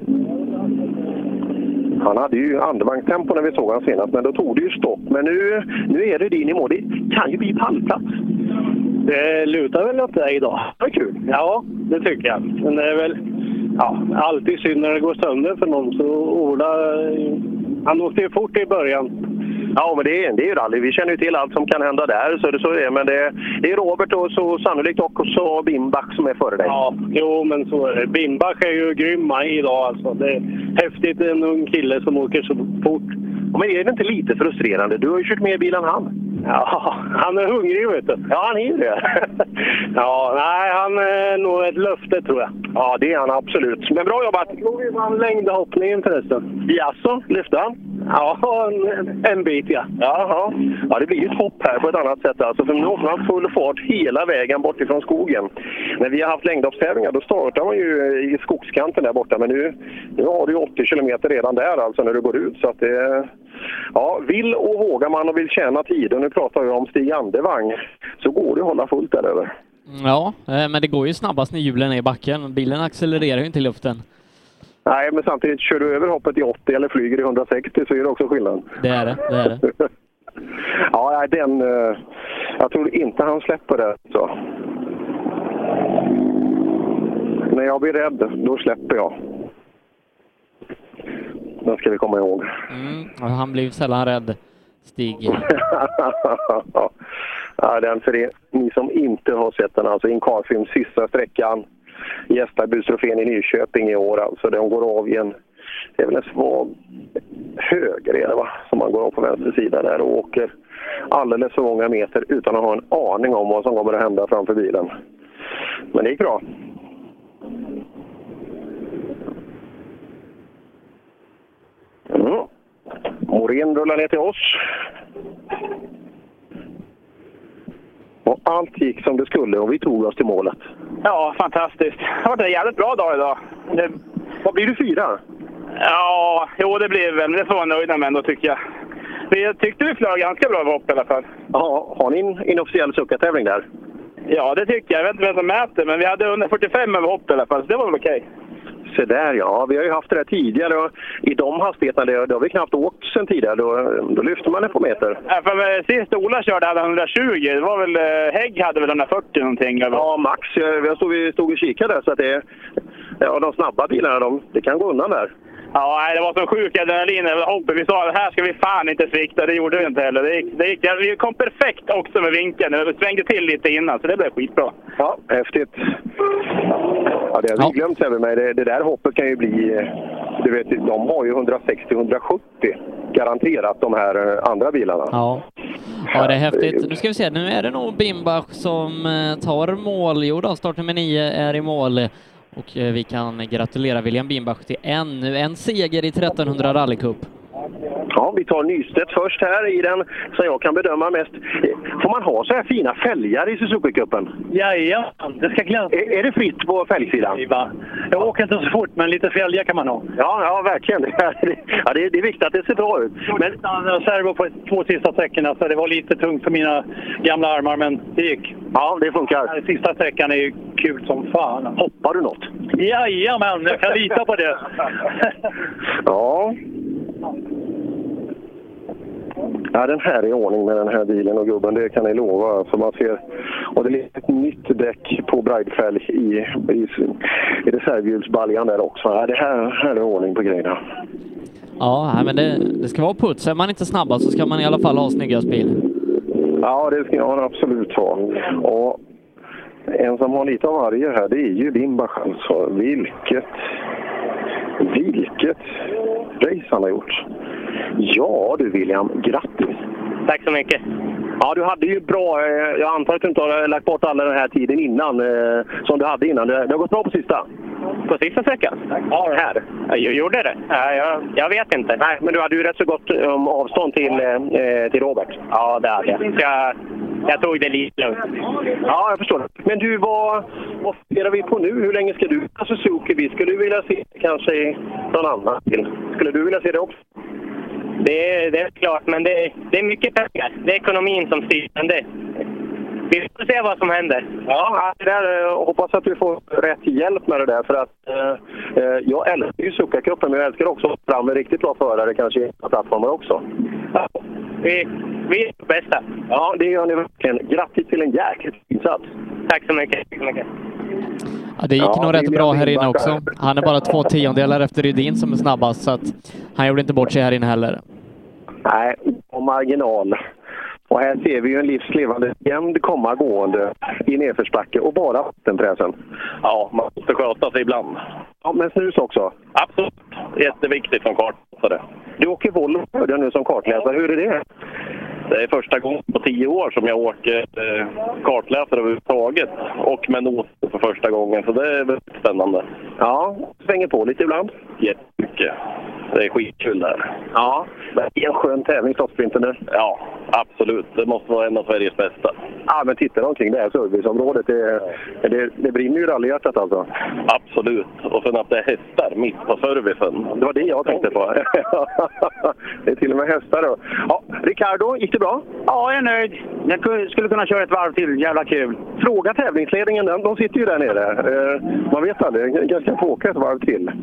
Han hade ju andevagnstempo när vi såg han senast, men då tog det ju stopp. Men nu, nu är Rydin i mål. Det kan ju bli pallplats. Det lutar väl åt det idag. Det är kul. Ja, det tycker jag. Men det är väl ja, alltid synd när det går sönder för någon. Så Ola, han åkte ju fort i början. Ja, men det är, det är ju rally. Vi känner ju till allt som kan hända där, så det, så är det. Men det, det är Robert och så sannolikt också Bimbach som är före dig. Ja, jo, men så är det. Bimbach är ju grymma idag alltså. Det är häftigt, en ung kille som åker så fort. Ja, men är det inte lite frustrerande? Du har ju kört mer bil än han. Ja, han är hungrig vet du. Ja, han är ju det. Ja, nej, han är nog ett löfte tror jag. Ja, det är han absolut. Men bra jobbat. Jag tror vi vann längdhoppningen förresten. Jaså, lyfte han? Ja, en, en bit ja. Jaha. Ja, det blir ju ett hopp här på ett annat sätt alltså. För nu åker man full fart hela vägen bort ifrån skogen. När vi har haft längdhoppstävlingar då startar man ju i skogskanten där borta. Men nu, nu har du åttio kilometer redan där alltså när du går ut. Så att det... Ja, vill och vågar man och vill tjäna tid. Och nu pratar vi om Stig Andevang. Så går det att hålla fullt där över. Ja, men det går ju snabbast när hjulen är i backen. Bilen accelererar ju inte i luften. Nej, men samtidigt kör du över hoppet i åttio eller flyger i hundrasextio så är det också skillnad. Det är det, det är det. Ja, den... Jag tror inte han släpper det. Så. När jag blir rädd, då släpper jag. Den ska vi komma ihåg. Mm, han blir sällan rädd, Stig. Ja, den för er, ni som inte har sett den, alltså Incarfilms sista sträckan gästar bustrofén i Nyköping i år. Alltså de går av i en, det är väl en svag höger är det va? Som man går av på vänster sida där och åker alldeles för många meter utan att ha en aning om vad som kommer att hända framför bilen. Men det gick bra. Mm. Morén rullar ner till oss. Och allt gick som det skulle och vi tog oss till målet. Ja, fantastiskt. Det har varit en jävligt bra dag idag. Det... Vad blir du fyra? Ja, jo det blir väl. Det får vara nöjda med ändå tycker jag. Vi tyckte vi flög ganska bra hopp i alla fall. Ja, har ni en inofficiell suckatävling där? Ja, det tycker jag. Jag vet inte vem som mäter, men vi hade under fyrtiofem över hopp i alla fall, så det var väl okej. Så där ja, vi har ju haft det där tidigare och i de hastigheterna det, det har vi knappt åkt sen tidigare, då, då lyfter man det på meter. Ja, för sist Ola körde hade hundratjugo, det var väl, Hägg hade väl hundrafyrtio någonting. Ja, max. Jag stod, vi stod och kikade där så att det, ja, de snabba bilarna, de, det kan gå undan där. Ja, nej, det var så sjuk adrenalin över hoppet. Vi sa att här ska vi fan inte svikta, det gjorde vi inte heller. Det gick, det gick, vi kom perfekt också med vinkeln, vi svängde till lite innan så det blev skitbra. Ja, häftigt. Ja, det har vi ja. glömt över mig. Det, det där hoppet kan ju bli, du vet, de har ju hundrasextio till hundrasjuttio garanterat de här andra bilarna. Ja. Ja, det är häftigt. Nu ska vi se, nu är det nog Bimbach som tar mål. Jo då, startnummer nio är i mål. Och vi kan gratulera William Bimbach till ännu en seger i trettonhundra rallycup. Ja, vi tar Nystedt först här i den som jag kan bedöma mest. Får man ha så här fina fälgar i Suzuki-cupen? Ja, ja, det ska glänsa. Är, är det fritt på fälgsidan? Jag åker inte så fort, men lite fälgar kan man ha. Ja, ja verkligen. Ja, det, är, det är viktigt att det ser bra ut. Men servo på två sista sträckorna, alltså, det var lite tungt för mina gamla armar, men det gick. Ja, det funkar. Den sista sträckan är ju kul som fan. Hoppar du något? Jajamän, jag kan lita på det. Ja. Ja, den här är i ordning med den här bilen och gubben, det kan ni lova. Alltså man ser, och det är ett nytt däck på bridefälg i, i, i reservhjulsbaljan där också. Ja, det här, här är ordning på grejerna. Ja, men det, det ska vara puts. Är man inte snabba så ska man i alla fall ha snyggast bil. Ja, det ska man absolut ha. Och en som har lite av varje här, det är ju Bimbach alltså. Vilket, vilket race han har gjort. Ja du William, grattis! Tack så mycket! Ja, du hade ju bra. Jag antar att du inte har lagt bort alla den här tiden innan eh, som du hade innan. Det har gått bra på sista. På sista sträckan? Ja, här. Jag gjorde det. Ja, jag, jag vet inte. Nej, men du hade ju rätt så gott um, avstånd till, eh, till Robert. Ja, det hade jag. jag. Jag tog det lite lugnt. Ja, jag förstår. Men du, vad, vad funderar vi på nu? Hur länge ska du på Suzuki? Vi skulle vilja se kanske någon annan till. Skulle du vilja se det också? Det är, det är klart, men det, det är mycket pengar. Det är ekonomin som styr. Men det, vi får se vad som händer. Ja, det där, jag hoppas att du får rätt hjälp med det där. För att eh, jag älskar ju Suzuka-cupen, men jag älskar också fram med riktigt bra förare, kanske i plattformar också. Ja, vi, vi är bästa. Ja, det gör ni verkligen. Grattis till en jäkligt insats. Tack så mycket. Tack så mycket. Ja, det gick ja, nog det rätt bra här inne också. Han är bara två tiondelar efter Rydin som är snabbast, så att han gjorde inte bort sig här inne heller. Nej, på marginal. Och här ser vi ju en livslevande jämn komma gående i nedförsbacke och bara vattenpressen. Ja, man måste sköta sig ibland. Ja, men snus också? Absolut. Jätteviktigt som kartläsare. Du åker Volvo nu som kartläsare. Hur är det? Det är första gången på tio år som jag åker eh, kartläsare överhuvudtaget. Och med noter för första gången. Så det är väldigt spännande. Ja, svänger på lite ibland. Jättemycket. Det är skitkul där. Ja, det är en skön tävling, Slottssprinten nu. Ja, absolut. Det måste vara en av Sveriges bästa. Ja, men titta omkring det här serviceområdet. Det, det, det brinner ju rallyhjärtat alltså. Absolut. Och sen att det är hästar mitt på servicen. Det var det jag tänkte på. Det är till och med hästar då. Ja, Ricardo, gick det bra? Ja, jag är nöjd. Jag skulle kunna köra ett varv till. Jävla kul. Fråga tävlingsledningen. De sitter ju där nere. Man vet aldrig. Jag kanske få åka ett varv till.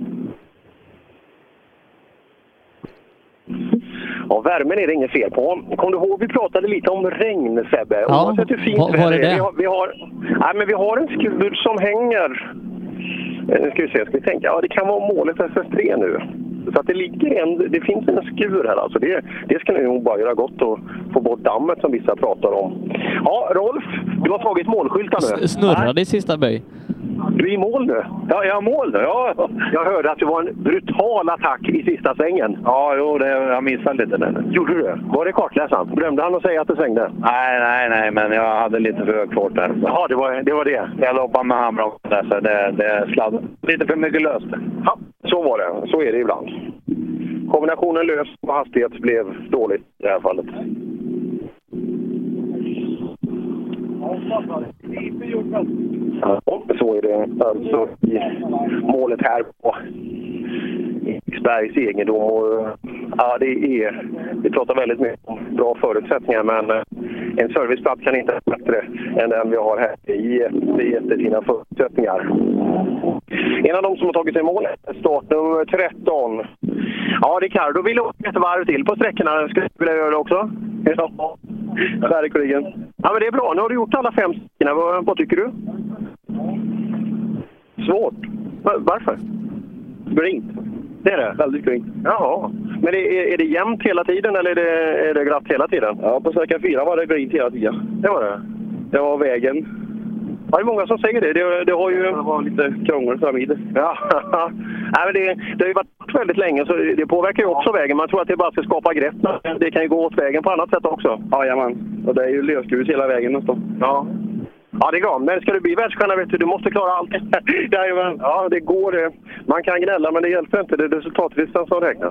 Ja, värmen är det inget fel på. Kom du ihåg, vi pratade lite om regn, Sebbe. Ja, hur fint var, var det det? Vi har, vi, har, nej, men vi har en skur som hänger. Nu ska vi se, ska vi tänka. Ja, det kan vara målet S S tre nu. Så att det ligger en, det finns en skur här alltså. Det, det ska nog bara göra gott och få bort dammet som vissa pratar om. Ja, Rolf, du har tagit målskyltar nu. S- snurrade i sista böj. Du är i mål nu? Ja, jag är i mål nu. Ja. Jag hörde att det var en brutal attack i sista svängen. Ja, jo, det, jag missade lite där. Gjorde du det? Var det kartläsaren? Glömde han att säga att det svängde? Nej, nej, nej, men jag hade lite för hög fart där. Ja, det var det. Var det. Jag loppade med handbromsen där, så det, det sladd lite för mycket löst. Ja, så var det. Så är det ibland. Kombinationen lös och hastighet blev dåligt i det här fallet. Ja, så är det alltså i målet här på Eriksbergs egendom. Och, ja, det är, vi pratar väldigt mycket om bra förutsättningar, men en serviceplats kan inte vara bättre än den vi har här. Det är jättefina förutsättningar. En av de som har tagit sig i mål är startnummer tretton. Ja, Ricardo vill åka ett varv till på sträckorna. Skulle du vilja göra det också? Ja, verkligen. Ja, men det är bra. Nu har du gjort alla fem sträckorna. Vad, vad tycker du? Svårt. Varför? Gringt. Det är det? Väldigt gringt. Jaha. Men är, är det jämnt hela tiden eller är det, är det glatt hela tiden? Ja, på sträcka fyra var det gringt hela tiden. Det var det? Det var vägen. Ja, det är många som säger det. Det, det har ju... Det var lite krångel framvid. Ja, nej, men det, det har ju varit väldigt länge, så det påverkar ju också vägen. Man tror att det bara ska skapa grepp. Det kan ju gå åt vägen på annat sätt också. Ja, jajamän. Och det är ju lösgrus hela vägen nästan. Ja. Ja, det är bra. Men ska du bli världsstjärna, vet du, du måste klara allt. Jajamän. Ja, det går. Man kan gnälla, men det hjälper inte. Det är resultatlistan som räknas.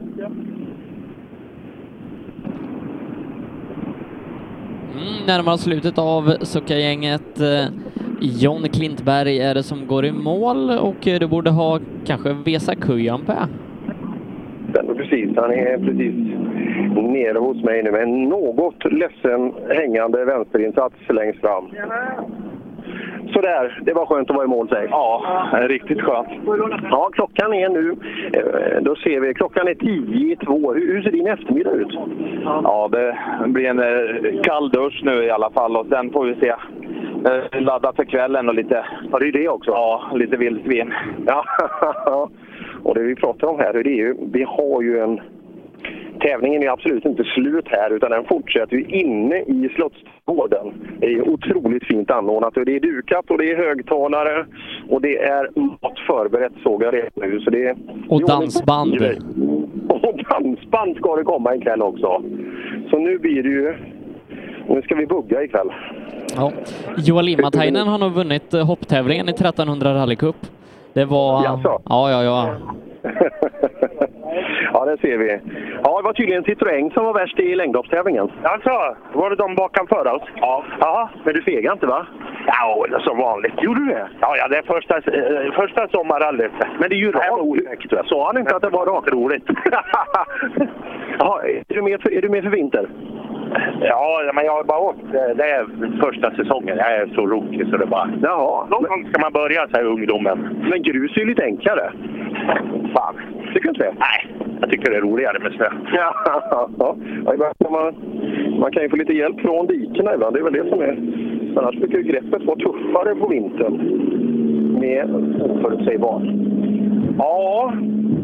Mm, närmare slutet av Suzuka-gänget. John Klintberg är det som går i mål, och du borde ha kanske Vesa Kujanpää. Precis, han är precis nere hos mig nu med en något ledsen hängande vänsterinsats längst fram. Sådär, det var skönt att vara i mål, säg. Ja, riktigt skönt. Ja, klockan är nu, då ser vi, klockan är tio i två. Hur ser din eftermiddag ut? Ja, det blir en kall dusch nu i alla fall, och sen får vi se. Ladda för kvällen och lite... Ja, det är det också. Ja, lite vildsvin. Ja, och det vi pratar om här, det är ju, vi har ju en... Tävlingen är absolut inte slut här, utan den fortsätter ju inne i Slottsgården. Det är otroligt fint anordnat, och det är dukat och det är högtalare och det är mat förberett, såg jag redan nu. Så det är, och dansband. Och dansband ska det komma en kväll också. Så nu blir det ju Nu ska vi bugga ikväll. Ja. Joel Limatainen har nog vunnit hopptävlingen i trettonhundra rallycup. Det var... Jaså? Ja, ja, ja. Ja, det ser vi. Ja, det var tydligen Citroën som var värst i längdhoppstävlingen. Alltså, var det de bakom för oss? Ja. Ja, men du fegade inte, va? Ja, det är som vanligt. Gjorde du det? Ja, ja, det är första, eh, första sommarrallyt. Men det är ju rakt. Sa han inte att det var rakt roligt? Ja, är du med för, är du med för vinter? Ja, men jag har bara åkt. Det är första säsongen. Jag är så rookie så det bara... Jaha. Någon gång ska man börja så här i ungdomen. Men grus är ju lite enklare. Fan. Tycker du inte det? Nej, jag tycker det är roligare med snö. Ja, ja. Ja, man, man kan ju få lite hjälp från dikerna ibland. Det är väl det som är... Annars brukar ju greppet vara tuffare på vintern. Med oförutsägbar. Ja...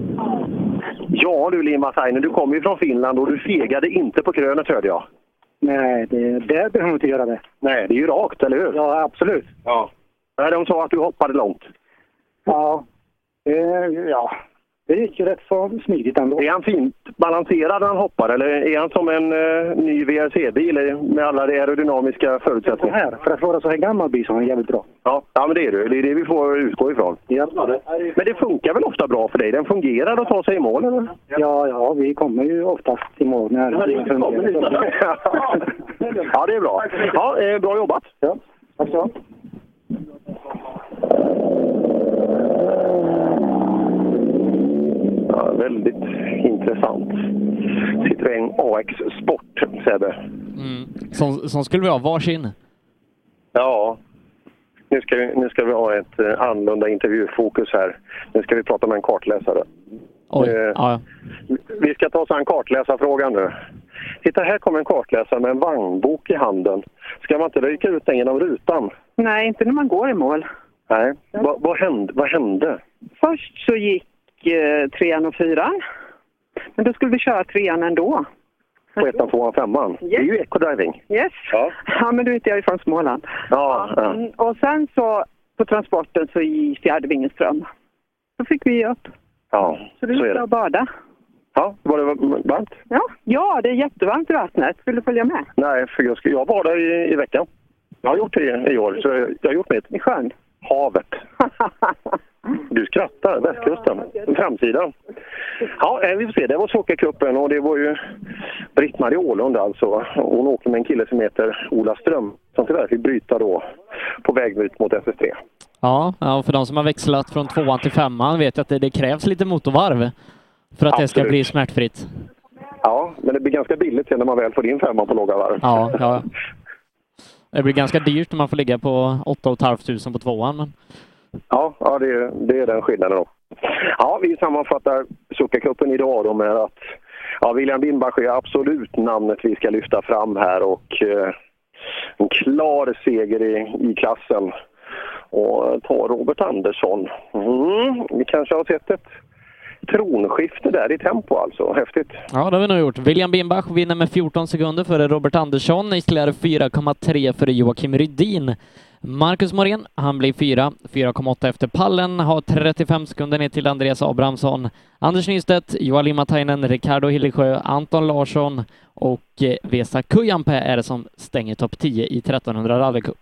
Ja du Limatainen, du kommer ju från Finland och du fegade inte på krönet, hörde jag. Nej, det, det behöver inte göra det. Nej, det är ju rakt, eller hur? Ja, absolut. Ja. Nej, de sa att du hoppade långt. Ja, eh, ja. Det gick ju rätt så smidigt ändå. Är han fint balanserad när han hoppar, eller är han som en uh, ny V R C-bil med alla de aerodynamiska förutsättningar? Här, för att vara så här gammal bil så är han jävligt bra. Ja, ja, men det är det. Det är det vi får utgå ifrån. Ja. Men det funkar väl ofta bra för dig? Den fungerar att ta sig i mål, eller? Ja, ja, vi kommer ju oftast i mål när det fungerar. Ja, det är bra. Ja, eh, bra jobbat. Ja, tack så. Ja, väldigt intressant. Citroën A X Sport, Sebbe. Mm. Som, som skulle vi ha varsin. Ja. Nu ska, vi, nu ska vi ha ett eh, annorlunda intervjufokus här. Nu ska vi prata med en kartläsare. Oj, eh, ja. Vi ska ta oss an kartläsarfrågan nu. Titta, här kommer en kartläsare med en vagnbok i handen. Ska man inte ryka ut den genom rutan? Nej, inte när man går i mål. Nej. Va, vad, hände, vad hände? Först så gick eh, trean och fyran. Men då skulle vi köra trean ändå. På ettan, tvåan, femman? Yes. Det är ju eco-driving. Yes. Ja. Ja, men du vet, jag är från Småland. Ja, ja. Mm, och sen så på transporten så i fjärde ingen ström. Så fick vi upp. Ja, så det gick att bada. Ja, var det varmt? Ja, ja, det är jättevarmt i vattnet. Vill du följa med? Nej, för jag, ska, jag badar i, i veckan. Jag har gjort det i år, så jag, jag har gjort mitt. I sjön? Havet. Du skrattar, västkusten. Framsidan. Ja, vi får se. Det var Svårkakuppen och det var ju Britt-Marie Åhlund alltså. Hon åker med en kille som heter Ola Ström som tyvärr fick bryta då på väg ut mot S S tre. Ja, ja, för de som har växlat från tvåan till femman vet jag att det, det krävs lite motorvarv för att Absolut. Det ska bli smärtfritt. Ja, men det blir ganska billigt sen när man väl får in femman på låga varv. Ja, ja. Det blir ganska dyrt när man får ligga på åtta och ett halvt tusen på tvåan. Men... Ja, ja det, är, det är den skillnaden då. Ja, vi sammanfattar Suzuka-cupen idag då med att ja, William Bimbach är absolut namnet vi ska lyfta fram här och eh, en klar seger i, i klassen. Och ta Robert Andersson. Mm, vi kanske har sett ett tronskifte där i tempo alltså. Häftigt. Ja, det har vi nog gjort. William Bimbach vinner med fjorton sekunder före Robert Andersson. Ytterligare fyra komma tre före Joakim Rydin. Marcus Morén, han blir fyra. fyra komma åtta efter pallen. Har trettiofem sekunder ner till Andreas Abrahamsson. Anders Nystedt, Joel Limatainen, Ricardo Hillesjö, Anton Larsson och Vesa Kujanpä är det som stänger topp tio i trettonhundra rallycup.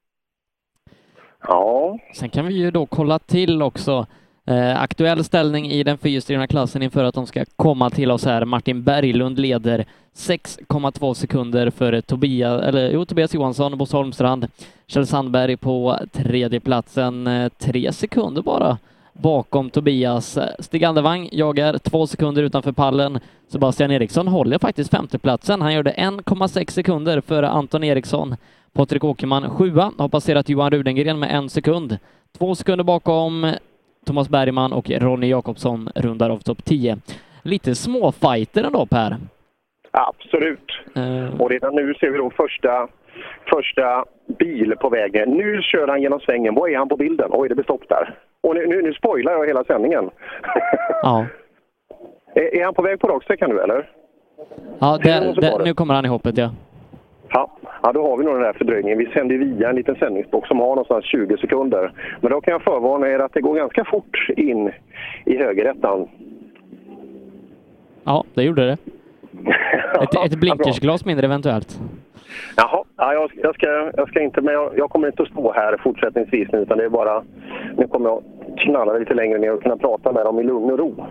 Ja. Sen kan vi ju då kolla till också eh, aktuell ställning i den fyrhjulsdrivna klassen inför att de ska komma till oss här. Martin Berglund leder sex komma två sekunder för Tobias, eller, jo, Tobias Johansson, Bosse Holmstrand. Kjell Sandberg på tredje platsen, eh, tre sekunder bara bakom Tobias. Stig Andervang jagar två sekunder utanför pallen. Sebastian Eriksson håller faktiskt femteplatsen. Han gjorde en komma sex sekunder för Anton Eriksson. Patrik Åkerman sjua, har passerat Johan Rudengren med en sekund. Två sekunder bakom Thomas Bergman och Ronny Jakobsson rundar av topp tio. Lite småfighter ändå, Per. Absolut. Uh. Och redan nu ser vi då första, första bil på vägen. Nu kör han genom svängen. Vad är han på bilden? Oj, det blir stopp där. Och nu, nu, nu spoilar jag hela sändningen. Ja. är, är han på väg på raksträckan nu, eller? Ja, det, det, nu kommer han i hoppet, ja. Ja, ja, då har vi nog den här fördröjningen. Vi sänder via en liten sändningsbox som har någonstans tjugo sekunder. Men då kan jag förvarna er att det går ganska fort in i högerrättan. Ja, det gjorde det. Ett, ett blinkersglas mindre eventuellt. Jaha, ja, jag, jag, ska, jag ska inte, men jag, jag kommer inte att stå här fortsättningsvis nu, utan det är bara, nu kommer jag knalla lite längre ner och kunna prata med dem i lugn och ro.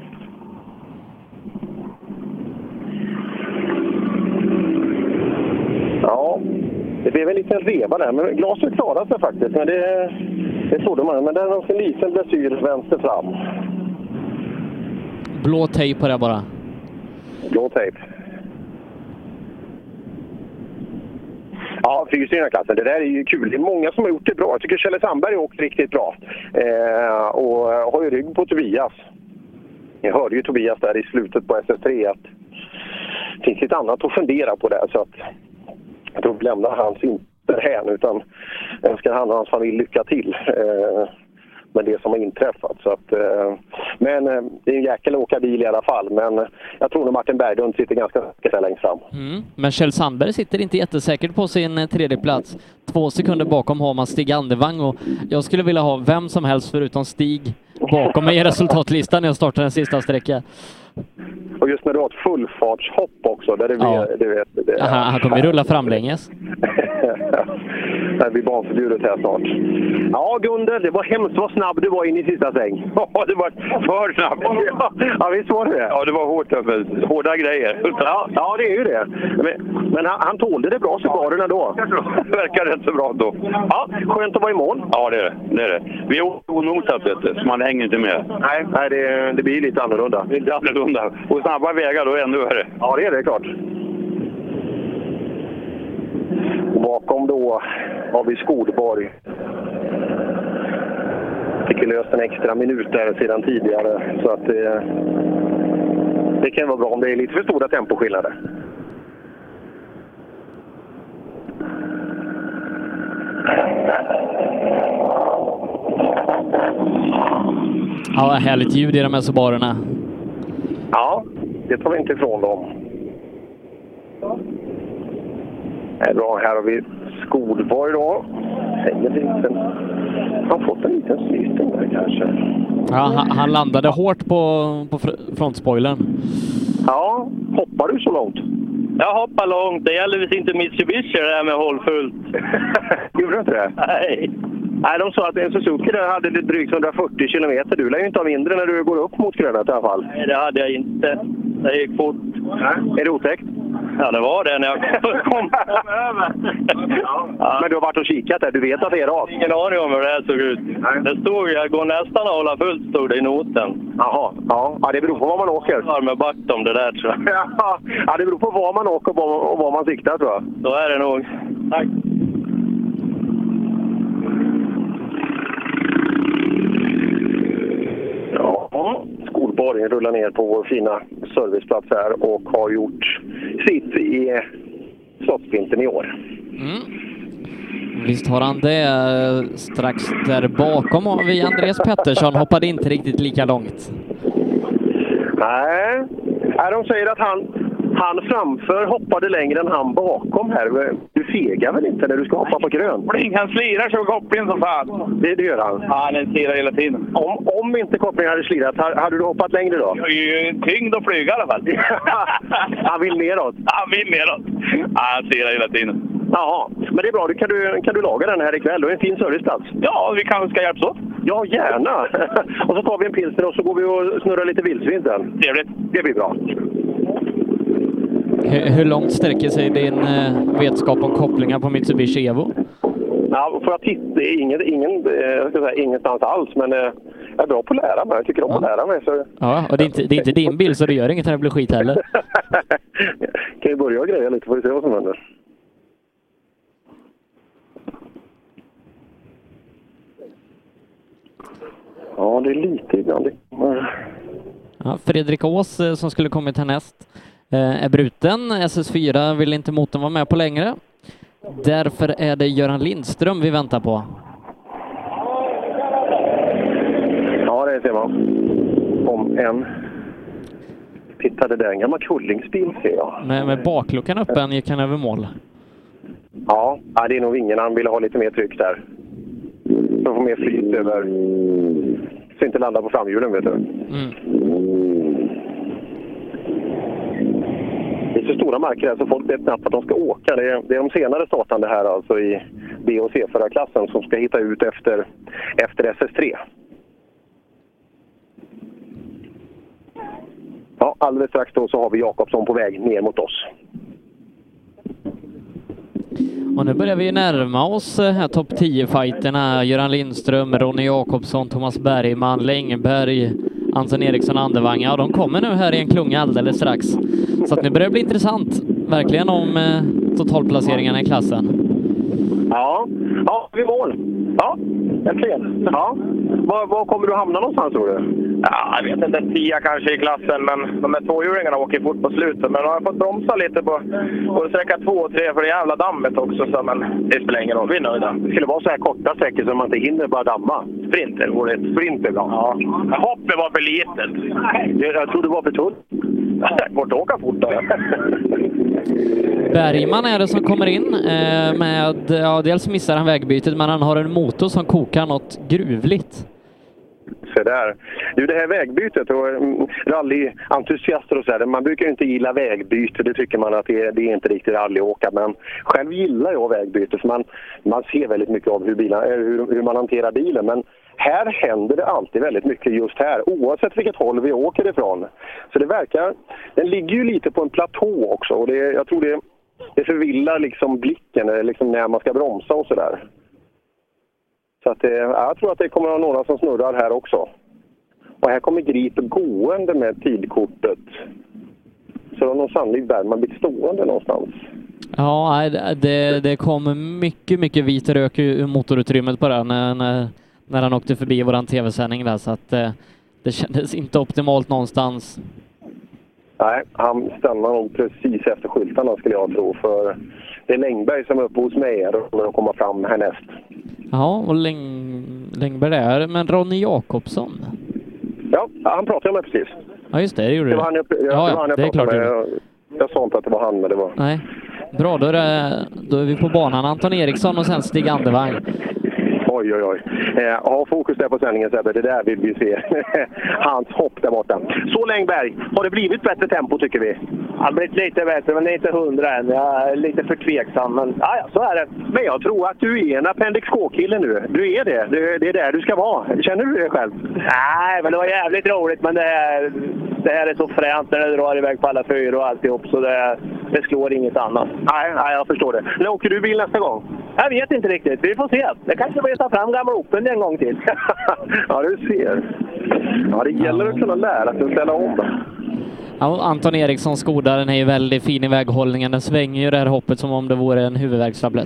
Ja, det blev en liten reva där, men glaset klarade sig faktiskt, men det, det trodde man, men där är en liten blessyr vänster fram. Blå tejp på det bara. Blå tejp. Ja, fyrhjulsdrivna-klassen, det där är ju kul. Det är många som har gjort det bra. Jag tycker Kjelle Sandberg har åkt riktigt bra. Eh, och har ju rygg på Tobias. Jag hörde ju Tobias där i slutet på S S tre att det finns lite annat att fundera på där. Så att jag tror att lämna hans inte här, utan önskar han och hans familj lycka till eh, med det som har inträffat. Så att, eh, men eh, det är en jäkel att åka bil i alla fall. Men jag tror att Martin Berglund sitter ganska säkert längst fram. Mm. Men Kjell Sandberg sitter inte jättesäkert på sin tredje plats. Två sekunder bakom har man Stig Andevang, och jag skulle vilja ha vem som helst förutom Stig bakom mig i resultatlistan när jag startar den sista sträckan. Och just när du har ett fullfartshopp också, där det blir, ja. du vet, det, Aha, han kommer ju rulla framlänges. Det blir banförbjudet här snart. Ja, Gunder, det var hemskt vad snabb du var in i sista sväng. Ja, det var för snabbt. Ja, ja, visst var det det? Ja, det var hårt, hårda grejer. Ja, ja, det är ju det. Men, men han, han tålde det bra, Subarerna då. Det verkar rätt så bra då. Ja, skönt att vara i mål. Ja, det är det. det, är det. Vi är onosat, vet du, så man hänger inte med. Nej, nej det, det blir lite annorlunda. Det är annorlunda. Och snabba vägar då är ännu värre. Ja, det är det klart. Bakom då har vi Skodborg. Fick vi löst en extra minut där sedan tidigare. Så att det, det kan vara bra om det är lite för stora temposkillnader. Ja, härligt ljud i de här Subarerna. Ja, det tar vi inte ifrån dem. Det är bra, här har vi Skodborg då. Hänger liten. Han har fått en liten snyting där kanske. Ja, han, han landade hårt på, på frontspoilern. Ja, hoppar du så långt? Jag hoppar långt. Det gäller visst inte Mitsubishi det här med håll fullt. Gjorde du inte det? Nej. Nej, de sa att en Suzuki där hade det drygt hundrafyrtio kilometer. Du lär ju inte ha mindre när du går upp mot grönet i alla fall. Nej, det hade jag inte. Det gick fort. Nej. Är det otäckt? Ja, det var det när jag kom över. Ja. Men du har varit och kikat där. Du vet att det är ras. Ingen aning om hur det här såg ut. Nej. Det stod, jag går nästan att hålla fullt, stod det i noten. Jaha, ja. Ja, det beror på var man åker. Jag har med bart om det där, tror jag. Ja, det beror på var man åker och var man siktar, tror jag. Så är det nog. Tack. Ja, Skodborg rullar ner på vår fina serviceplats här och har gjort sitt i Slottssprinten i år. Mm. Visst har han det. Strax där bakom har vi Andreas Pettersson, hoppade inte riktigt lika långt. Nej, de säger att han, han framför hoppade längre än han bakom här. Du fegar väl inte när du ska hoppa på grön? Han slirar så kopplingen som fan. Det, det gör han? Ja, han slirar hela tiden. Om, om inte kopplingen hade slirat, hade du hoppat längre då? Jag är ju tyngd och flyga i alla fall. Han vill neråt? Han vill neråt. Ja, han slirar hela tiden. Jaha, men det är bra. Kan du, kan du laga den här ikväll? Det är en fin serviceplats. Ja, vi kanske ska hjälpas åt. Ja, gärna. Och så tar vi en pilsner och så går vi och snurrar lite vildsvin sen. Trevligt. Det blir bra. Hur, hur långt sträcker sig din eh, vetskap om kopplingar på Mitsubishi Evo? Ja, för att titta, ingen, ingen, jag ska säga, ingenstans alls, men eh, jag är bra på att lära mig. Jag tycker om ja. att lära mig. Så... Ja, och det är, inte, det är inte din bil, så det gör inget när det blir skit heller. Kan ju börja greja lite, får vi se vad som händer. Ja, det är lite ibland. Ja, Fredrik Ås som skulle kommit härnäst är bruten. S S fyra vill inte motorn vara med på längre. Därför är det Göran Lindström vi väntar på. Ja, det ser man. Om en tittade där, en gammal kullingsbil ser jag. Med, med bakluckan öppen gick han över mål. Ja, det är nog ingen. Han vill ha lite mer tryck där. Så får mer flyt över. Så inte landa på framhjulen, vet du. Mm. Det är så stora marker här så folk vet knappt att de ska åka. Det är, det är de senare startande här alltså i B- och C-förarklassen som ska hitta ut efter, efter S S tre. Ja, alldeles strax då så har vi Jakobsson på väg ner mot oss. Och nu börjar vi närma oss här topp tio-fighterna. Göran Lindström, Ronny Jakobsson, Thomas Bergman, Längberg, Anton Eriksson, Andevang. Ja, de kommer nu här i en klunga alldeles strax. Så att nu börjar det bli intressant, verkligen, om eh, totalplaceringarna i klassen. Ja, ja, vi mål. Ja, äntligen. Ja. Var, var kommer du hamna någonstans, tror du? Ja, jag vet inte, tia kanske i klassen, men de här tvåhjulingarna åker fort på slutet. Men jag har fått bromsa lite på, på sträcka två och tre för det jävla dammet också. Så, men det spelar ingen roll, vi är nöjda. Det skulle vara så här korta sträckor så man inte hinner bara damma. Sprinter vore ett. Sprinter, ja. ja. Hoppet var för litet. Jag, jag tror det var för tunt. Jag borde åka fortare. Bergman är det som kommer in eh, med, ja, dels missar han vägbytet, men han har en motor som kokar något gruvligt. Så där. Du, det här vägbytet och um, rallyentusiaster och så här, man brukar ju inte gilla vägbyte, det tycker man att det är, det är inte riktigt rallyåka, men själv gillar jag vägbyte för man, man ser väldigt mycket av hur, bilen, hur, hur man hanterar bilen, men här händer det alltid väldigt mycket just här, oavsett vilket håll vi åker ifrån. Så det verkar, den ligger ju lite på en platå också och det, jag tror det, det förvillar liksom blicken liksom när man ska bromsa och sådär. Så att det, jag tror att det kommer att vara några som snurrar här också. Och här kommer Grip gående med tidkortet. Så det är någon sannolikt där man blir stående någonstans. Ja, det, det kom mycket, mycket vit rök ur motorutrymmet på den när, när, när han åkte förbi våran tv-sändning där. Så att det, det kändes inte optimalt någonstans. Nej, han stannar nog precis efter skyltarna skulle jag tro. För det är Längberg som är uppe hos mig och kommer att komma fram härnäst. Ja, och Läng... Längberg där. Men Ronny Jakobsson? Ja, han pratade med precis. Ja, just det, det gjorde det. Var han, jag, ja, det, var han jag det är klart. Med. Jag, jag sa inte att det var han, men det var... Nej, bra. Då är, det, då är vi på banan. Anton Eriksson och sen Stig Andevang. Oj, oj, oj. Eh, ha fokus där på sändningen, Sebbe. Det där vill vi se. Hans hopp där borta. Så Längberg, har det blivit bättre tempo tycker vi? Det har blivit lite bättre, men det är inte hundra än. Jag är lite för tveksam, men ja, ja, så är det. Men jag tror att du är en Appendix K-kille nu. Du är det. det. Det är där du ska vara. Känner du det själv? Nej, men det var jävligt roligt, men det, är, det här är så fränt när det drar iväg på alla fyra och alltihop, så det, det slår inget annat. Nej, nej, jag förstår det. När åker du bil nästa gång? Jag vet inte riktigt. Vi får se. Det kanske blir ta fram gamla Open en gång till. Ja, du ser. Ja, det gäller att kunna lära sig att ställa om. Ja, Anton Eriksson Skoda, den är ju väldigt fin i väghållningen. Den svänger ju det här hoppet som om det vore en huvudvägstablett.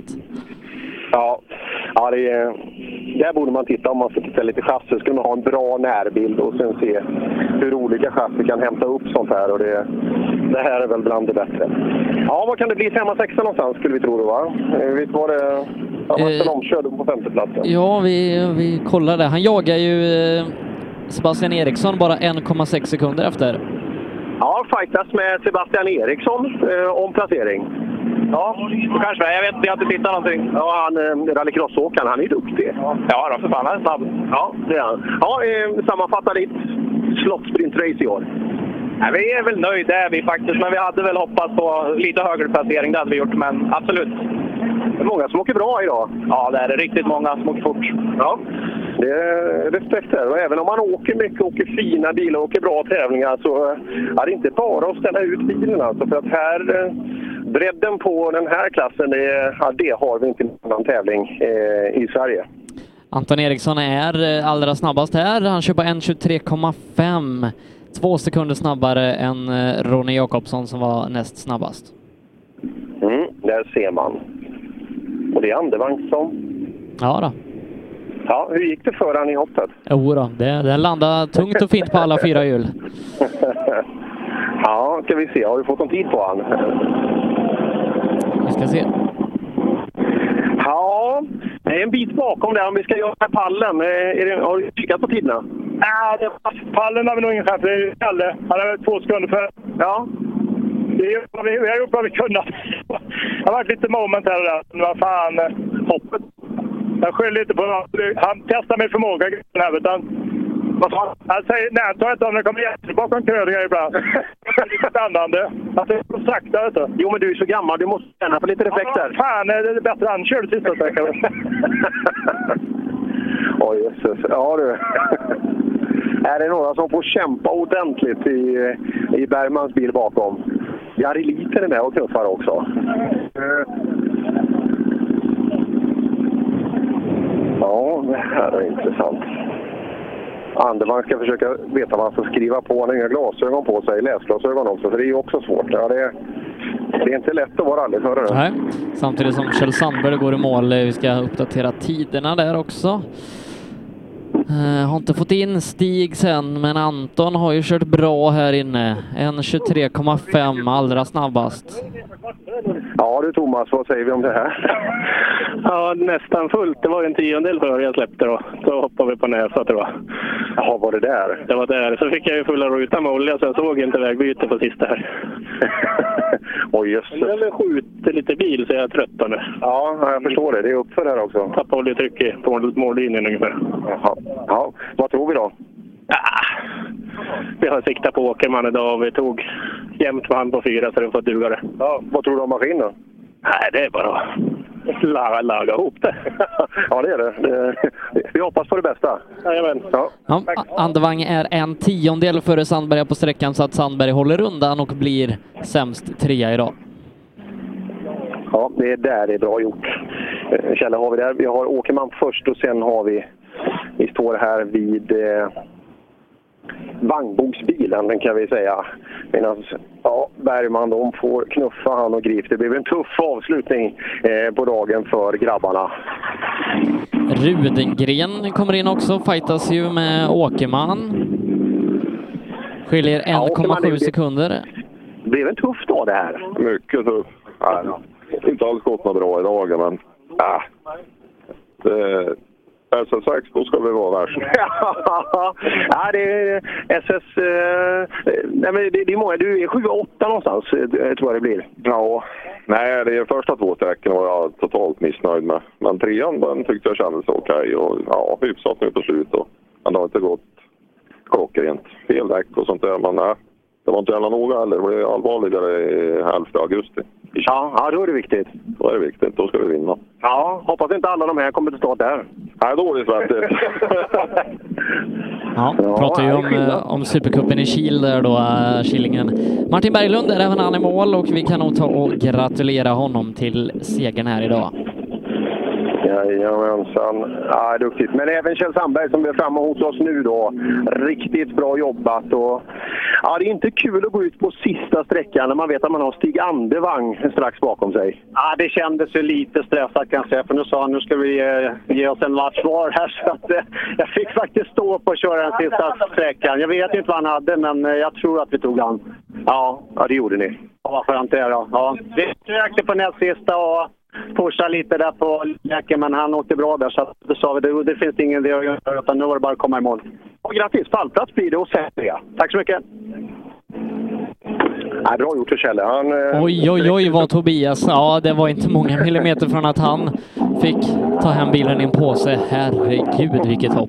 Ja, ja det är, där borde man titta om man ska titta lite chassi. Så skulle man ha en bra närbild och sen se hur olika chassi kan hämta upp sånt här. Och det, det här är väl bland det bättre. Ja, vad kan det bli? femma sexa någonstans skulle vi tro då, va? Visst var det... Han var eh, omkörd på femteplatsen. Ja, vi, vi kollade. Han jagar ju eh, Sebastian Eriksson bara en komma sex sekunder efter. Ja, fightas med Sebastian Eriksson eh, om placering. Ja, kanske. Jag vet inte, jag har inte tittat någonting. Ja, han eh, rallycrossåkaren, han är duktig. Ja, då för fan, han är snabb. Ja, det är han. Ja, eh, sammanfatta ditt slottssprintrace i år. Nej, vi är väl nöjda, är vi faktiskt. Men vi hade väl hoppats på lite högre placering, det hade vi gjort. Men absolut. Det är många som åker bra idag. Ja, det är det. Riktigt många som åker fort. Ja, det är respekt här. Och även om man åker mycket, åker fina bilar och åker bra tävlingar så är det inte bara att ställa ut bilen. Alltså, för att här, bredden på den här klassen, det, ja, det har vi inte i någon tävling eh, i Sverige. Anton Eriksson är allra snabbast här. Han kör på en tjugotre komma fem. Två sekunder snabbare än Ronny Jakobsson som var näst snabbast. Mm, där ser man. Och det är Andevang som... Ja då. Ja, hur gick det för han i hoppet? Jo då, det, det landade tungt och fint på alla fyra hjul. Ja, ska vi se. Har du fått en tid på han? Vi ska se. Ja, det är en bit bakom där om vi ska göra pallen. Är det, har du kikat på tiderna? Nej, det, pallen har vi nog ingen chans. Det är Kalle. Han har två sekunder för. Ja. Vi, vi, vi har gjort vad vi kunnat. Det har varit lite moment här och där. Men vad fan, hoppet. Jag skyller inte på något. Han testar med förmåga här, utan Vad sa han? Han säger, nej, ta inte om det kommer jätter bakom köringar ibland. Det är lite spännande. Att det är så sakta, vet du. Jo, men du är så gammal. Du måste känna på lite reflexer. Ja, fan, det är bättre han körde sista sträckan. Oj, jösses. Ja, du. Är det några som får kämpa ordentligt i, i Bergmans bil bakom? Jari Liter är med och knuffar också. Ja, det här är intressant. Andevang ska försöka veta vad han ska skriva på. Han har inga glasögon på sig, läsglasögon också, för det är ju också svårt. Ja, det, är, det är inte lätt att vara rallyförare. Nej, samtidigt som Kjell Sandberg går i mål. Vi ska uppdatera tiderna där också. Uh, har inte fått in Stig sen, men Anton har ju kört bra här inne. en tjugotre komma fem allra snabbast. Ja du Thomas, vad säger vi om det här? Ja, nästan fullt. Det var en tiondel före jag släppte då. Så hoppade vi på näsa, tror jag. Jaha, var det där? Det var där. Så fick jag ju fulla rutan med olja, så jag såg inte vägbyte på sista här. Oj, jösses. Jag vill skjuta lite bil, så jag är trött nu. Ja, jag förstår det. Det är uppför här också. Tappa oljetryck på mållinjen ungefär. Jaha. Ja, vad tror vi då? Ah, vi har siktat på Åkerman idag och vi tog jämnt med han på fyra, så det får duga det. Ja, vad tror du om maskinen? Nej, det är bara att laga, laga ihop det. Ja, det är det. det. Vi hoppas på det bästa. Jajamän. Ja. Ja, Andevang är en tiondel före Sandberg på sträckan, så att Sandberg håller undan och blir sämst trea idag. Ja, det är där det är bra gjort. Kjell, har vi där. Vi har Åkerman först och sen har vi, vi står här vid eh, vagnbogsbilen, den kan vi säga. Medan ja, Bergman, de får knuffa han och Grif. Det blev en tuff avslutning eh, på dagen för grabbarna. Rudengren kommer in också, fightas ju med Åkerman. Skiljer en komma sju sekunder. Det blev en tuff dag det här. Mycket tuff. Ja, inte alls gått något bra idag, men ja, det, S S sex, då ska vi vara värst. Ja, det är S S... Eh, nej, men det, det är många. Du är sju åtta någonstans, tror jag det blir. Ja, nej, det är första två sträckorna var jag totalt missnöjd med. Men trean, den tyckte jag kändes okej. Okay. Och ja, hyfsat nu på slutet. Men det har inte gått klockrent. Fel däck och sånt där, men nej. Det var inte jävla noga heller. Det blev allvarligare i elfte augusti. Ja, ja, då är det viktigt. Då är det viktigt. Då ska vi vinna. Ja, hoppas inte alla de här kommer till start där. Nej, då är det svettigt. Ja, vi pratar ju om, om Supercupen i Kil där då, äh, Killingen. Martin Berglund är även han i mål och vi kan nog ta och gratulera honom till segern här idag. Jajamensan. Ja, duktigt. Men även Kjell Sandberg som är framme hos oss nu då. Riktigt bra jobbat. Och, ja, det är inte kul att gå ut på sista sträckan när man vet att man har Stig Andevang strax bakom sig. Ja, det kändes ju lite stressat kan jag säga. För nu sa han nu ska vi eh, ge oss en match var här. Så att, eh, jag fick faktiskt stå på att köra den sista sträckan. Jag vet inte vad han hade, men eh, jag tror att vi tog han. Ja, ja det gjorde ni. Ja, vad skönt det är då. Ja, vi försökte på näst sista och pusha lite där på läken, men han åkte bra där, så att, då sa vi det, det finns ingen idé att göra, utan nu var det bara att komma i mål. Och grattis, pallplats blir det och sätter. Tack så mycket. Nej, bra gjort för Kjell. Han, oj, oj, oj, vad Tobias. Ja, det var inte många millimeter från att han fick ta hem bilen i en påse. Herregud, vilket hopp.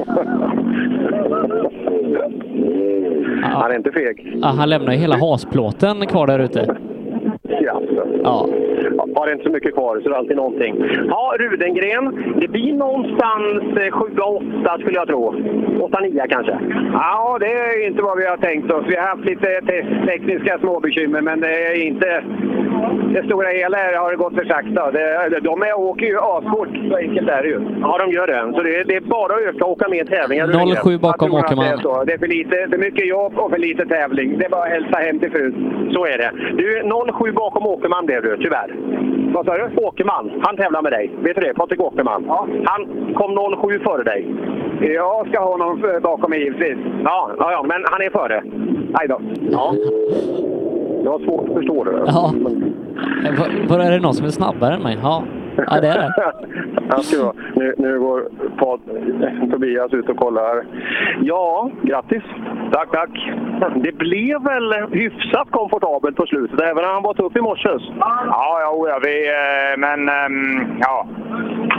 Han är inte feg. Ja, han lämnar ju hela hasplåten kvar där ute. Ja. Ja. Har inte så mycket kvar, så det är alltid någonting. Ja, Rudengren. Det blir någonstans sju åtta skulle jag tro. åtta nio kanske. Ja, det är inte vad vi har tänkt oss. Vi har haft lite te- tekniska småbekymmer, men det är inte... Det stora hela har det gått för sakta. Det, de är, åker ju asfort, så enkelt är det ju. Ja, de gör det. Så det, det är bara att öka och åka med tävlingar. noll sju bakom Åkerman. Det är, så. Det är för lite, för mycket jobb och för lite tävling. Det är bara att hälsa hem till frun. Så är det. Du, noll sju bakom Åkerman blev du, tyvärr. Vad sa du? Åkerman, han tävlar med dig. Vet du det? Patrik Åkerman. Ja. Han kom noll sju före dig. Jag ska ha någon bakom mig givetvis. Ja, ja, ja, men han är före. Nej då. Ja. Jag har svårt att förstå det. Ja. Var, var är det någon som är snabbare än mig? Ja, ja det är det. Han ska vara. Nu, nu går Pat, Tobias ut och kollar. Ja, grattis. Tack, tack. Det blev väl hyfsat komfortabelt på slutet, även när han var tuff i morse. Ja, ja, ja vi, men ja,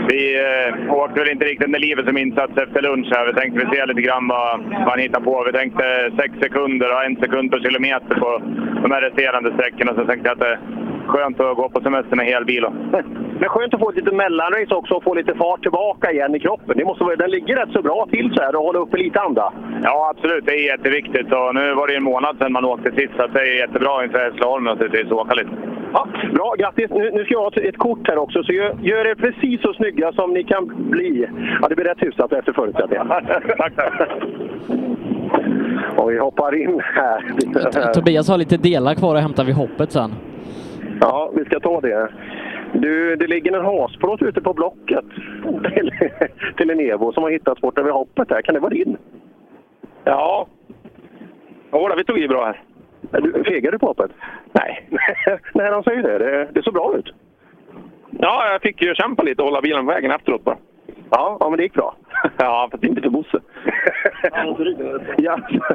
Vi eh, åkte väl inte riktigt med livet som insats efter lunch här. Vi tänkte vi se lite grann vad, vad han hittar på. Vi tänkte sex sekunder och en sekund per kilometer på de här resterande sträckorna. Så tänkte jag att det är skönt att gå på semester med hel bil. Men skönt att få ett lite mellanrace också och få lite fart tillbaka igen i kroppen. Det måste vara, den ligger rätt så bra till så här och håller uppe lite anda. Ja, absolut. Det är jätteviktigt. Och nu var det en månad sedan man åkte sist, så det är jättebra inför Hässleholm och så åka lite. Ja, bra, grattis. Nu, nu ska jag ha ett kort här också, så gör, gör er precis så snygga som ni kan bli. Ja, det blir rätt hyfsat efter förutsättningarna. Tack, tack. Och vi hoppar in här. Tobias har lite delar kvar att hämta vid hoppet sen. Ja, vi ska ta det. Du, det ligger en hasplåt ute på blocket till, till en Evo som har hittats bort över hoppet här. Kan det vara din? Ja. Ja, vi tog i bra här. Du, fegar du på hoppet? Nej. Nej, han säger det. det. Det såg bra ut. Ja, jag fick ju kämpa lite och hålla bilen på vägen efteråt bara. Ja, ja men det gick bra. Ja, fast inte för Bosse. Ja.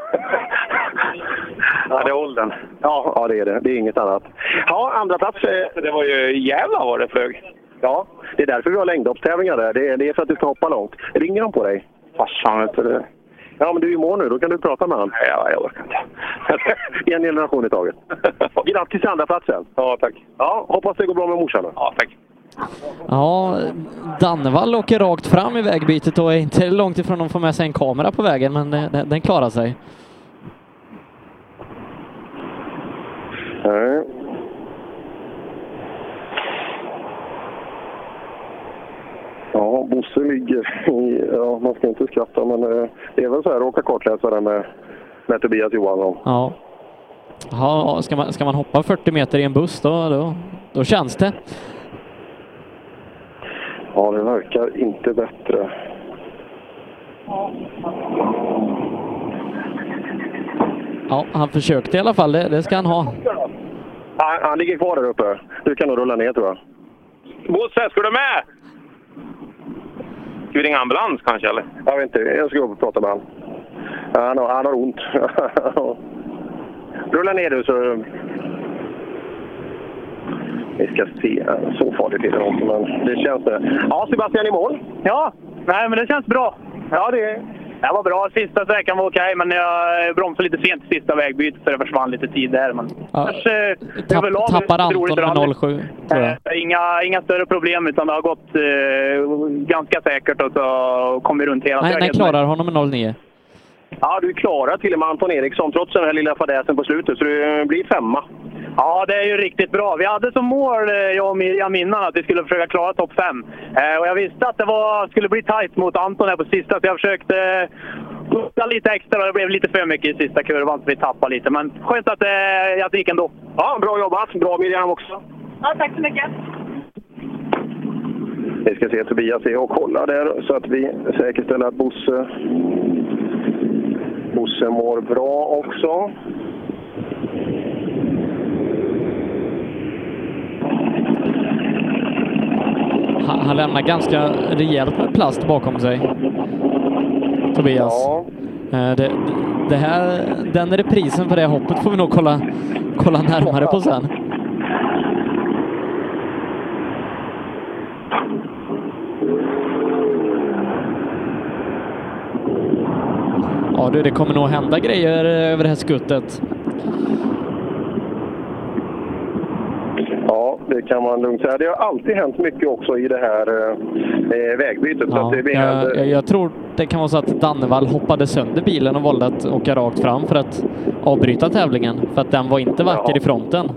Ja, det är åldern. Ja, ja, det är det. Det är inget annat. Ja, andra plats. Eh... Det var ju jävla vad det flög. Ja, det är därför vi har längdhoppstävlingar där. Det är, det är för att du ska hoppa långt. Ringer de på dig? Farsan, vet du det? Ja, men du är i mål nu. Då kan du prata med honom. Ja, jag orkar inte. En generation i taget. Grattis till andra platsen. Ja, tack. Ja, hoppas det går bra med morsan. Ja, tack. Ja, Dannevall åker rakt fram i vägbytet och är inte långt ifrån att få med sig en kamera på vägen, men den, den klarar sig. Nej. Ja, Bosse ligger i, ja, man ska inte skratta, men eh, det är väl så här, åka kortläsare med, med Tobias Johansson. Ja. Ja, ska man, ska man hoppa fyrtio meter i en buss då, då, då känns det. Ja, det verkar inte bättre. Ja, han försökte i alla fall, det, det ska han ha. Ja, han ligger kvar där uppe. Du kan nog rulla ner, tror jag. Bosse, ska du med? Ska vi ringa ambulans kanske, eller? Jag vet inte, jag ska gå och prata med han. Han har, han har ont. Rulla ner du så... Vi ska se, så farligt är det inte, men det känns det. Ja, Sebastian i mål. Ja, nej men det känns bra. Ja, det, det var bra. Sista sträckan var okej, men jag bromsade lite sent i sista vägbytet så det försvann lite tid där. Men ja. kanske, Tapp, överlag, tappar Anton med noll sju. Eh, inga, inga större problem, utan det har gått eh, ganska säkert och så kom vi runt hela Nej, nej klarar honom med noll nio. Ja, du är klara till och med Anton Eriksson trots den här lilla fadäsen på slutet, så du blir femma. Ja, det är ju riktigt bra. Vi hade som mål, jag och Miriam innan, att vi skulle försöka klara topp fem. Eh, och jag visste att det var, skulle bli tajt mot Anton här på sista, så jag försökte putta lite extra och det blev lite för mycket i sista kurvan så vi tappade lite. Men skönt att eh, jag gick ändå. Ja, bra jobbat. Bra Miriam också. Ja, tack så mycket. Vi ska se Tobias är och kolla där så att vi säkerställer att Bosse, Bosse mår bra också. Han, han lämnar ganska rejält med plast bakom sig, Tobias. Ja. Det, det här, den reprisen för det hoppet får vi nog kolla, kolla närmare på sen. Ja du, det kommer nog hända grejer över det här skuttet. Ja, det kan man lugnt säga. Det har alltid hänt mycket också i det här eh, vägbytet. Ja, så att det blir jag, händer... jag, jag tror det kan vara så att Dannevall hoppade sönder bilen och valde att åka rakt fram för att avbryta tävlingen. För att den var inte vacker ja. i fronten.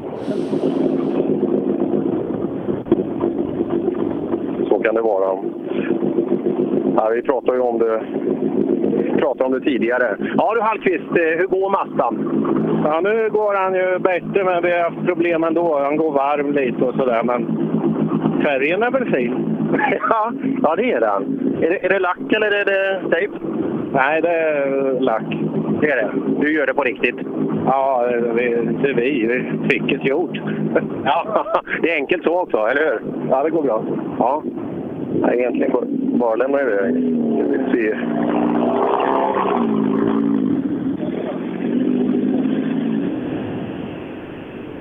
Så kan det vara. Ja, vi pratade ju om det, pratade om det tidigare. Ja du Hallqvist, hur går Mazdan? Ja, nu går han ju bättre, men vi har haft problem ändå. Han går varm lite och sådär, men färgen är väl fin. ja, ja, det är den. Är det, är det lack eller är det tejp? Nej, det är lack. Det är det. Du gör det på riktigt? Ja, det är vi. Vi fick ett gjort. ja, det är enkelt så också, eller hur? Ja, det går bra. Ja. Ja, egentligen bara, bara lämna iväg. Vi vill se.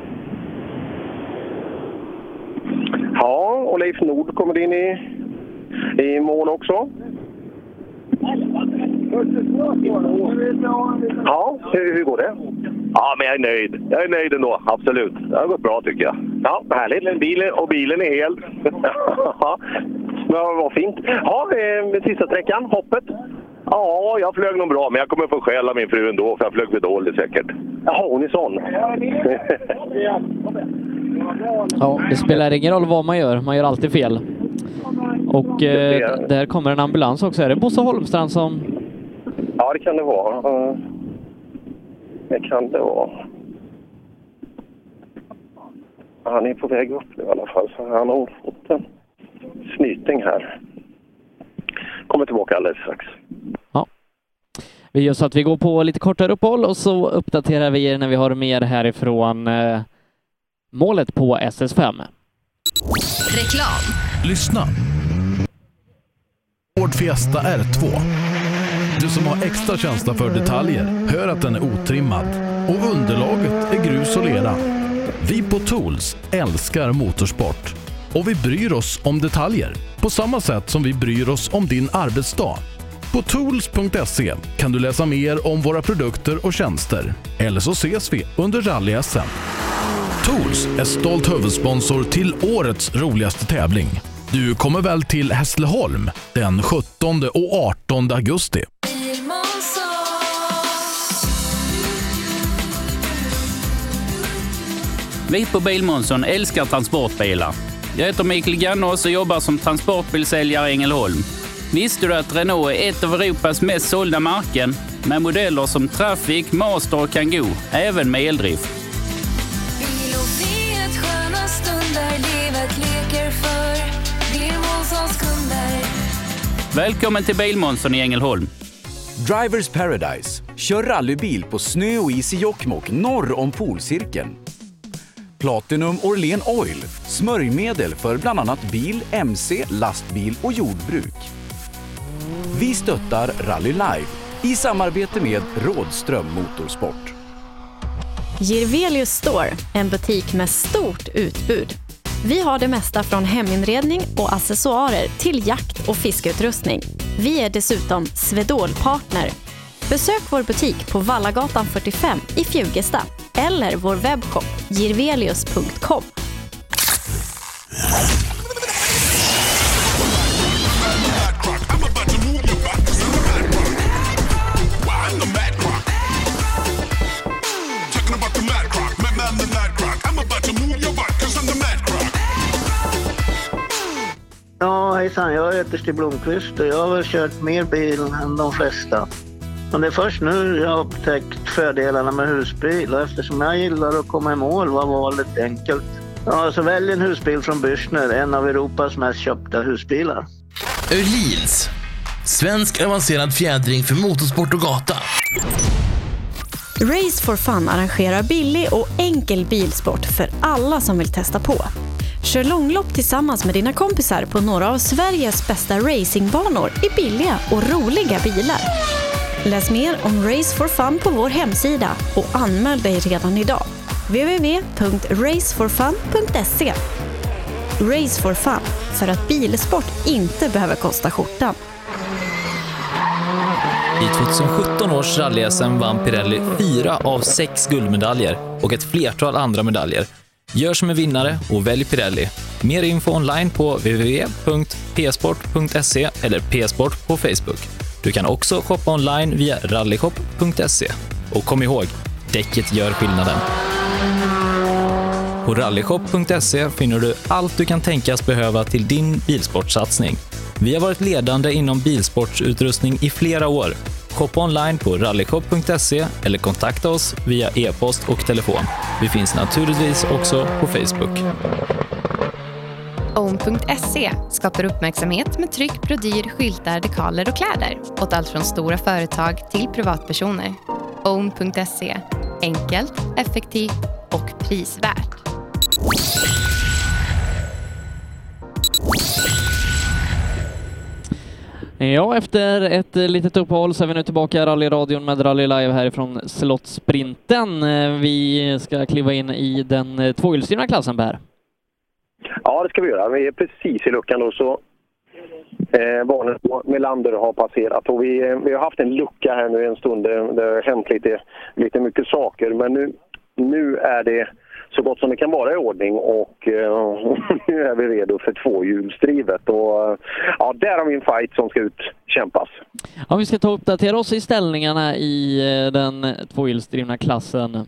Ja, och Leif Nord kommer in i i mål också. Ja, hur, hur går det? Ja, men jag är nöjd. Jag är nöjd ändå, absolut. Det har gått bra tycker jag. Ja, härligt. Bilen, och bilen är hel. Ja, vad fint. Ja, med sista sträckan, hoppet. Ja, jag flög nog bra, men jag kommer få skälla min fru ändå, för jag flög för dåligt säkert. Jaha, hon är sån. Ja, det spelar ingen roll vad man gör, man gör alltid fel. Och eh, där kommer en ambulans också. Är det Bosse Holmstrand som... Ja, det kan det vara. Det kan det vara. Han är på väg upp nu i alla fall, så han har fått en snyting här. Kommer tillbaka alldeles strax. Ja. Vi gör så att vi går på lite kortare uppehåll och så uppdaterar vi er när vi har mer härifrån eh, målet på S S fem. Reklam. Lyssna. Ford Fiesta R två. Du som har extra känsla för detaljer, hör att den är otrimmad och underlaget är grus och lera. Vi på Tools älskar motorsport och vi bryr oss om detaljer på samma sätt som vi bryr oss om din arbetsdag. På tools punkt se kan du läsa mer om våra produkter och tjänster. Eller så ses vi under rally-S M. Tools är stolt huvudsponsor till årets roligaste tävling. Du kommer väl till Hässleholm den sjuttonde och artonde augusti. Vi på Bilmånsson älskar transportbilar. Jag heter Mikael Gannås och jobbar som transportbilsäljare i Ängelholm. Visste du att Renault är ett av Europas mest sålda märken med modeller som Traffic, Master och Kangoo, även med eldrift? Bil och frihet, sköna stunder, livet leker för Bilmånssons kunder. Välkommen till Bilmånsson i Ängelholm. Drivers Paradise. Kör rallybil på snö och is i Jokkmokk norr om polcirkeln. Platinum Orlen Oil. Smörjmedel för bland annat bil, M C, lastbil och jordbruk. Vi stöttar Rally Live i samarbete med Rådström Motorsport. Jirvelius Store, en butik med stort utbud. Vi har det mesta från heminredning och accessoarer till jakt- och fiskeutrustning. Vi är dessutom Swedol-partner. Besök vår butik på Vallagatan fyrtiofem i Fjugesta eller vår webbshop jirvelius punkt com. Ja, hejsan. Jag heter Stig Blomqvist och jag har väl kört mer bil än de flesta. Men det är först nu jag har upptäckt fördelarna med husbil, och eftersom jag gillar att komma i mål var valet enkelt. Ja, så välj en husbil från Bürstner, en av Europas mest köpta husbilar. Öhlins. Svensk avancerad fjädring för motorsport och gata. Race for Fun arrangerar billig och enkel bilsport för alla som vill testa på. Kör långlopp tillsammans med dina kompisar på några av Sveriges bästa racingbanor i billiga och roliga bilar. Läs mer om Race for Fun på vår hemsida och anmäl dig redan idag. w w w punkt race for fun punkt se. Race for Fun, för att bilsport inte behöver kosta skjortan. I tjugosjutton års rally-S M vann Pirelli fyra av sex guldmedaljer och ett flertal andra medaljer. Gör som en vinnare och välj Pirelli. Mer info online på w w w punkt p sport punkt se eller p-sport på Facebook. Du kan också shoppa online via rallyshop punkt se. Och kom ihåg, däcket gör skillnaden. På rallyshop punkt se finner du allt du kan tänkas behöva till din bilsportsatsning. Vi har varit ledande inom bilsportsutrustning i flera år. Shoppa online på rallyshop punkt se eller kontakta oss via e-post och telefon. Vi finns naturligtvis också på Facebook. own punkt se skapar uppmärksamhet med tryck, brodyr, skyltar, dekaler och kläder åt allt från stora företag till privatpersoner. own punkt se. Enkelt, effektivt och prisvärt. Ja, efter ett litet uppehåll så är vi nu tillbaka i rallyradion med Rally Live härifrån Slottsprinten. Vi ska kliva in i den tvåhjulsdrivna klassen, Per. Ja, det ska vi göra. Vi är precis i luckan då, så Eh, barnen på Melander har passerat och vi, vi har haft en lucka här nu en stund. Det har hänt lite, lite mycket saker, men nu, nu är det så gott som det kan vara i ordning och eh, nu är vi redo för tvåhjulsdrivet och ja, där har vi en fight som ska utkämpas. Ja, vi ska ta och uppdatera oss i ställningarna i den tvåhjulsdrivna klassen.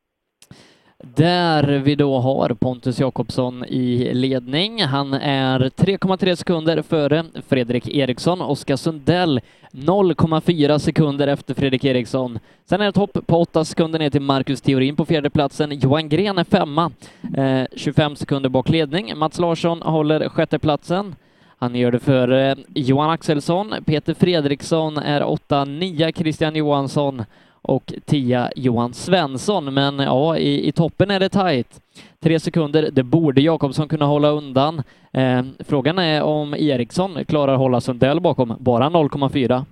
Där vi då har Pontus Jakobsson i ledning. Han är tre komma tre sekunder före Fredrik Eriksson. Oskar Sundell noll komma fyra sekunder efter Fredrik Eriksson. Sen är det topp på åtta sekunder ner till Marcus Theorin på fjärde platsen. Johan Gren är femma, eh, tjugofem sekunder bak ledning. Mats Larsson håller sjätte platsen. Han gör det för eh, Johan Axelsson. Peter Fredriksson är åtta, nio Christian Johansson och tia Johan Svensson. Men ja, i, i toppen är det tajt. Tre sekunder, det borde Jakobsson kunna hålla undan. Eh, frågan är om Eriksson klarar hålla Sundell bakom, bara noll komma fyra.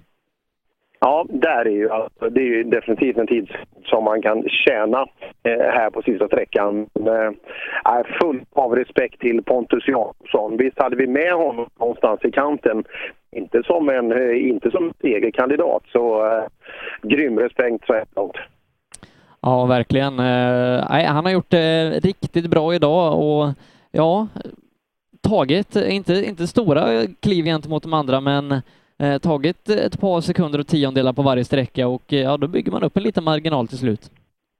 Ja, där är ju, alltså, det är ju definitivt en tid som man kan tjäna eh, här på sista sträckan. Eh, är full av respekt till Pontus Jakobsson. Visst hade vi med honom någonstans i kanten. Inte som en, eh, inte som en segerkandidat, så eh, grym respekt så här långt. Ja, verkligen. Eh, nej, han har gjort det eh, riktigt bra idag och ja, tagit, inte, inte stora kliv gentemot de andra, men eh, tagit ett par sekunder och tiondelar på varje sträcka och ja, då bygger man upp en liten marginal till slut.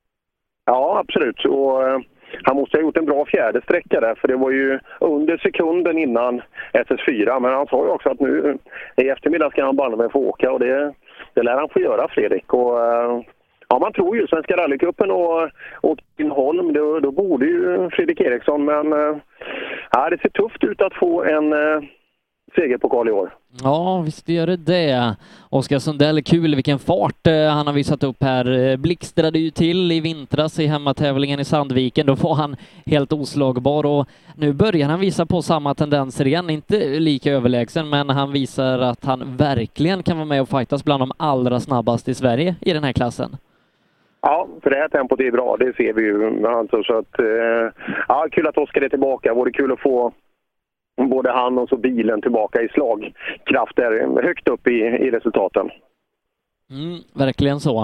Ja, absolut. Och eh, han måste ha gjort en bra fjärde sträcka där, för det var ju under sekunden innan S S fyra, men han sa ju också att nu i eftermiddag ska han bara med få åka och det, det lär han få göra, Fredrik. Och eh, ja, man tror ju Svenska rallycupen och, och Holm, då, då borde ju Fredrik Eriksson, men äh, ja, det ser tufft ut att få en äh, segerpokal i år. Ja, visst gör det det. Oskar Sundell, kul vilken fart eh, han har visat upp här. Blixtrade ju till i vintras i hemmatävlingen i Sandviken. Då var han helt oslagbar och nu börjar han visa på samma tendenser igen. Inte lika överlägsen, men han visar att han verkligen kan vara med och fightas bland de allra snabbaste i Sverige i den här klassen. Ja, för det här tempot är bra, det ser vi ju. Alltså, så att, eh, ja, kul att Oskar är tillbaka. Vore kul att få både han och så bilen tillbaka i slagkraft där högt upp i, i resultaten. Mm, verkligen så.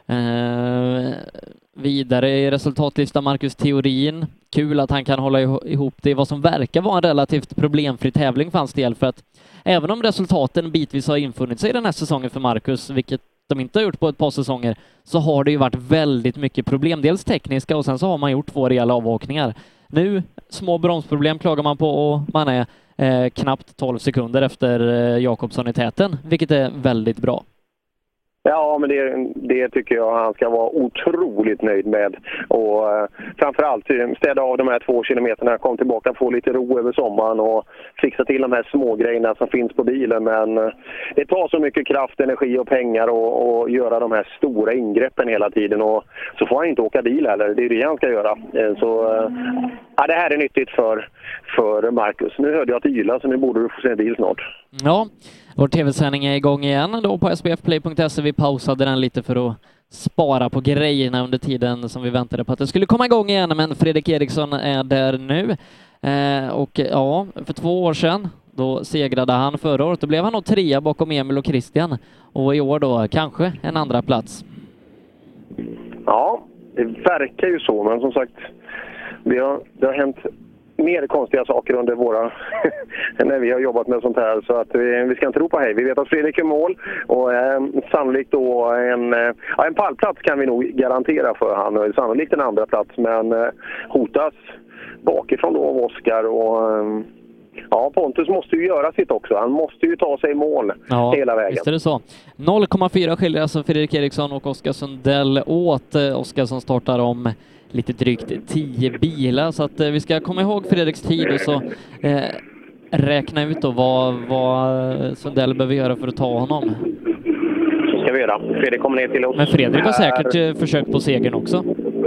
Eh, vidare i resultatlistan Marcus Theorin. Kul att han kan hålla ihop det i vad som verkar vara en relativt problemfri tävling för hans del, för att även om resultaten bitvis har infunnit sig den här säsongen för Marcus, vilket de inte har gjort på ett par säsonger, så har det ju varit väldigt mycket problem. Dels tekniska och sen så har man gjort två rejäla avåkningar. Nu, små bromsproblem klagar man på och man är eh, knappt tolv sekunder efter eh, Jakobsson i täten, vilket är väldigt bra. Ja, men det, det tycker jag han ska vara otroligt nöjd med. Och eh, framförallt städa av de här två kilometerna, kom tillbaka, få lite ro över sommaren och fixa till de här små grejerna som finns på bilen. Men eh, det tar så mycket kraft, energi och pengar och, och göra de här stora ingreppen hela tiden. Och så får han inte åka bil heller, det är det han ska göra. Eh, så eh, ja, det här är nyttigt för, för Marcus. Nu hörde jag att yla, så nu borde du få se en bil snart. Ja, vår tv-sändning är igång igen då på s b f play punkt s e. Vi pausade den lite för att spara på grejerna under tiden som vi väntade på att det skulle komma igång igen, men Fredrik Eriksson är där nu. Eh, och ja, för två år sedan då segrade han förra året. Då blev han nog trea bakom Emil och Christian och i år då kanske en andra plats. Ja, det verkar ju så, men som sagt, det har, det har hänt mer konstiga saker under våra när vi har jobbat med sånt här, så att vi, vi ska inte ropa hej. Vi vet att Fredrik är mål och eh, sannolikt då en, eh, ja, en pallplats kan vi nog garantera för han, och sannolikt en andra plats, men eh, hotas bakifrån då av Oskar och eh, ja, Pontus måste ju göra sitt också. Han måste ju ta sig i mål ja, hela vägen. Visst är det så. noll komma fyra skiljer alltså Fredrik Eriksson och Oskar Sundell åt. Oskar som startar om lite drygt tio bilar, så att eh, vi ska komma ihåg Fredriks tid och så eh, räkna ut då vad, vad Sundell behöver göra för att ta honom. Så ska vi göra. Fredrik kommer ner till oss. Men Fredrik har säkert eh, försökt på segern också.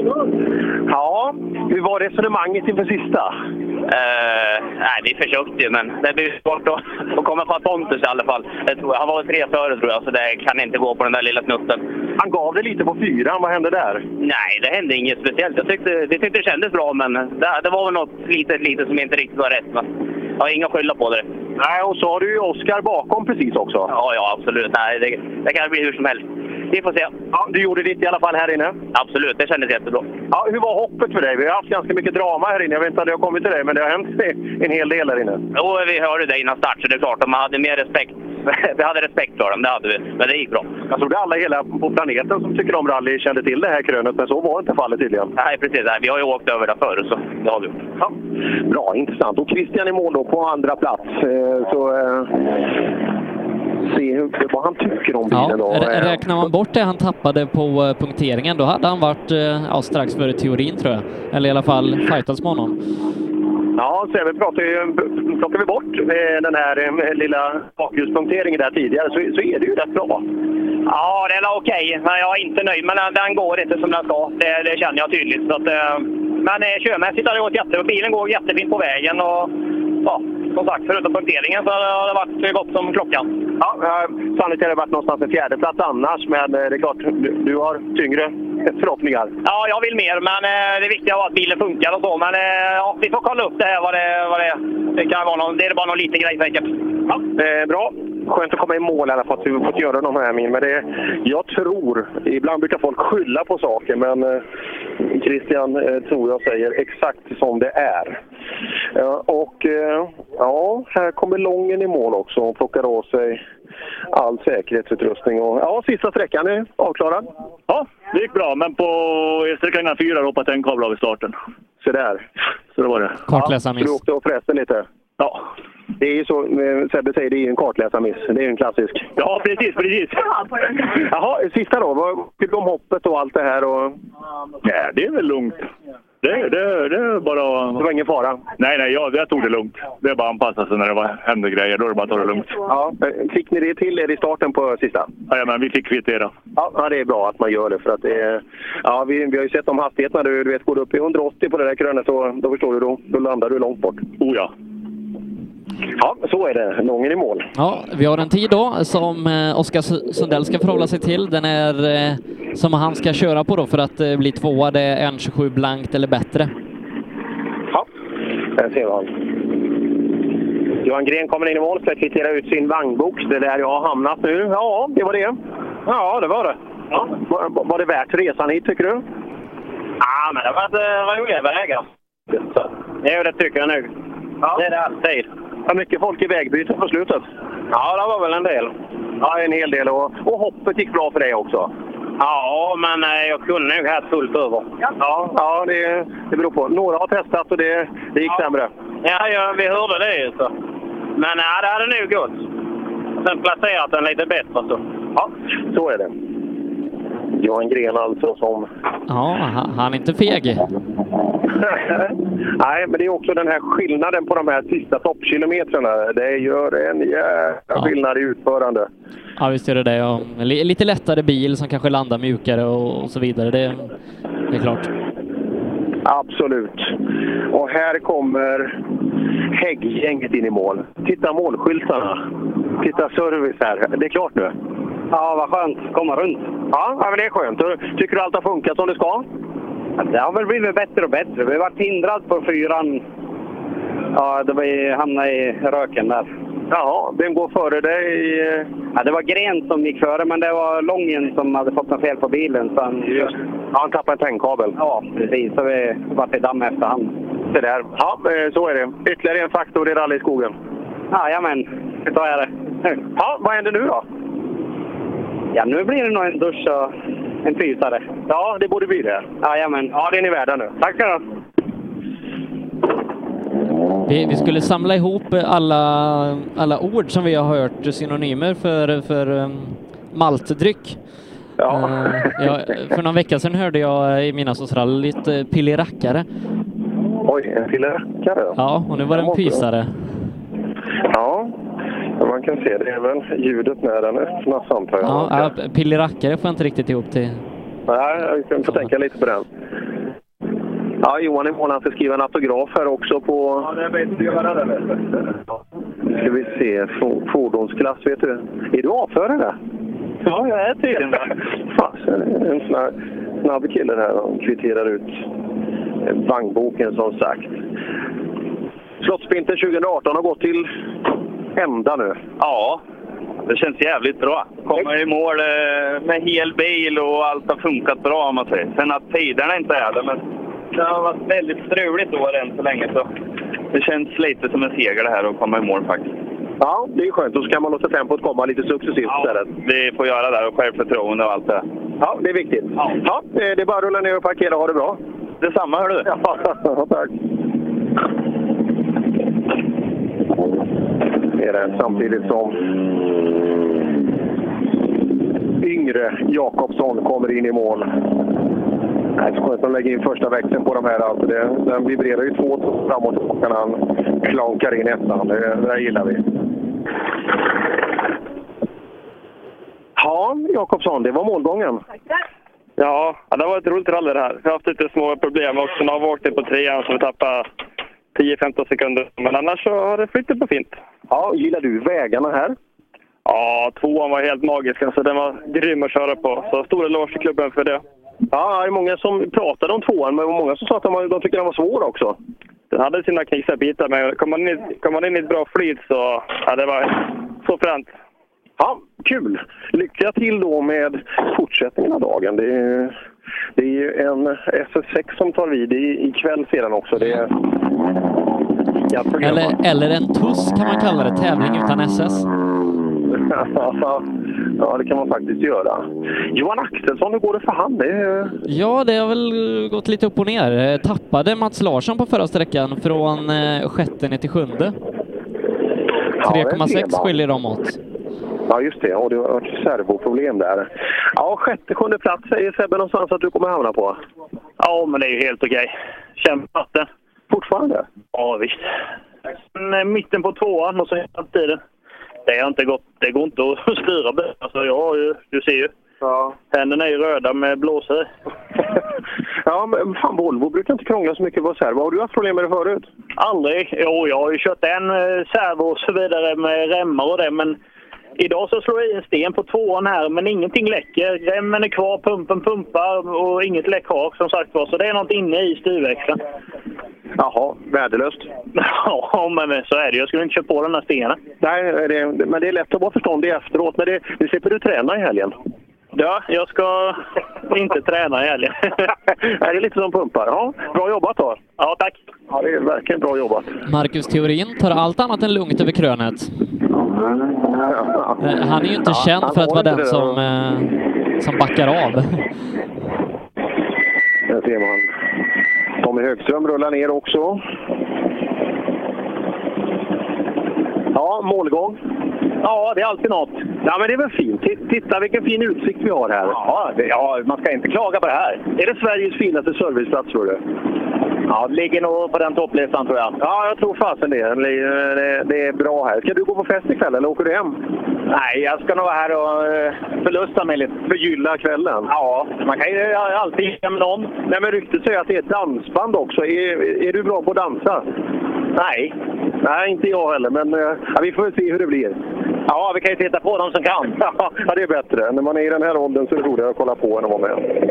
Ja, hur var resonemanget inför sista? Uh, nej, vi försökte ju, men det blir svårt att, att komma på Pontus i alla fall. Jag tror, han var tre före tror jag, så det kan inte gå på den där lilla knutten. Han gav det lite på fyran, vad hände där? Nej, det hände inget speciellt. Jag tyckte, vi tyckte det kändes bra, men det, det var väl något litet, litet som inte riktigt var rätt. Va? Jag har inga skylla på det. Nej, och så har du ju Oskar bakom precis också. Ja, ja, absolut. Nej, det, det kan bli hur som helst. Vi får se. Ja, du gjorde ditt i alla fall här inne. Absolut, det kändes jättebra. Ja, hur var hoppet för dig? Vi har haft ganska mycket drama här inne. Jag vet inte om det har kommit till dig, men det har hänt en hel del här inne. Jo, vi hörde det innan start, så det är klart. De hade mer respekt. Vi hade respekt för dem, det hade vi. Men det gick bra. Jag trodde alla hela på planeten som tycker om rally kände till det här krönet, men så var inte fallet tydligen. Nej, precis. Nej, vi har ju åkt över det förr, så det har vi gjort. Ja. Bra, intressant. Och Christian i mål då på andra plats. Så... Eh... se hur, vad han tycker om bilen. Ja, då. Räknar man bort det han tappade på punkteringen, då hade han varit ja, strax före teorin, tror jag. Eller i alla fall fightats med honom. Ja, så vi pratar ju, plockar vi bort den här lilla bakhjulspunkteringen där tidigare, så, så är det ju rätt bra. Ja, det är okej, men jag är inte nöjd. Men den, den går inte som den ska. Det, det känner jag tydligt. Så att, men körmässigt har det gått jättebra. Bilen går jättefint på vägen och ja, som sagt, förutom punkteringen så har det varit gott som klockan. Ja, sannolikt har det varit någonstans en fjärde plats annars, men det är klart, du, du har tyngre förhoppningar. Ja, jag vill mer, men det viktiga var att bilen funkar och så. Men ja, vi får kolla upp det här, vad det, vad det, det kan vara. Någon, det är bara någon liten grej säkert. Ja, eh, bra. Skönt att komma i mål i alla fall, att vi fått göra de här min. Men det, jag tror, ibland brukar folk skylla på saker, men eh, Christian eh, tror jag säger exakt som det är. Ja, och eh, ja, här kommer Lången i mål också och plockar av sig all säkerhetsutrustning. Och, ja, sista sträckan är avklarad. Ja, det gick bra, men på sträckan fyra hoppade en kabel av i starten. Så där. Så det var det. Kartläsarmiss. Ja, du åkte och förresten lite. Ja. Det är ju så, Sebbe säger, det är ju en kartläsarmiss. Det är ju en klassisk. Ja, precis, precis. Jaha, sista då. Vad tycker du om hoppet och allt det här? Och... Ja, det är väl lugnt. Det, det, det är bara... Det var ingen fara? Nej, nej, jag, jag tog det lugnt. Det är bara att anpassa sig när det var, hände grejer. Då är det bara att ta det lugnt. Ja, fick ni det till er i starten på sista? Ja, men vi fick kvittera. Ja, det är bra att man gör det. För att det är, ja, vi, vi har ju sett de hastigheterna. Du, du vet, går du upp i hundraåttio på det där krönet, så då förstår du, då, då landar du långt bort. Oh ja. Ja, så är det. Lången i mål. Ja, vi har en tid då som eh, Oskar Sundell ska förhålla sig till. Den är eh, som han ska köra på då för att eh, bli tvåa. Det är en tjugosju blankt eller bättre. Ja, där ser man. Johan Gren kommer in i mål, ska kvittera ut sin vagnbok. Det är där jag har hamnat nu. Ja, det var det. Ja, det var det. Ja. Var, var det värt resan hit, tycker du? Ja, men det var, det var roliga vägar. Ja, det tycker jag nu. Ja. Det är det alltid. Ja, mycket folk i vägbytet på slutet. Ja, det var väl en del. Ja, en hel del. Och, och hoppet gick bra för dig också. Ja, men jag kunde nog haft fullt över. Ja, ja det, det beror på. Några har testat och det, det gick ja. sämre. Ja, ja, vi hörde det. Så. Men ja, det hade nog gått. Sen placerat den lite bättre. Så. Ja, så är det. Johan Gren alltså som... Ja, han är inte feg. Nej, men det är också den här skillnaden på de här sista toppkilometrarna. Det gör en jävla ja. skillnad i utförande. Ja, visst är det det. Ja. Lite lättare bil som kanske landar mjukare och, och så vidare. Det, det är klart. Absolut. Och här kommer Hägggänget in i mål. Titta målskyltarna. Titta service här. Det är klart nu. Ja, vad skönt. Komma runt. Ja, men det är skönt. Tycker du allt har funkat som det ska? Det har väl blivit bättre och bättre. Vi har varit hindrad på fyran. Ja, det var i, hamnade i röken där. Ja, vem går före dig? Ja, det var Gren som gick före, men det var Lången som hade fått något fel på bilen. Så han, Just. Ja, han tappade en tändkabel. Ja, precis. Så vi vart i damm efterhand. Det där. Ja, så är det. Ytterligare en faktor i rallyskogen. Jajamän, så är det. Ja, vad händer nu då? Ja, nu blir det nog en dusch och en fysare. Ja, det borde bli det. Jajamän. Ja, det är ni värda nu. Tack ska du ha. Vi, vi skulle samla ihop alla, alla ord som vi har hört, synonymer för, för um, maltdryck. Ja. Uh, ja, för någon vecka sedan hörde jag i mina sociala lite pillerackare. Oj, en pillerackare? Ja, och nu var det en pysare. Ja, man kan se det är väl ljudet när den öppnas, antar jag. Ja, ja, pillerackare får jag inte riktigt ihop till. Nej, jag kan få tänka lite på den. Ja, Johan i mål, han ska skriva en autograf här också på... Ja, det vet du göra det. Ska vi se, fordonsklass, vet du. Är du avförare? Ja, jag är tydligen det. En snabb, snabb kille här och kvitterar ut vagnboken som sagt. Slottssprinten tjugo arton har gått till ända nu. Ja, det känns jävligt bra. Kommer i mål med hel bil och allt har funkat bra om man säger. Sen att tiderna inte är det, men det har varit väldigt struligt år än så länge. Så det känns lite som en seger det här att komma i mål faktiskt. Ja, det är skönt. Då ska man låta tempot komma lite successivt ja, istället. Vi får göra det och självförtroende och allt det. Ja, det är viktigt. Ja. Ja, det är bara att rulla ner och parkera. Ha det bra. Detsamma, hör du. Ja, tack. Det är det samtidigt som yngre Jakobsson kommer in i mål. Det är så skönt att lägga in första växeln på de här. Alltså det, den vibrerar ju två framåt och kan han klankar in ettan. Det, det där gillar vi. Ja, Jakobsson, det var målgången. Ja, det var ett roligt rally det här. Vi har haft lite små problem också. Nu har vi åkt in på trean så vi tappar tio femton sekunder. Men annars så har det flyttat på fint. Ja, gillar du vägarna här? Ja, tvåan var helt magisk. Alltså, den var grym att köra på. Så stor eloge i klubben för det. Ja, det är många som pratade om tvåan, men många som sa att de, de tycker den var svår också. Den hade sina knisiga bitar, men kom man, in, kom man in i ett bra flyt så ja, det var så fränt. Ja, kul! Lycka till då med fortsättningen av dagen. Det är, det är ju en S S sex som tar vid i, ikväll sedan också. Det är, eller, eller en T U S kan man kalla det, tävling utan S S. Ja, det kan man faktiskt göra. Johan Axelsson, hur går det för han? Det är... Ja, det har väl gått lite upp och ner. Tappade Mats Larsson på förra sträckan från eh, sjätte ner till sjunde. tre komma sex skiljer de åt. Ja, just det. Och det har ett servoproblem där. Ja, sjätte, sjunde plats säger Sebbe någonstans att du kommer hamna på. Ja, men det är ju helt okej. Kämpat det. Fortfarande? Ja, visst. Men, mitten på tvåan och så hela tiden. Det har inte gått, det går inte att styra bilen. Alltså, ja, du ser ju. Ja. Händerna är röda med blåsare. Ja, men fan, Volvo brukar inte krångla så mycket på servo. Har du haft problem med det förut? Aldrig. Jo, jag har ju kört en servo och så vidare med remmar och det, men idag så slår jag i en sten på tvåan här, men ingenting läcker. Remmen är kvar, pumpen pumpar och inget läckage som sagt var. Så det är något inne i styrväxeln. Jaha, värdelöst. Ja, men så är det. Jag skulle inte köra på den här stenen. Nej, det, men det är lätt att vara förståndig efteråt. Men det, det slipper du träna i helgen. Ja, jag ska inte träna i helgen. Är det lite som pumpar? Ja, bra jobbat då. Ja, tack. Ja, det är verkligen bra jobbat. Marcus Theorin tar allt annat än lugnt över krönet. Han är ju inte ja, känd för att vara den som, eh, som backar av. Där ser man. Tommy Högström rullar ner också. Ja, målgång. Ja, det är alltid något. Ja, men det är väl fint. Titta vilken fin utsikt vi har här. Ja, det, ja, man ska inte klaga på det här. Är det Sveriges finaste serviceplats, tror du? Ja, det ligger nog på den topplistan, tror jag. Ja, jag tror fasen det. det. Det är bra här. Ska du gå på fest ikväll eller åker du hem? Nej, jag ska nog vara här och förlusta mig lite. Förgylla kvällen? Ja, man kan ju alltid hitta med någon. Nej, men ryktet säger att det är ett dansband också. Är, är du bra på att dansa? Nej. Nej, inte jag heller, men ja, vi får väl se hur det blir. Ja, vi kan ju titta på dem som kan. Ja, det är bättre. När man är i den här åldern så är det roligare att kolla på än att vara med.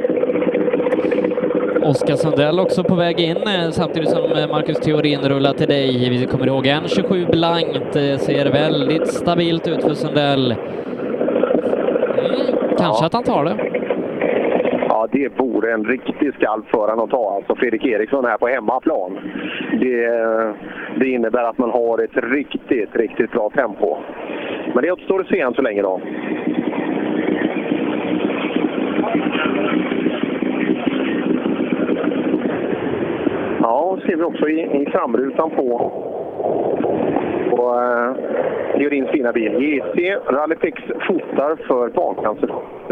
Oskar Sundell också på väg in, samtidigt som Marcus Theorin rullar till dig. Vi kommer ihåg en tjugosju blankt, ser väldigt stabilt ut för Sundell. Mm, kanske ja. Att han tar det. Ja, det vore en riktig skalp för han att ta. Alltså Fredrik Eriksson här på hemmaplan. Det, det innebär att man har ett riktigt, riktigt bra tempo. Men det återstår att se än så länge då. Ja, ser vi också i, i framrutan på och uh, Theorins fina bil. J C Rallyfix fotar för bakkancer.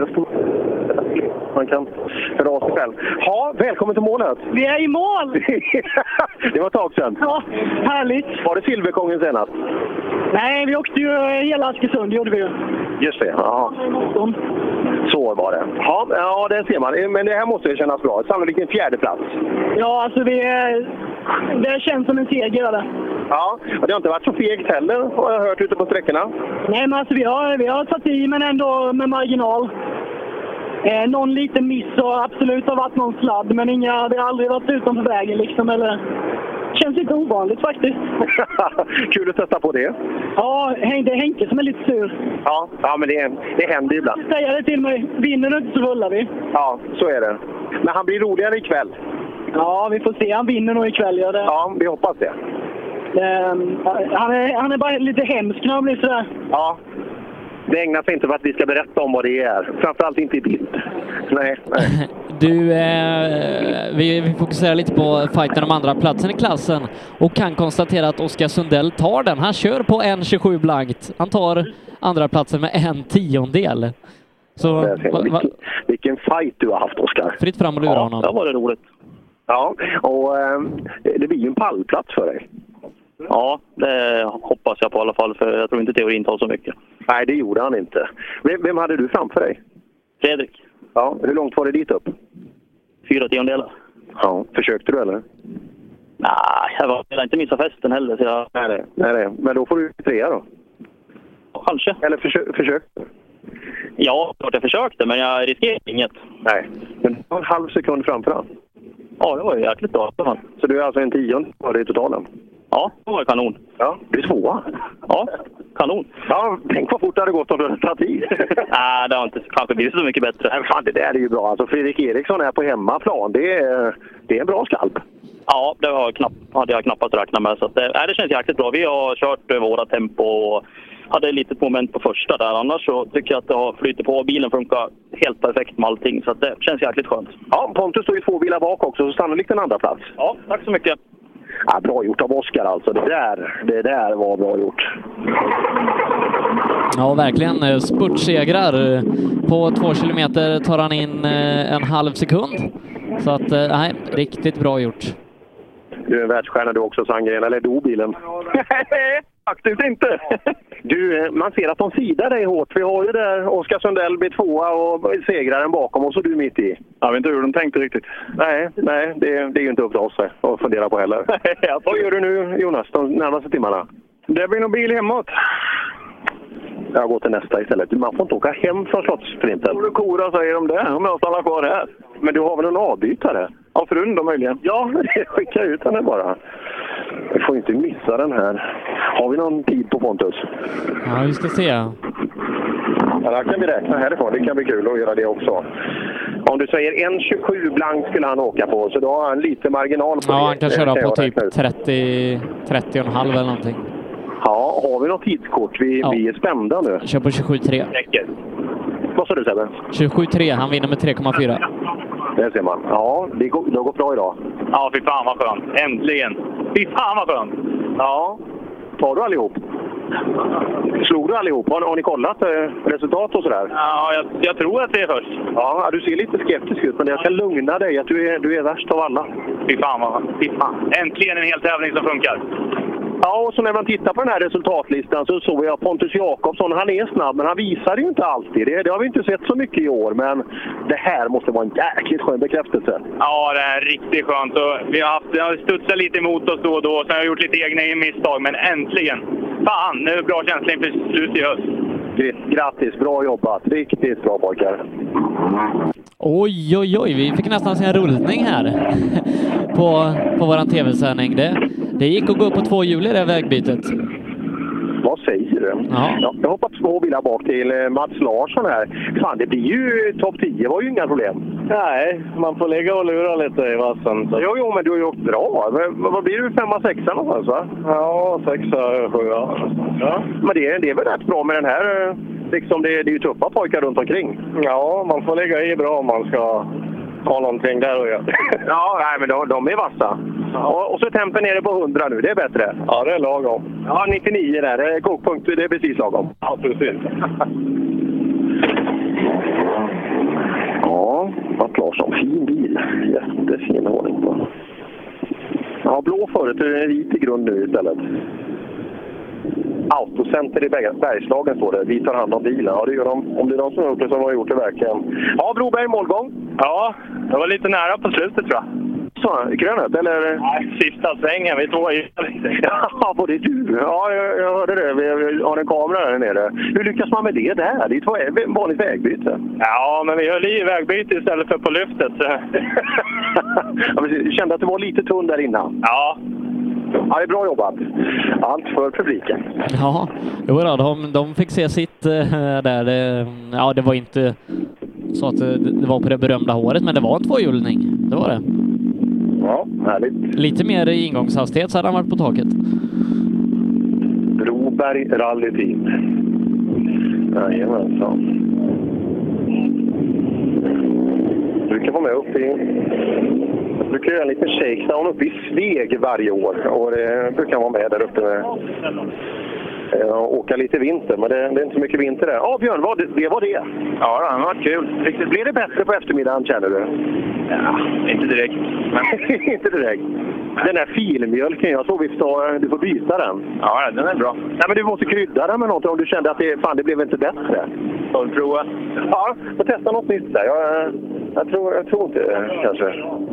Man kan höra av sig själv. Ja, välkommen till målet. Vi är i mål! Det var ett tag sedan. Ja, härligt. Var det Silverkongen senast? Nej, vi åkte ju hela Askersund, gjorde vi ju. Just det, ja. Så var det. Ja, ja, det ser man. Men det här måste ju kännas bra. Sannolikt en fjärde plats. Ja, alltså vi är... det känns som en seger, eller? Ja, och det har inte varit så fegt heller, har jag hört ute på sträckorna. Nej, men alltså vi har, vi har tagit i, men ändå med marginal. Eh, någon liten miss och absolut har varit någon sladd, men inga, det har aldrig varit utanför vägen liksom, eller... Känns lite ovanligt faktiskt. Kul att testa på det. Ja, det är Henke som är lite sur. Ja, ja men det, det händer ju ibland. Säga det till mig. Vinner du inte så rullar vi. Ja, så är det. Men han blir roligare ikväll. Ja, vi får se. Han vinner nog ikväll. Ja, det... ja vi hoppas det. Um, han, är, han är bara lite hemsk när han blir sådär. Ja. Det ägnar sig inte för att vi ska berätta om vad det är. Framförallt inte i bild. Nej, nej. Du, eh, vi, vi fokuserar lite på fighten om andra platsen i klassen och kan konstatera att Oskar Sundell tar den. Han kör på en tjugosju blankt. Han tar andra platsen med en tiondel. Så, va, va, vilken, vilken fight du har haft, Oskar. Fritt fram och lura ja, honom. Ja, det var det roligt. Ja, och eh, det blir ju en pallplats för dig. Ja, det hoppas jag på i alla fall, för jag tror inte teorin tar så mycket. Nej, det gjorde han inte. Vem, vem hade du framför dig? Fredrik. Ja, hur långt var det dit upp? Fyra tiondelar. Ja, försökte du eller? Nej, jag var jag inte missa festen heller. Så jag... Nej, nej, nej, nej, men då får du trea då. Kanske. Eller försö- försökte? Ja, klart jag försökte, men jag riskerade inget. Nej, men du var en halv sekund framför han. Ja, det var ju jäkligt bra. Så du är alltså en tionde kvar i totalen? Ja, det var kanon. Ja, du är tvåa. Ja, kanon. Ja, tänk vad fort det hade gått om du hade tagit i. Nej, det har inte kanske blivit så mycket bättre. Nej, fan, det där är ju bra. Alltså, Fredrik Eriksson är på hemmaplan. Det är, det är en bra skalp. Ja, det har knapp, hade jag knappast räknat med. Så att det, det känns jäkligt bra. Vi har kört våra tempo och hade ett litet moment på första där. Annars så tycker jag att det har flyttat på. Bilen funkar helt perfekt med allting. Så att det känns jäkligt skönt. Ja, Pontus står ju två bilar bak också, så sannolikt en andra plats. Ja, tack så mycket. Ja, bra gjort av Oskar alltså. Det där, det där var bra gjort. Ja, verkligen. Spurtsegrar. På två kilometer tar han in en halv sekund. Så att, nej, riktigt bra gjort. Du är en världsstjärna du också, Sandgren. Eller do bilen? Nej, faktiskt inte. Du, man ser att de sidar dig hårt. Vi har ju där Oskar Sundell blir tvåa och segraren bakom och så du mitt i. Jag vet inte hur de tänkte riktigt. Nej, nej det, det är ju inte upp till oss att fundera på heller. Vad gör du nu, Jonas, de närmaste timmarna? Det blir nog bil hemåt. Jag går till nästa istället. Man får inte åka hem från Slottssprinten. Vad Kora säger om det, om jag stannar kvar här. Men du har väl en avbytare? Ja, frun då möjligen. Ja, skicka ut henne bara. Vi får inte missa den här. Har vi någon tid på Pontus? Ja, vi ska se. Ja, där kan vi räkna härifrån. Det kan bli kul att göra det också. Om du säger en tjugosju blank skulle han åka på, så då har han lite marginal på ja, det. Ja, han kan köra på typ trettio, trettio komma fem eller någonting. Ja, har vi något tidskort? Vi, ja. vi är spända nu. Kör på tjugosju tre. Räcker. Vad sa du, Sebbe? tjugosju tre, han vinner med tre komma fyra. Det ser man. Ja, det går, det går bra idag. Ja, fy fan vad skönt. Äntligen. Fy fan vad skönt. Ja. Tar du allihop? Slog du allihop? Har, har ni kollat eh, resultat och sådär? Ja, jag, jag tror att det är först. Ja, du ser lite skeptisk ut, men jag kan lugna dig att du är, du är värst av alla. Fy fan vad fy fan. Äntligen en hel tävling som funkar. Ja, och så när man tittar på den här resultatlistan så såg jag Pontus Jakobsson. Han är snabb, men han visar ju inte alltid. Det, det har vi inte sett så mycket i år, men det här måste vara en jäkligt skön bekräftelse. Ja, det är riktigt skönt. Och vi har, haft, vi har studsat lite emot oss då och då, sen har jag gjort lite egna misstag, men äntligen! Fan, nu är det bra känsla inför slut i höst. Grattis, bra jobbat. Riktigt bra, pojkar. Oj, oj, oj. Vi fick nästan se en rullning här på, på våran tv-sändning. Det, det gick att gå upp på två hjul i det vägbytet. Vad säger du? Ja. Ja, jag hoppar två bilar bak till Mats Larsson här. Fan, det blir ju topp tio. Det var ju inga problem. Nej, man får lägga och lura lite i vassen. Så. Jo, jo, men du har ju åkt bra. Vad, vad blir du? Femma, sexa någonstans, va? Ja, sexa, sjua. Ja. Men det, det är väl rätt bra med den här... Liksom det, det är ju tuffa pojkar runt omkring. Ja, man får lägga i bra om man ska ha någonting där och göra. Ja, nej, men de, de är vassa. Ja. Och, och så är tempen nere på hundra nu, det är bättre. Ja, det är lagom. Ja, nittionio där, det är kokpunkt, det är precis lagom. Ja, precis. Ja, Mats Larsson, fin bil. Jättefin ordning på. Ja, blå förut, är vit i grund nu istället. Autocenter i Bergslagen står det. Vi tar hand om bilen. Ja, det gör de. Om det är de som har gjort det så har gjort det verkligen. Ja, Broberg, målgång. Ja, det var lite nära på slutet tror jag. Så, grönet eller? Nej, sista svängen. Vi tog i. Ja, var det du? Ja, jag, jag hörde det. Vi har en kamera där nere. Hur lyckas man med det där? Det är ett vanligt vägbyte. Ja, men vi höll i vägbyte istället för på lyftet. Ja, du kände att det var lite tunn där innan? Ja, Ja, det är bra jobbat. Allt för publiken. Ja, jo då, de, de fick se sitt äh, där. Det, ja, det var inte så att det, det var på det berömda håret, men det var en tvåhjulning. Det var det. Ja, härligt. Lite mer i ingångshastighet så hade han varit på taket. Broberg Rally Team. Jajamensan. Du kan vara med upp i... Jag brukar göra en liten shakedown uppe i Sveg varje år. Och det brukar vara med där uppe med... Ja, åka lite vinter, men det, det är inte så mycket vinter där. Ja, Björn, vad, det var det. Ja, det var kul. Blir det bättre på eftermiddagen, känner du? Ja, inte direkt. Men... inte direkt. Den här filmjölken, jag tror vi får, du får byta den. Ja, den är bra. Nej, men du måste krydda den med något om du kände att det, fan, det blev inte bättre. Får du prova? Ja, får testa något nytt där. Jag, jag, tror, jag tror inte kanske.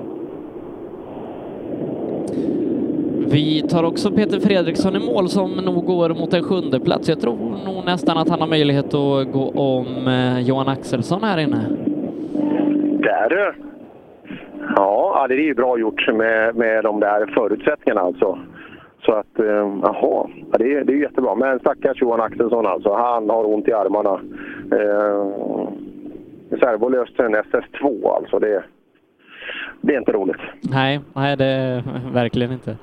Vi tar också Peter Fredriksson i mål som nog går mot en sjunde plats. Jag tror nog nästan att han har möjlighet att gå om eh, Johan Axelsson här inne. Där du! Ja, det är ju bra gjort med, med de där förutsättningarna alltså. Så att, eh, jaha, ja, det, är, det är jättebra. Men stackars Johan Axelsson alltså, han har ont i armarna. Eh, Servo löste en S S två alltså, det, det är inte roligt. Nej, nej det är verkligen inte.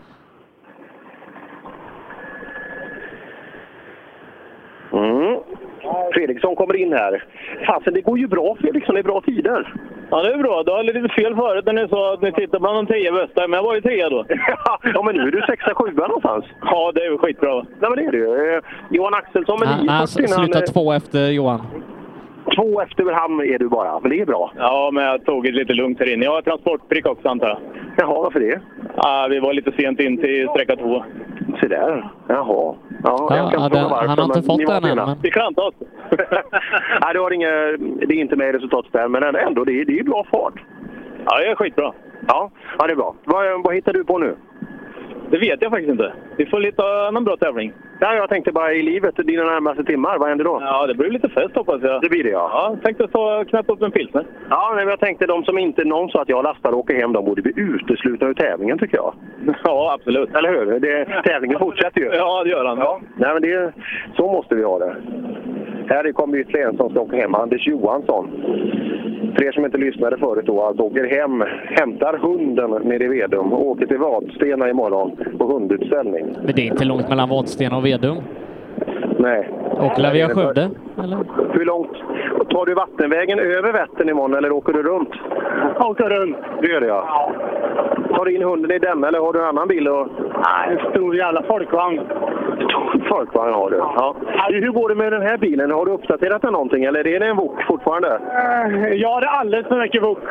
Mm. Fredriksson kommer in här. Fasen, det går ju bra, Fredriksson, det är bra tider. Ja, det är bra. Du har lite fel förut när ni sa att ni tittar bland de tio bästa, men jag var ju trea då. Ja, men nu är du sexa, sjua någonstans. Ja, det är ju skitbra. Nej, men det är det ju. Johan Axelsson med nio fyrtio. Sluta två efter Johan. Två efter han är du bara, men det är bra. Ja, men jag tog det lite lugnt här inne. Jag har transportprick också, antar jag. Jaha, varför det? Ja, vi var lite sent in till sträcka två. Se där. Jaha. Ja, ja, jag kan ja, den, varför, han har inte fått den än. Men... Vi klantar oss. Nej, det, har inga, det är inte med i resultatspel, men ändå, det är, det är bra fart. Ja, det är skitbra. Ja, ja det är bra. Vad, vad hittar du på nu? Det vet jag faktiskt inte. Vi får lite annan bra tävling. Ja, jag tänkte bara i livet, dina närmaste timmar, vad händer då? Ja, det blir lite fest hoppas jag. Det blir det, ja. Ja, jag tänkte ta knäppa upp en pilsner. Ja, men jag tänkte de som inte någon sa att jag lastar och åker hem, de borde bli uteslutna ur tävlingen tycker jag. Ja, absolut. Eller hur? Det, tävlingen fortsätter ju. Ja, det gör han. Ja. Nej, men det, så måste vi ha det. Här kommer ytterligare en som ska åka hem, Anders Johansson. För er som inte lyssnade förut då, alltså åker hem, hämtar hunden nere i Vedum och åker till Vadstena imorgon på hundutställning. Men det är inte långt mellan Vadstena och Vedum. Nej. Åker vi via Skövde? Eller? Hur långt? Tar du vattenvägen över Vättern imorgon eller åker du runt? Jag åker runt. Du gör det, ja. Tar du in hunden i den eller har du en annan bil? Och... Nej, en stor jävla folkvagn. Stor folkvagn har du? Ja. Hur går det med den här bilen? Har du uppdaterat den någonting eller är det en Vok fortfarande? Ja, det är alldeles för mycket Vok.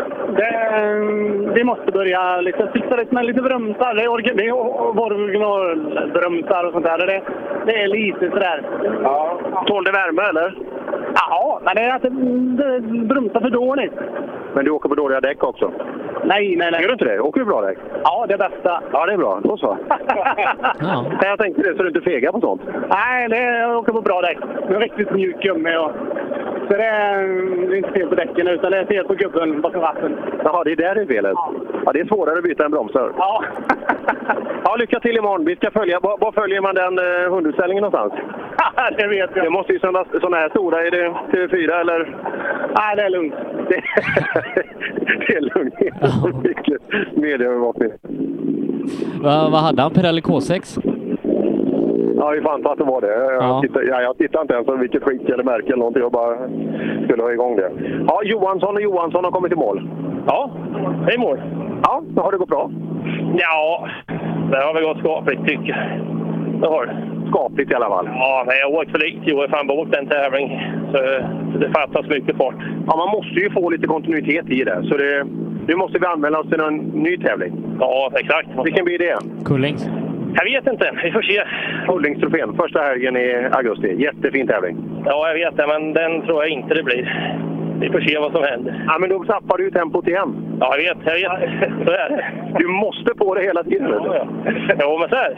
Vi måste börja liksom fixa lite med lite bromsar. Det är, orga, det är originalbromsar och sånt där. Det, det är lite sådär. Ja. Tål det värme eller? Ja, men det är att det, det bromsar för dåligt. Men du åker på dåliga däck också? Nej, nej, nej. Gör du inte det? Åker du bra däck? Ja, det är bästa. Ja, det är bra. Då så. Ja. Jag tänkte det, så du inte fegar på sånt. Nej, det är, jag åker på bra däck. Det är riktigt mjuk gummi. Och, så det är, det är inte fel på däcken, utan det är fel på gubben bakom ratten. Jaha, det är där det är felet. Ja. Ja, det är svårare att byta än bromsar. Ja. Ja, lycka till imorgon. Vi ska följa. Var, var följer man den eh, hundutställningen någonstans? Det vet jag. Det måste ju sändas sådana här stora. Är det T V fyra eller? Nej, det är lugnt. Det, det är lugnt. Mycket medieövervakning. Vad, vad hade han? Pirelli K sex? Ja, ju fan på att det var det. Jag, ja. tittar, ja, jag tittar inte ens om vilket skick eller märke eller någonting. Jag bara skulle ha igång det. Ja, Johansson och Johansson har kommit i mål. Ja, det är mål. Ja, då har det gått bra. Ja, det har väl gått skapligt tycker jag. Det har det. Skapligt i alla fall. Ja, men jag har åkt för lite. Jag har fan bara åkt en tävling. Så det fattas mycket fart. Ja, man måste ju få lite kontinuitet i det. Så det, nu måste vi anmäla oss till en ny tävling. Ja, exakt. Vilken blir det? Kullings. Jag vet inte. Vi får se. Kullingstrofén. Första helgen i augusti. Jättefin tävling. Ja, jag vet det. Men den tror jag inte det blir. Vi får se vad som händer. Ja, men då tappar du ju tempot igen. Ja, jag vet. Jag vet. Så är det. Du måste på det hela tiden. Ja, ja. Ja, men så är det.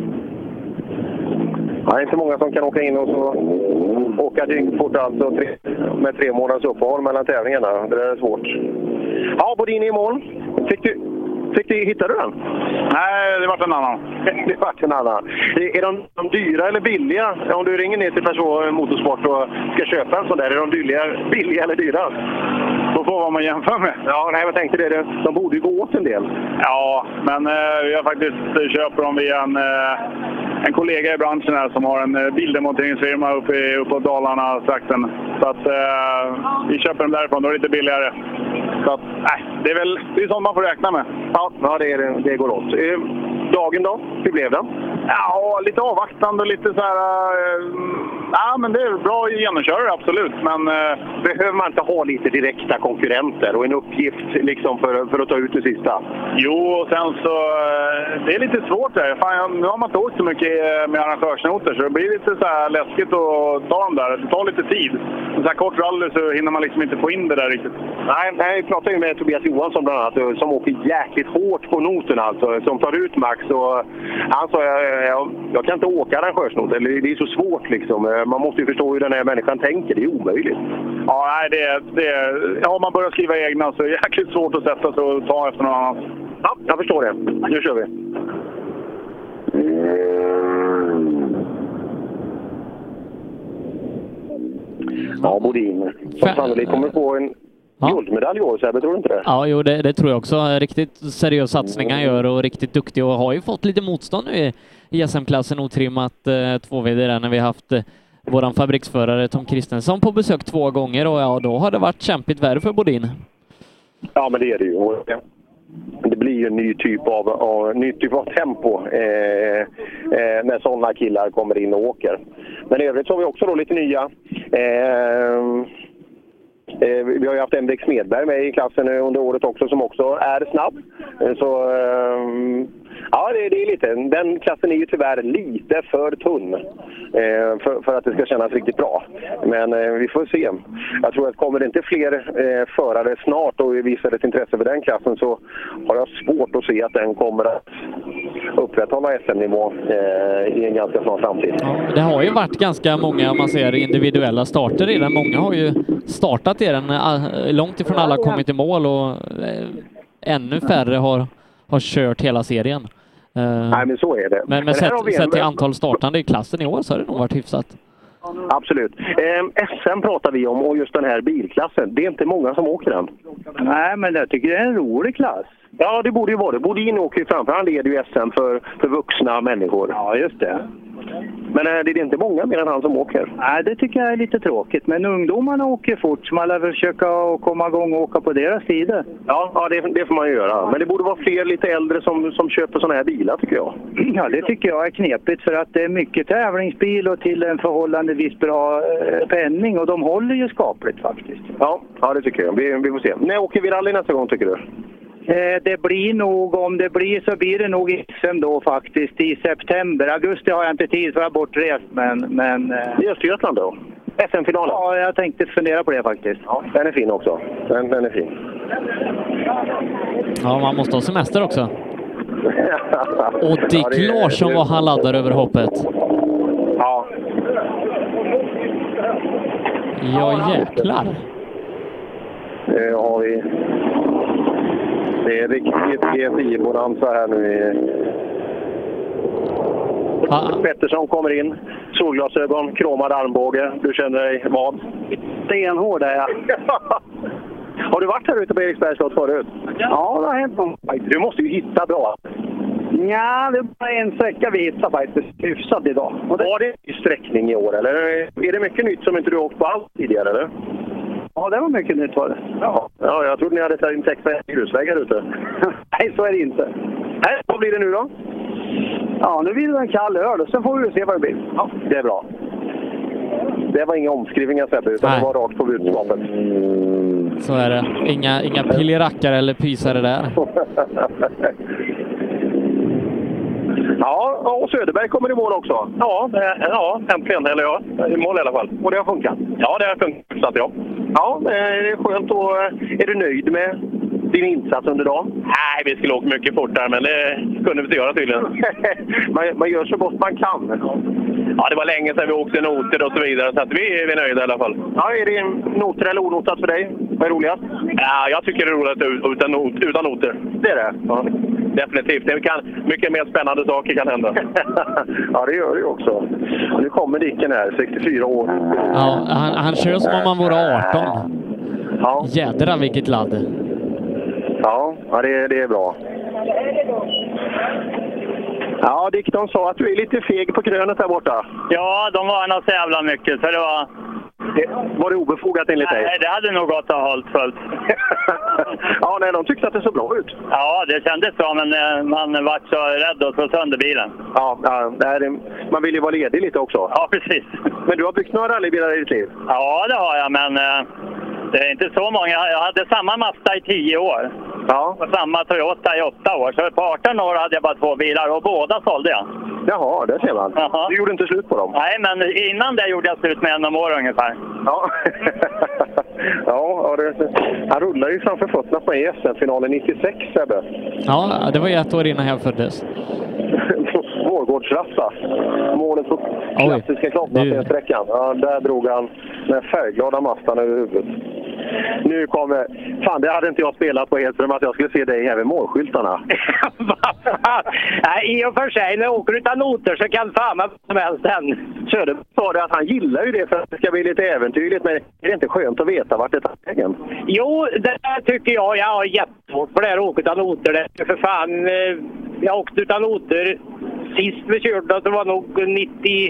Ja, det är inte många som kan åka in och så åka dyngfort alltså tre, med tre månaders uppehåll mellan tävlingarna. Det är svårt. Ja, Bodin i mål. Fick du, Fick du, hittade du den? Nej, det var en annan. Det var en annan. Är de, de dyra eller billiga? Om du ringer ner till Peugeot Motorsport och ska köpa en sån där, är de billiga, billiga eller dyra? Då får vad man jämför med. Ja, nej, jag tänkte det. De borde ju gå åt en del. Ja, men eh, jag faktiskt köper dem via en, eh, en kollega i branschen här som har en eh, bildemonteringsfirma uppe i uppåt Dalarna trakten. Så att eh, vi köper dem därifrån, då är det lite billigare. Så att, nej, det är väl det är sånt man får räkna med. Ja, ja det, är, det går åt. Eh, dagen då? Hur blev den? Ja, lite avvaktande, lite så här... Eh, ja, men det är bra genomkörare, absolut. Men eh, behöver man inte ha lite direkta konkurrenter och en uppgift liksom för, för att ta ut det sista? Jo, och sen så... Eh, det är lite svårt där. Fan, nu har man inte åkt så mycket med arrangörsnoter, så det blir lite så här läskigt att ta dem där. Det tar lite tid. Så här kort rally så hinner man liksom inte få in det där riktigt. Nej, nej jag pratade ju med Tobias Johansson bland annat, som åker jäkligt hårt på noten alltså, som tar ut max. Och han sa, jag, jag, jag kan inte åka arrangörsnot, eller det är så svårt liksom. Man måste ju förstå hur den här människan tänker, det är omöjligt. Ja, nej, det, det, har man börjat skriva egna så är det jäkligt svårt att sätta sig och ta efter någon annan. Ja, jag förstår det. Nu kör vi. Ja, Bodin. Sannolikt kommer få en ja. guldmedalj i år, Sebbe, tror du inte det? Ja, jo, det, det tror jag också. Riktigt seriös satsning han gör och riktigt duktig och har ju fått lite motstånd nu i, i S M-klassen otrimmat eh, två V D där när vi haft eh, våran fabriksförare Tom Kristensson på besök två gånger och ja, då har det varit kämpigt värre för Bodin. Ja, men det är det ju. Det blir ju en ny typ av, av, ny typ av tempo eh, eh, när sådana killar kommer in och åker. Men i övrigt så har vi också då lite nya. Eh, eh, vi har ju haft Emrik Smedberg med i klassen under året också som också är snabb. Eh, så eh, ja, det, det är lite. Den klassen är ju tyvärr lite för tunn eh, för, för att det ska kännas riktigt bra. Men eh, vi får se. Jag tror att kommer det inte fler eh, förare snart och visar ett intresse för den klassen så har jag svårt att se att den kommer att upprätthålla S M-nivå eh, i en ganska snar framtid. Ja, det har ju varit ganska många, om man ser individuella starter i den. Många har ju startat i den. Långt ifrån alla kommit i mål och eh, ännu färre har har kört hela serien. Uh, Nej, men så är det. Men, men sett, sett till antal startande i klassen i år så har det nog varit hyfsat. Absolut. Eh, S M pratar vi om och just den här bilklassen. Det är inte många som åker den. Nej, men jag tycker det är en rolig klass. Ja, det borde ju vara det. Bodin åker ju framför. Han leder ju S M för, för vuxna människor. Ja, just det. Men är det inte många mer än han som åker? Nej, det tycker jag är lite tråkigt. Men ungdomarna åker fort, så man lär försöka komma igång och åka på deras sida. Ja, ja det, det får man ju göra. Men det borde vara fler lite äldre som, som köper sådana här bilar, tycker jag. Ja, det tycker jag är knepigt för att det är mycket tävlingsbil och till en förhållandevis bra eh, penning. Och de håller ju skapligt faktiskt. Ja, ja det tycker jag. Vi, vi får se. När åker vi rally nästa gång, tycker du? Det blir nog, om det blir så blir det nog S M då faktiskt i september. Augusti har jag inte tid för att bortrest, men... men det är Östergötland då? S M-finalen? Ja, jag tänkte fundera på det faktiskt. Ja, den är fin också. Den, den är fin. Ja, man måste ha semester också. Och Dick ja, det, Larsson var han laddar över hoppet. Ja. Ja, jäklar. Det har vi... Det är riktigt G tio-bonanza här nu. Ha. Pettersson kommer in. Solglasögon, kromad armbåge. Du känner dig vad? Stenhård är jag. Har du varit här ute på Eriksbergs slott förut? Ja, det har hänt någon. Du måste ju hitta bra. Ja, det är bara en sträcka vi hittar faktiskt hyfsat idag. Och det... Var det en sträckning i år, eller är det mycket nytt som inte du åkt på allt tidigare, eller? Ja, det var mycket nytt var det. Ja, ja jag trodde ni hade tagit in sexa grusvägar ute. Nej, så är det inte. Nej, vad blir det nu då? Ja, nu blir det en kall öl och sen får vi se vad det blir. Ja, det är bra. Det var inga omskrivningar, Sebbe, utan Nej. Det var rakt på budskapet. Så är det. Inga, inga pillirackare eller pysare där. Ja, och Söderberg kommer i mål också. Ja, ja äntligen. Eller ja, i mål i alla fall. Och det har funkat? Ja, det har funkat, så att ja. Ja, det är skönt. Och är du nöjd med din insats under dagen? Nej, vi skulle åka mycket fortare, men det kunde vi inte göra tydligen. man, man gör så gott man kan. Ja, det var länge sedan vi åkte noter och så vidare, så att vi är nöjda i alla fall. Ja, är det noter eller onotat för dig? Vad är roligast? Ja, jag tycker det är roligt utan, not, utan noter. Det är det? Ja. definitivt. Det kan, mycket mer spännande saker kan hända. Ja, det gör det också. Nu kommer Dicken här, sextiofyra år. Ja, han, han kör som om han vore arton. Ja. Jädrar vilket ladd. Ja, ja det, det är bra. Ja, Dick, de sa att du är lite feg på krönet där borta. Ja, de var nog så jävla mycket, så det var... Det, var det obefogat enligt dig? Nej, det hade nog gått att ha hållit fullt. Ja, nej, de tyckte att det såg bra ut. Ja, det kändes bra, men man var så rädd att slå sönder bilen. Ja, ja det är, man vill ju vara ledig lite också. Ja, precis. Men du har byggt några rallybilar i ditt liv? Ja, det har jag, men det är inte så många. Jag hade samma Mazda i tio år. Ja. Och samma Toyota i åtta år. Så på arton år hade jag bara två bilar och båda sålde jag. Jaha, det ser man. Jaha. Du gjorde inte slut på dem? Nej, men innan det gjorde jag slut med en om år ungefär. Ja, ja det, han rullar ju framför fötterna på E S N-finalen nittiosex, Sebbe. Ja, det var ju ett år innan jag föddes. Vårgårdsrasta. Målet på klassiska Klobbnatten-sträckan. Ja, där drog han med färgglada Mazdan över huvudet. Nu kommer... Fan, det hade inte jag spelat på Hedström att jag skulle se dig även målskyltarna. Nej, i och för sig, när jag åker utan noter så kan fan vad som helst än. Söder sa det att han gillar ju det för att det ska bli lite äventyrligt, men är det inte skönt att veta vart det tar vägen? Jo, det tycker jag. Jag har jättesvårt för det här att åka utan noter. Det är för fan, jag åkte utan noter sist vi körde, det var nog nittio...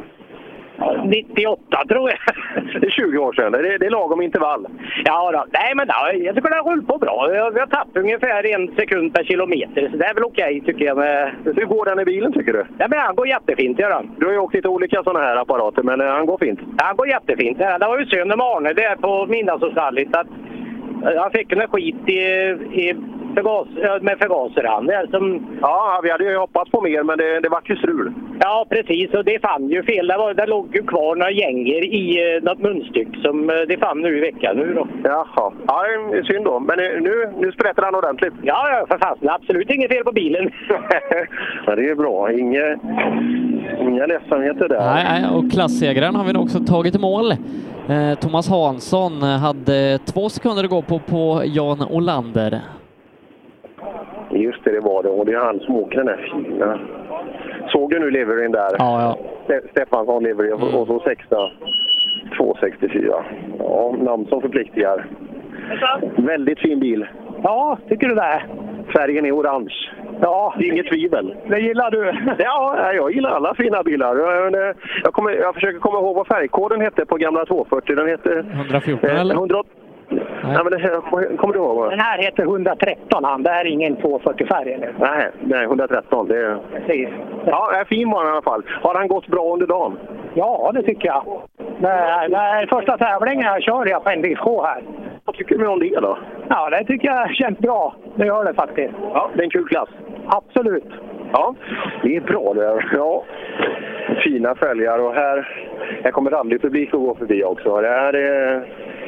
nittioåtta tror jag. Det är tjugo år sedan. Det är, det är lagom intervall. Ja då. Nej, men då, jag tycker det har rullat på bra. Vi har tappat ungefär en sekund per kilometer. Så det är väl okej tycker jag. Med... Hur går den i bilen tycker du? Ja, men han går jättefint. Ja, du har ju åkt lite olika sådana här apparater, men han går fint. Ja, han går jättefint. Ja, det var ju synd med Arne där på middagsostalligt att han fick en skit i, i förgas, med förgasaren där som... Ja, vi hade ju hoppats på mer, men det, det var ju strul. Ja, precis. Och det fann ju fel. Det, var, det låg ju kvar några gänger i uh, något munstyck som uh, det fann nu i veckan. Nu då. Jaha. Ja, det är synd då. Men nu, nu sprätter han ordentligt. Ja, ja, för fast. Absolut inget fel på bilen. Ja, det är bra. Inga, inga ledsamheter där. Nej, nej, och klassegraren har vi nog också tagit i mål. Eh, Thomas Hansson hade två sekunder att gå på på Jan Olander. Just det, det var det. Och det är han som åker den här fina. Såg du nu leveryn där? Ja, ja. Stefansson levery mm. och så sexta. två sextiofyra. Ja, namn som förpliktigar. Väldigt fin bil. Ja, tycker du det? Färgen är orange. Ja. Det är inget tvivel. Det gillar du? Ja, jag gillar alla fina bilar. Jag, jag, kommer, jag försöker komma ihåg vad färgkoden hette på gamla tvåhundrafyrtio. Den hette... hundrafjorton eller? hundraåtta. Ja, men det, kommer du ihåg vad? Den här heter hundratretton, han. Det här är ingen tvåhundrafyrtio-färg, eller? Nej, nej, hundratretton. Det är... Precis. Ja, är fin var han i alla fall. Har han gått bra under dagen? Ja, det tycker jag. Det är första tävlingen jag kör jag på N D K här. Vad tycker du om det då? Ja, det tycker jag känns bra. Det gör det faktiskt. Ja, det är en kul klass. Absolut. Ja, det är bra det. Ja, fina fälgar och här, här kommer rallypublik att gå förbi också. Det här är...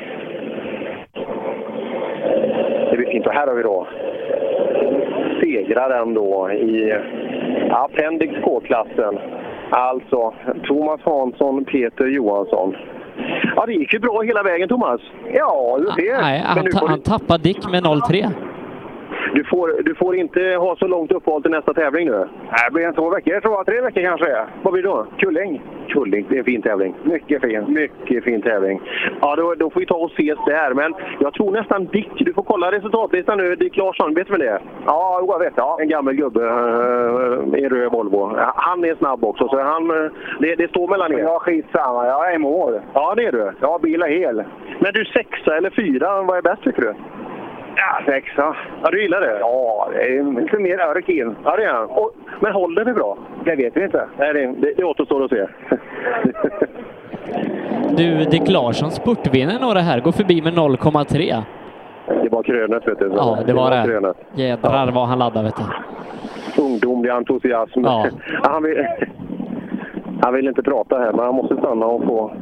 Det blir fint. Och här har vi då segraren då i Appendix K-klassen. Alltså Thomas Hansson, Peter Johansson. Ja, det gick ju bra hela vägen, Thomas. Ja, du ser. Nej, han, ta- han tappade Dick med noll tre. Du får, du får inte ha så långt uppehåll till nästa tävling nu. Det blir en två veckor, jag tror tre veckor kanske. Vad blir det då? Kulling. Kulling, det är en fin tävling. Mycket fin. Mycket fin tävling. Ja, då, då får vi ta och ses där. Men jag tror nästan Dick, du får kolla resultatlistan nu. Dick Larsson, vet du väl det? Ja, jag vet. Ja. En gammal gubbe uh, i röd Volvo. Han är snabb också, så han, det, det står mellan er. Ja, skitsamma. Jag är i mål. Ja, det är du. Ja, bilar hel. Men du, sexa eller fyra, vad är bäst tycker du? Ja, sexa. Ja, du gillar det? Ja, det är lite mer örkin. Ja, det är och, men håller det bra? Det vet vi inte. Nej, det, det, det återstår att se. Du, Dick Larsson spurtvinner några här. Går förbi med noll komma tre. Det var krönet, vet du. Ja, det var det. Krönet. Jädrar ja. Vad han laddade, vet du. Ungdomlig entusiasm. Ja. han, vill, han vill inte prata här, men han måste stanna och få...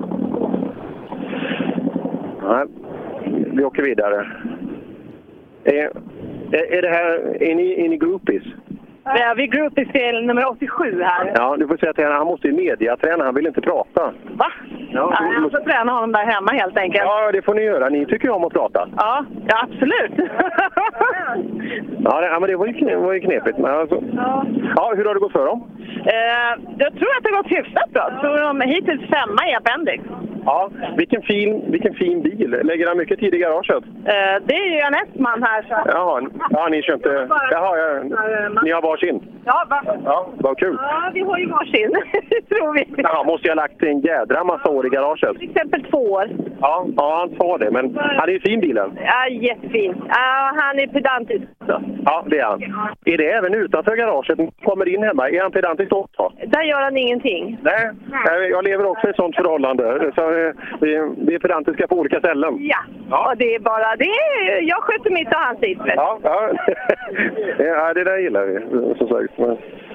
Nej, vi åker vidare. Är, är det här, är ni, är ni groupies? Vi är vid groupies del nummer åttiosju här. Ja, du får säga till henne, han måste ju mediaträna, han vill inte prata. Va? Ja, Ja, jag får träna honom där hemma helt enkelt. Ja, det får ni göra. Ni tycker ju om att prata. Ja, ja absolut. Ja, det, ja, men det var ju, kne, var ju knepigt. Men alltså, ja. ja, hur har det gått för dem? Eh, jag tror att det har gått hyfsat bra. Jag tror de är hittills femma i Appendix. Ja, vilken fin, vilken fin bil. Lägger han mycket tid i garaget? Eh, det är ju en S-man här. Så. Jaha, ja, ni köpte... Jaha, ja, ni har varsin? Ja, va? Ja, vad kul. Ja, vi har ju varsin, tror vi. Ja, måste jag ha lagt en jädra massa år i garaget? Till exempel två år. Ja, ja han sa det, men han är ju fin bilen. Ja, jättefin. Ja, han är pedantisk också. Ja, det är han. Är det även utanför garaget? Kommer in hemma, är han pedantisk också? Där gör han ingenting. Nej, jag lever också i ett sånt förhållande. Så vi, vi är pedantiska på olika ställen. Ja, ja. Och det är bara det. Är, jag sköter mitt och han sitt. Ja, ja. Ja, det där gillar vi, som sagt. Men...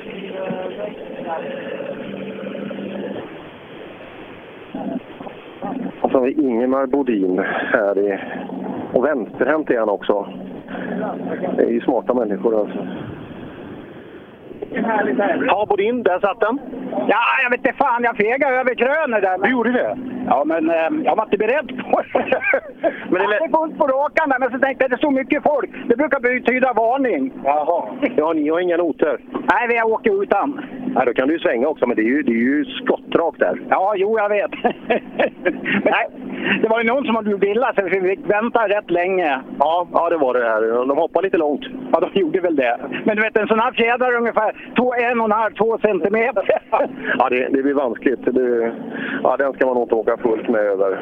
Och så har vi Ingemar Bodin här i... Och vänsterhänt är han också. Det är ju smarta människor alltså. Ja, Bodin, där satt den. Ja, jag vet inte fan, jag fegade över krönet där. Du gjorde det? Ja, men eh, jag var inte beredd på det. Men det är fullt på råkan där, men så tänkte jag att det är så mycket folk. Det brukar betyda varning. Jaha. Ja, ni har inga noter? Nej, vi åker utan. Nej, då kan du ju svänga också, men det är ju, det är ju skottrakt där. Ja, jo, jag vet. Nej, det var ju någon som hade blivit illa, så vi fick vänta rätt länge. Ja, ja, det var det här. De hoppade lite långt. Ja, de gjorde väl det. Men du vet, en sån här fjäder är ungefär två, en och en halv, två centimeter. Ja, det, det blir vanskligt. Det, ja, den ska man nog inte åka fullt med över.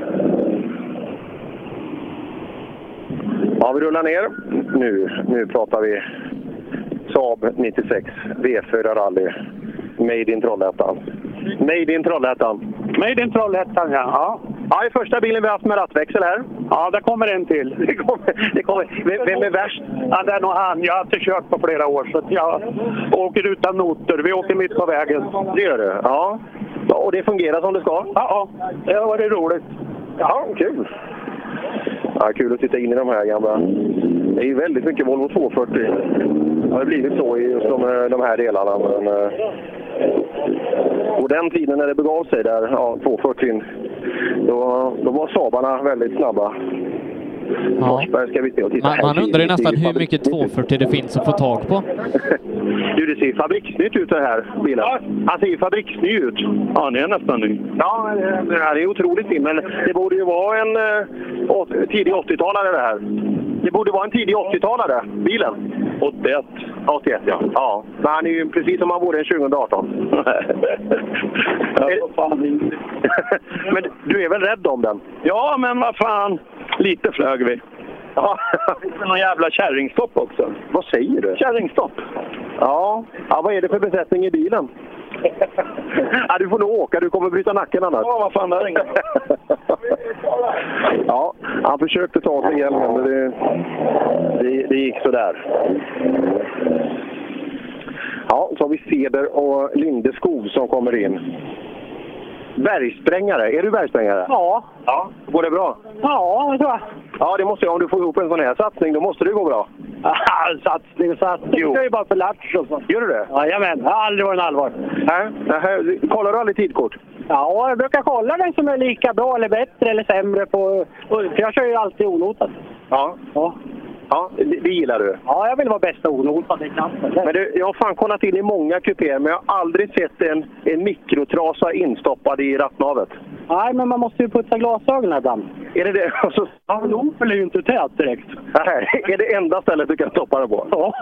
Ja, vi rullar ner. Nu, nu pratar vi Saab nittiosex V fyra Rally. Made in Trollhättan. Made in Trollhättan. Made in Trollhättan, ja. Ja, ja det är första bilen vi har haft med rattväxel här. Ja, det kommer en till. Det kommer, det kommer. Vem, vem är värst? Ja, det är nog han. Jag har inte kört på flera år, så jag åker utan noter. Vi åker mitt på vägen. Det gör du? Ja. Och det fungerar som det ska? Ja, ja. Det var det roligt. Ja, kul. Ja, kul att sitta in i de här gamla. Det är ju väldigt mycket Volvo tvåhundrafyrtio. Det har blivit så i just de, de här delarna. Men, och den tiden när det begav sig där, ja, tvåhundrafyrtio, då, då var Saabarna väldigt snabba. Ja. Ska vi se och titta. Man, man undrar ju nästan hur mycket tvåhundrafyrtio det finns att få tag på. Du, det ser fabriksnytt ut det här bilen. Ja. Han ser ju fabriksny ut. Ja, det är nästan ny. Ja, det här är otroligt fint. Men det borde ju vara en eh, tidig åttiotalare det här. Det borde vara en tidig åttiotalare, bilen. åttioett. åttioett, ja. Ja. Men han är ju precis som han vore en tjugoarton. Ja, fan. Men du är väl rädd om den? Ja, men vad fan. Lite flög vi. Ja. Det finns någon jävla kärringstopp också. Vad säger du? Kärringstopp. Ja. Ja, vad är det för besättning i bilen? Ja, du får nog åka, du kommer bryta nacken annars. Ja, vad fan, det är inget. Ja, han försökte ta sig igen, men det, det, det gick så där. Ja, så har vi Ceder och Lindeskog som kommer in. Bergsprängare, är du bergsprängare? Ja. Ja, går det bra? Ja, det tror jag. Ja, det måste jag. Om du får ihop en sån här satsning, då måste det gå bra. Ah, satsning, satsning. Jo. Det är ju bara för latch och så. Gör du det? Jajamän, jag har aldrig varit en allvar. Nej, nej. Kollar du aldrig tidkort? Ja, jag brukar kolla den som är lika bra eller bättre eller sämre på... För jag kör ju alltid onotat. Ja. Ja. Ja, det, det gillar du? Ja, jag vill vara bästa onotad. Men du, jag har fan kollat in i många kupéer, men jag har aldrig sett en, en mikrotrasa instoppad i rattnavet. Nej, men man måste ju putsa glasögonen ibland. Är det det? Alltså, ja, de är ju inte tät direkt. Nej, är det enda stället du kan stoppa det på? Ja.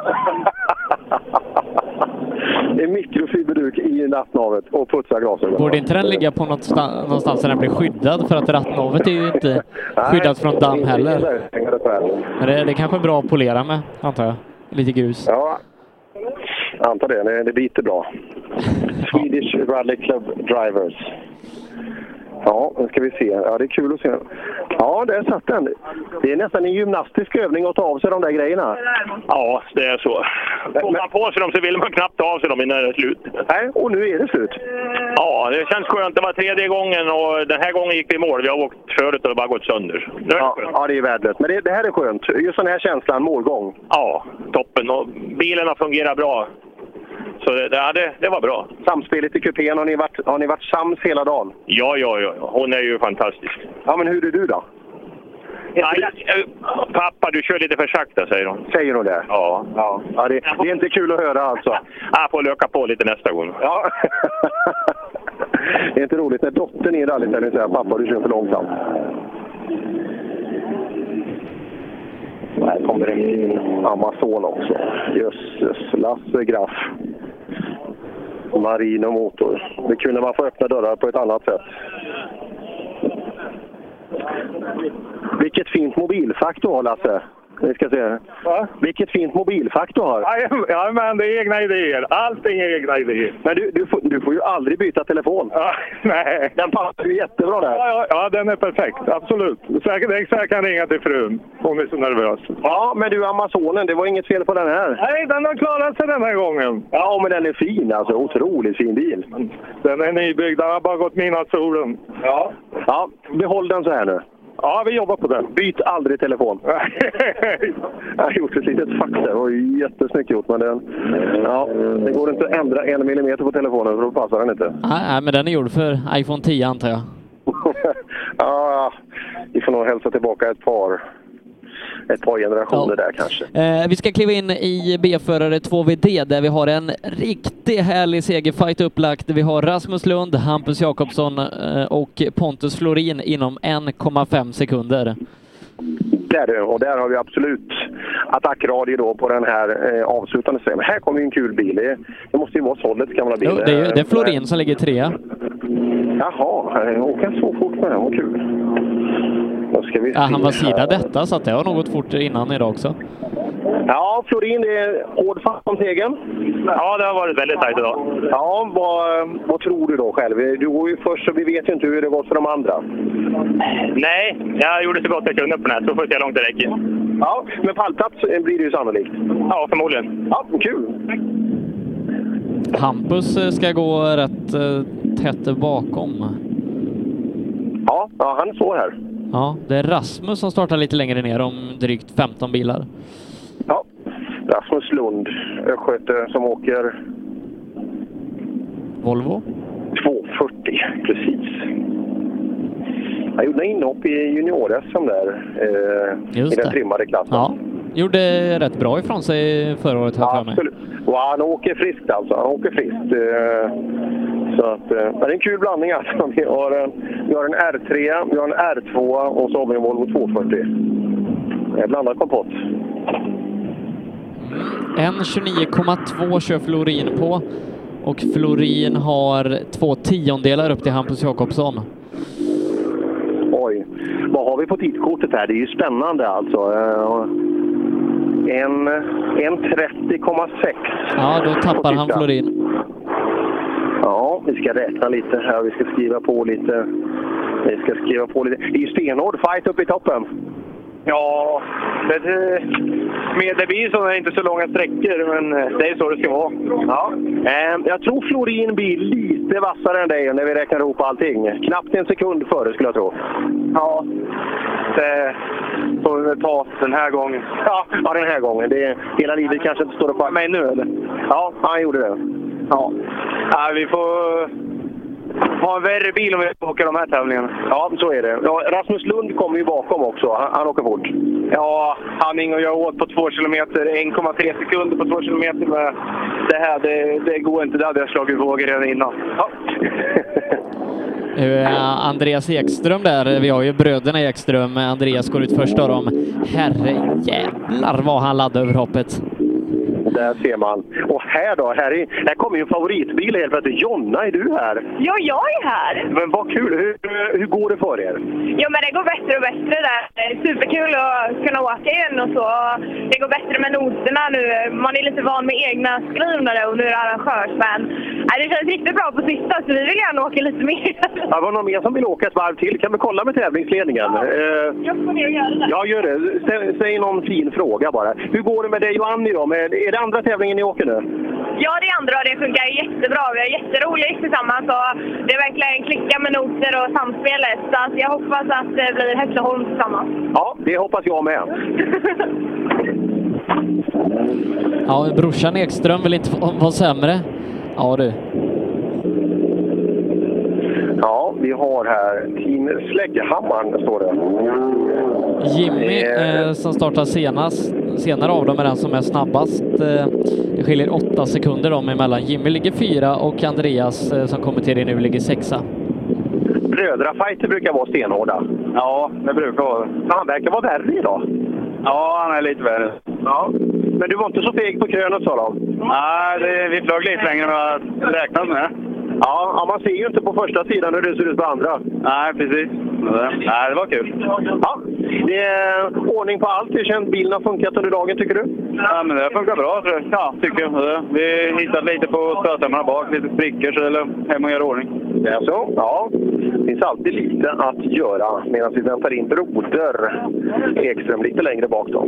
En mikrofiberduk i rattnavet och putsa glasögonen. Borde inte den ligga på något sta- någonstans där den blir skyddad? För att rattnavet är ju inte skyddat från damm heller. Men det, det är kanske är bra att polera med, antar jag. Lite grus. Ja, jag antar det. Det, det biter bra. Swedish Rally Club Drivers. Ja, nu ska vi se. Ja, det är kul att se. Ja, där satt den. Det är nästan en gymnastisk övning att ta av sig de där grejerna. Ja, det är så. Får man på sig dem så vill man knappt ta av sig dem innan det är slut. Nej, och nu är det slut. Ja, det känns skönt. Det var tredje gången och den här gången gick vi i mål. Vi har åkt förut och det bara gått sönder. Det ja, ja, det är värdelöst. Men det, det här är skönt. Just den här känslan, målgång. Ja, toppen. Och bilen har fungerat bra. Så det, ja, det, det var bra. Samspelet i kupén, har ni varit, har ni varit sams hela dagen? Ja, ja, ja. Hon är ju fantastisk. Ja, men hur är du då? Ja, pappa, du kör lite för sakta, säger hon. Säger hon det? Ja. ja. ja det, det är inte kul att höra alltså. Jag får löka på lite nästa gång. Ja. Det är inte roligt när dottern är i rallytävling säger pappa, du kör för långsamt. Här kommer en fin Amazon också. Jösses, Lasse Graff. Marino motor. Det kunde man få öppna dörrar på ett annat sätt. Vilket fint mobilfack du har, Lasse. Vi ska se. Va? Vilket fint mobilfack du har. Ja, men det är egna idéer. Allting är egna idéer. Men du, du, får, du får ju aldrig byta telefon. Ja, nej. Den passar ju jättebra där. Ja, ja, ja, den är perfekt. Absolut. Säkert jag kan ringa till frun. Hon är så nervös. Ja, men du, Amazonen, det var inget fel på den här. Nej, den har klarat sig den här gången. Ja, men den är fin alltså. Otroligt fin bil. Den är nybyggd. Den har bara gått mina solen. Ja. Ja, behåll den så här nu. Ja, vi jobbar på den. Byt aldrig telefon. Jag har gjort ett litet fack där. Det var ju jättesnyggt gjort. Men den, ja, det går inte att ändra en millimeter på telefonen för då passar den inte. Nej, men den är gjord för iPhone tio antar jag. Ja, vi får nog hälsa tillbaka ett par, ett par generationer ja. där kanske. Eh, vi ska kliva in i B-förare två V D där vi har en riktigt härlig segerfight upplagt. Vi har Rasmus Lund, Hampus Jakobsson eh, och Pontus Florin inom en komma fem sekunder. Där, och där har vi absolut attackradio då på den här eh, avslutande serien. Här kommer ju en kul bil. Det, det måste ju vara Sollets gamla bil. Jo, det, är, det är Florin som ligger trea. Jaha, jag åker så fort med den. Vad kul. Då ska vi ja, han var sida detta så att det har något fort innan idag också. Ja, Florin, det är hård fast om tegen. Ja, det har varit väldigt tajt idag. Ja, vad, vad tror du då själv? Du går ju först så vi vet ju inte hur det gått för de andra. Nej, jag gjorde så gott jag kunde på den här, så får vi se hur långt det räcker. Ja, men pallplats blir det ju sannolikt. Ja, förmodligen. Ja, kul. Hampus ska gå rätt uh, tätt bakom. Ja, ja, han står här. Ja, det är Rasmus som startar lite längre ner om drygt femton bilar. Ja, Rasmus Lund, östgöte som åker... Volvo? två fyrtio, precis. Han gjorde en inhopp i junior-S M där, eh, i den det. trimmade klassen. Ja, gjorde rätt bra ifrån sig förra året här ja, för mig. Absolut. Och han åker friskt alltså, han åker friskt. Eh, så att, eh, det är en kul blandning alltså. Vi har en, vi har en R tre, vi har en R två och så har vi en Volvo två fyrtio. Det är blandad kompott. en tjugonio komma två kör Florin på. Och Florin har två tiondelar upp till Hampus Jakobsson. Oj, vad har vi på tidkortet här? Det är ju spännande alltså. En, en trettio komma sex. Ja, då tappar han Florin. Ja, vi ska räkna lite här. Vi ska skriva på lite. Vi ska skriva på lite. Det är ju stenhård fight uppe i toppen. Ja, det, med det blir så inte så långa sträckor, men det är så det ska vara. Ja. Eh, jag tror Florin blir lite vassare än dig när vi räknar ihop allting. Knappt en sekund före skulle jag tro. Ja, det får vi ta den här gången. Ja, ja den här gången. Det, hela livet kanske inte står upp på mig nu, eller? Ja, han gjorde det. Ja, ja vi får ha en värre bil om vi åker de här tävlingarna. Ja, så är det. Ja, Rasmus Lund kommer ju bakom också. Han, han åker fort. Ja, han och jag åt på två kilometer. en komma tre sekunder på två kilometer. Med det här, det, det går inte. Det hade jag slagit vågor redan innan. Ja. uh, Andreas Ekström där. Vi har ju bröderna Ekström. Andreas går ut först av dem. Herre jävlar vad han laddade över hoppet. Där ser man. Och här då, här, är, här kommer ju en favoritbil helt plötsligt. Jonna, är du här? Ja, jag är här. Men vad kul. Hur, hur går det för er? Jo, men det går bättre och bättre där. Det är superkul att kunna åka igen och så. Det går bättre med noterna nu. Man är lite van med egna skrivnare och nu är det arrangörsvän. Det känns riktigt bra på sista, så vi vill gärna åka lite mer. Ja, var någon mer som vill åka ett varv till? Kan vi kolla med tävlingsledningen? Ja, uh, jag får ner och göra det. Ja, gör det. Säg, säg någon fin fråga bara. Hur går det med dig och Annie då? Med, är det andra tävlingen ni åker nu? Ja, det är andra och det funkar jättebra. Vi har jätteroligt tillsammans och det är verkligen klicka med noter och samspelet. Så att jag hoppas att det blir Hässleholm tillsammans. Ja, det hoppas jag med. Ja, brorsan Ekström vill inte vara sämre. Ja du. Ja, vi har här Team Slägghammaren, står det. Jimmy eh, som startar senast, senare av dem är den som är snabbast. Eh, det skiljer åtta sekunder dem emellan. Jimmy ligger fyra och Andreas eh, som kommer till det nu ligger sexa. Brödrafighter brukar vara stenhårda. Ja, det brukar vara. Men han verkar vara värre idag. Ja, han är lite värre. Ja. Men du var inte så feg på krönet, sa de? Nej, det, vi flög lite längre än vad jag räknat med. Ja, ja, man ser ju inte på första sidan hur det ser ut på andra. Nej, precis. Nej, det var kul. Ja, det är ordning på allt. Hur känns bilen har funkat under dagen, tycker du? Ja, men det funkar bra, tror jag. Ja, tycker jag. Vi hittat lite på stötarna bak, lite sprickor, så eller hem och göra ordning. Det är så? Ja. Det finns alltid lite att göra medan vi väntar in broder Ekström lite längre bak då.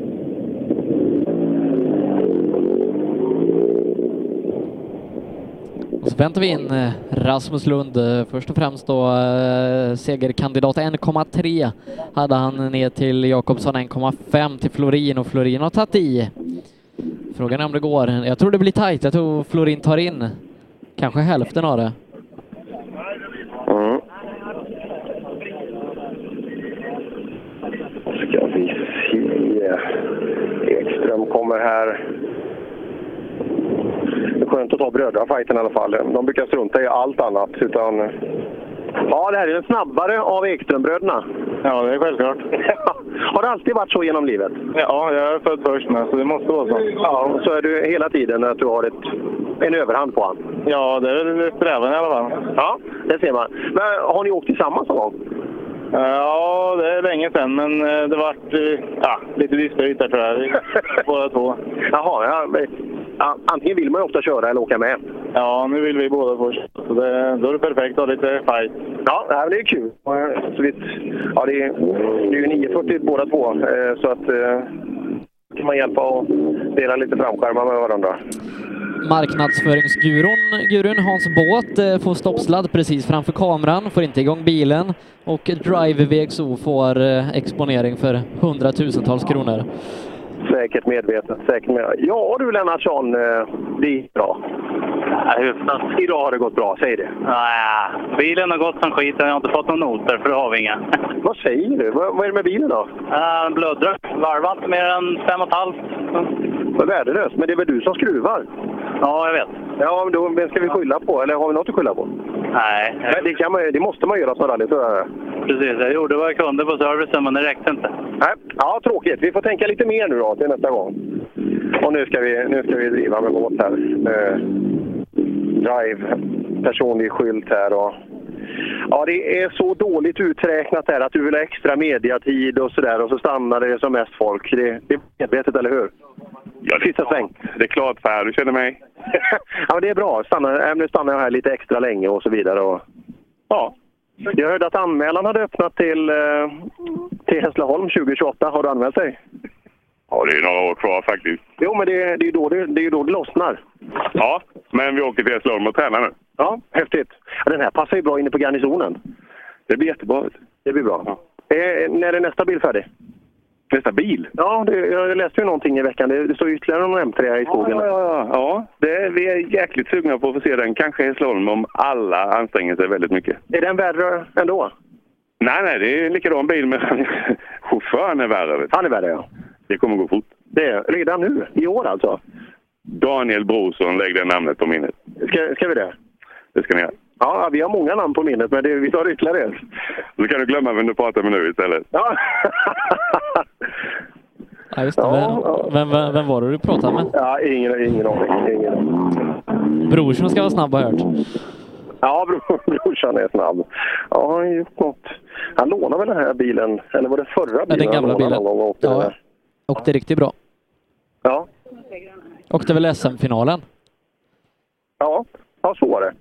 Och så väntar vi in Rasmus Lund. Först och främst då eh, segerkandidat en komma tre hade han ner till Jakobsson, en komma fem till Florin, och Florin har tagit i. Frågan är om det går. Jag tror det blir tajt. Jag tror Florin tar in kanske hälften av det. Mm. Ska vi se. Ekström kommer här. Det är skönt att ta brödrafighten i alla fall. De brukar strunta i allt annat. Utan... Ja, det här är den snabbare av Ekströmbröderna. Ja, det är självklart. Har det alltid varit så genom livet? Ja, jag är född först med, så det måste vara så. Ja, så är du hela tiden att du har ett, en överhand på han? Ja, det är strävan i alla fall. Ja, det ser man. Men har ni åkt tillsammans någon gång? Ja, det är länge sedan, men det var ja, lite dispyt där, tror jag. Båda två. Jaha, ja, men, ja, antingen vill man ju ofta köra eller åka med. Ja, nu vill vi båda först. Så det, då är det perfekt att ha lite fight. Ja, det här är kul. Så vi, ja, det, är, det är ju nio fyrtio båda två, så att kan man hjälpa och dela lite framskärmar med varandra. Marknadsföringsgurun Gurun Hans Båt får stoppsladd precis framför kameran, får inte igång bilen, och Drive V X O får exponering för hundratusentals kronor. Säkert medveten, säkert medveten. Ja du Lennartsson, det är bra. Ja, idag har det gått bra, säg det. Ja, bilen har gått som skit, jag har inte fått någon noter för det har vi inga. Vad säger du? Vad, vad är det med bilen då? Uh, blödrök, varvat inte mer än fem och ett halvt. Vad värdelöst, men det är väl du som skruvar? Ja, jag vet. Ja, då, vem ska vi skylla på? Eller har vi något att skylla på? Nej. Men det, kan man, det måste man göra som rally, tror jag. Precis, jag gjorde vad jag kunde på servicen, men det räckte inte. Nej, ja, tråkigt. Vi får tänka lite mer nu då till nästa gång. Och nu ska vi, nu ska vi driva med båt här. Eh, drive, personlig skylt här och... Ja, det är så dåligt uträknat här att du vill ha extra mediatid och sådär, och så stannar det som mest folk. Det, det är medvetet, eller hur? Ja, det är, Sista sväng. Det är klart, för du känner mig. Ja, men det är bra. Stannar, nu stannar jag här lite extra länge och så vidare. Och, ja. Jag hörde att anmälan hade öppnat till, till Hässleholm tjugo tjugoåtta. Har du anmält dig? Ja, det är några år kvar faktiskt. Jo, men det, det är ju då det, det, är då det lossnar. Ja, men vi åker till Hässleholm och tränar nu. Ja, häftigt. Ja, den här passar ju bra inne på garnisonen. Det blir jättebra. Det blir bra. Ja. Eh, när är nästa bil färdig? Nästa bil? Ja, det, jag läste ju någonting i veckan. Det, det står ytterligare någon M tre i skogen. Ja, ja, ja. ja det, vi är jäkligt sugna på att få se den. Kanske i Hässleholm om alla anstränger sig väldigt mycket. Är den värre ändå? Nej, nej, det är likadan bil, men chauffören är värre. Han är värre, ja. Det kommer gå fort. Det är redan nu, i år alltså? Daniel Brorsson, lägg det namnet på minnet. Ska, ska vi det? Det ska ni göra. Ja, vi har många namn på minnet, men det, vi tar ytterligare ett. Så kan du glömma vem du pratar med nu istället. Ja, ja just det. Ja, vem, vem, vem var det du pratade med? Ja, ingen, ingen aning. Ingen aning. Brorsan ska vara snabb, har hört. Ja, bror, brorsan är snabb. Ja, han har gjort något. Han lånade väl den här bilen, eller var det förra bilen? Den gamla bilen. Och åkte ja, åkte riktigt bra. Ja. Åkte väl S M-finalen? Ja, ja, så var det.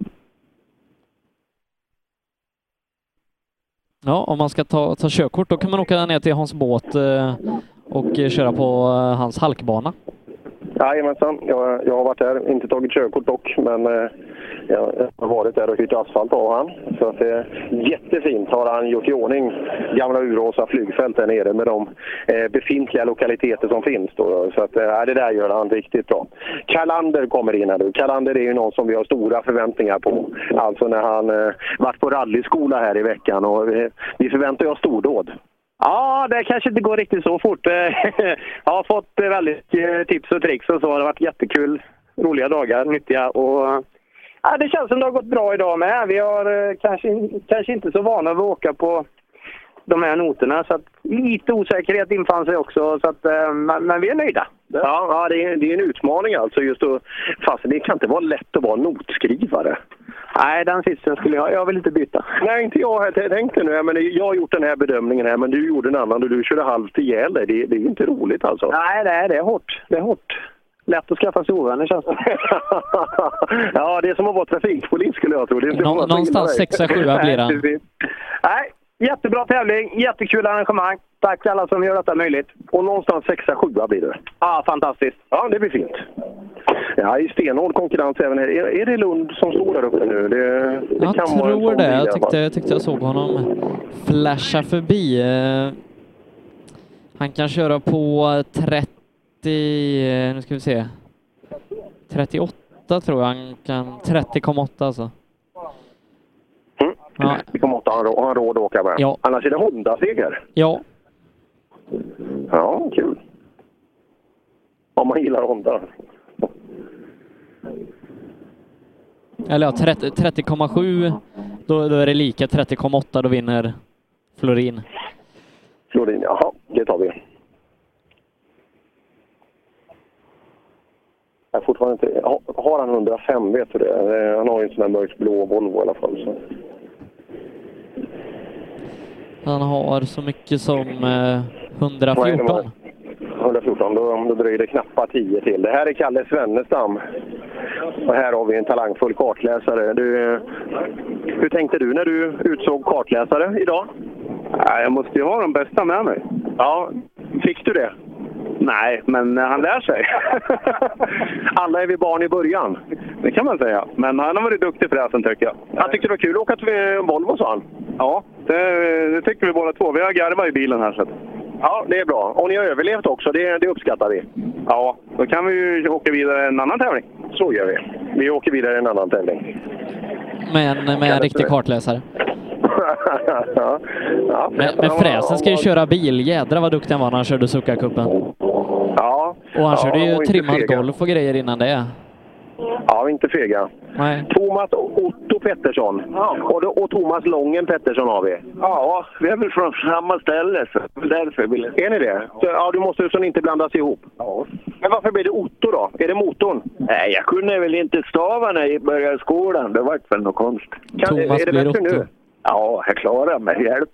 Ja, om man ska ta, ta körkort då kan man åka ner till Hans Båt eh, och köra på eh, hans halkbana. Jajamensan, jag, jag har varit där, inte tagit körkort dock, men eh, jag har varit där och hyrt asfalt av han. Så att, eh, jättefint har han gjort i ordning gamla Uråsa flygfält där nere med de eh, befintliga lokaliteter som finns då. Så att, eh, det där gör han riktigt bra. Kalander kommer in här nu. Kalander är ju någon som vi har stora förväntningar på. Alltså när han eh, varit på rallyskola här i veckan och eh, vi förväntar oss stordåd. Ja, det kanske inte går riktigt så fort. Jag har fått väldigt tips och tricks och så. Det har varit jättekul, roliga dagar, nyttiga. Och ja, det känns som det har gått bra idag med. Vi har kanske, kanske inte så vana att åka på de här noterna. Så att lite osäkerhet infann sig också. Så att, men, men vi är nöjda. Ja, ja det, är, det är en utmaning alltså. Just att, fast det kan inte vara lätt att vara notskrivare. Nej, den sista skulle jag. Jag vill inte byta. Nej, inte jag. Jag tänkte nu. Men jag har gjort den här bedömningen här, men du gjorde en annan och du körde halvt ihjäl dig. Det, det är inte roligt alltså. Nej, nej, det är hårt. Det är hårt. Lätt att skaffa sig ovänner, känns det. Ja, det är som att vara trafikpolis skulle jag tro. Det är inte Nå- någonstans sexa sjua blir det. Nej, jättebra tävling. Jättekul arrangemang. Tack till alla som gör detta möjligt. Och någonstans sexa sjua blir det. Ja, fantastiskt. Ja, det blir fint. Ja, i stenhård konkurrens även här. Är, är det Lund som står där uppe nu? Det, det jag kan tror vara en sån det. bil, Jag tyckte, jag tyckte jag såg honom flasha förbi. Han kan köra på trettio... Nu ska vi se. trettioåtta tror jag han kan. trettio komma åtta alltså. Mm. Ja. trettio komma åtta har han, har han råd att åka med. Ja. Annars är det Honda-seger. Ja. Ja, kul. Om man gillar Honda. Eller ja, trettio komma sju. Då, då är det lika. trettio komma åtta då vinner Florin. Florin, jaha. Det tar vi. Jag fortfarande inte... Har han hundrafem, vet du det? Han har ju en sån här mörkblå Volvo i alla fall. Så. Han har så mycket som eh, hundrafjorton. hundrafjorton, då, då dröjer det knappt tio till. Det här är Kalle Svennestam. Och här har vi en talangfull kartläsare. Du, hur tänkte du när du utsåg kartläsare idag? Ja, jag måste ju ha de bästa med mig. Ja, fick du det? Nej, men han lär sig. Alla är vi barn i början. Det kan man säga. Men han har varit duktig för det här sen, tycker jag. Han tyckte det var kul att åka till Volvo, sa han. Ja, det, det tycker vi båda två. Vi har garvat i bilen här. Så. Ja, det är bra. Och ni har överlevt också, det, det uppskattar vi. Ja, då kan vi ju åka vidare en annan tävling. Så gör vi. Vi åker vidare en annan tävling. Men med en riktig kartläsare. ja. Ja, men, men Fräsen ska ju köra bil. Jädra vad duktig han var när han körde Suzuka-cupen. Ja. Och han ja, körde ju trimmad fega. golf och grejer innan det. Ja, inte fega. Nej. Thomas Otto Pettersson. Ja. Och, då, och Thomas Lången Pettersson har vi. Ja, vi är väl från samma ställe. Så därför vill jag... Är ni det? Så, ja, du måste så inte blandas ihop. Ja. Men varför blir det Otto då? Är det motorn? Nej, jag kunde väl inte stava när jag började skolan. Det var väl något konst. Kan, Thomas är det blir bättre Otto. nu? Ja, jag klarar mig. Hjälp.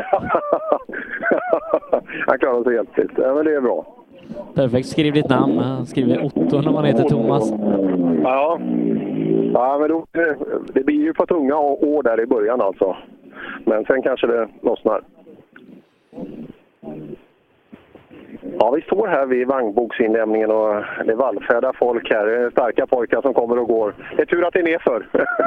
Han klarar sig helt fritt. Ja, men det är bra. Perfekt. Skriv ditt namn. Han skriver Otto när man heter Thomas. Ja. Ja, men då, det blir ju på tunga år där i början alltså. Men sen kanske det lossnar. Ja, vi står här vid vagnboksinlämningen och det vallfärdar folk här. Det är starka pojkar som kommer och går. Det är tur att det är nerför.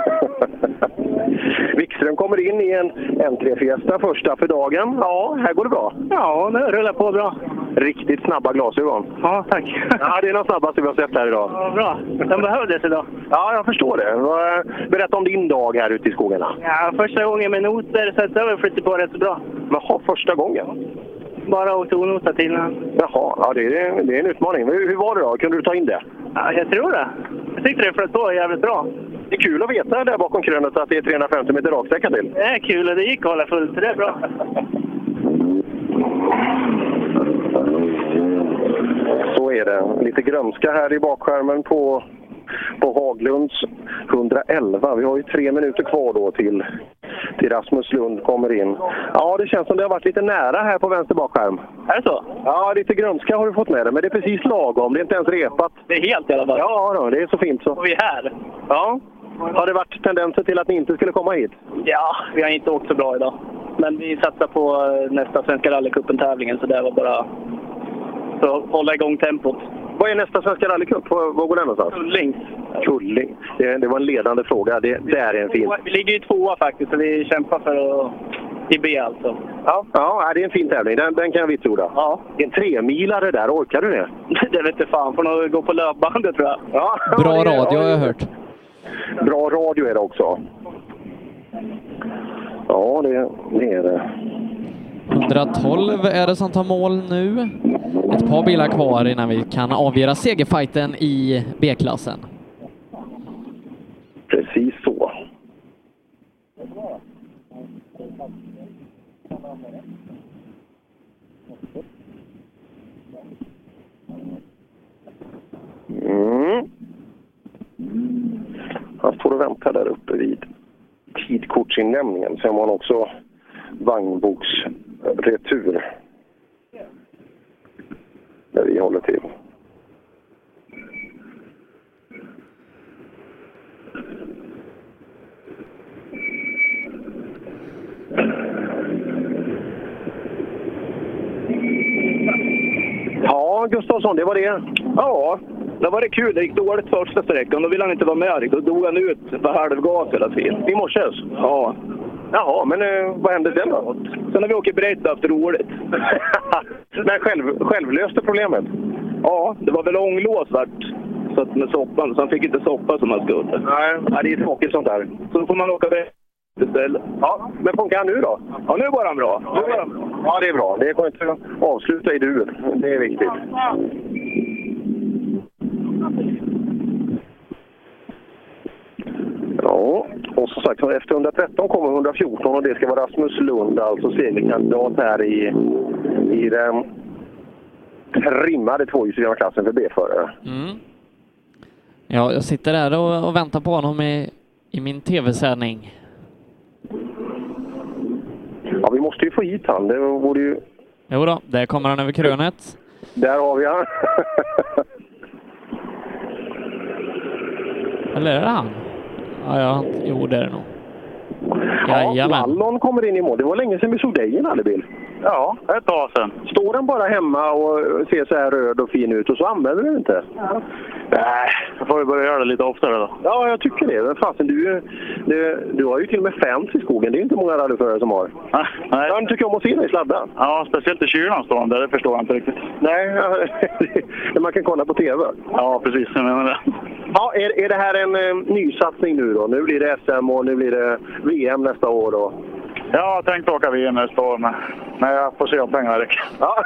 Wikström kommer in i en N tre Fiesta första för dagen. Ja, här går det bra. Ja, det rullar på bra. Riktigt snabba glasögon. Ja, tack. Ja, det är de snabbaste vi har sett här idag. Ja, bra. Den behövdes idag. Ja, jag förstår det. Berätta om din dag här ute i skogarna. Ja, första gången med noter så att jag har flyttat på rätt så bra. Jaha, första gången? Bara åkt onotat innan. Jaha, ja, det, är, det är en utmaning. Hur, hur var det då? Kunde du ta in det? Ja, jag tror det. Jag tyckte det flöt på jävligt bra. Det är kul att veta där bakom krönet att det är trehundrafemtio meter raksträcka till. Det är kul och det gick att hålla fullt. Det är bra. Så är det. Lite grönska här i bakskärmen på, på Haglunds hundraelva. Vi har ju tre minuter kvar då till, till Rasmus Lund kommer in. Ja, det känns som det har varit lite nära här på vänster bakskärm. Är det så? Ja, lite grönska har du fått med det, men det är precis lagom. Det är inte ens repat. Det är helt i alla fall. Ja, då, det är så fint så. Och vi är här. Ja. Har det varit tendenser till att ni inte skulle komma hit? Ja, vi har inte åkt så bra idag. Men vi satsar på nästa Svenska rallycupen-tävlingen så det var bara för att hålla igång tempot. Vad är nästa Svenska rallycup? Var, var går den någonstans? Kulling. Kulling. Det, det var en ledande fråga. Det, det är en fin. Vi ligger ju tvåa faktiskt, så vi kämpar för att... i B alltså. Ja, ja, det är en fin tävling. Den, den kan jag vitsorda. Ja. En tremilare där, orkar du det? Det vet inte fan, får nog gå på löpbandet tror jag. Ja, Bra det, radio ja, har jag hört. Bra radio är det också. Ja, det, det är det. etthundratolv är det som tar mål nu. Ett par bilar kvar innan vi kan avgöra segerfighten i B-klassen. Precis så. Mm. Han står och väntar där uppe vid tidkortsinlämningen. Sen har han också vagnboksretur där vi håller till. Ja, Gustafsson, det var det. Ja, det var det kul. Det gick dåligt första sträckan. Då ville han inte vara med. Då dog han ut för halvgas hela tiden. I morse? Ja. Jaha, men eh, vad hände sen då? Sen har vi åkt brett efter roligt. Men själv, självlöste problemet? Ja, det var väl ånglås vart. Så att med soppan, så han fick inte soppa som han skulle. Nej, det är tråkigt sånt där. Så då får man åka brett istället. Ja, men funkar han nu då? Ja, nu var han bra. Nu var han bra. Ja, det är bra. Det går inte att avsluta i dur. Det är viktigt. Ja, och som sagt, efter etthundratretton kommer etthundrafjorton och det ska vara Rasmus Lund, alltså segerkandidat här i, i den trimmade tvåhjulsdrivna klassen för B-förare. Mm. Ja, jag sitter där och, och väntar på honom i, i min tv-sändning. Ja, vi måste ju få hit han. Det borde ju... Jo då, där kommer han över krönet. Där har vi han. Eller är det han? Ja, ja, jo det är det nog. Ja, Wallon kommer in i mål. Det var länge sedan vi såg dig i en rallybil. Ja, ett tag sedan. Står den bara hemma och ser så här röd och fin ut och så använder du den inte? Ja. Nej, jag får ju börja göra det lite oftare då. Ja, jag tycker det. Men fasen, du, du, du har ju till och med fans i skogen. Det är inte många rallyförare som har. Nej. Nej. Jag tycker om att se dig sladda. Ja, speciellt i kylan står de där. Det förstår jag inte riktigt. Nej, man kan kolla på tv. Ja, precis. Jag menar det. Ja, är, är det här en eh, nysatsning nu då? Nu blir det S M och nu blir det V M nästa år då? Ja, jag har tänkt åka V M nästa år, men, men jag får se om pengarna räcker. Ja.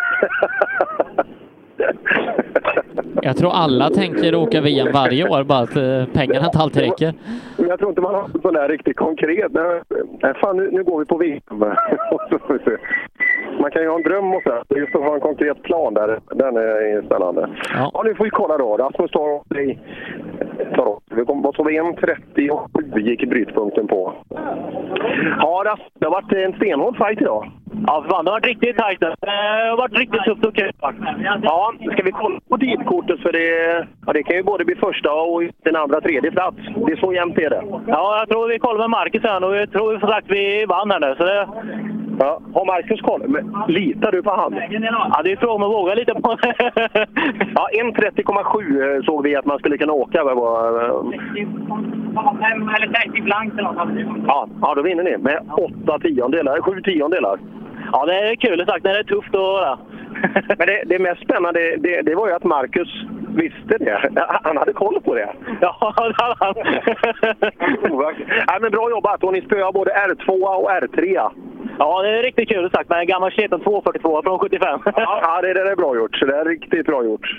Jag tror alla tänker åka V M varje år, bara att eh, pengarna inte alltid räcker. Jag tror inte man har sån där riktigt konkret. Nej, fan, nu, nu går vi på V M. Man kan ju ha en dröm och så. Just att ha en konkret plan där, den är spännande. Ja, ja nu får vi kolla då. Rasmus tar dig. Vad såg vi? en trettiosju gick brytpunkten på. Ja, det har varit en stenhård fight idag. Ja, fan, det har varit riktigt tajt. Det har varit riktigt tufft och kul. Ja, ska vi kolla på tidkortet för det, ja, det kan ju både bli första och den andra tredje plats. Det är så jämnt är det. Ja, jag tror vi kollar med Marcus här och jag tror vi får sagt vi vann här nu. Så det... Ja, har Marcus koll? Men litar du på han? Ja, det är frågan att våga lite på det. Ja, en trettio komma sju såg vi att man skulle kunna åka. trettio komma fem eller trettio blankt eller något. Ja, ja, då vinner ni med åtta tiondelar, sju tiondelar. Ja, det är kul sagt när det är tufft och ja. Men det, det mest spännande, det, det var ju att Marcus visste det. Han hade koll på det. Ja, det hade han. Nej, men bra jobbat. Och ni spöar både R två och R tre. Ja, det är riktigt kul sagt med en gammal Chetan tvåhundrafyrtiotvå från sjuttiofem. Ja, det, det är bra gjort. Så det är riktigt bra gjort.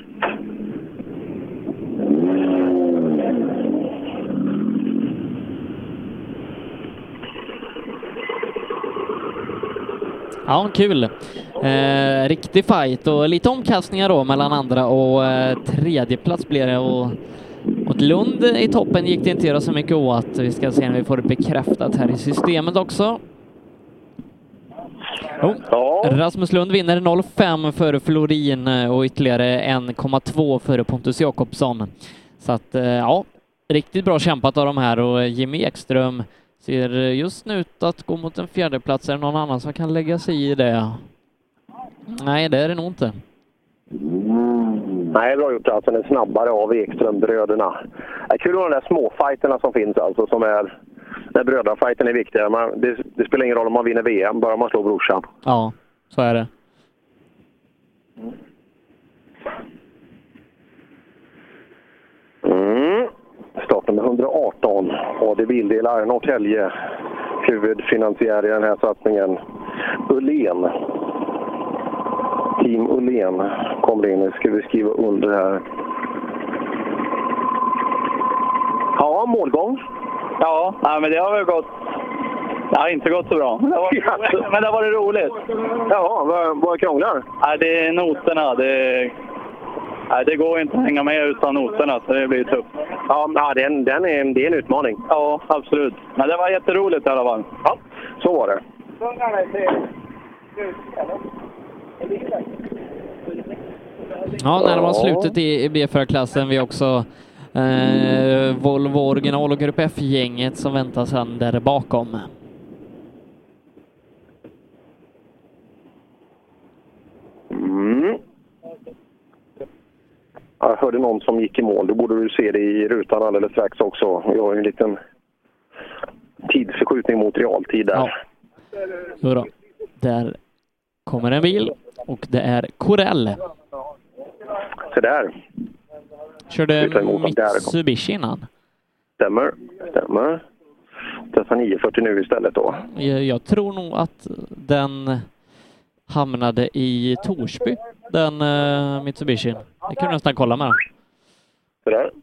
Ja, kul. Eh, riktig fight och lite omkastningar då mellan andra och eh, tredje plats blir det och åt Lund i toppen gick det inte att göra så mycket åt. Vi ska se när vi får det bekräftat här i systemet också. Oh. Ja. Rasmus Lund vinner noll komma fem före Florin och ytterligare en komma två före Pontus Jakobsson. Så att eh, ja, riktigt bra kämpat av de här och Jimmy Ekström ser just nu ut att gå mot en fjärde plats. Är det någon annan som kan lägga sig i det? Nej, det är det nog inte. Nej, bra gjort alltså. Den är snabbare av Ekström-bröderna. Det är kul med de där småfighterna som finns alltså, som är... När brödrafighten är viktiga. Man, det, det spelar ingen roll om man vinner V M, bara man slår brorsan. Ja, så är det. Mm. Startnummer hundraarton. A D Bildelar Norrtälje. Huvudfinansiär i den här satsningen. Ullén. Team Ullén kommer in. Nu ska vi skriva under här. Ja, målgång. Ja, nej, men det har väl gått... Det har inte gått så bra. Men det var, men det var det roligt. Ja, vad, vad krånglar? Nej, det är noterna. Det, nej, det går inte att hänga med utan noterna, så det blir tufft. Ja, ja den, den är, det är en utmaning. Ja, absolut. Men det var jätteroligt i alla fall. Ja, så var det. Ja, närmar oss slutet i, i B fyra-klassen. Vi har också eh, Volvo original och Grupp F-gänget som väntar sedan där bakom. Mm. Jag hörde någon som gick i mål. Då borde du se det i rutan alldeles strax också. Jag har en liten tidsförskjutning mot realtid där. Ja. Så då. Där kommer en bil och det är Corell. Så där. Körde Mitsubishi innan. Stämmer, stämmer. Testar nio fyrtio nu istället då. Jag, jag tror nog att den hamnade i Torsby, den uh, Mitsubishi. Det kan du nästan kolla med. Så där.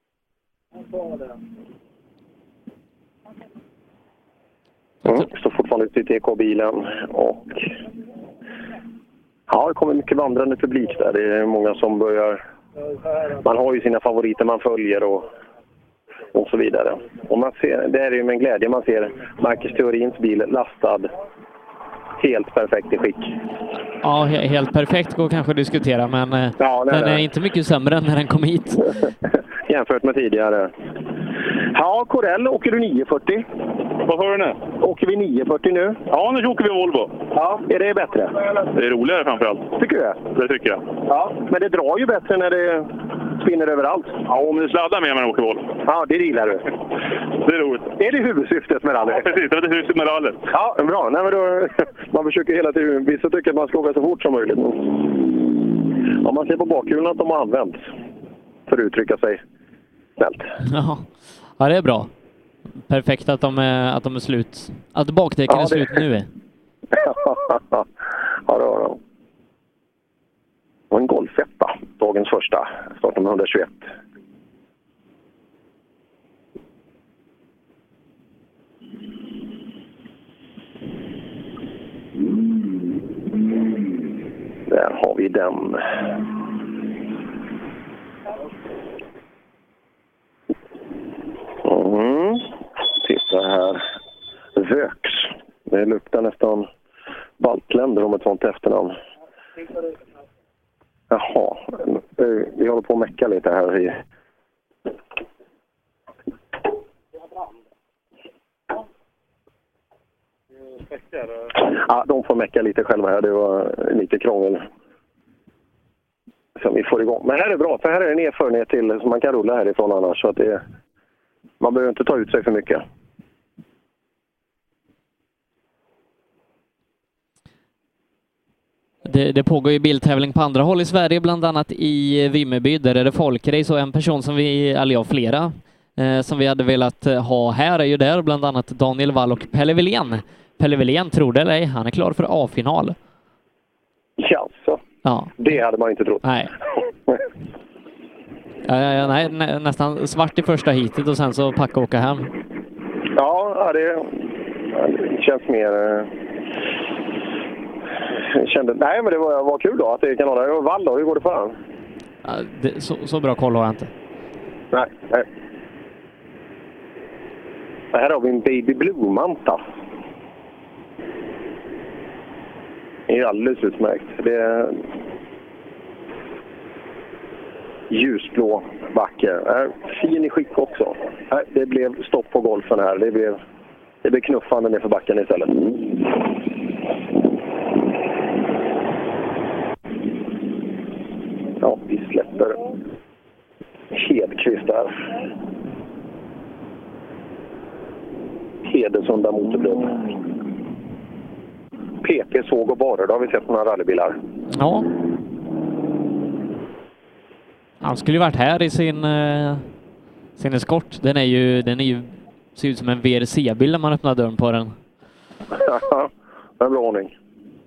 Mm, står fortfarande ute i T K-bilen och ja, det kommer mycket vandrande publik där. Det är många som börjar... Man har ju sina favoriter man följer och, och så vidare. Och man ser, det är ju med en glädje man ser Marcus Theorins bil lastad helt perfekt i skick. Ja, helt perfekt går kanske att diskutera, men ja, den är inte mycket sämre än när den kom hit. Jämfört med tidigare. Ja, Corell, åker du nio fyrtio? Vad hör du nu? Åker vi nio fyrtio nu? Ja, nu åker vi Volvo. Ja, är det bättre? Det är roligare framförallt. Tycker du det? Det tycker jag. Ja, men det drar ju bättre när det spinner överallt. Ja, om det sladdar med när man åker Volvo. Ja, det gillar du. Det är roligt. Är det huvudsyftet med rally? Ja, precis. Det är huvudsyftet med rally. Ja, bra. Nej, men då, man försöker hela tiden, vissa tycker att man ska åka så fort som möjligt. Ja, man ser på bakhjulen att de har använts för att uttrycka sig snällt. Ja, ja det är bra. Perfekt att de är, att de är slut. Att bakdäcken ja, är slut det... nu. Ja, det har de. Och en Golfetta, dagens första. Startnummer etthundratjugoett. Där har vi den. Mm. Titta här. Vöks. Det luktar nästan baltländer om ett sånt efternamn. Jaha. Vi håller på att mecka lite här. Ja, de får mecka lite själva här. Det var lite krångel som vi får igång. Men här är bra, för här är en erfarenhet till som man kan rulla härifrån annars. Så att det, man behöver inte ta ut sig för mycket. Det, det pågår ju biltävling på andra håll i Sverige, bland annat i Vimmerby. Där är det folkrace och en person som vi, eller ja, flera, eh, som vi hade velat ha här är ju där, bland annat Daniel Wall och Pelle Wilén. Pelle Wilén, tror det eller ej, han är klar för A-final. Jaså? Ja. Det hade man inte trott. Nej. Ja, ja, ja, nej, nä, nästan svart i första hitet och sen så packa och åka hem. Ja, det, det känns mer... Jag kände, nej, men det var, var kul då att det kan hålla. Wall då, hur går det för han? Ja, det, så, så bra koll har jag inte. Nej, nej. Här har vi en Baby Blue-manta. Det är alldeles utmärkt. Det är ljusblå backe. Är fin i skick också. Det blev stopp på golfen här. Det blev, det blev knuffande ner för backen istället. Ja, Vi släpper Hedqvist där. Hedesunda motorblöd. P P såg och borrar, då har vi sett några rallybilar. Ja. Han skulle ju varit här i sin, uh, sin eskort. Den är ju, den är ju, ser ut som en V R C-bil när man öppnar dörren på den. Ja, det är en bra ordning.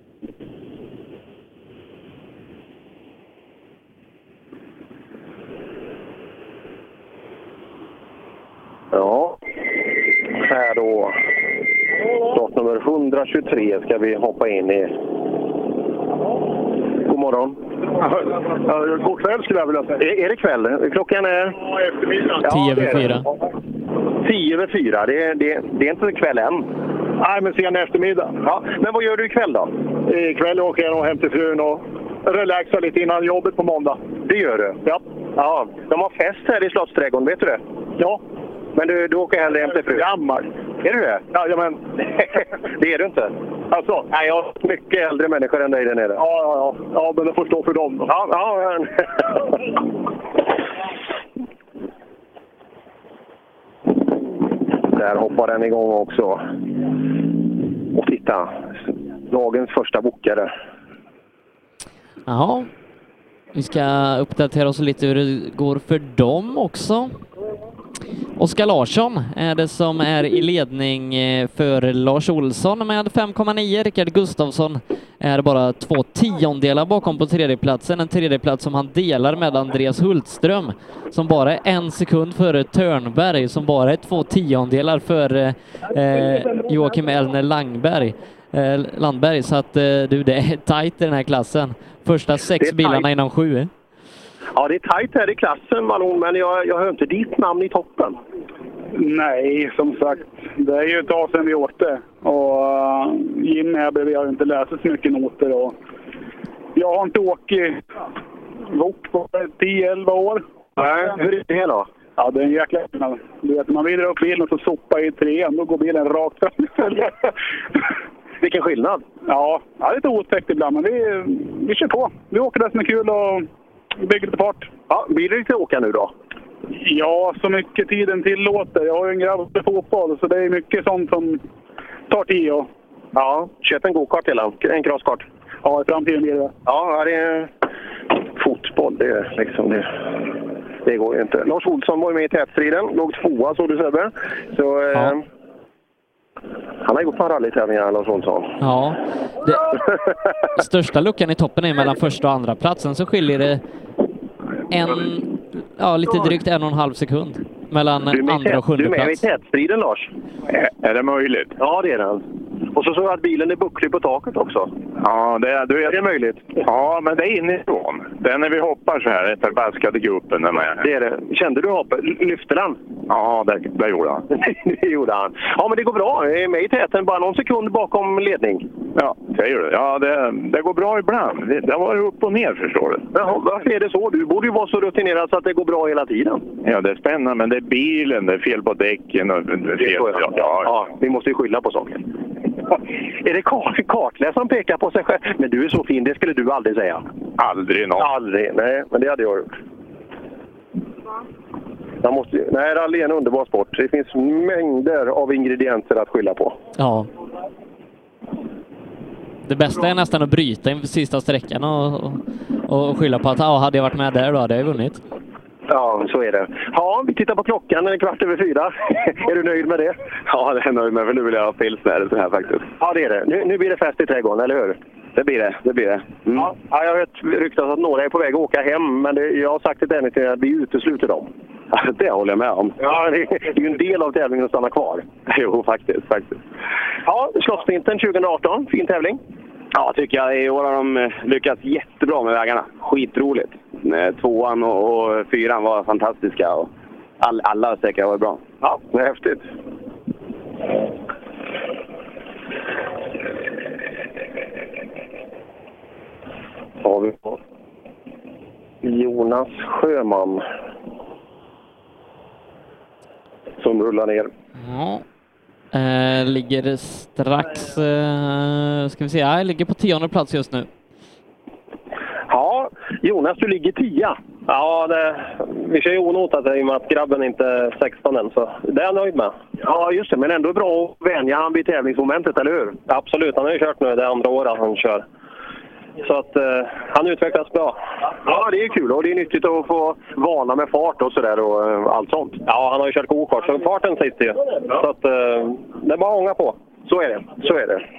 Ja, här då. Startnummer etthundratjugotre ska vi hoppa in i. God morgon. Ja, god kväll skulle jag vilja säga. Är, är det kväll? Klockan är... Ja, eftermiddag. Tio över fyra. Tio över fyra. Det, det, det är inte kväll än. Nej, men sen eftermiddag. Ja, men vad gör du ikväll då? Ikväll åker jag nog hem till frun och relaxar lite innan jobbet på måndag. Det gör du? Ja. Ja, de har fest här i Slottsträdgården, vet du det? Ja. Men du, du åker hellre hem till frun? Gammal. Är du det? Ja, men det är du inte. Alltså? Nej, jag har mycket äldre människor än dig där nere. Ja, ja, ja. Ja, men det får stå för dem då. Ja, ja. Där hoppar den igång också. Och titta, dagens första bokare. Ja, vi ska uppdatera oss lite hur det går för dem också. Oskar Larsson är det som är i ledning för Lars Olsson med fem komma nio. Rickard Gustafsson är bara två tiondelar bakom på tredjeplatsen. En tredjeplats som han delar med Andreas Hultström som bara är en sekund före Törnberg, som bara är två tiondelar för eh, Joakim Elner Langberg. Eh, Landberg, så att eh, du, det är tajt i den här klassen. Första sex bilarna inom sju. Ja, det är tajt här i klassen, Malon, men jag, jag hör inte ditt namn i toppen. Nej, som sagt, det är ju ett tag sedan vi åkte. Och uh, Jim här bredvid har ju inte läst så mycket noter. Och jag har inte åkt vok på tio elva år. Nej, hur är det då? Ja, det är en jäkla skillnad. Du vet, man vill upp bilen och så soppa i trean, då går bilen rakt fram. Vilken skillnad? Ja, det är lite otäckt ibland, men vi, vi kör på. Vi åker där som är kul och bygger lite fart. Ja, blir det lite åka nu då? Ja, så mycket tiden tillåter. Jag har ju en grabb med fotboll, så det är mycket sånt som tar tid. Och... Ja, köp en go-kart hela, en crosskart. Ja, i framtiden blir det. Ja, det är fotboll, det är liksom det. Det går ju inte. Lars Olsson var med i tätstriden, låg tvåa, så du Sebbe. Så... Ja. Eh... Han har gjort några rallytävlingar, Lars Olsson. Ja. Det, största luckan i toppen är mellan första och andra platsen, så skiljer det en, ja, lite drygt en och en halv sekund mellan andra och sjunde plats. Du är med i tätstriden, Lars. Är det möjligt? Ja, det är den. Och så såg jag att bilen är bucklig på taket också. Ja, det är, du vet, är det möjligt? Ja, men det är inifrån. Det är när vi hoppar så här, ett förbaskade gruppen när man är. Det är det. Kände du hoppet? Lyfte den? Ja, det, det gjorde han. Det gjorde han. Ja, men det går bra. Jag är med i täten, bara någon sekund bakom ledning. Ja, säger du. Ja, det, det går bra ibland. Det, det var upp och ner, förstår du. Jaha, varför är det så? Du borde ju vara så rutinerad så att det går bra hela tiden. Ja, det är spännande, men det är bilen, det är fel på däcken och det är fel. Ja, ja. Ja, vi måste ju skylla på saker. Är det kart, kartläsaren som pekar på sig själv? Men du är så fin, det skulle du aldrig säga. Aldrig någon. Aldrig, nej, men det hade jag gjort. Man måste, nej, rally är en underbar sport. Det finns mängder av ingredienser att skylla på. Ja. Det bästa är nästan att bryta inför sista sträckan och, och, och skylla på att ah, hade jag varit med där då hade jag vunnit. Ja, så är det. Ja, vi tittar på klockan, är det kvart över fyra. Är du nöjd med det? Ja, det är jag nöjd med, för nu vill jag ha pilsner så här faktiskt. Ja, det är det. Nu, nu blir det fest i trädgården, eller hur? Det blir det, det blir det. Mm. Ja, jag har hört ryktas att några är på väg att åka hem, men det, jag har sagt till Dennis att vi utesluter dem. Ja, det håller jag med om. Ja, det, det är ju en del av tävlingen att stanna kvar. Jo, faktiskt, faktiskt. Ja, Slottssprinten tjugo arton, fin tävling. Ja, tycker jag. I år har de lyckats jättebra med vägarna. Skitroligt. Tvåan och, och fyran var fantastiska. Och all, alla sträckor var bra. Ja, det är häftigt. Har vi på Jonas Sjöman som rullar ner. Ja. Eh, ligger strax, eh, ska vi se, jag ligger på tionde plats just nu. Ja, Jonas, du ligger tia. Ja, det, vi kör ju onotat i och med att grabben inte är sexton än, så det är jag nöjd med. Ja, just det. Men ändå bra att vänja han vid tävlingsmomentet, eller hur? Absolut, han har ju kört nu det andra året han kör. Så att eh, han utvecklas bra. Ja, det är kul och det är nyttigt att få vana med fart och sådär och eh, allt sånt. Ja, han har ju kört go-kart så farten sitter ju. Så att eh, det är bara att ånga på. Så är det, så är det.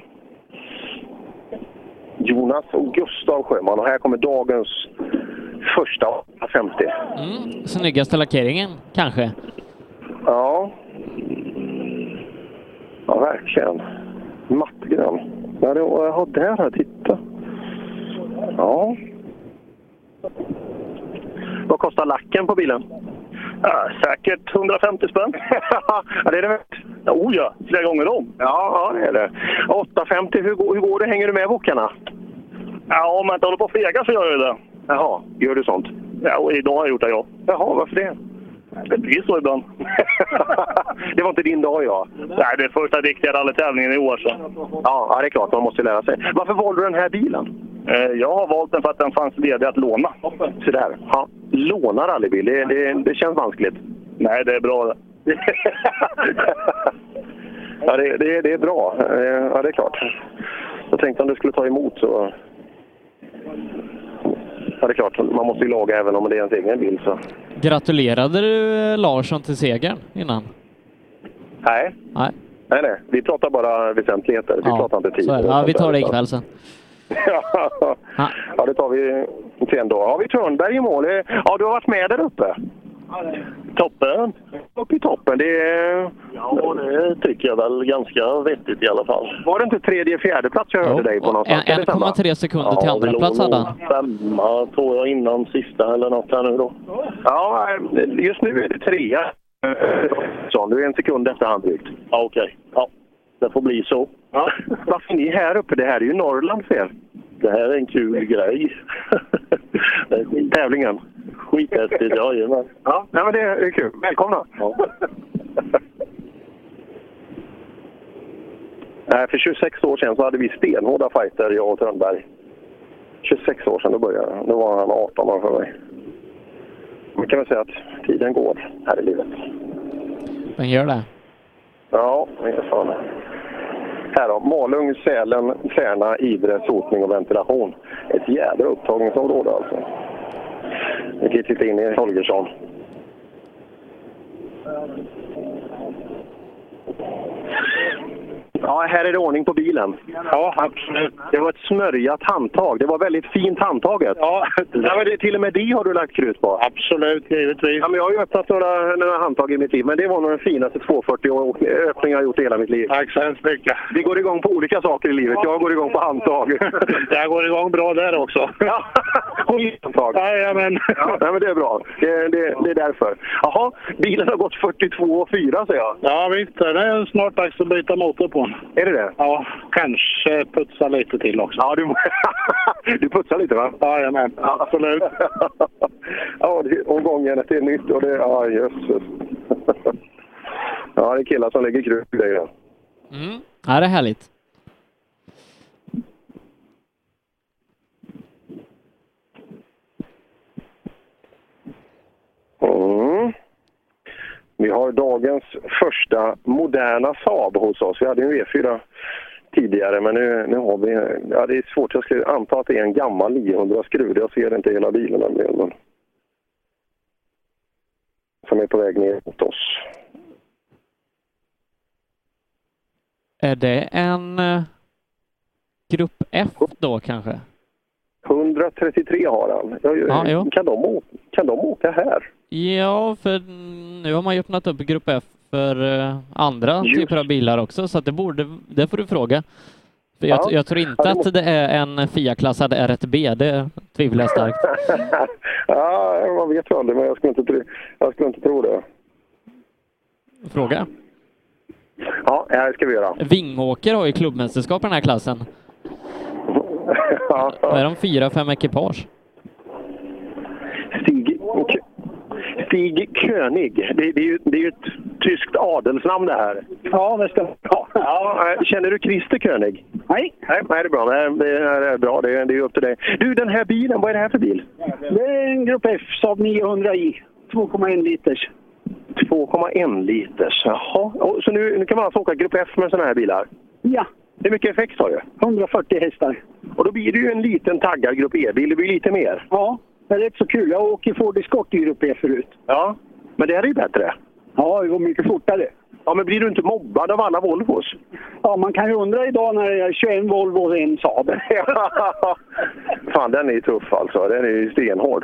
Jonas och Gustav Sjöman och här kommer dagens första femtio. Mm, snyggaste lackeringen, kanske. Ja. Ja, verkligen. Mattgrön. Ja, det, ja, där har jag tittat. Ja. Vad kostar lacken på bilen? Ja, säkert hundrafemtio spänn. Ja, det är det värt. Oh ja, flera gånger om. Ja, ja, det är det. åttahundrafemtio, hur, hur går det? Hänger du med bokarna? Ja, om man inte håller på att fega så gör jag det. Jaha, gör du sånt? Ja, och idag har jag gjort det, ja. Jaha, varför det? Det blir så ibland. Det var inte din dag, ja. Nej, det är första riktiga rallytävlingen i år. Så. Ja, ja, det är klart. Man måste lära sig. Varför valde du den här bilen? Eh, jag har valt den för att den fanns ledig att låna. Så där. Ja, låna rallybil, det, det, det känns vanskligt. Nej, det är bra det. Ja, det, det, det är bra. Ja, det är klart. Jag tänkte om du skulle ta emot så... Ja, det är klart. Man måste ju laga även om det är ens egen bil. Så. Gratulerade du Larsson till segern innan? Nej. Nej. Nej, nej. Vi pratar bara väsentligheter. Vi ja, pratar inte tid. Ja, vi tar det ikväll sen. Ja. Ja, det tar vi sen då. Har vi Törnberg i mål? Ja, du har varit med där uppe. Toppen. Uppe i toppen, det är... Ja, det tycker jag väl ganska vettigt i alla fall. Var det inte tredje, fjärde plats jag hörde dig på någonstans? en komma tre sekunder till andra plats hade han. Femma tror jag innan sista eller något här nu då. Ja, just nu är det trea. Så du är en sekund efter han drygt. Ja, okej. Okay. Ja, det får bli så. Ja. Varför är ni här uppe? Det här är ju Norrland för er. Det här är en kul grej. Tävlingen. Skithäftigt, ja, jajamän. Ja, nej, men det är kul. Välkomna. Ja. Nej, för tjugosex år sedan så hade vi stenhårda fighter, jag och Törnberg. tjugosex år sedan, då började jag. Då var han arton år för mig. Man kan väl säga att tiden går här i livet. Den gör det. Ja, det är fan. Här då, Malung, Sälen, Särna, Idre, sotning och ventilation. Ett jädra upptagningsområde alltså. Vi kan titta in i Holgersson. Ja, här är det ordning på bilen. Ja, absolut. Det var ett smörjat handtag. Det var väldigt fint handtaget. Ja, ja men det, till och med det har du lagt krut på. Absolut, givetvis. Ja, men jag har ju öppnat några, några handtag i mitt liv, men det var nog den finaste tvåhundrafyrtio-öppningen jag har gjort i hela mitt liv. Tack så hemskt mycket. Vi går igång på olika saker i livet. Jag går igång på handtag. Jag går igång bra där också. Ja, handtag. Jajamän. Ja, men det är bra. Det, det, det är därför. Jaha, bilen har gått fyrtiotvå och fyra, säger jag. Ja, visst. Det är snart dags att byta motor på den. Är det det? Ja, kanske putsa lite till också. Ja, du, du putsar lite, va? Jajamän, ja, absolut. Ja, det, omgången det är nytt och det... Ja, jösses. Ja, det är killar som lägger krut i det. Ja. Mm. Ja, det är härligt. Mm. Vi har dagens första moderna Saab hos oss. Vi hade en V fyra tidigare, men nu, nu har vi... Ja, det är svårt. Jag skulle anta att det är en gammal niohundra skruv. Jag ser inte hela bilen. Men, som är på väg ner mot oss. Är det en uh, grupp F då kanske? etthundratrettiotre har han. Ja, ja, kan, de åka, kan de åka här? Ja, för nu har man ju öppnat upp grupp F för uh, andra Just. typer av bilar också, så att det borde, det får du fråga. För jag, ja. jag tror inte ja, det att det är en FIA-klassad R ett B, det tvivlar jag starkt. Ja, man vet aldrig, men jag skulle inte tro, jag skulle inte tro det. Fråga. Ja, det ska vi göra. Vingåker har ju klubbmästerskap i den här klassen. Ja. Då är de fyra, fem ekipage. Stig, Stig König. Det, det är ju, det är ju ett, tyskt adelsnamn det här. Ja, det ska ja. ja. Känner du Christer König? Nej. Nej, det är bra. Det är, det är bra. Det är, det är upp till dig. Du, den här bilen, vad är det här för bil? Det är en Grupp F Saab niohundra i. två komma en liters. två komma en liters, jaha. Och, så nu, nu kan man alltså åka Grupp F med sådana här bilar? Ja. Det är mycket effekt har du? hundrafyrtio hästar. Och då blir det ju en liten taggad Grupp E-bil. Det blir lite mer. Ja, det är rätt så kul. Jag åker Ford Escort i Grupp E förut. Ja, men det här är ju bättre. Ja, det går mycket fortare. Ja, men blir du inte mobbad av alla Volvos? Ja, man kan ju undra idag när det är tjugoen Volvo och en Saab. Fan, den är ju tuff alltså. Den är ju stenhård.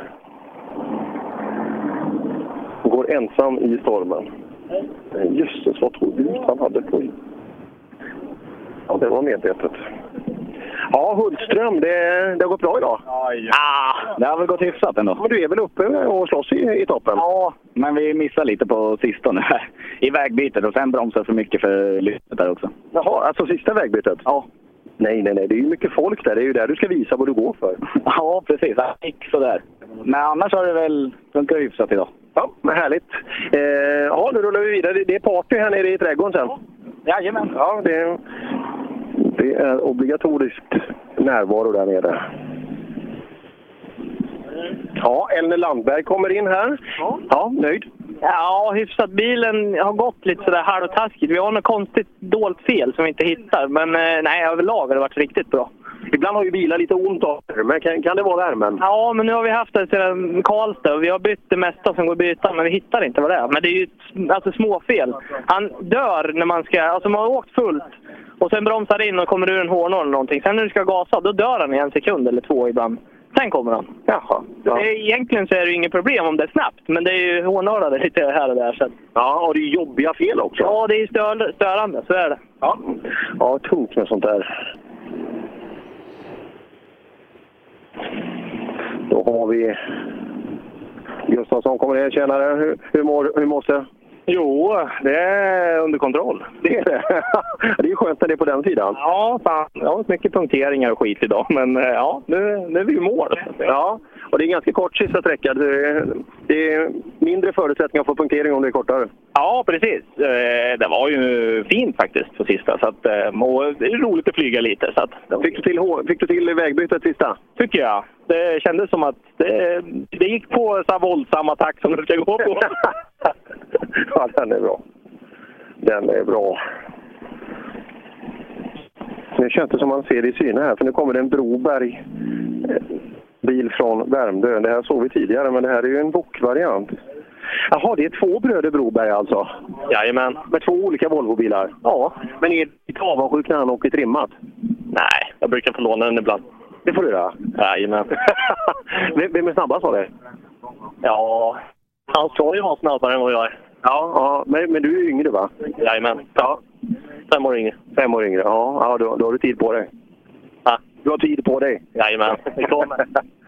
Går ensam i stormen. Jösses, vad tog ut han hade på. Ja, det var medvetet. Ja, Hultström, det, det har gått bra idag. Ja, ah, det har väl gått hyfsat ändå. Men du är väl uppe och slåss i, i toppen? Ja, men vi missar lite på sistone här i vägbytet och sen bromsar för mycket för lyftet där också. Jaha, alltså sista vägbytet? Ja. Nej, nej, nej. Det är ju mycket folk där. Det är ju där du ska visa vad du går för. Ja, precis. Det gick sådär. Men annars har det väl funkat hyfsat idag. Ja, men härligt. Eh, ja, nu rullar vi vidare. Det är party här nere i trädgården sen. Jajamän. Ja, det, det är obligatoriskt närvaro där nere. Ja, Elne Landberg kommer in här. Ja, ja nöjd. Ja, hyfsat. Bilen har gått lite sådär halvtaskigt. Vi har något konstigt dolt fel som vi inte hittar. Men nej, överlag har det varit riktigt bra. Ibland har ju bilar lite ont av men kan, kan det vara värmen? Ja, men nu har vi haft det sedan Karlstad och vi har bytt det mesta som går att byta, men vi hittar inte vad det är. Men det är ju alltså små fel. Han dör när man ska, alltså man har åkt fullt och sen bromsar in och kommer ur en hårnål eller någonting. Sen när du ska gasa, då dör han i en sekund eller två ibland. Sen kommer han. Jaha. Ja. Det är, egentligen så är det ju inget problem om det är snabbt, men det är ju hårnålade lite här och där. Så. Ja, och det är jobbiga fel också. Ja, det är stör, störande, så är det. Ja, ja tungt med sånt där. Då har vi Gustafsson kommer ner, tjänare. Hur, hur, mår, hur måste det? Jo, det är under kontroll. Det är det. Det är skönt när det är på den sidan. Ja, fan. Jag har mycket punkteringar och skit idag. Men ja, nu, nu är vi i mål. Ja, och det är ganska kort sista sträcka. Det är mindre förutsättningar för punktering om det är kortare. Ja, precis. Det var ju fint faktiskt på sista. Så att, och det är roligt att flyga lite. Så att, fick, du till, fick du till vägbytet sista? Tycker jag. Det kändes som att det, det gick på så här våldsam attack som det ska gå på. Ja, den är bra. Den är bra. Nu känns det som man ser det i syne här. För nu kommer det en Broberg bil från Värmdö. Det här såg vi tidigare, men det här är ju en bokvariant. Jaha, det är två bröder Broberg alltså? Jajamän. Med två olika Volvo-bilar? Ja. Men är det avundsjuk när han åker trimmat? Nej, jag brukar få låna den ibland. Det får du göra? Jajamän. Vem är snabbast av det? Ja, han ska ju vara snabbare än vad jag är. Ja, ja men, men du är yngre va? Jajamän. Ja. Fem år yngre. Fem år yngre, ja. Ja då, då har du tid på dig. Ja. Du har tid på dig. Jajamän, det kommer.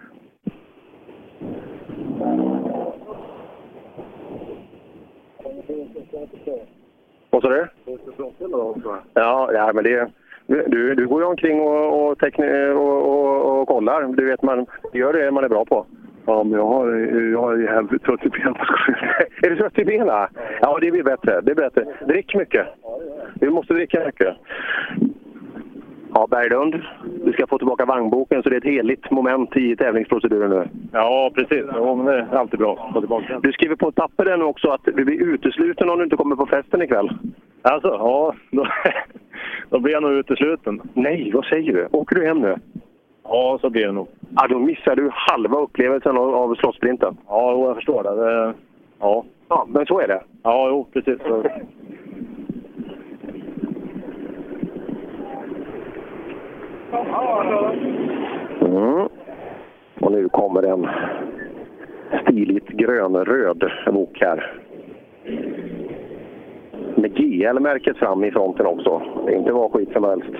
Vad sa du? Ja, ja, men det... Du, du går ju omkring och, och, tekni- och, och, och kollar. Du vet, man gör det man är bra på. Ja, men jag har, jag har helt trött i benen. Är du trött i benen? Ja, det blir bättre. Det är bättre. Drick mycket. Du måste dricka mycket. Ja, Berglund. Du ska få tillbaka vagnboken så det är ett heligt moment i tävlingsproceduren nu. Ja, precis. Ja, men det är alltid bra. Få tillbaka. Du skriver på ett papper den också att du blir utesluten om du inte kommer på festen ikväll. Alltså, ja. Då, då blir jag nog utesluten. Nej, vad säger du? Åker du hem nu? Ja, så blir det nog. Ja, då missar du halva upplevelsen av, av slåssprinten. Ja, jag förstår det. det. Ja. Ja, men så är det. Ja, jo, precis. Så. Mm. Och nu kommer en stiligt grön-röd bok här. Med G L-märket fram i fronten också. Det är inte vad skit som helst.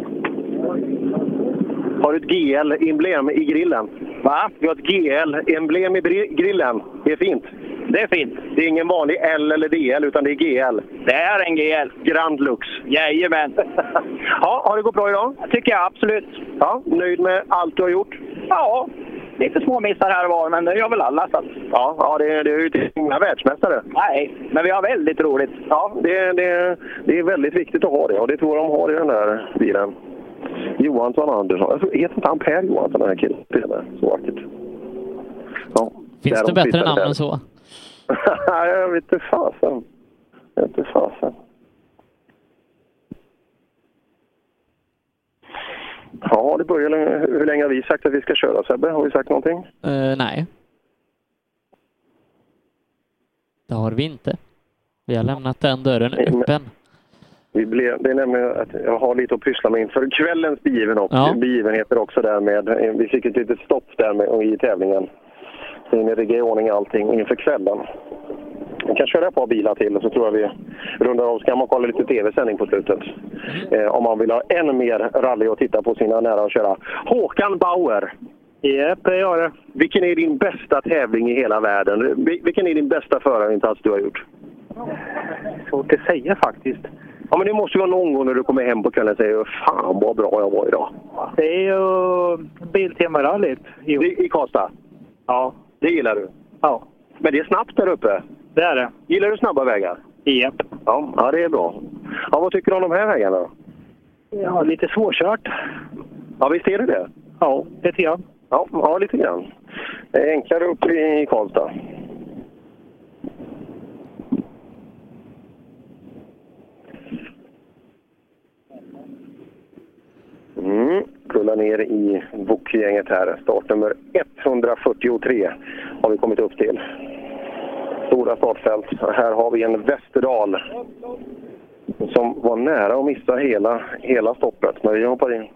Har du ett G L-emblem i grillen? Va? Du har ett G L-emblem i grillen. Det är fint. Det är fint. Det är ingen vanlig L eller D L utan det är G L. Det är en G L. Grand Lux. Jajamän. Ja, har det gått bra idag? Det tycker jag absolut. Ja, nöjd med allt du har gjort? Ja, lite små missar här och var, men det gör väl alla. Så. Ja, ja det, det är ju inte många världsmästare. Nej, men vi har väldigt roligt. Ja, det, det, det är väldigt viktigt att ha det, och det tror jag de har i den där bilen. Johansson Andersson. Jag heter inte han Per Johansson, den här killen? Så vackert. Ja, finns det bättre namn än så? Jag vet inte fasen. Jag vet inte fasen. Ja, det börjar. Hur länge har vi sagt att vi ska köra, Sebbe? Har vi sagt någonting? Uh, nej. Det har vi inte. Vi har lämnat den dörren öppen. Vi blev, det är nämligen att jag har lite att pyssla med inför kvällens begiven och ja. begivenheter också där med. Vi fick ett litet stopp där med, i tävlingen. Så vi riggar i ordning allting inför kvällen. Vi kan köra ett par bilar till och så tror jag vi rundar av. Ska man kolla lite tv-sändning på slutet. Eh, om man vill ha än mer rally och titta på sina nära att köra. Håkan Bauer. Japp, det gör det. Vilken är din bästa tävling i hela världen? Vilken är din bästa förarinsats du har gjort? Svårt att säga faktiskt. Ja, men det måste ju vara någon gång när du kommer hem på kvällen och säger fan vad bra jag var idag. Det är ju Biltema-rallyt. I, I Karlstad? Ja. Det gillar du? Ja. Men det är snabbt där uppe? Det är det. Gillar du snabba vägar? Japp. Ja, ja, det är bra. Ja, vad tycker du om de här vägarna då? Ja, lite svårkört. Ja, visst är det det? Ja, lite grann. Ja, ja, lite grann. Det är enklare uppe i Karlstad. Mm, kullar ner i Wok-gänget här. Startnummer etthundrafyrtiotre har vi kommit upp till. Stora startfält. Här har vi en Västerdal som var nära att missa hela, hela stoppet. Men vi hoppar in.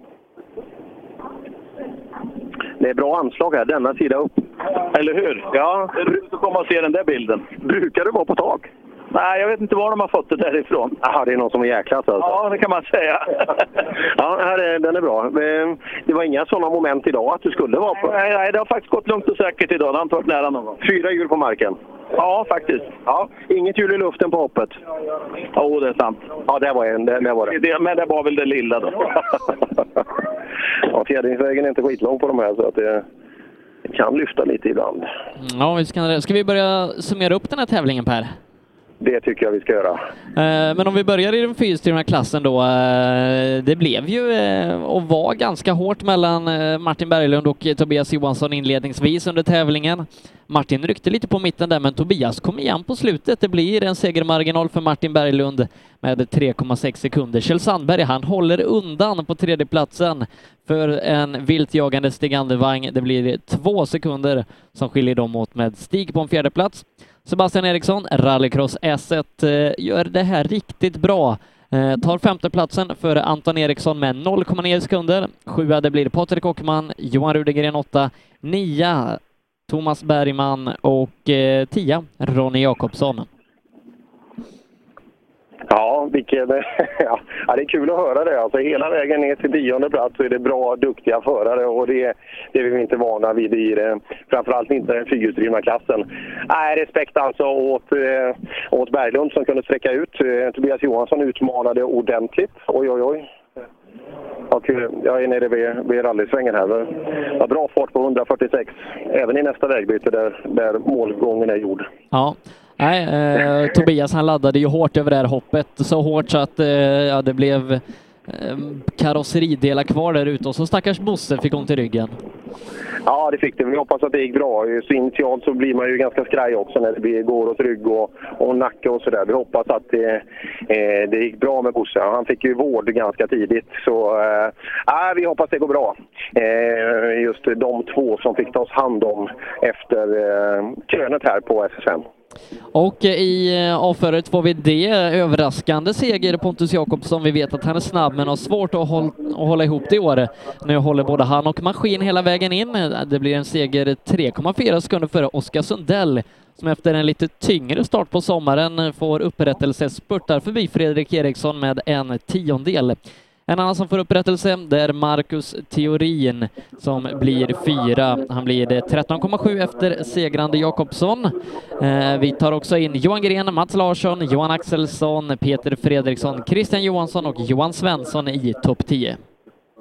Det är bra anslag här, denna sida upp. Eller hur? Ja. Det är roligt att komma och se den där bilden. Brukar du vara på tak? Nej, jag vet inte var de har fått det därifrån. Jaha, det är någon som är jäklat alltså. Ja, det kan man säga. Ja, här är, den är bra. Det var inga sådana moment idag att du skulle vara på? Nej, nej, det har faktiskt gått lugnt och säkert idag. Det har inte varit nära någon gång. Fyra hjul på marken? Ja, faktiskt. Ja, inget hjul i luften på hoppet? Ja, oh, det är sant. Ja, det var en. Det, det var det. det. Men det var väl det lilla då. Ja, fjädringsvägen är inte skitlång på de här så att det, det kan lyfta lite ibland. Ja, vi ska, ska vi börja summera upp den här tävlingen, Per? Det tycker jag vi ska göra. Men om vi börjar i den fyrhjulsdrivna klassen då. Det blev ju och var ganska hårt mellan Martin Berglund och Tobias Johansson inledningsvis under tävlingen. Martin ryckte lite på mitten där, men Tobias kom igen på slutet. Det blir en segermarginal för Martin Berglund med tre komma sex sekunder. Kjell Sandberg, han håller undan på tredje platsen för en viltjagande Stig Andervang. Det blir två sekunder som skiljer dem åt med Stig på en fjärde plats. Sebastian Eriksson, Rallycross S ett, gör det här riktigt bra. Tar femte platsen för Anton Eriksson med noll komma nio sekunder. Sjua det blir Patrik Åkerman, Johan Rudegren åtta, nia Thomas Bergman och eh, tia Ronny Jakobsson. Ja, vilket, ja, det är kul att höra det. Alltså, hela vägen ner till tionde plats så är det bra, duktiga förare och det, det är vi inte vana vid i det. Framförallt inte den fyrhjulsdrivna klassen. Nej, respekt alltså åt, eh, åt Berglund som kunde sträcka ut. Eh, Tobias Johansson utmanade ordentligt. Oj, oj, oj. Och jag är nere vid, vid rallysvängen här. Det var bra fart på hundrafyrtiosex. Även i nästa vägbyte där, där målgången är gjord. Ja. Nej, eh, Tobias han laddade ju hårt över det här hoppet. Så hårt så att eh, ja, det blev eh, karosseridelar kvar där ute. Och så stackars Bosse fick ont i ryggen. Ja, det fick det. Vi hoppas att det gick bra. Så initialt så blir man ju ganska skraj också när det blir, går åt rygg och, och nacke och sådär. Vi hoppas att det, eh, det gick bra med Bosse. Han fick ju vård ganska tidigt. Så eh, vi hoppas det går bra. Eh, just de två som fick tas hand om efter eh, krönet här på S S M. Och i avföret får vi det överraskande seger Pontus Jakobsson. Vi vet att han är snabb men har svårt att hålla, att hålla ihop det i år. Nu håller både han och maskin hela vägen in. Det blir en seger tre komma fyra sekunder före Oskar Sundell som efter en lite tyngre start på sommaren får upprättelse, spurtar förbi Fredrik Eriksson med en tiondel. En annan som får upprättelse det är Marcus Theorin som blir fyra. Han blir det tretton komma sju efter segrande Jakobsson. Eh, vi tar också in Johan Gren, Mats Larsson, Johan Axelsson, Peter Fredriksson, Christian Johansson och Johan Svensson i topp tio.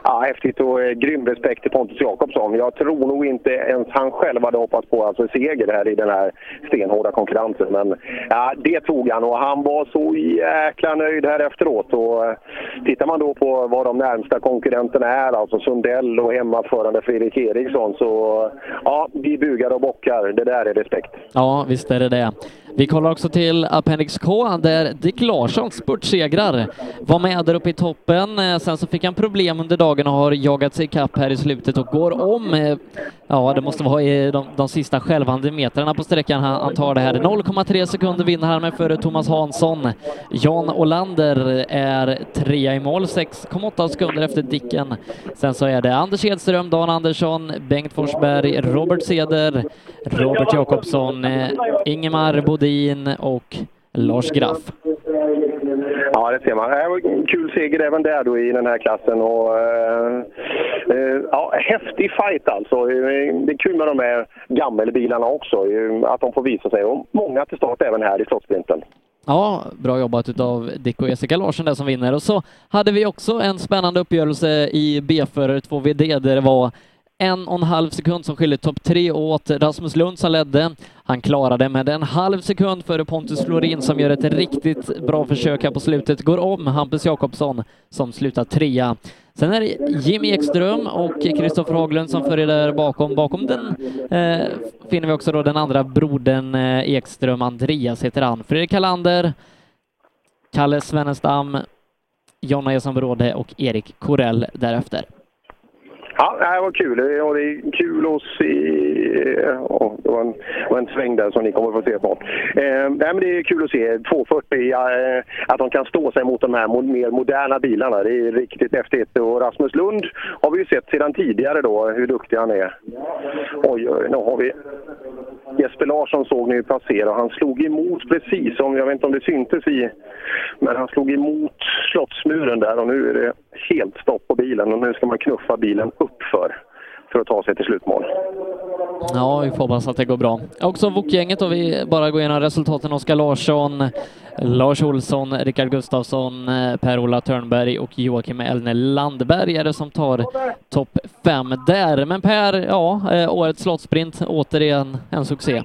Ja, häftigt och eh, grym respekt till Pontus Jakobsson. Jag tror nog inte ens han själv hade hoppats på alltså seger här i den här stenhårda konkurrensen. Men ja, det tog han och han var så jäkla nöjd här efteråt. Och eh, tittar man då på vad de närmsta konkurrenterna är, alltså Sundell och hemmaförande Fredrik Eriksson, så ja, vi bugar och bockar. Det där är respekt. Ja, visst är det det. Vi kollar också till Appendix K där Dick Larsson spurtsegrar var med där uppe i toppen. Sen så fick han problem under dagen och har jagat sig kapp här i slutet och går om. Ja, det måste vara i de, de sista självande metrarna på sträckan. Han, han tar det här. noll komma tre sekunder vinner han med före Thomas Hansson. Jan Olander är trea i mål, sex komma åtta sekunder efter Dicken. Sen så är det Anders Edström, Dan Andersson, Bengt Forsberg, Robert Seder, Robert Jakobsson, Ingemar Bodin och Lars Graff. Ja, det ser man. Det var kul seger även där då i den här klassen. Och, eh, ja, häftig fight alltså. Det är kul med de här gammelbilarna också. Att de får visa sig. Och många till start även här i Slottssprinten. Ja, bra jobbat utav Dick och Jessica Larsson där som vinner. Och så hade vi också en spännande uppgörelse i B-förare två V D där det var en och en halv sekund som skiljer topp tre åt Rasmus Lund som ledde. Han klarade med en halv sekund före Pontus Florin som gör ett riktigt bra försök här på slutet. Går om Hampus Jakobsson som slutar trea. Sen är det Jimmy Ekström och Kristoffer Haglund som följer där bakom. Bakom den eh, finner vi också då den andra brodern eh, Ekström, Andreas heter han. Fredrik Kallander, Kalle Svennestam, Jonna Esenbråde och Erik Korell därefter. Ja, det var kul. Och det är kul att se. Oh, det, var en, det var en sväng där som ni kommer att få se på. Eh, nej, men det är kul att se tvåhundrafyrtio, eh, att de kan stå sig mot de här mer moderna bilarna. Det är riktigt häftigt. Och Rasmus Lund har vi ju sett sedan tidigare då hur duktig han är. Oj, oj, nu har vi Jesper Larsson såg ni passera och han slog emot precis som, jag vet inte om det syntes i, men han slog emot slottsmuren där och nu är det helt stopp på bilen och nu ska man knuffa bilen uppför för att ta sig till slutmål. Ja, vi får hoppas att det går bra. Också V O K-gänget och vi bara går igenom resultaten. Oskar Larsson, Lars Olsson, Rickard Gustafsson, Per-Ola Törnberg och Joakim Elne Landberg är det som tar topp fem där. Men Per, ja, årets slottsprint återigen en succé.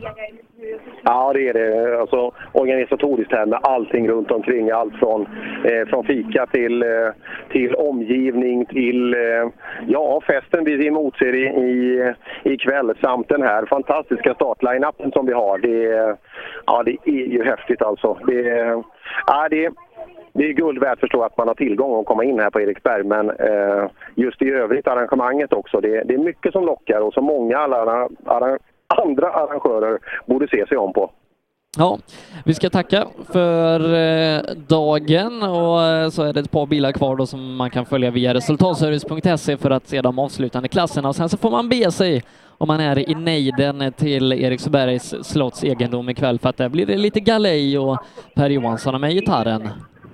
Ja, det är det. Alltså, organisatoriskt här med allting runt omkring. Allt från, eh, från fika till, eh, till omgivning till eh, ja, festen vi emotser i, i, i kväll. Samt den här fantastiska startline-upen som vi har. Det, ja, det är ju häftigt alltså. Det, ja, det, det är guld värt att förstå att man har tillgång att komma in här på Eriksberg. Men eh, just i övrigt arrangemanget också. Det, det är mycket som lockar och så många alla arrangemang. Andra arrangörer borde se sig om på. Ja, vi ska tacka för eh, dagen och eh, så är det ett par bilar kvar då som man kan följa via resultatservice punkt se för att se de avslutande klasserna och sen så får man be sig om man är i nejden till Eriksbergs slotts egendom ikväll för att där blir det lite galej och Per Johansson med gitarren.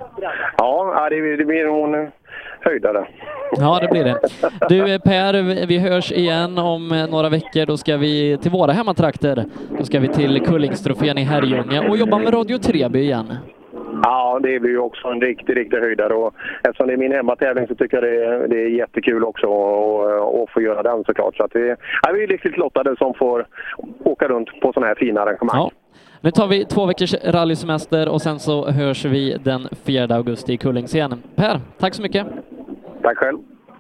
Ja, det, det blir hon höjdare. Ja, det blir det. Du Per, vi hörs igen om några veckor. Då ska vi till våra hemmatrakter. Då ska vi till Kullingstrofén i Herrljunga och jobba med Radio Treby igen. Ja, det blir ju också en riktig, riktig höjdare och eftersom det är min hemmatävling så tycker jag det är, det är jättekul också att få göra den såklart. Så att vi, ja, vi är riktigt lottade som får åka runt på sådana här fina arrangemang. Ja. Nu tar vi två veckors rallysemester och sen så hörs vi den fjärde augusti i Kullings igen. Per, tack så mycket. Tack själv.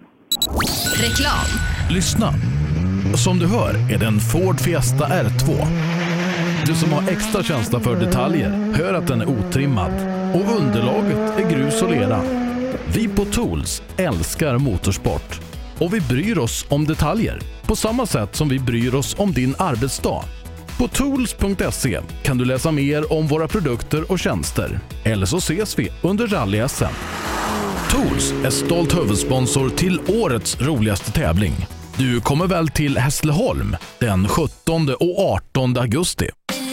Reklam. Lyssna. Som du hör är det en Ford Fiesta R två. Du som har extra känsla för detaljer hör att den är otrimmad och underlaget är grus och lera. Vi på Tools älskar motorsport och vi bryr oss om detaljer på samma sätt som vi bryr oss om din arbetsdag. På tools punkt se kan du läsa mer om våra produkter och tjänster. Eller så ses vi under rally-S M. Tools är stolt huvudsponsor till årets roligaste tävling. Du kommer väl till Hässleholm den sjuttonde och artonde augusti.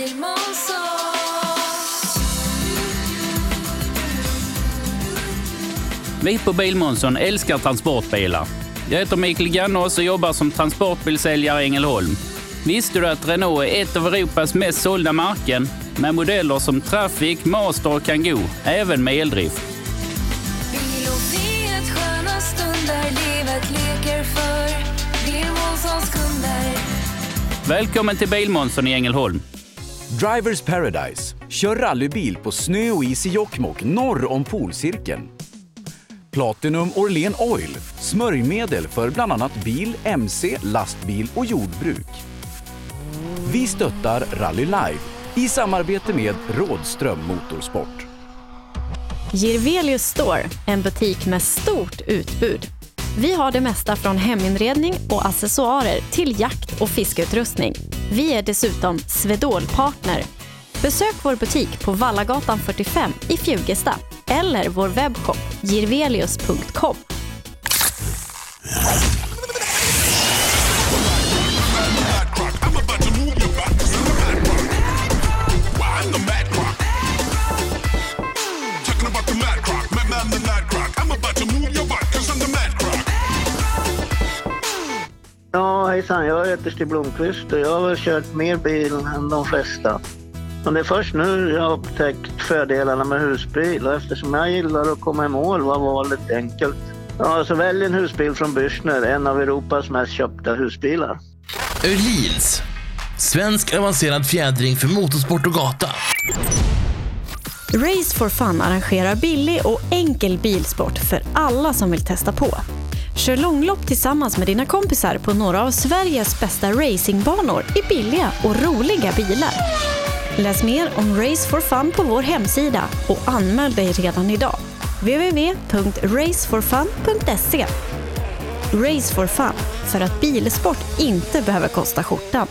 Vi på Bilmånsson älskar transportbilar. Jag heter Mikael Gannås och jobbar som transportbilsäljare i Ängelholm. Visste du att Renault är ett av Europas mest sålda märken med modeller som Traffic, Master och Kangoo, även med eldrift? Bil och frihet, sköna stunder, livet Välkommen till Bilmånsson i Ängelholm. Drivers Paradise. Kör rallybil på snö och is i Jokkmokk norr om polcirkeln. Platinum Orlen Oil. Smörjmedel för bland annat bil, mc, lastbil och jordbruk. Vi stöttar Rally Live i samarbete med Rådström Motorsport. Jirvelius Store, en butik med stort utbud. Vi har det mesta från heminredning och accessoarer till jakt- och fiskeutrustning. Vi är dessutom Swedol-partner. Besök vår butik på Vallagatan fyrtiofem i Fjugesta eller vår webbshop jirvelius punkt com. Ja, hejsan. Jag heter Stig Blomqvist och jag har kört mer bil än de flesta. Och det är först nu jag har upptäckt fördelarna med husbil och eftersom jag gillar att komma i mål var valet enkelt. Ja, så välj en husbil från Bürstner, en av Europas mest köpta husbilar. Öhlins. Svensk avancerad fjädring för motorsport och gata. Race for Fun arrangerar billig och enkel bilsport för alla som vill testa på. Kör långlopp tillsammans med dina kompisar på några av Sveriges bästa racingbanor i billiga och roliga bilar. Läs mer om Race for Fun på vår hemsida och anmäl dig redan idag. w w w punkt race for fun punkt se. Race for Fun, för att bilsport inte behöver kosta skjortan.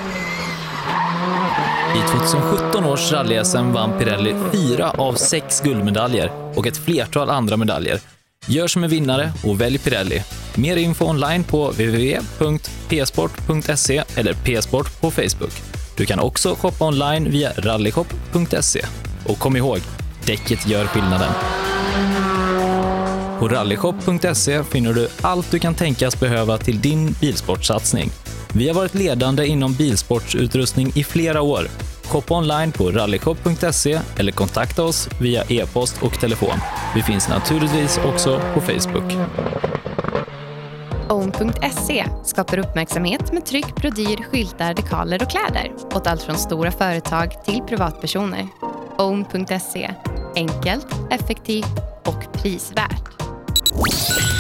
I tjugosjutton års rally-S M vann Pirelli fyra av sex guldmedaljer och ett flertal andra medaljer. Gör som en vinnare och välj Pirelli. Mer info online på w w w punkt p sport punkt se eller p-sport på Facebook. Du kan också shoppa online via rallyshop punkt se. Och kom ihåg, däcket gör skillnaden. På rallyshop punkt se finner du allt du kan tänkas behöva till din bilsportsatsning. Vi har varit ledande inom bilsportsutrustning i flera år. Shoppa online på rallyshop punkt se eller kontakta oss via e-post och telefon. Vi finns naturligtvis också på Facebook. own punkt se skapar uppmärksamhet med tryck, brodyr, skyltar, dekaler och kläder åt allt från stora företag till privatpersoner. own punkt se. Enkelt, effektivt och prisvärt.